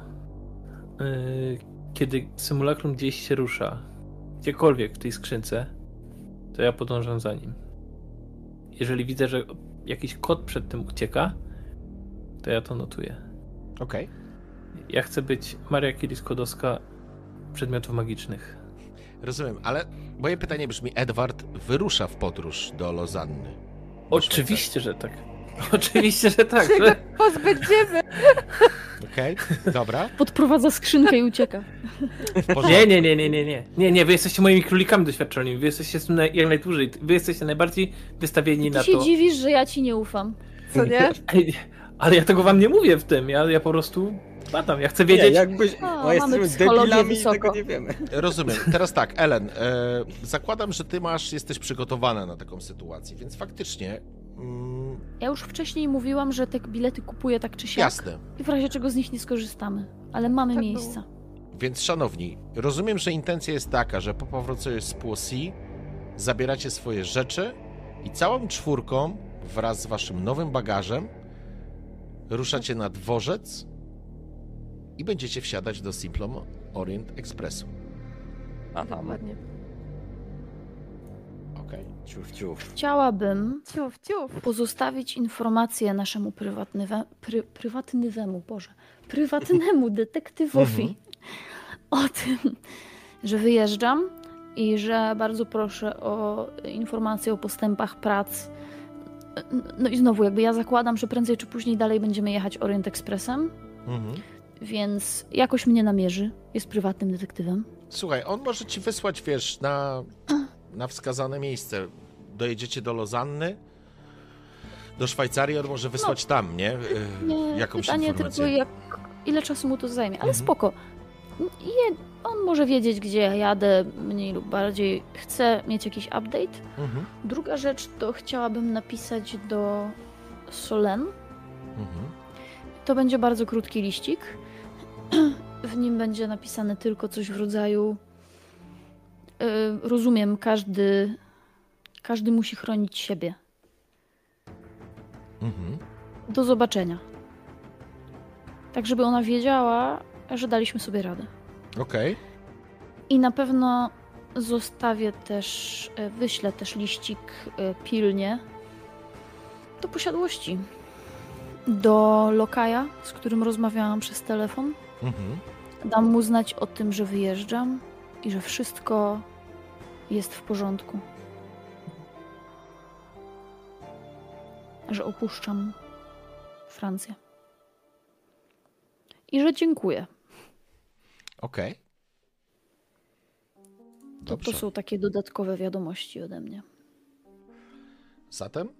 kiedy symulakrum gdzieś się rusza, gdziekolwiek w tej skrzynce, to ja podążam za nim. Jeżeli widzę, że jakiś kod przed tym ucieka, to ja to notuję. Okej. Ja chcę być Maria Curie-Skłodowska przedmiotów magicznych. Rozumiem, ale moje pytanie brzmi, Edward wyrusza w podróż do Lozanny. Oczywiście, że tak. Oczywiście, że tak. Czego pozbędziemy? Okej, dobra. Podprowadza skrzynkę i ucieka. W porządku. Nie, wy jesteście moimi królikami doświadczonymi, wy jesteście z tym jak najdłużej, wy jesteście najbardziej wystawieni na Ty to. się dziwisz, że ja ci nie ufam. Co nie? Ale ja tego wam nie mówię w tym, ja po prostu badam, ja chcę wiedzieć... Nie, jakbyś... mamy jesteśmy psychologię debilami i wysoko. tego nie wiemy. Rozumiem. Teraz tak, Ellen, zakładam, że ty jesteś przygotowana na taką sytuację, więc faktycznie... Ja już wcześniej mówiłam, że te bilety kupuję tak czy siak. jasne. I w razie czego z nich nie skorzystamy. Ale mamy Tak miejsca. Więc szanowni, rozumiem, że intencja jest taka, że po powrocie z Poissy zabieracie swoje rzeczy i całą czwórką wraz z waszym nowym bagażem ruszacie na dworzec i będziecie wsiadać do Simplon Orient Expressu. Aha, Ładnie. Okej. ciuf. Chciałabym Ciuf, ciuf. pozostawić informację naszemu prywatnemu detektywowi o tym, że wyjeżdżam i że bardzo proszę o informację o postępach prac. No i znowu, jakby ja zakładam, że prędzej czy później dalej będziemy jechać Orient Expressem, więc jakoś mnie namierzy. Jest prywatnym detektywem. Słuchaj, on może ci wysłać, wiesz, na wskazane miejsce. Dojedziecie do Lozanny, do Szwajcarii, on może wysłać tam, nie? Jakąś pytanie informację. tylko, ile czasu mu to zajmie. Ale spoko. On może wiedzieć, gdzie ja jadę, mniej lub bardziej. Chcę mieć jakiś update. Druga rzecz to chciałabym napisać do Solène. To będzie bardzo krótki liścik. W nim będzie napisane tylko coś w rodzaju rozumiem, każdy musi chronić siebie. Do zobaczenia. Tak, żeby ona wiedziała, że daliśmy sobie radę. Okej. I na pewno wyślę też liścik pilnie do posiadłości. Do lokaja, z którym rozmawiałam przez telefon. Dam mu znać o tym, że wyjeżdżam i że wszystko jest w porządku. Że opuszczam Francję. I że dziękuję. Okej. To są takie dodatkowe wiadomości ode mnie. Zatem,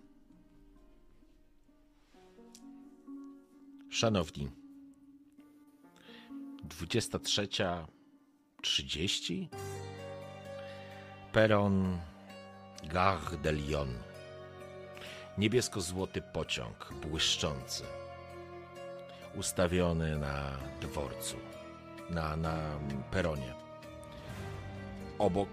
szanowni, 23:30, peron Gare de Lyon. Niebiesko-złoty pociąg, błyszczący, ustawiony na dworcu, na peronie. Obok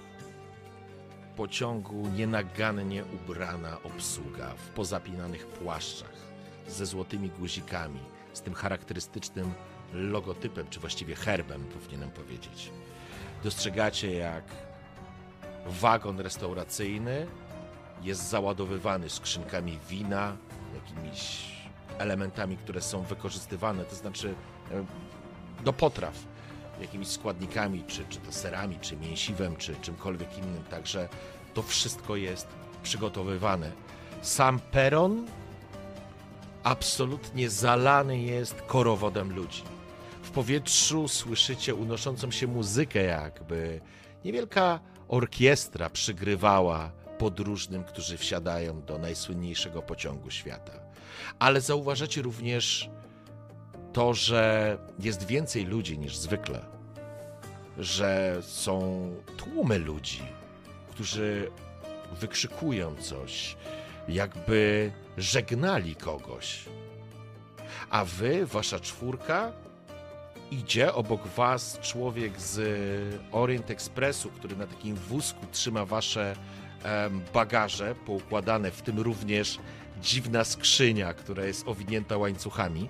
pociągu nienagannie ubrana obsługa w pozapinanych płaszczach ze złotymi guzikami, z tym charakterystycznym logotypem, czy właściwie herbem, powinienem powiedzieć. Dostrzegacie, jak wagon restauracyjny jest załadowywany skrzynkami wina, jakimiś elementami, które są wykorzystywane, to znaczy do potraw, jakimiś składnikami, czy to serami, czy mięsiwem, czy czymkolwiek innym. Także to wszystko jest przygotowywane. Sam peron absolutnie zalany jest korowodem ludzi. W powietrzu słyszycie unoszącą się muzykę, jakby niewielka orkiestra przygrywała podróżnym, którzy wsiadają do najsłynniejszego pociągu świata. Ale zauważacie również to, że jest więcej ludzi niż zwykle, że są tłumy ludzi, którzy wykrzykują coś, jakby żegnali kogoś. A wy, wasza czwórka, idzie obok was człowiek z Orient Expressu, który na takim wózku trzyma wasze bagaże poukładane, w tym również dziwna skrzynia, która jest owinięta łańcuchami.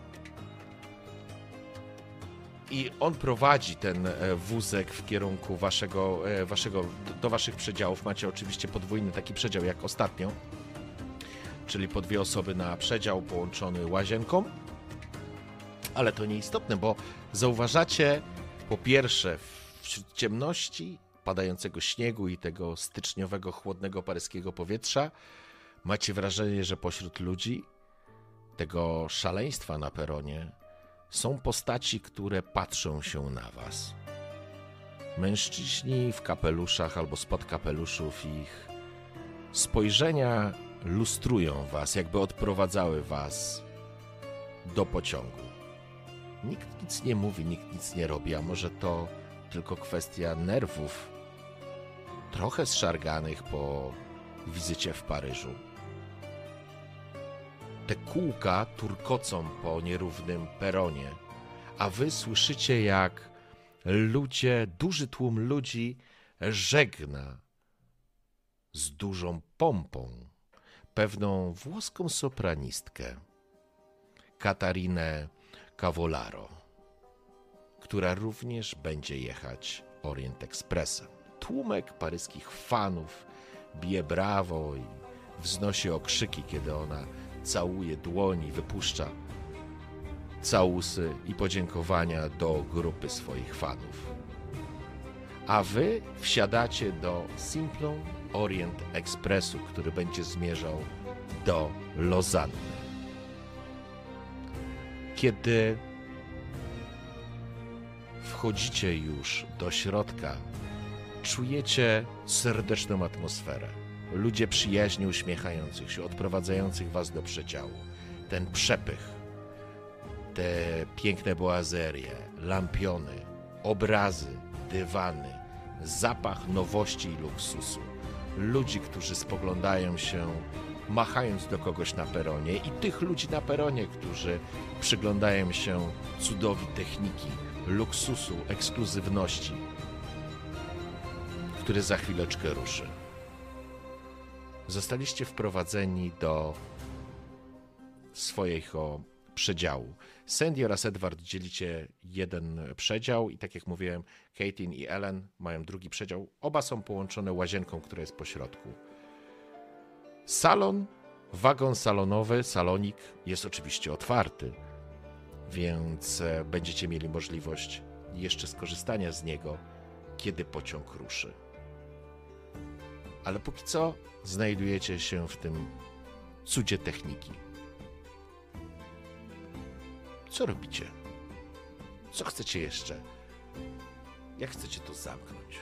I on prowadzi ten wózek w kierunku do waszych przedziałów. Macie oczywiście podwójny taki przedział jak ostatnio, czyli po 2 osoby na przedział połączony łazienką. Ale to nieistotne, bo zauważacie po pierwsze wśród ciemności, padającego śniegu i tego styczniowego, chłodnego paryskiego powietrza macie wrażenie, że pośród ludzi, tego szaleństwa na peronie, są postaci, które patrzą się na was. Mężczyźni w kapeluszach albo spod kapeluszów, ich spojrzenia lustrują was, jakby odprowadzały was do pociągu. Nikt nic nie mówi, nikt nic nie robi, a może to tylko kwestia nerwów, trochę zszarganych po wizycie w Paryżu. Te kółka turkocą po nierównym peronie, a wy słyszycie, jak ludzie, duży tłum ludzi żegna z dużą pompą pewną włoską sopranistkę, Katarinę Cavallaro, która również będzie jechać Orient Expressem. Tłumek paryskich fanów bije brawo i wznosi okrzyki, kiedy ona całuje dłoni, wypuszcza całusy i podziękowania do grupy swoich fanów. A wy wsiadacie do Simplon Orient Expressu, który będzie zmierzał do Lozanny. Kiedy wchodzicie już do środka, czujecie serdeczną atmosferę. Ludzie przyjaźnie uśmiechających się, odprowadzających was do przedziału. Ten przepych, te piękne boazerie, lampiony, obrazy, dywany, zapach nowości i luksusu. Ludzi, którzy spoglądają się, machając do kogoś na peronie, i tych ludzi na peronie, którzy przyglądają się cudowi techniki, luksusu, ekskluzywności, który za chwileczkę ruszy. Zostaliście wprowadzeni do swojego przedziału. Sandy oraz Edward dzielicie jeden przedział i tak jak mówiłem, Caitlin i Ellen mają drugi przedział. Oba są połączone łazienką, która jest po środku. Salon, wagon salonowy, salonik jest oczywiście otwarty, więc będziecie mieli możliwość jeszcze skorzystania z niego, kiedy pociąg ruszy. Ale póki co znajdujecie się w tym cudzie techniki. Co robicie? Co chcecie jeszcze? Jak chcecie to zamknąć?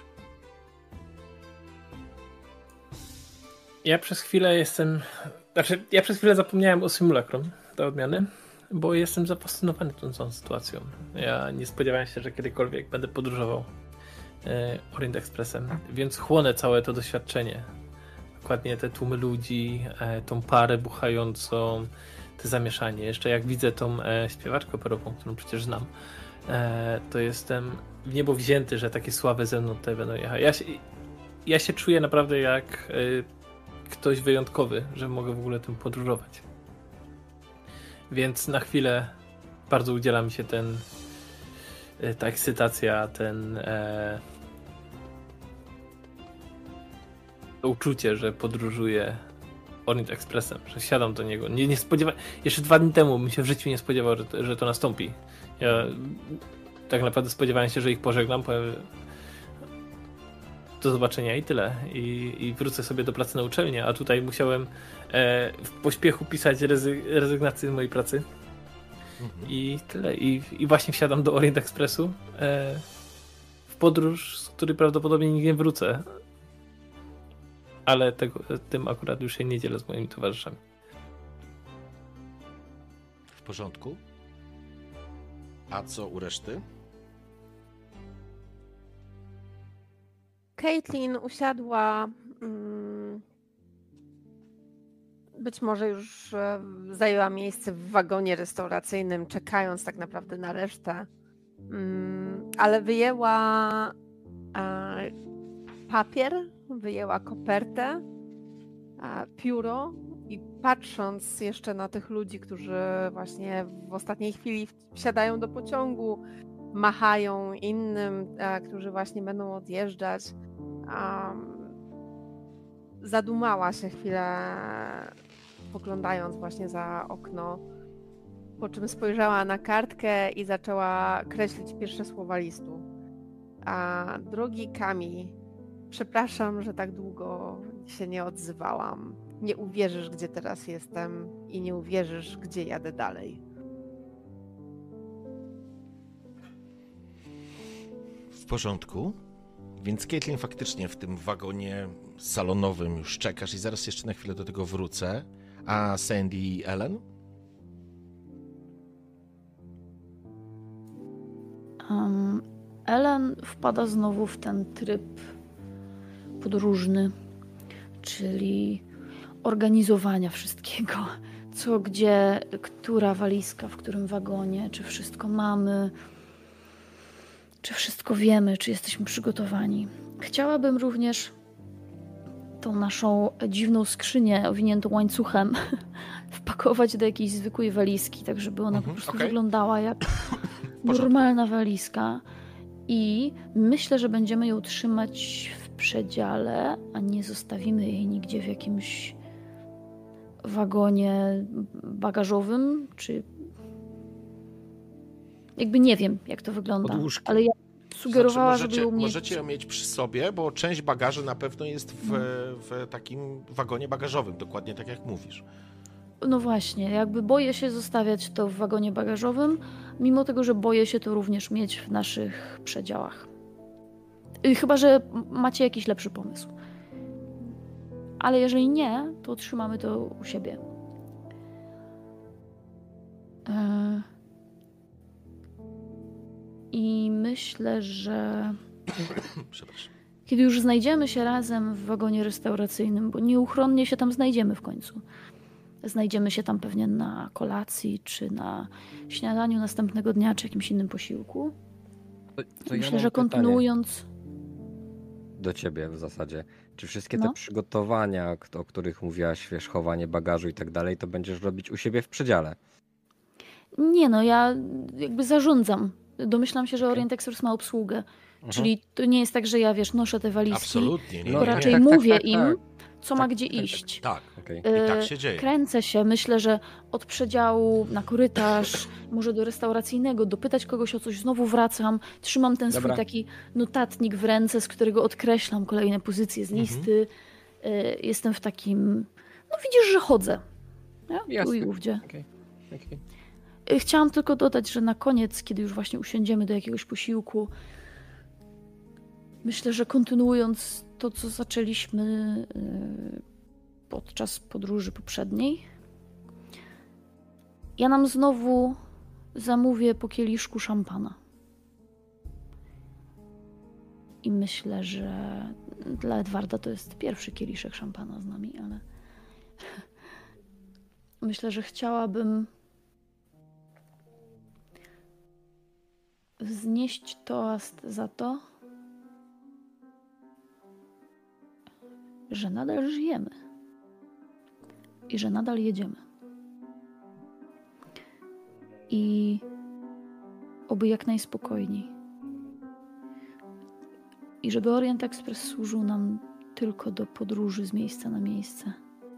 Ja przez chwilę zapomniałem o symulakrum do odmiany, bo jestem zafascynowany tą całą sytuacją. Ja nie spodziewałem się, że kiedykolwiek będę podróżował Orient Expressem, więc chłonę całe to doświadczenie. Dokładnie te tłumy ludzi, tą parę buchającą, te zamieszanie. Jeszcze jak widzę tą śpiewaczkę operową, którą przecież znam, to jestem w niebo wzięty, że takie sławy ze mną tutaj będą jechać. Ja się czuję naprawdę jak ktoś wyjątkowy, że mogę w ogóle tym podróżować. Więc na chwilę bardzo udziela mi się ta ekscytacja, to uczucie, że podróżuję Orient Expressem, że wsiadam do niego. Nie jeszcze 2 dni temu bym się w życiu nie spodziewał, że to nastąpi. Ja tak naprawdę spodziewałem się, że ich pożegnam, powiem do zobaczenia i tyle. I wrócę sobie do pracy na uczelnię, a tutaj musiałem w pośpiechu pisać rezygnację z mojej pracy. I tyle. I właśnie wsiadam do Orient Expressu w podróż, z której prawdopodobnie nigdy nie wrócę. Ale tym akurat już się nie dzielę z moimi towarzyszami. W porządku. A co u reszty? Caitlin usiadła, być może już zajęła miejsce w wagonie restauracyjnym, czekając tak naprawdę na resztę, ale wyjęła papier, wyjęła kopertę, pióro i patrząc jeszcze na tych ludzi, którzy właśnie w ostatniej chwili wsiadają do pociągu, machają innym, którzy właśnie będą odjeżdżać, zadumała się chwilę, poglądając właśnie za okno, po czym spojrzała na kartkę i zaczęła kreślić pierwsze słowa listu. A drogi Kami, przepraszam, że tak długo się nie odzywałam. Nie uwierzysz, gdzie teraz jestem i nie uwierzysz, gdzie jadę dalej. W porządku. Więc Caitlin, faktycznie w tym wagonie salonowym już czekasz i zaraz jeszcze na chwilę do tego wrócę. A Sandy i Ellen? Ellen wpada znowu w ten tryb podróżny, czyli organizowania wszystkiego. Co, gdzie, która walizka, w którym wagonie, czy wszystko mamy, czy wszystko wiemy, czy jesteśmy przygotowani. Chciałabym również tą naszą dziwną skrzynię owiniętą łańcuchem wpakować do jakiejś zwykłej walizki, tak żeby ona po prostu wyglądała jak normalna walizka. I myślę, że będziemy ją trzymać w przedziale, a nie zostawimy jej nigdzie w jakimś wagonie bagażowym, czy jakby nie wiem, jak to wygląda. Podłóżki. Ale ja sugerowała, żeby ją mieć... Możecie ją mieć przy sobie, bo część bagaży na pewno jest w takim wagonie bagażowym, dokładnie tak jak mówisz. No właśnie, jakby boję się zostawiać to w wagonie bagażowym, mimo tego, że boję się to również mieć w naszych przedziałach. Chyba że macie jakiś lepszy pomysł. Ale jeżeli nie, to trzymamy to u siebie. I myślę, że Przepraszam. kiedy już znajdziemy się razem w wagonie restauracyjnym, bo nieuchronnie się tam znajdziemy w końcu. Znajdziemy się tam pewnie na kolacji, czy na śniadaniu następnego dnia, czy jakimś innym posiłku. To Myślę, że kontynuując... Do ciebie w zasadzie. Czy wszystkie te przygotowania, o których mówiłaś, wiesz, chowanie bagażu i tak dalej, to będziesz robić u siebie w przedziale? Nie no, ja jakby zarządzam. Domyślam się, że Orient Express ma obsługę. Czyli to nie jest tak, że ja, wiesz, noszę te walizki. Absolutnie. Tylko raczej mówię im, co ma gdzie iść. Tak. Okay. I tak się dzieje. Kręcę się, myślę, że od przedziału na korytarz, może do restauracyjnego, dopytać kogoś o coś, znowu wracam, trzymam ten swój taki notatnik w ręce, z którego odkreślam kolejne pozycje z listy. Jestem w takim, no widzisz, że chodzę. Ja? Tu i ówdzie. Okay. Chciałam tylko dodać, że na koniec, kiedy już właśnie usiądziemy do jakiegoś posiłku, myślę, że kontynuując to, co zaczęliśmy podczas podróży poprzedniej, ja nam znowu zamówię po kieliszku szampana. I myślę, że dla Edwarda to jest pierwszy kieliszek szampana z nami, ale myślę, że chciałabym wznieść toast za to, że nadal żyjemy i że nadal jedziemy. I oby jak najspokojniej. I żeby Orient Express służył nam tylko do podróży z miejsca na miejsce.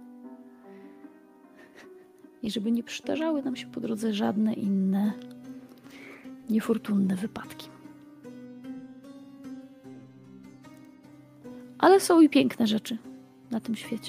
I żeby nie przydarzały nam się po drodze żadne inne niefortunne wypadki. Ale są i piękne rzeczy na tym świecie.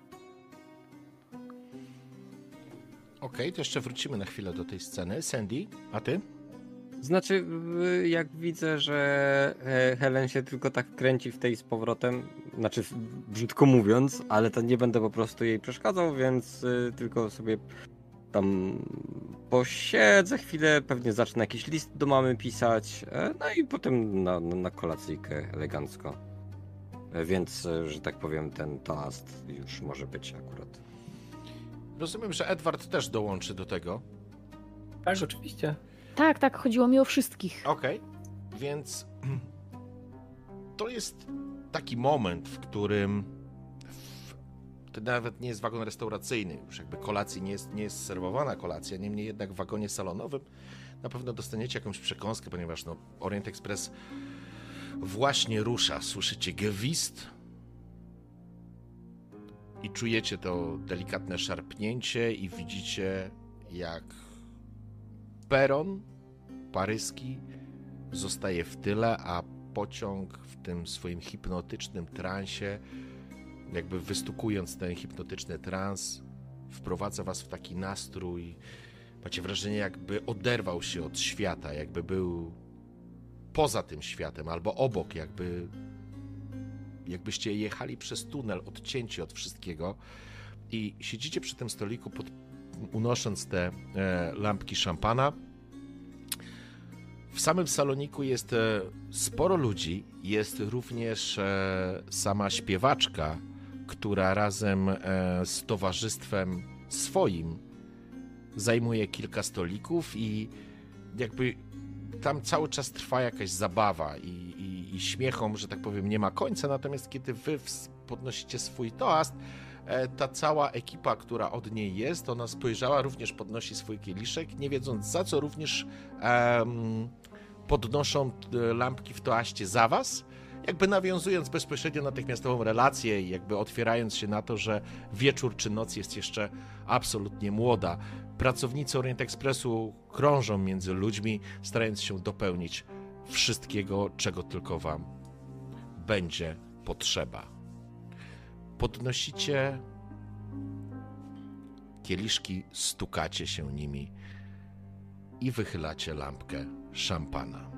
Okej, to jeszcze wrócimy na chwilę do tej sceny. Sandy, a ty? Znaczy, jak widzę, że Helen się tylko tak kręci w tej z powrotem, znaczy brzydko mówiąc, ale to nie będę po prostu jej przeszkadzał, więc tylko sobie tam posiedzę chwilę, pewnie zacznę jakiś list do mamy pisać, no i potem na kolacyjkę elegancko. Więc, że tak powiem, ten toast już może być akurat. Rozumiem, że Edward też dołączy do tego. Tak, oczywiście. Tak, chodziło mi o wszystkich. Okej, więc to jest taki moment, w którym to nawet nie jest wagon restauracyjny, już jakby kolacji nie jest serwowana kolacja, niemniej jednak w wagonie salonowym na pewno dostaniecie jakąś przekąskę, ponieważ Orient Express właśnie rusza. Słyszycie gwizd i czujecie to delikatne szarpnięcie i widzicie, jak peron paryski zostaje w tyle, a pociąg w tym swoim hipnotycznym transie, jakby wystukując ten hipnotyczny trans, wprowadza was w taki nastrój. Macie wrażenie, jakby oderwał się od świata, jakby był poza tym światem albo obok, jakbyście jechali przez tunel, odcięci od wszystkiego i siedzicie przy tym stoliku, unosząc te lampki szampana. W samym saloniku jest sporo ludzi, jest również sama śpiewaczka, która razem z towarzystwem swoim zajmuje kilka stolików i jakby tam cały czas trwa jakaś zabawa i śmiechom, że tak powiem, nie ma końca, natomiast kiedy wy podnosicie swój toast, ta cała ekipa, która od niej jest, ona spojrzała, również podnosi swój kieliszek, nie wiedząc za co, również podnoszą lampki w toaście za was, jakby nawiązując bezpośrednio natychmiastową relację i jakby otwierając się na to, że wieczór czy noc jest jeszcze absolutnie młoda. Pracownicy Orient Expressu krążą między ludźmi, starając się dopełnić wszystkiego, czego tylko wam będzie potrzeba. Podnosicie kieliszki, stukacie się nimi i wychylacie lampkę szampana.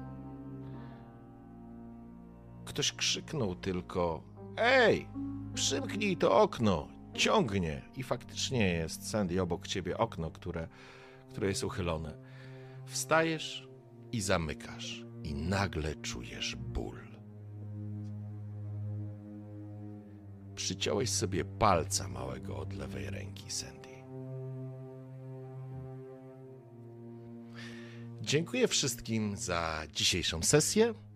Ktoś krzyknął tylko: ej, przymknij to okno, ciągnie. I faktycznie jest, Sandy, obok ciebie okno, które jest uchylone. Wstajesz i zamykasz i nagle czujesz ból. Przyciąłeś sobie palca małego od lewej ręki, Sandy. Dziękuję wszystkim za dzisiejszą sesję.